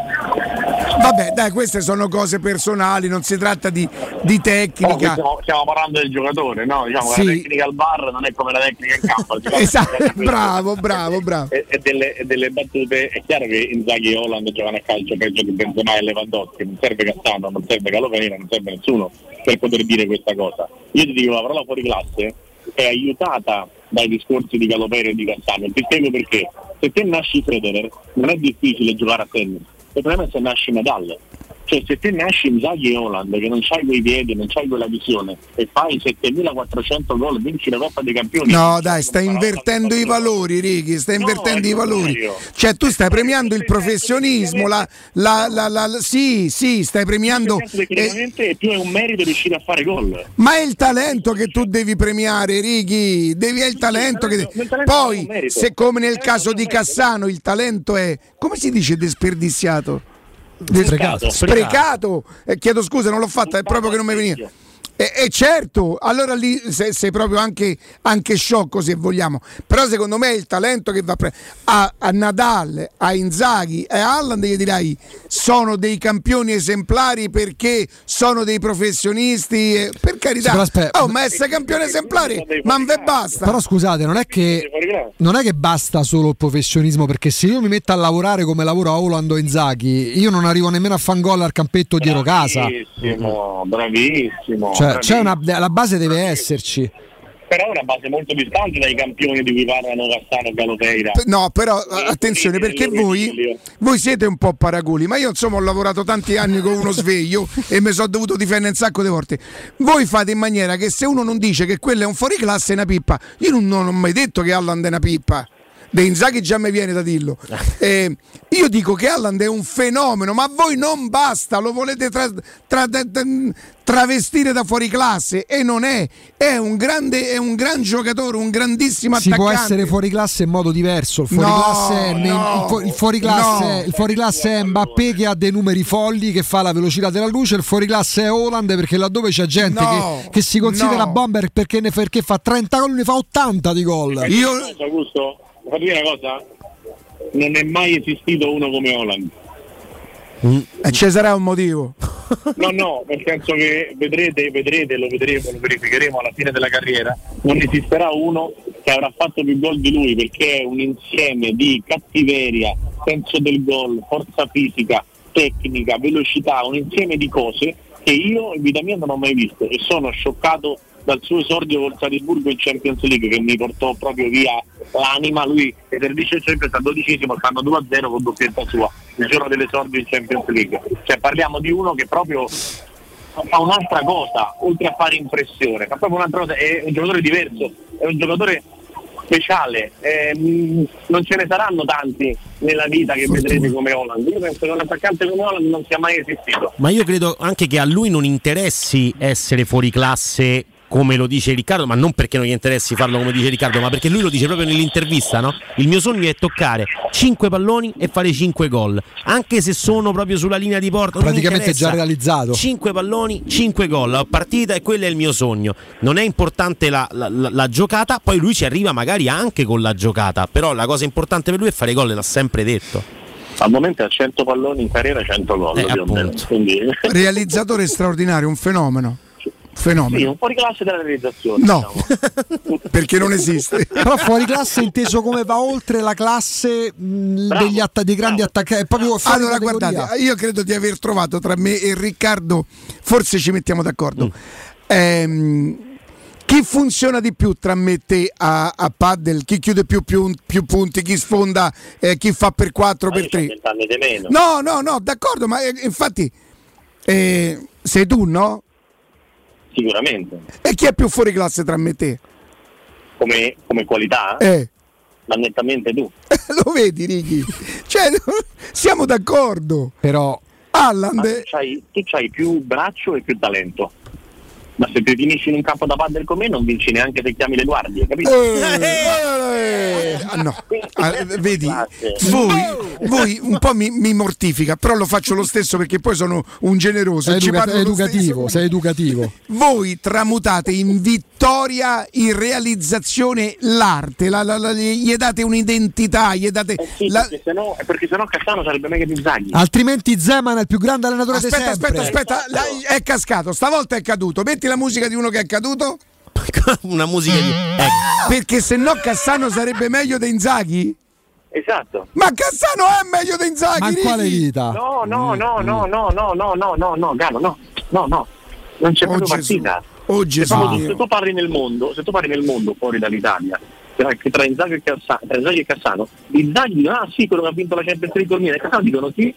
Vabbè, dai, queste sono cose personali, non si tratta di, di tecnica. Oh, stiamo, stiamo parlando del giocatore, no? Diciamo Sì. che la tecnica al bar non è come la tecnica in campo. Esatto, bravo, bravo, bravo. E, e, delle, e delle battute, è chiaro che Inzaghi e Haaland giocano a calcio peggio di Benzema e Lewandowski, non serve Cassano, non serve Galopera, non serve nessuno per poter dire questa cosa. Io ti dico, la parola fuori classe è aiutata dai discorsi di Galopera e di Cassano. Ti spiego perché. Se te nasci Federer non è difficile giocare a tennis. Il problema è se nasci Nadal. Cioè se te nasci Inzaghi e Haaland che non c'hai quei piedi, non c'hai quella visione e fai settemilaquattrocento gol, vinci la Coppa dei Campioni. No, dai, stai invertendo i valori, Righi, stai invertendo i valori. Cioè tu stai premiando il professionismo, la, la, la, la, la sì, sì, stai premiando. Tecnicamente eh, più è un merito riuscire a fare gol. Ma è il talento che tu devi premiare, Righi, devi è il talento che poi se come nel caso di Cassano il talento è, come si dice, desperdiciato? Sprecato. Sprecato. Eh, chiedo scusa, non l'ho fatta, è proprio che non mi veniva. E, e certo, allora lì sei, sei proprio anche, anche sciocco se vogliamo, però secondo me è il talento che va pre- a, a Nadal, a Inzaghi e a Haaland gli dirai sono dei campioni esemplari perché sono dei professionisti, eh, per carità, sì, aspetta, oh, ma essere campione esemplare ma non ve basta. Però scusate, non è che non è che basta solo il professionismo, perché se io mi metto a lavorare come lavora Haaland o Inzaghi io non arrivo nemmeno a fan gol al campetto dietro casa. Bravissimo, bravissimo. Cioè, c'è una, la base deve esserci. Però è una base molto distante dai campioni di cui parlano Cassano e Galopeira. No, però attenzione, perché voi, voi siete un po' paraculi, ma io insomma ho lavorato tanti anni con uno sveglio e mi sono dovuto difendere un sacco di volte. Voi fate in maniera che se uno non dice che quello è un fuoriclasse è una pippa. Io non, non ho mai detto che Haaland è una pippa. De Inzaghi già mi viene da dirlo. Eh, io dico che Haaland è un fenomeno, ma a voi non basta, lo volete tra, tra, tra, travestire da fuori classe e non è. È un grande, è un gran giocatore, un grandissimo si attaccante. Si può essere fuori classe in modo diverso. Il fuori no, classe è, no, il, fu- il fuori classe, no. il fuori classe è Mbappé che ha dei numeri folli, che fa la velocità della luce. Il fuori classe è Haaland perché laddove c'è gente no, che, che si considera no. bomber perché, ne, perché fa trenta gol, ne fa ottanta di gol. Io Augusto, posso dire una cosa? Non è mai esistito uno come Haaland. Mm. E ci sarà un motivo. No, no, nel senso che vedrete, vedrete, lo vedremo, lo verificheremo alla fine della carriera. Non esisterà uno che avrà fatto più gol di lui, perché è un insieme di cattiveria, senso del gol, forza fisica, tecnica, velocità, un insieme di cose che io in vita mia non ho mai visto e sono scioccato dal suo esordio col Salisburgo in Champions League, che mi portò proprio via l'anima. Lui esordisce il Champions al dodicesimo, stanno due a zero con doppietta sua il giorno dell'esordio in Champions League. Cioè parliamo di uno che proprio fa un'altra cosa, oltre a fare impressione, fa proprio un'altra cosa, è un giocatore diverso, è un giocatore speciale, eh, non ce ne saranno tanti nella vita che vedrete come Haaland. Io penso che un attaccante come Haaland non sia mai esistito. Ma io credo anche che a lui non interessi essere fuori classe come lo dice Riccardo, ma non perché non gli interessi farlo come dice Riccardo, ma perché lui lo dice proprio nell'intervista, no? Il mio sogno è toccare cinque palloni e fare cinque gol, anche se sono proprio sulla linea di porta. Praticamente già realizzato. cinque palloni, cinque gol a partita, e quello è il mio sogno. Non è importante la, la, la, la giocata, poi lui ci arriva magari anche con la giocata, però la cosa importante per lui è fare gol, l'ha sempre detto. Al momento ha cento palloni in carriera, cento gol. Eh, Quindi... Realizzatore straordinario, un fenomeno. Fenomeno. Sì, un fuori classe della realizzazione. No, diciamo. Perché non esiste. Però fuori classe inteso come va oltre la classe mh, bravo, degli atta- dei grandi attaccanti. Proprio fuori allora categoria. guardate, io credo di aver trovato tra me e Riccardo, forse ci mettiamo d'accordo. Mm. Ehm, chi funziona di più tra me e te a, a paddle? Chi chiude più, più, più punti? Chi sfonda? Eh, chi fa per quattro, ma per tre? vent'anni di meno. No, no, no, d'accordo, ma eh, infatti eh, sei tu, no? Sicuramente. E chi è più fuori classe tra me e te? Come, come qualità? Eh. Ma nettamente tu. Lo vedi, Ricky? Cioè, siamo d'accordo. Però Haaland tu c'hai, tu c'hai più braccio e più talento. ma se ti finisci in un campo da padel con me non vinci neanche se chiami le guardie, capito? Eh, ah, no. Ah, vedi, voi, voi un po' mi, mi mortifica, però lo faccio lo stesso perché poi sono un generoso. Sei, ci educa- parlo lo educativo, stesso. sei educativo. Voi tramutate in vittoria, in realizzazione l'arte, la, la, la, gli date un'identità, gli date Eh sì, la... perché sennò, perché sennò Cassano sarebbe meglio di Inzaghi. Altrimenti Zeman è il più grande allenatore di Aspetta, sempre. aspetta, aspetta, la- è cascato, stavolta è caduto. Metti la musica di uno che è caduto. Una musica di... ecco. Perché se no Cassano sarebbe meglio di Inzaghi? Esatto. Ma Cassano è meglio di Inzaghi? Ma in quale vita? No, no, no, no, no, no, no, no, no, no, Galo, no, no, no, non c'è Oh, proprio Gesù. partita. Oh Se, Gesù. proprio- se tu parli nel mondo, se tu parli nel mondo fuori dall'Italia, tra, tra Inzaghi e Cassano, tra Inzaghi e Cassano, Inzaghi dicono ah sì, quello che ha vinto la Champions League con il Milan, e Cassano dicono sì.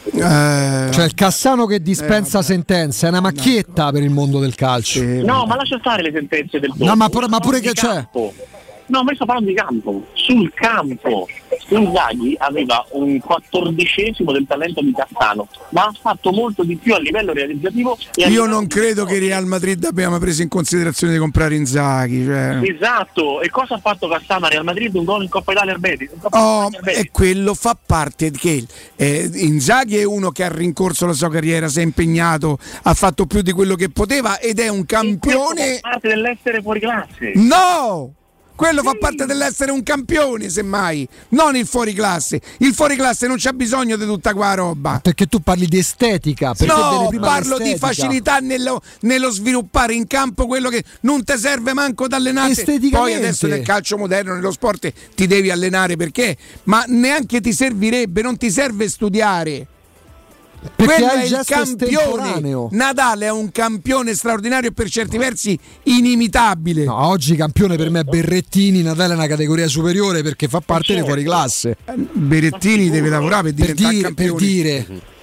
Eh, Cioè il Cassano che dispensa sentenze, è una macchietta per il mondo del calcio. No, ma lascia stare le sentenze del dopo. No, ma pure, ma pure Sto che c'è? campo. No, ma io sto parlando di campo. Sul campo Inzaghi aveva un quattordicesimo del talento di Cassano, ma ha fatto molto di più a livello realizzativo. E a io livello non di credo che Real Madrid abbia mai preso in considerazione di comprare Inzaghi. Cioè. Esatto, e cosa ha fatto Cassano a Real Madrid? Un gol in Coppa Italia al Betis. in Coppa Oh, Italia al Betis. e quello fa parte che eh, Inzaghi è uno che ha rincorso la sua carriera, si è impegnato, ha fatto più di quello che poteva ed è un campione. Questo fa parte dell'essere fuori classe. No! Quello fa parte dell'essere un campione, semmai, non il fuoriclasse. Il fuoriclasse non c'ha bisogno di tutta qua roba. Perché tu parli di estetica. Perché No, viene prima parlo di l'estetica. facilità nello, nello sviluppare in campo quello che non ti serve manco da allenare. Esteticamente. Poi adesso nel calcio moderno, nello sport, ti devi allenare perché? Ma neanche ti servirebbe, non ti serve studiare. Perché Quello hai è il il gesto campione. estemporaneo. Nadal è un campione straordinario e per certi versi inimitabile. No, oggi campione per me è Berrettini, Nadal è una categoria superiore perché fa parte dei fuori classe. Berrettini deve lavorare per Per diventare dire, per campione. dire.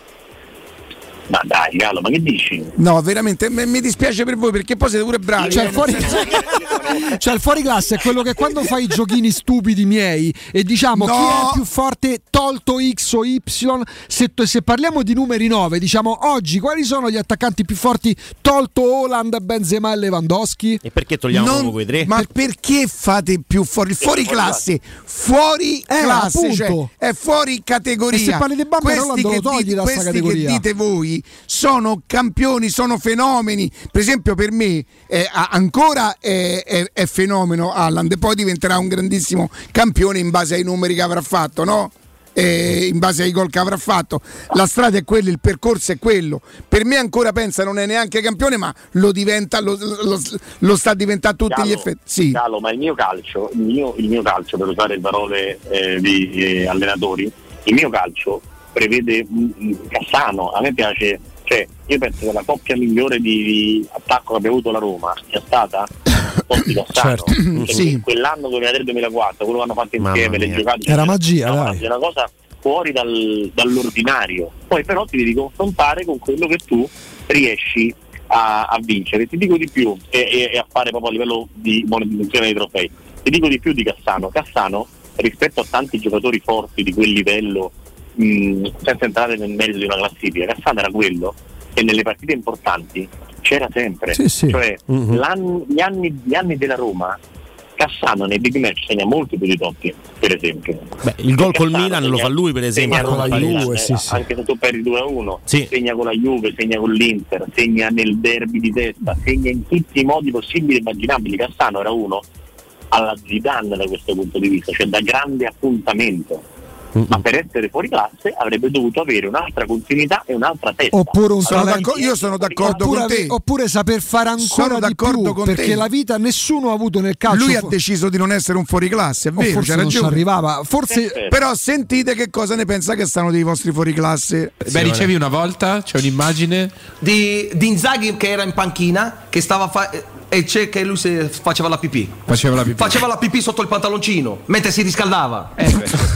Ma dai, Gallo, ma che dici? No, veramente m- mi dispiace per voi perché poi siete pure bravi. Cioè eh, il, fuori... nel senso- cioè il fuori classe è quello che quando fai i giochini stupidi miei e diciamo No. chi è più forte tolto X o Y, se, se parliamo di numeri nove, diciamo oggi quali sono gli attaccanti più forti tolto Haaland, Benzema e Lewandowski? E perché togliamo Non- proprio quei tre? Ma perché fate più fuori? Il fuori classe, fuori Eh, classe, appunto. cioè è fuori categoria. E se parli di Bamba, Questi Rolando, che lo togli dite- da sta questi categoria. che dite voi sono campioni, sono fenomeni. Per esempio, per me eh, a- ancora è, è- è fenomeno Haaland, e poi diventerà un grandissimo campione in base ai numeri che avrà fatto, no? Eh, in base ai gol che avrà fatto. La strada è quella, il percorso è quello. Per me ancora pensa non è neanche campione, ma lo diventa, lo, lo- lo sta diventando a tutti gli Gallo, effetti. Sì. Gallo, ma il mio calcio, il mio, il mio calcio, per usare le parole eh, di eh, allenatori, il mio calcio prevede mm, Cassano. A me piace, cioè io penso che la coppia migliore di, di attacco che abbia avuto la Roma sia stata Totti Cassano. Certo. Perché Sì. quell'anno duemilatré duemilaquattro, quello che hanno fatto insieme, le mia. giocate, Era magia, no, dai. è una cosa fuori dal- dall'ordinario. Poi però ti devi confrontare con quello che tu riesci a, a vincere. Ti dico di più, e, e- e a fare proprio a livello di monetizzazione dei trofei. Ti dico di più di Cassano. Cassano, rispetto a tanti giocatori forti di quel livello, mh, senza entrare nel merito di una classifica, Cassano era quello che nelle partite importanti c'era sempre. Sì, sì. Cioè Mhm. l'anni- gli, anni, gli anni della Roma, Cassano nei big match segna molto più di Totti, per esempio. Beh, il gol col Cassano Milan lo segna- fa lui, per esempio. segna con la con Juve, Milan, sì, eh, sì. anche se tu perdi due a uno, Sì. segna con la Juve, segna con l'Inter, segna nel derby di testa, segna in tutti i modi possibili e immaginabili. Cassano era uno alla Zidane da questo punto di vista, cioè da grande appuntamento. Ma per essere fuori classe avrebbe dovuto avere un'altra continuità e un'altra testa. Oppure un Sono talento- d'accordo- io sono d'accordo oppure, con te. ave- oppure saper fare Sono ancora di d'accordo più con perché te. la vita nessuno ha avuto nel calcio. Lui ha Fo- deciso di non essere un fuoriclasse, è o vero, forse c'ha non ci ragione. arrivava. Forse Eh, Però sentite che cosa ne pensa che stanno dei vostri fuoriclasse. Beh, ricevi una volta, c'è un'immagine. Di, di Inzaghi che era in panchina, che stava fa- e c'è che lui si faceva la pipì. Faceva la pipì. Faceva la pipì sotto il pantaloncino mentre si riscaldava. Eh, beh.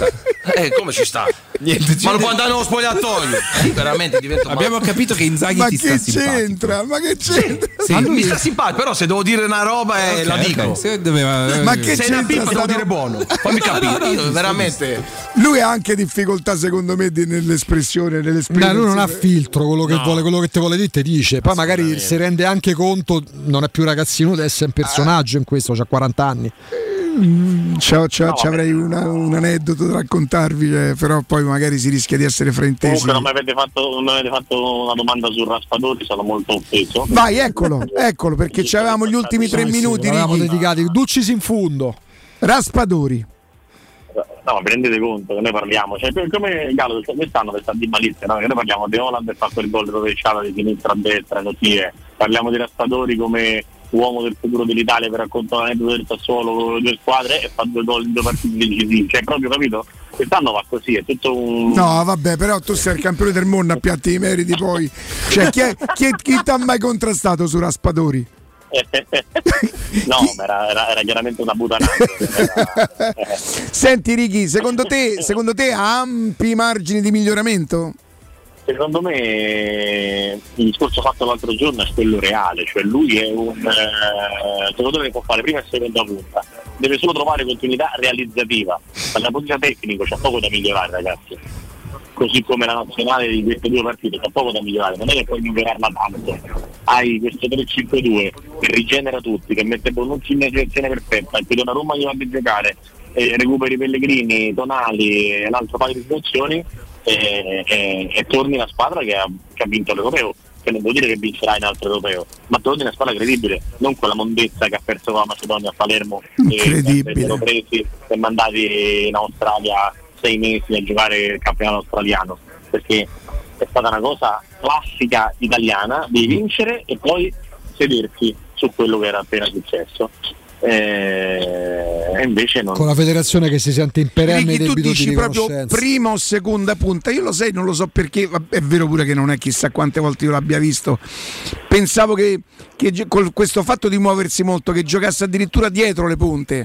Eh, come ci sta? Niente, ma lo può andare nello spogliatoio. Eh, veramente divento Abbiamo male. capito che Inzaghi ma ti che sta c'entra? Ma che c'entra? Sì, ma lui mi sta simpatico, però se devo dire una roba eh, Okay, la dico. okay. Se doveva- Ma che se è una c'entra pippa devo sta dire buono. Fammi capire. Io veramente. Lui ha anche difficoltà secondo me di- nell'espressione, nell'espressione. No, lui non ha filtro, quello che No. vuole, quello che te vuole dire te dice. Poi magari si rende anche conto, non è più ragazzino, deve essere un personaggio in questo, c'ha quaranta anni. Ciao, ciao, ci avrei una- un aneddoto da raccontarvi, eh, però poi magari si rischia di essere fraintesi. Comunque non mi avete fatto, non mi avete fatto una domanda sul Raspadori, sono molto offeso. Vai, eccolo, eccolo, perché avevamo gli ultimi tre Sì, sì, minuti. l'avevamo Righi. dedicati. Duccis in fundo. Raspadori. No, ma vi rendete conto che noi parliamo, cioè come Galo quest'anno per sta di malizia, no? Che noi parliamo di Haaland e fa quel gol rovesciato di sinistra a destra, così è. Parliamo di Raspadori come uomo del futuro dell'Italia per raccontare l'aneddoto del Sassuolo con le due squadre e fa due gol in due partite decisive, cioè proprio capito? Quest'anno va così, è tutto un. No, vabbè, però tu sei il campione del mondo a piatti di meriti poi. Cioè, chi, è- chi, chi ti ha mai contrastato su Raspadori? No, ma era, era, era chiaramente una butanata. Era- eh. Senti Righi, secondo te, secondo te ha ampi margini di miglioramento? Secondo me il discorso fatto l'altro giorno è quello reale, cioè lui è un eh, giocatore che può fare prima e seconda punta, deve solo trovare continuità realizzativa, dal punto di vista tecnico c'è poco da migliorare ragazzi, così come la nazionale di queste due partite c'è poco da migliorare, non è che puoi migliorarla tanto, hai questo tre cinque due che rigenera tutti, che mette Bonucci in una situazione perfetta, che Donnarumma gli va a giocare, e recuperi Pellegrini, Tonali e l'altro paio di situazioni e, e, e torni una squadra che ha, che ha vinto l'Europeo, che non vuol dire che vincerà in altro Europeo, ma torni una squadra credibile, non quella mondezza che ha perso con la Macedonia a Palermo e che sono presi e mandati in Australia sei mesi a giocare il campionato australiano, perché è stata una cosa classica italiana di vincere e poi sedersi su quello che era appena successo. E invece non. Con la federazione che si sente in perenne Righi, tu debito di dici proprio riconoscenza. prima o seconda punta, io lo sai, non lo so perché, va- è vero pure che non è chissà quante volte io l'abbia visto, pensavo che, che gi- con questo fatto di muoversi molto che giocasse addirittura dietro le punte.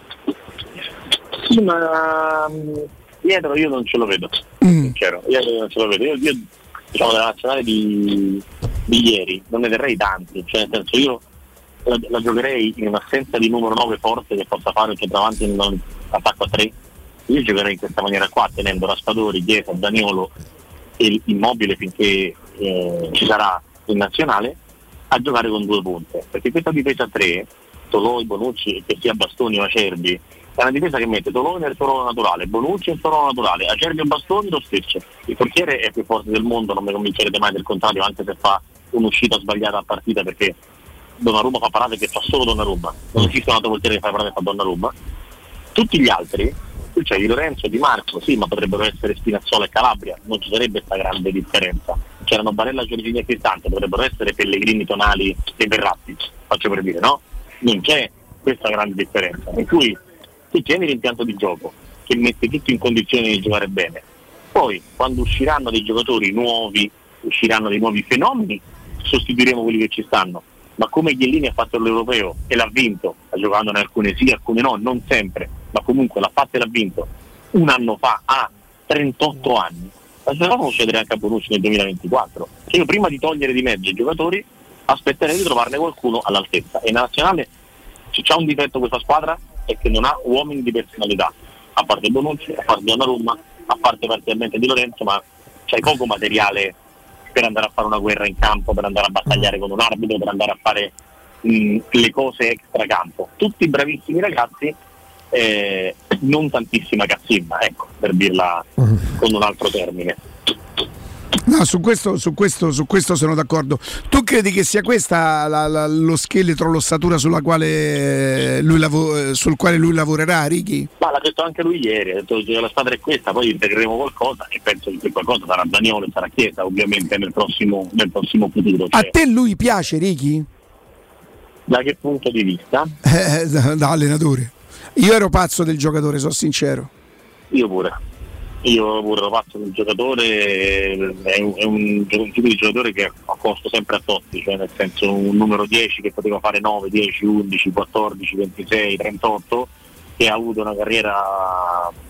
Sì, ma mh, dietro io non ce lo vedo, Mm. sincero, io non ce lo vedo, io, io diciamo della nazionale di, di ieri non ne terrei tanti, cioè nel senso io la, la giocherei in un'assenza di numero nove forte che possa fare il centravanti in un attacco a tre, io giocherei in questa maniera qua tenendo Raspadori, Chiesa, Daniolo e Immobile finché eh, ci sarà in nazionale a giocare con due punte, perché questa difesa a tre, Toloi, Bonucci, che sia Bastoni o Acerbi, è una difesa che mette Toloi nel suo ruolo naturale, Bonucci nel suo ruolo naturale, Acerbi e Bastoni lo stesso. Il portiere è più forte del mondo, non mi convincerete mai del contrario, anche se fa un'uscita sbagliata a partita, perché Donnarumma fa parate che fa solo Donnarumma, non esiste un altro portiere che fa parate che fa Donnarumma. Tutti gli altri, tu c'hai Di Lorenzo, Di Marco, sì, ma potrebbero essere Spinazzola e Calabria, non ci sarebbe questa grande differenza. C'erano Barella, Giorgini e Cristante, potrebbero essere Pellegrini, Tonali e Verratti, faccio per dire, no? Non c'è questa grande differenza, in cui tu tieni l'impianto di gioco che mette tutti in condizione di giocare bene, poi quando usciranno dei giocatori nuovi, usciranno dei nuovi fenomeni, sostituiremo quelli che ci stanno, ma come Chiellini ha fatto l'Europeo e l'ha vinto, sta giocando in alcune sì, alcune no, non sempre, ma comunque l'ha fatto e l'ha vinto un anno fa, a trentotto anni, ma se no può succedere anche a Bonucci nel duemilaventiquattro, che io prima di togliere di mezzo i giocatori aspetterei di trovarne qualcuno all'altezza, e in nazionale se c'è un difetto questa squadra è che non ha uomini di personalità, a parte Bonucci, a parte Donnarumma, a parte parzialmente Di Lorenzo, ma c'hai poco materiale per andare a fare una guerra in campo, per andare a battagliare con un arbitro, per andare a fare mh, le cose extra campo. Tutti bravissimi ragazzi, eh, non tantissima cazzimma, ecco, per dirla con un altro termine. No, su questo, su questo, su questo sono d'accordo. Tu credi che sia questa la, la, lo scheletro, l'ossatura sulla quale lui lav- sul quale lui lavorerà, Righi? Ma l'ha detto anche lui ieri, ha detto che la squadra è questa, poi integreremo qualcosa e penso che qualcosa sarà Daniolo e sarà Chiesa ovviamente nel prossimo, nel prossimo futuro. A Cioè, te lui piace, Righi? da che punto di vista? Eh, da, da allenatore. Io ero pazzo del giocatore, sono sincero. Io pure. Io pure lo faccio del giocatore, è un, è un, è un tipo di giocatore che ha costo sempre a Totti, cioè nel senso un numero dieci che poteva fare nove, dieci, undici, quattordici, ventisei, trentotto, che ha avuto una carriera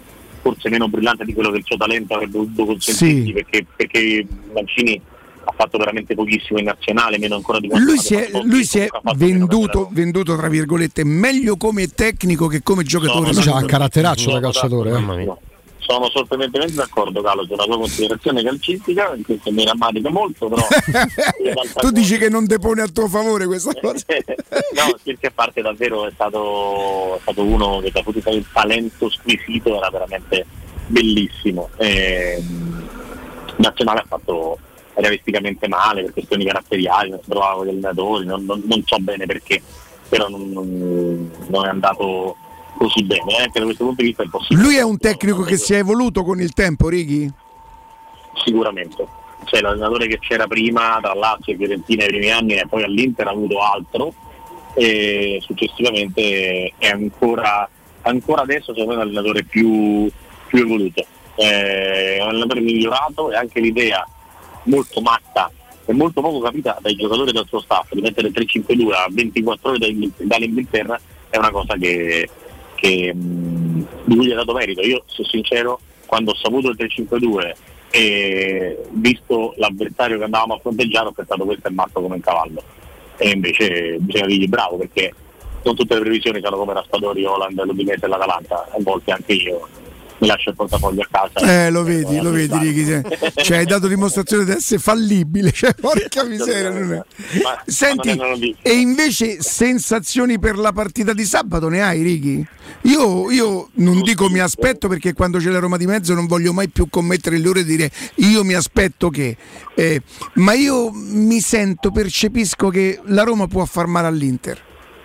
forse meno brillante di quello che il suo talento avrebbe dovuto consentirgli, sì. perché, perché Mancini ha fatto veramente pochissimo in nazionale, meno ancora di quanto lui si è, lui si è venduto, venduto tra virgolette meglio come tecnico che come giocatore. Lui c'ha un caratteraccio da calciatore, eh. Mamma mia. Sono sorprendentemente d'accordo, Carlo, sulla sua considerazione calcistica, in questo mi rammarica molto, però tu dici che non depone a tuo favore questa cosa? No, perché a parte davvero è stato, è stato uno che da punto di vista del talento squisito era veramente bellissimo. E, nazionale ha fatto realisticamente male per questioni caratteriali, non si trovava con gli allenatori, non, non, non so bene perché, però non, non, non è andato così bene, anche da questo punto di vista è possibile. Lui è un tecnico che si è evoluto con il tempo, Righi? Sicuramente, cioè l'allenatore che c'era prima tra Lazio e Fiorentina nei primi anni e poi all'Inter ha avuto altro, e successivamente è ancora ancora adesso secondo me un allenatore più, più evoluto, è un allenatore migliorato, e anche l'idea molto matta e molto poco capita dai giocatori del suo staff di mettere tre cinque due a ventiquattro ore dall'Inghilterra è una cosa che Che, mh, di cui gli ha dato merito. Io sono sincero, quando ho saputo il tre cinque due e visto l'avversario che andavamo a fronteggiare, ho pensato questo è matto come un cavallo, e invece bisogna dirgli bravo, perché non tutte le previsioni sono come Raspadori, Holland, l'Udinese e l'Atalanta, a volte anche io mi lascio il portafoglio a casa. Eh, lo vedi, lo vedi, Righi, cioè hai dato dimostrazione di essere fallibile, cioè porca miseria. Non è. Ma, Senti, ma non e invece sensazioni per la partita di sabato ne hai, Righi? Io, io non dico mi aspetto, perché quando c'è la Roma di mezzo non voglio mai più commettere l'errore di dire io mi aspetto che, eh, ma io mi sento, percepisco che la Roma può far male all'Inter.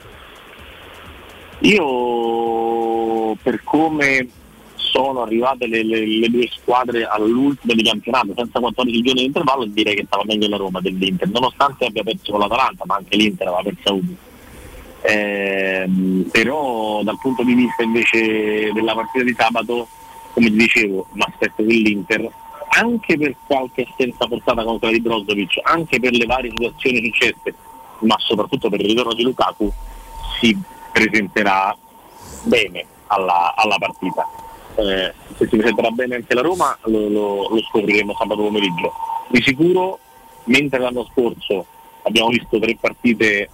Io per come sono arrivate le, le, le due squadre all'ultimo di campionato senza quattordici giorni di intervallo, direi che stava meglio la Roma dell'Inter, nonostante abbia perso con l'Atalanta, ma anche l'Inter aveva persa uno. Eh, però dal punto di vista invece della partita di sabato, come ti dicevo, mi aspetto che l'Inter, anche per qualche assenza portata come quella di Brozovic, anche per le varie situazioni successe, ma soprattutto per il ritorno di Lukaku, si presenterà bene alla, alla partita. Eh, se si presenterà bene anche la Roma lo, lo, lo scopriremo sabato pomeriggio. Di sicuro, mentre l'anno scorso abbiamo visto tre partite,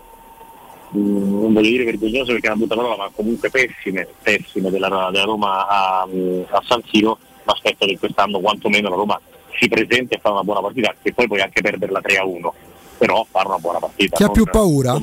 mh, non voglio dire vergognose perché è una brutta parola, ma comunque pessime, pessime della, della Roma a, a San Siro, mi aspetto che quest'anno quantomeno la Roma si presenti e fa una buona partita, che poi puoi anche perderla tre a uno, però fare una buona partita. Chi ha più paura?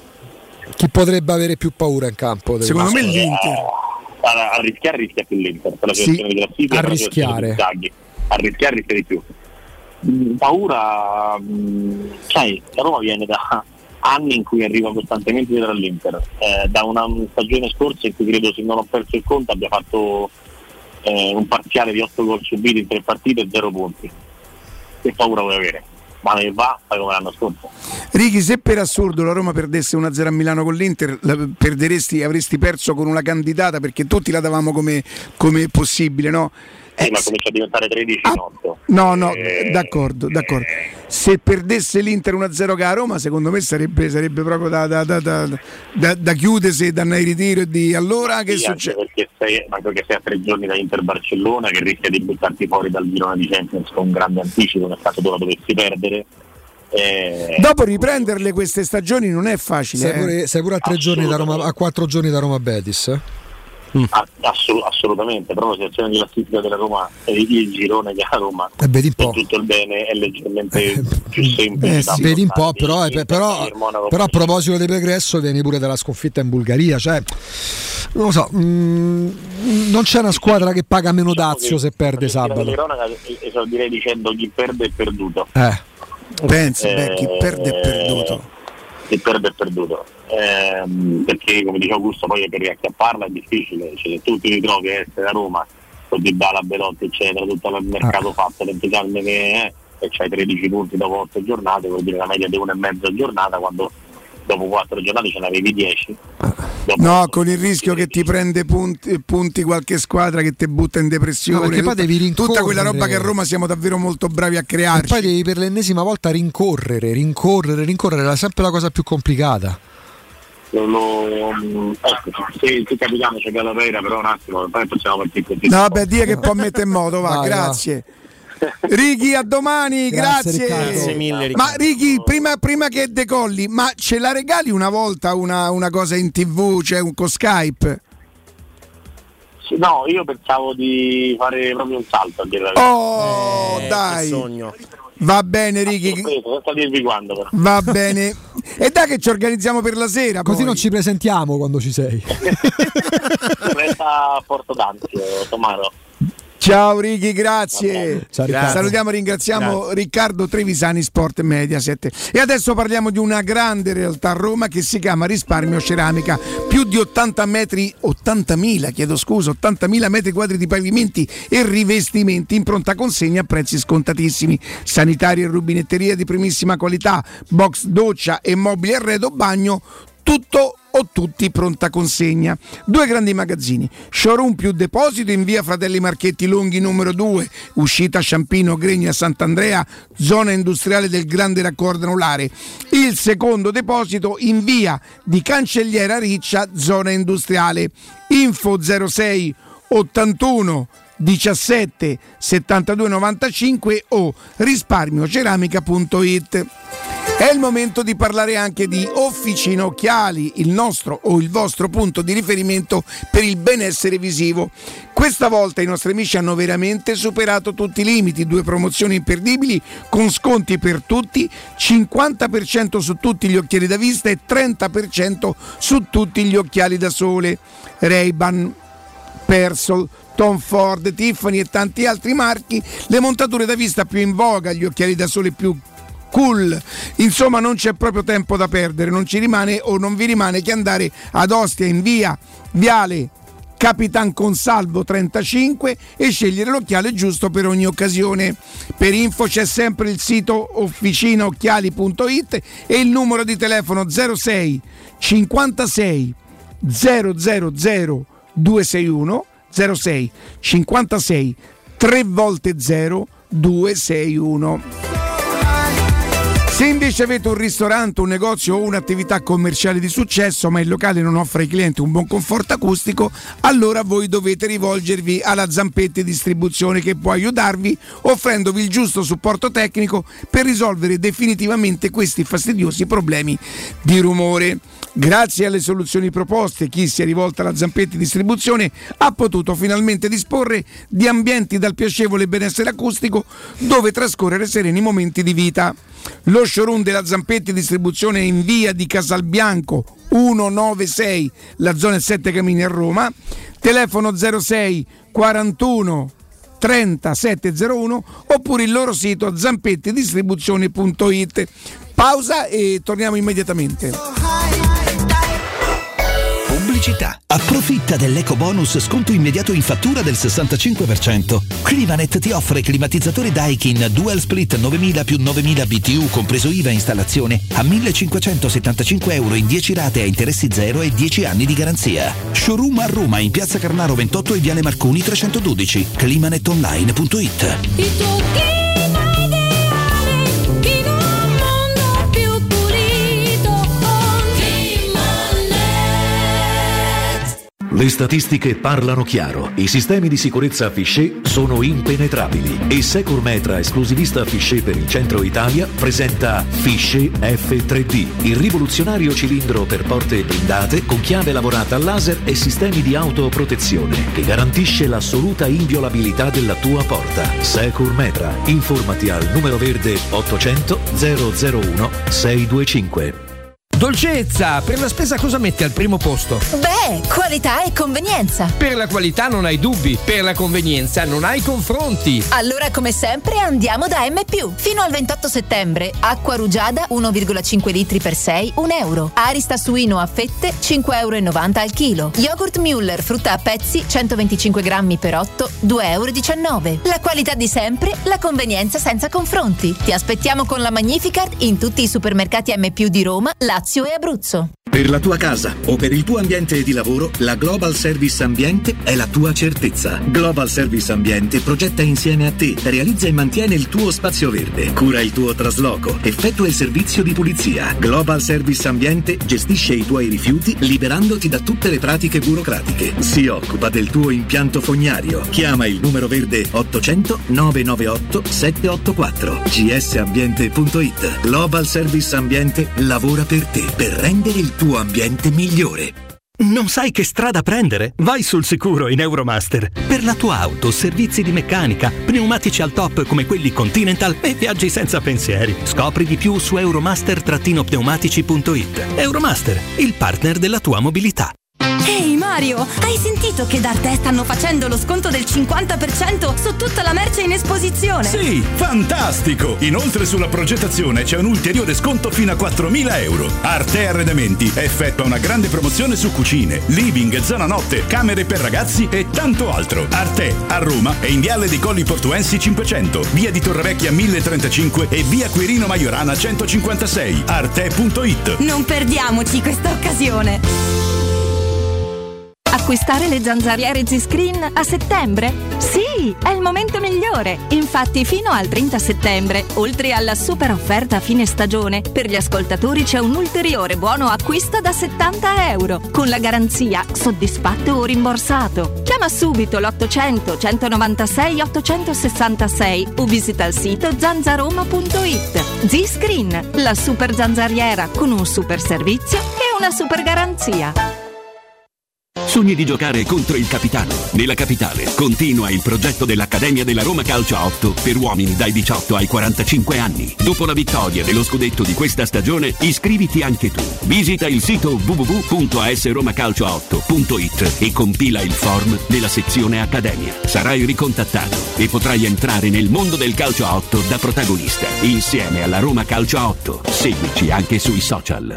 Chi potrebbe avere più paura in campo? Secondo me l'Inter. A, a rischiare rischia più l'Inter per la situazione sì, di classifica, a rischiare a rischiare rischia di più. Mm, paura, mm, sai, la Roma viene da anni in cui arriva costantemente dietro all'Inter, eh, da una stagione scorsa in cui credo, se non ho perso il conto, abbia fatto eh, un parziale di otto gol subiti in tre partite e zero punti. Che paura vuoi avere? Ma ne va, fai come l'anno scorso. Righi, se per assurdo la Roma perdesse uno a zero a Milano con l'Inter, la perderesti, avresti perso con una candidata, perché tutti la davamo come, come possibile, no? Eh, ma comincia a diventare tredici ah, otto. No, no, eh, d'accordo, d'accordo. Se perdesse l'Inter uno a zero a Roma, secondo me sarebbe, sarebbe proprio da, da, da, da, da, da chiudersi, da andare in ritiro e di allora che sì, succede? Perché sei, ma perché sei a tre giorni da Inter Barcellona, che rischia di buttarti fuori dal girone di Champions con un grande anticipo nel caso tu la dovessi perdere. Eh, Dopo riprenderle queste stagioni non è facile. Sei pure, eh. sei pure a tre giorni da Roma, a quattro giorni da Roma Betis. Eh? Mm. Assolut- assolutamente, però la situazione di classifica della Roma e il girone che ha Roma eh, vedi un po'. tutto il bene è leggermente più semplice. Eh, sì, vedi un po', però, eh, però, però a proposito del pregresso vieni pure dalla sconfitta in Bulgaria, cioè non lo so, mh, non c'è una squadra che paga meno diciamo dazio se perde sabato. Cronaca, esordirei dicendo chi perde è perduto. Eh. Pensi, eh, beh, chi perde è perduto. Chi perde è perduto. Eh, perché come dice Augusto, poi per riacchiapparla è difficile, cioè, se tu ti ritrovi a essere a Roma con Dybala, Belotti eccetera, tutto il mercato ah. fatto, l'entusiasmo che è, e c'hai tredici punti dopo otto giornate, vuol dire la media di una e mezza giornata, quando dopo quattro giornate ce n'avevi dieci. No, con il rischio che ti prende punti, punti qualche squadra che ti butta in depressione. No, poi devi rincorrere. Tutta quella roba che a Roma siamo davvero molto bravi a crearci. E poi devi per l'ennesima volta rincorrere, rincorrere, rincorrere, è sempre la cosa più complicata. lo, lo ecco, se, se capitano c'è la pera, però un attimo, poi possiamo partire così. No, vabbè, dia che può mettere in moto, va, Vai, grazie. Ricky, a domani, Grazie, grazie. Grazie mille, Ma Ricky, prima, prima che decolli, ma ce la regali una volta una, una cosa in tv, cioè un con Skype? Sì, no, io pensavo di fare proprio un salto a dire la verità. Oh, Eh, dai. che sogno. Va bene, Ricky. Senza dirvi quando, però. Va bene. E dai che ci organizziamo per la sera. Così poi. non ci presentiamo quando ci sei. Resta a Porto D'Anzio, Tomaro. Ciao Ricky, grazie. Ciao, Riccardo. Salutiamo e ringraziamo Grazie. Riccardo Trevisani, Sport Mediaset. E adesso parliamo di una grande realtà a Roma che si chiama Risparmio Ceramica. Più di ottanta metri, ottantamila, chiedo scusa, ottantamila metri quadri di pavimenti e rivestimenti in pronta consegna a prezzi scontatissimi. Sanitari e rubinetteria di primissima qualità, box doccia e mobili arredo bagno, tutto o tutti pronta consegna. Due grandi magazzini, showroom più deposito in via Fratelli Marchetti Longhi numero due, uscita Sciampino Gregna Sant'Andrea, zona industriale del grande raccordo anulare. Il secondo deposito in via di Cancelliera Riccia, zona industriale. Info zero sei ottantuno diciassette settantadue novantacinque o risparmioceramica punto it. È il momento di parlare anche di Officina Occhiali, il nostro o il vostro punto di riferimento per il benessere visivo. Questa volta i nostri amici hanno veramente superato tutti i limiti, due promozioni imperdibili con sconti per tutti, cinquanta per cento su tutti gli occhiali da vista e trenta per cento su tutti gli occhiali da sole. Ray-Ban, Persol, Tom Ford, Tiffany e tanti altri marchi, le montature da vista più in voga, gli occhiali da sole più cool. Insomma, non c'è proprio tempo da perdere, non ci rimane o non vi rimane che andare ad Ostia in via Viale Capitan Consalvo trentacinque e scegliere l'occhiale giusto per ogni occasione. Per info c'è sempre il sito officina occhiali punto it e il numero di telefono zero sei cinquantasei zero zero zero due sei uno zero sei cinquantasei tre volte zero due sei uno. Se invece avete un ristorante, un negozio o un'attività commerciale di successo ma il locale non offre ai clienti un buon conforto acustico, allora voi dovete rivolgervi alla Zampetti Distribuzione che può aiutarvi offrendovi il giusto supporto tecnico per risolvere definitivamente questi fastidiosi problemi di rumore. Grazie alle soluzioni proposte, chi si è rivolto alla Zampetti Distribuzione ha potuto finalmente disporre di ambienti dal piacevole benessere acustico dove trascorrere sereni momenti di vita. Lo showroom della Zampetti Distribuzione è in via di Casalbianco centonovantasei, la zona Sette Camini a Roma. Telefono zero sei quarantuno trenta settecentouno oppure il loro sito zampetti distribuzione punto it. Pausa e torniamo immediatamente. Pubblicità. Approfitta dell'eco bonus sconto immediato in fattura del sessantacinque per cento. Climanet ti offre climatizzatori Daikin Dual Split novemila più novemila B T U compreso I V A e installazione a millecinquecentosettantacinque euro in dieci rate a interessi zero e dieci anni di garanzia. Showroom a Roma in piazza Carnaro ventotto e viale Marconi trecentododici. climanetonline punto it. Il tuo clima ideale in un mondo più pulito con Climanet. Le statistiche parlano chiaro. I sistemi di sicurezza Fichet sono impenetrabili e Securmetra, esclusivista Fichet per il centro Italia, presenta Fichet F tre D, il rivoluzionario cilindro per porte blindate con chiave lavorata a laser e sistemi di autoprotezione che garantisce l'assoluta inviolabilità della tua porta. Securmetra. Informati al numero verde ottocento zero zero uno sei due cinque. Dolcezza, per la spesa cosa metti al primo posto? Beh, qualità e convenienza. Per la qualità non hai dubbi, per la convenienza non hai confronti. Allora, come sempre, andiamo da M più. Fino al ventotto settembre, acqua rugiada uno virgola cinque litri per sei, un euro. Arista suino a fette, cinque virgola novanta euro al chilo. Yogurt Müller, frutta a pezzi, centoventicinque grammi per otto, due virgola diciannove euro. La qualità di sempre, la convenienza senza confronti. Ti aspettiamo con la Magnificard in tutti i supermercati M più di Roma, Lazio e Abruzzo. Per la tua casa o per il tuo ambiente di lavoro, la Global Service Ambiente è la tua certezza. Global Service Ambiente progetta insieme a te, realizza e mantiene il tuo spazio verde, cura il tuo trasloco, effettua il servizio di pulizia. Global Service Ambiente gestisce i tuoi rifiuti liberandoti da tutte le pratiche burocratiche. Si occupa del tuo impianto fognario. Chiama il numero verde ottocento nove nove otto sette otto quattro g s ambiente punto i t. Global Service Ambiente lavora per te, per rendere il tuo ambiente migliore. Non sai che strada prendere? Vai sul sicuro in Euromaster. Per la tua auto, servizi di meccanica, pneumatici al top come quelli Continental e viaggi senza pensieri. Scopri di più su euromaster pneumatici punto i t. Euromaster, il partner della tua mobilità. Ehi Mario, hai sentito che da Arte stanno facendo lo sconto del cinquanta per cento su tutta la merce in esposizione? Sì, fantastico! Inoltre sulla progettazione c'è un ulteriore sconto fino a quattromila euro. Arte Arredamenti effettua una grande promozione su cucine, living, zona notte, camere per ragazzi e tanto altro. Arte a Roma è in Viale dei Colli Portuensi cinquecento, via di Torrevecchia mille trentacinque e via Quirino Maiorana centocinquantasei. arte punto i t. Non perdiamoci questa occasione! Acquistare le zanzariere Z-Screen a settembre? Sì, è il momento migliore. Infatti fino al trenta settembre, oltre alla super offerta a fine stagione, per gli ascoltatori c'è un ulteriore buono acquisto da settanta euro, con la garanzia soddisfatto o rimborsato. Chiama subito l'ottocento centonovantasei ottocentosessantasei o visita il sito zanzaroma punto i t. Z-Screen, la super zanzariera con un super servizio e una super garanzia. Sogni di giocare contro il capitano? Nella capitale continua il progetto dell'Accademia della Roma Calcio a otto per uomini dai diciotto ai quarantacinque anni. Dopo la vittoria dello scudetto di questa stagione, iscriviti anche tu. Visita il sito w w w punto a s roma calcio a otto punto i t e compila il form nella sezione Accademia. Sarai ricontattato e potrai entrare nel mondo del calcio a otto da protagonista, insieme alla Roma Calcio a otto. Seguici anche sui social.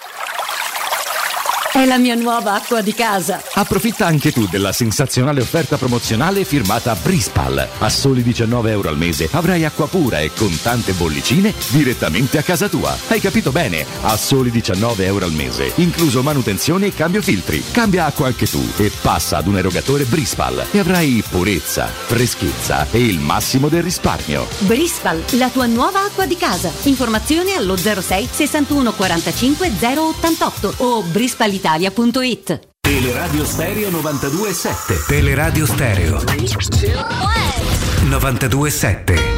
È la mia nuova acqua di casa. Approfitta anche tu della sensazionale offerta promozionale firmata Brispal. A soli diciannove euro al mese avrai acqua pura e con tante bollicine direttamente a casa tua. Hai capito bene? A soli diciannove euro al mese, incluso manutenzione e cambio filtri. Cambia acqua anche tu e passa ad un erogatore Brispal e avrai purezza, freschezza e il massimo del risparmio. Brispal, la tua nuova acqua di casa. Informazioni allo zero sei sessantuno quarantacinque zero ottantotto o brispal italia punto i t. Teleradio Stereo novantadue e sette. Teleradio Stereo novantadue e sette.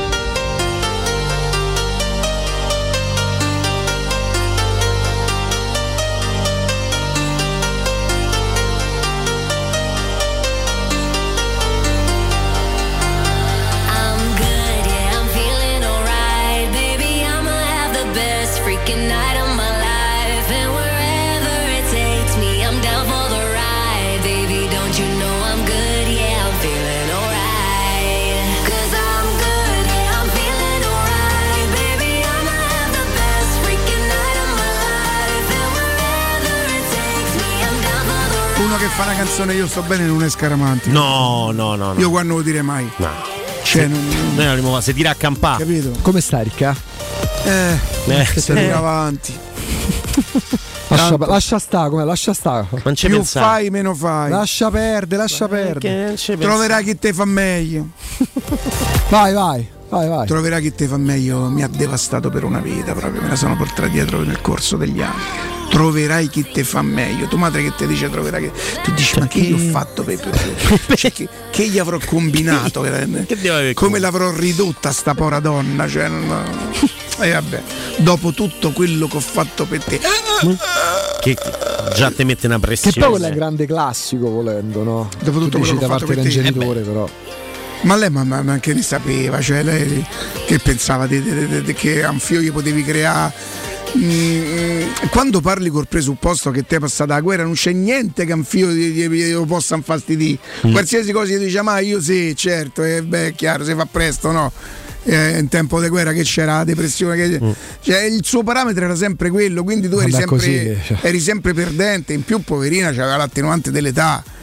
Uno che fa una canzone Io sto bene non è Scaramanti. No, no, no, no. Io qua non lo direi mai. No. Cioè, non, non... Noi avremmo se tira a campà. Capito? Come stai, Ricca? Eh, eh che sì. tira avanti. Lascia, lascia sta, come lascia sta. Non c'è Più pensare. fai, meno fai. Lascia perdere, lascia perdere. Troverai chi te fa meglio. Vai, vai. Vai, vai. Troverai chi te fa meglio. Mi ha devastato per una vita, proprio me la sono portata dietro nel corso degli anni. Troverai chi te fa meglio. Tu madre che ti dice troverai che tu dici ma che gli ho fatto per, per, cioè, che, che gli avrò combinato che come l'avrò ridotta sta povera donna, cioè, no. E vabbè, dopo tutto quello che ho fatto per te, che già te mette una pressione. Che poi quello è un grande classico, volendo, no? Dopo tutto quello che ho fatto per da te, genitore, eh però. Ma lei ma, ma, ma anche ne sapeva, cioè lei che pensava di, di, di, di, che Anfio gli potevi creare. Mm, quando parli col presupposto che te è passata la guerra non c'è niente che Anfio lo possa infastidire. Mm. Qualsiasi cosa gli dice ma io sì, certo, e beh è chiaro, si fa presto, no? Eh, in tempo di guerra che c'era la depressione che... mm. cioè, il suo parametro era sempre quello, quindi tu eri, sempre, così, cioè. eri sempre perdente. In più poverina c'aveva l'attenuante dell'età.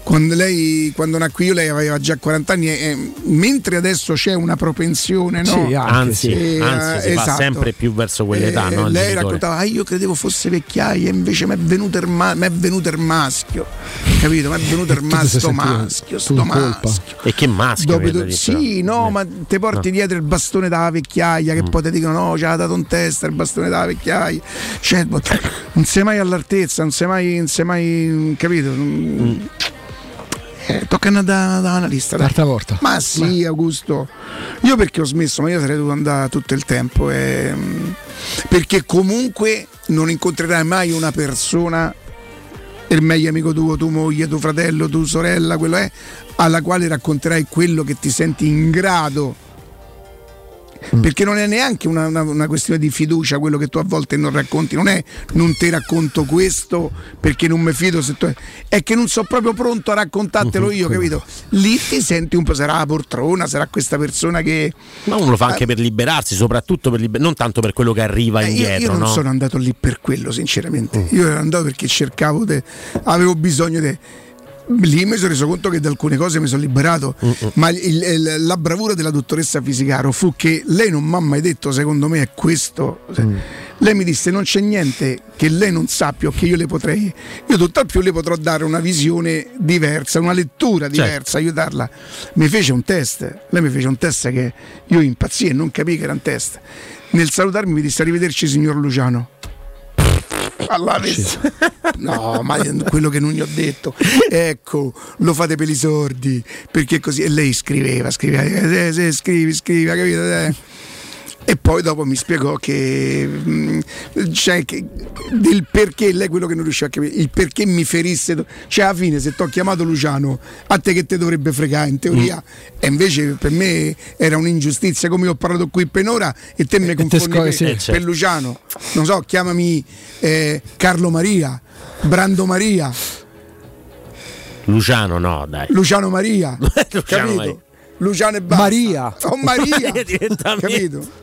quando lei quando nacque io lei aveva già quaranta anni e, e, mentre adesso c'è una propensione, no? Sì, anzi, e, anzi si esatto. va sempre più verso quell'età, e, no? Lei genitore. raccontava ah, io credevo fosse vecchiaia, invece mi è venuto il, ma- m'è venuto il maschio, capito? Mi è venuto il maschio, sto maschio, sto maschio. E che maschio? Tu, sì, no, ma te porti no. dietro il bastone della vecchiaia, che mm. poi ti dicono no, ci ha dato un test il bastone della vecchiaia, cioè, non sei mai all'altezza, non sei mai, non sei mai capito? Mm. Eh, tocca andare da, da analista. Quarta volta. Ma sì, Augusto. Io perché ho smesso, ma io sarei dovuto andare tutto il tempo. Eh, perché comunque non incontrerai mai una persona, il meglio amico tuo, tu moglie, tuo fratello, tua sorella, quello è, alla quale racconterai quello che ti senti in grado. Perché non è neanche una, una, una questione di fiducia quello che tu a volte non racconti, non è non ti racconto questo perché non mi fido, se tu è, è che non sono proprio pronto a raccontartelo io, capito? Lì ti senti un po', sarà la poltrona, sarà questa persona che... Ma uno lo fa anche eh, per liberarsi, soprattutto per liber... non tanto per quello che arriva eh, indietro. Io, io non no? sono andato lì per quello, sinceramente. Mm. Io ero andato perché cercavo, de... avevo bisogno di... Lì mi sono reso conto che da alcune cose mi sono liberato, uh-uh. ma il, il, la bravura della dottoressa Fisicaro fu che lei non mi ha mai detto, secondo me è questo. Mm. Lei mi disse non c'è niente che lei non sappia o che io le potrei, io tutt'al più le potrò dare una visione diversa, una lettura diversa, certo. aiutarla. Mi fece un test, lei mi fece un test che io impazzii e non capii che era un test. Nel salutarmi mi disse arrivederci signor Luciano. No, ma quello che non gli ho detto, ecco, lo fate per i sordi, perché così. E lei scriveva, scriveva, eh, eh, scrivi, scrivi, capito? Eh. E poi dopo mi spiegò che, cioè, che del perché lei quello che non riusciva a capire, il perché mi ferisse, cioè alla fine se ti ho chiamato Luciano a te che te dovrebbe fregare in teoria mm. e invece per me era un'ingiustizia, come io ho parlato qui per ora e te mi confondi per, sì, per certo. Luciano, non so, chiamami eh, Carlo Maria, Brando Maria, Luciano no dai Luciano Maria Luciano capito? Maria. Luciano e basta. Maria oh, Maria capito?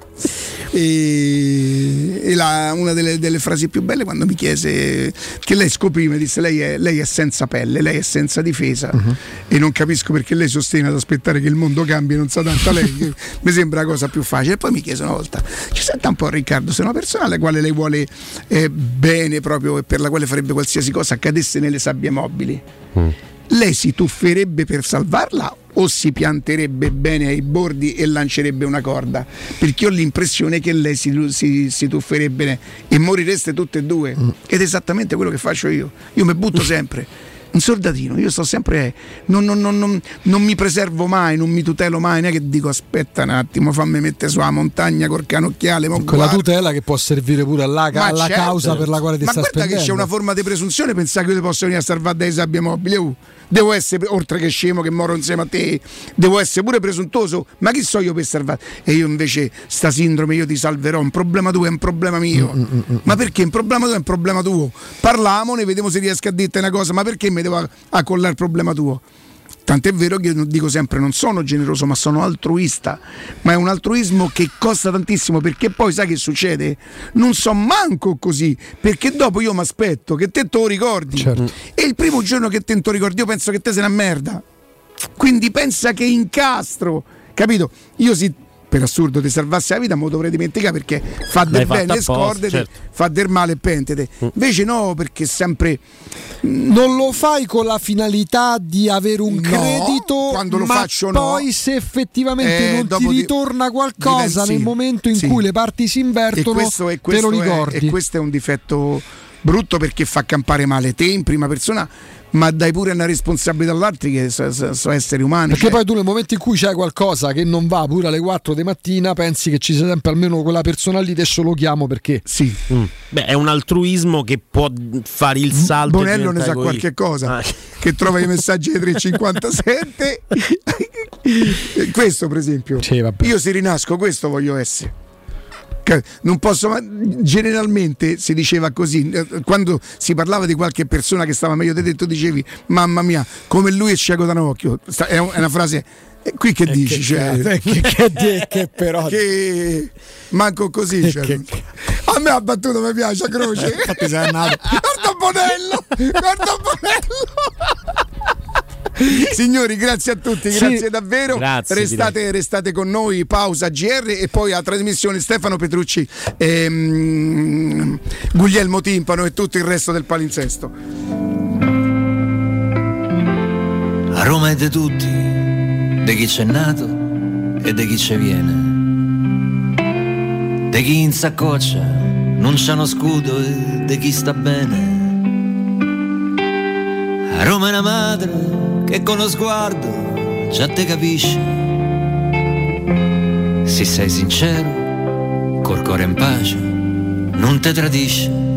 E, e la, una delle, delle frasi più belle quando mi chiese, che lei scoprì, mi disse lei è, lei è senza pelle, lei è senza difesa uh-huh. e non capisco perché lei sostiene ad aspettare che il mondo cambi, non sa tanto lei mi sembra la cosa più facile. E poi mi chiese una volta, ci senta un po' Riccardo, se una persona alla quale lei vuole eh, bene proprio e per la quale farebbe qualsiasi cosa cadesse nelle sabbie mobili mm. lei si tufferebbe per salvarla o si pianterebbe bene ai bordi e lancerebbe una corda? Perché ho l'impressione che lei si, si, si tufferebbe e morireste tutte e due mm. ed è esattamente quello che faccio io. Io mi butto sempre un soldatino, io sto sempre non, non, non, non, non mi preservo mai, non mi tutelo mai, non è che dico aspetta un attimo, fammi mettere sulla montagna col canocchiale, con guarda. La tutela che può servire pure alla, alla certo. causa per la quale ti ma sta spendendo. Ma guarda che c'è una forma di presunzione, pensare che io ti posso venire a salvare dai sabbie mobili. Uh. Devo essere, oltre che scemo che moro insieme a te, devo essere pure presuntuoso, ma chi so io per salvare? E io invece sta sindrome io ti salverò, un problema tuo è un problema mio. Mm, mm, mm. Ma perché un problema tuo è un problema tuo? Parliamone, vediamo se riesco a dirti una cosa, ma perché mi devo accollare il problema tuo? Tant'è vero che io dico sempre non sono generoso ma sono altruista, ma è un altruismo che costa tantissimo, perché poi sai che succede? Non so manco così, perché dopo io mi aspetto che te te lo ricordi, certo. E il primo giorno che te lo ricordi io penso che te sei una merda, quindi pensa che incastro, capito? Io sì, per assurdo ti salvassi la vita ma lo dovrei dimenticare perché fa del bene e scordete, certo. Fa del male e pentete. Invece no, perché sempre non lo fai con la finalità di avere un no, credito, quando lo ma faccio poi no. Se effettivamente eh, non ti ritorna di, qualcosa di, nel sì, momento in sì. cui le parti si invertono, e questo, e questo te lo ricordi. È, e questo è un difetto brutto perché fa campare male te in prima persona, ma dai pure una responsabilità all'altro che sono so, so esseri umani. Perché cioè. Poi tu nel momento in cui c'hai qualcosa che non va pure alle quattro di mattina pensi che ci sia sempre almeno quella persona lì, adesso lo chiamo perché sì. Mm. Beh, è un altruismo che può fare il salto. Bonello ne sa qualche cosa ah. che trova i messaggi dei tre cinquantasette questo per esempio sì, io se rinasco questo voglio essere. Non posso, ma generalmente si diceva così quando si parlava di qualche persona che stava meglio di te, tu dicevi mamma mia come lui è cieco da un occhio, è una frase qui che e dici che, cioè, che, che, che, che però che manco così cioè, che, a me ha battuto, mi piace a croce infatti sei andato guarda Bonello guarda Bonello Signori, grazie a tutti, Sì. grazie davvero. Grazie, restate, restate con noi, pausa G R e poi a trasmissione Stefano Petrucci, ehm, Guglielmo Timpano e tutto il resto del palinsesto. A Roma è di tutti, di chi c'è nato e di chi ci viene. Di chi in saccoccia non c'ha uno scudo e di chi sta bene. A Roma è una madre che con lo sguardo già te capisce. Se sei sincero, col cuore in pace, non te tradisce.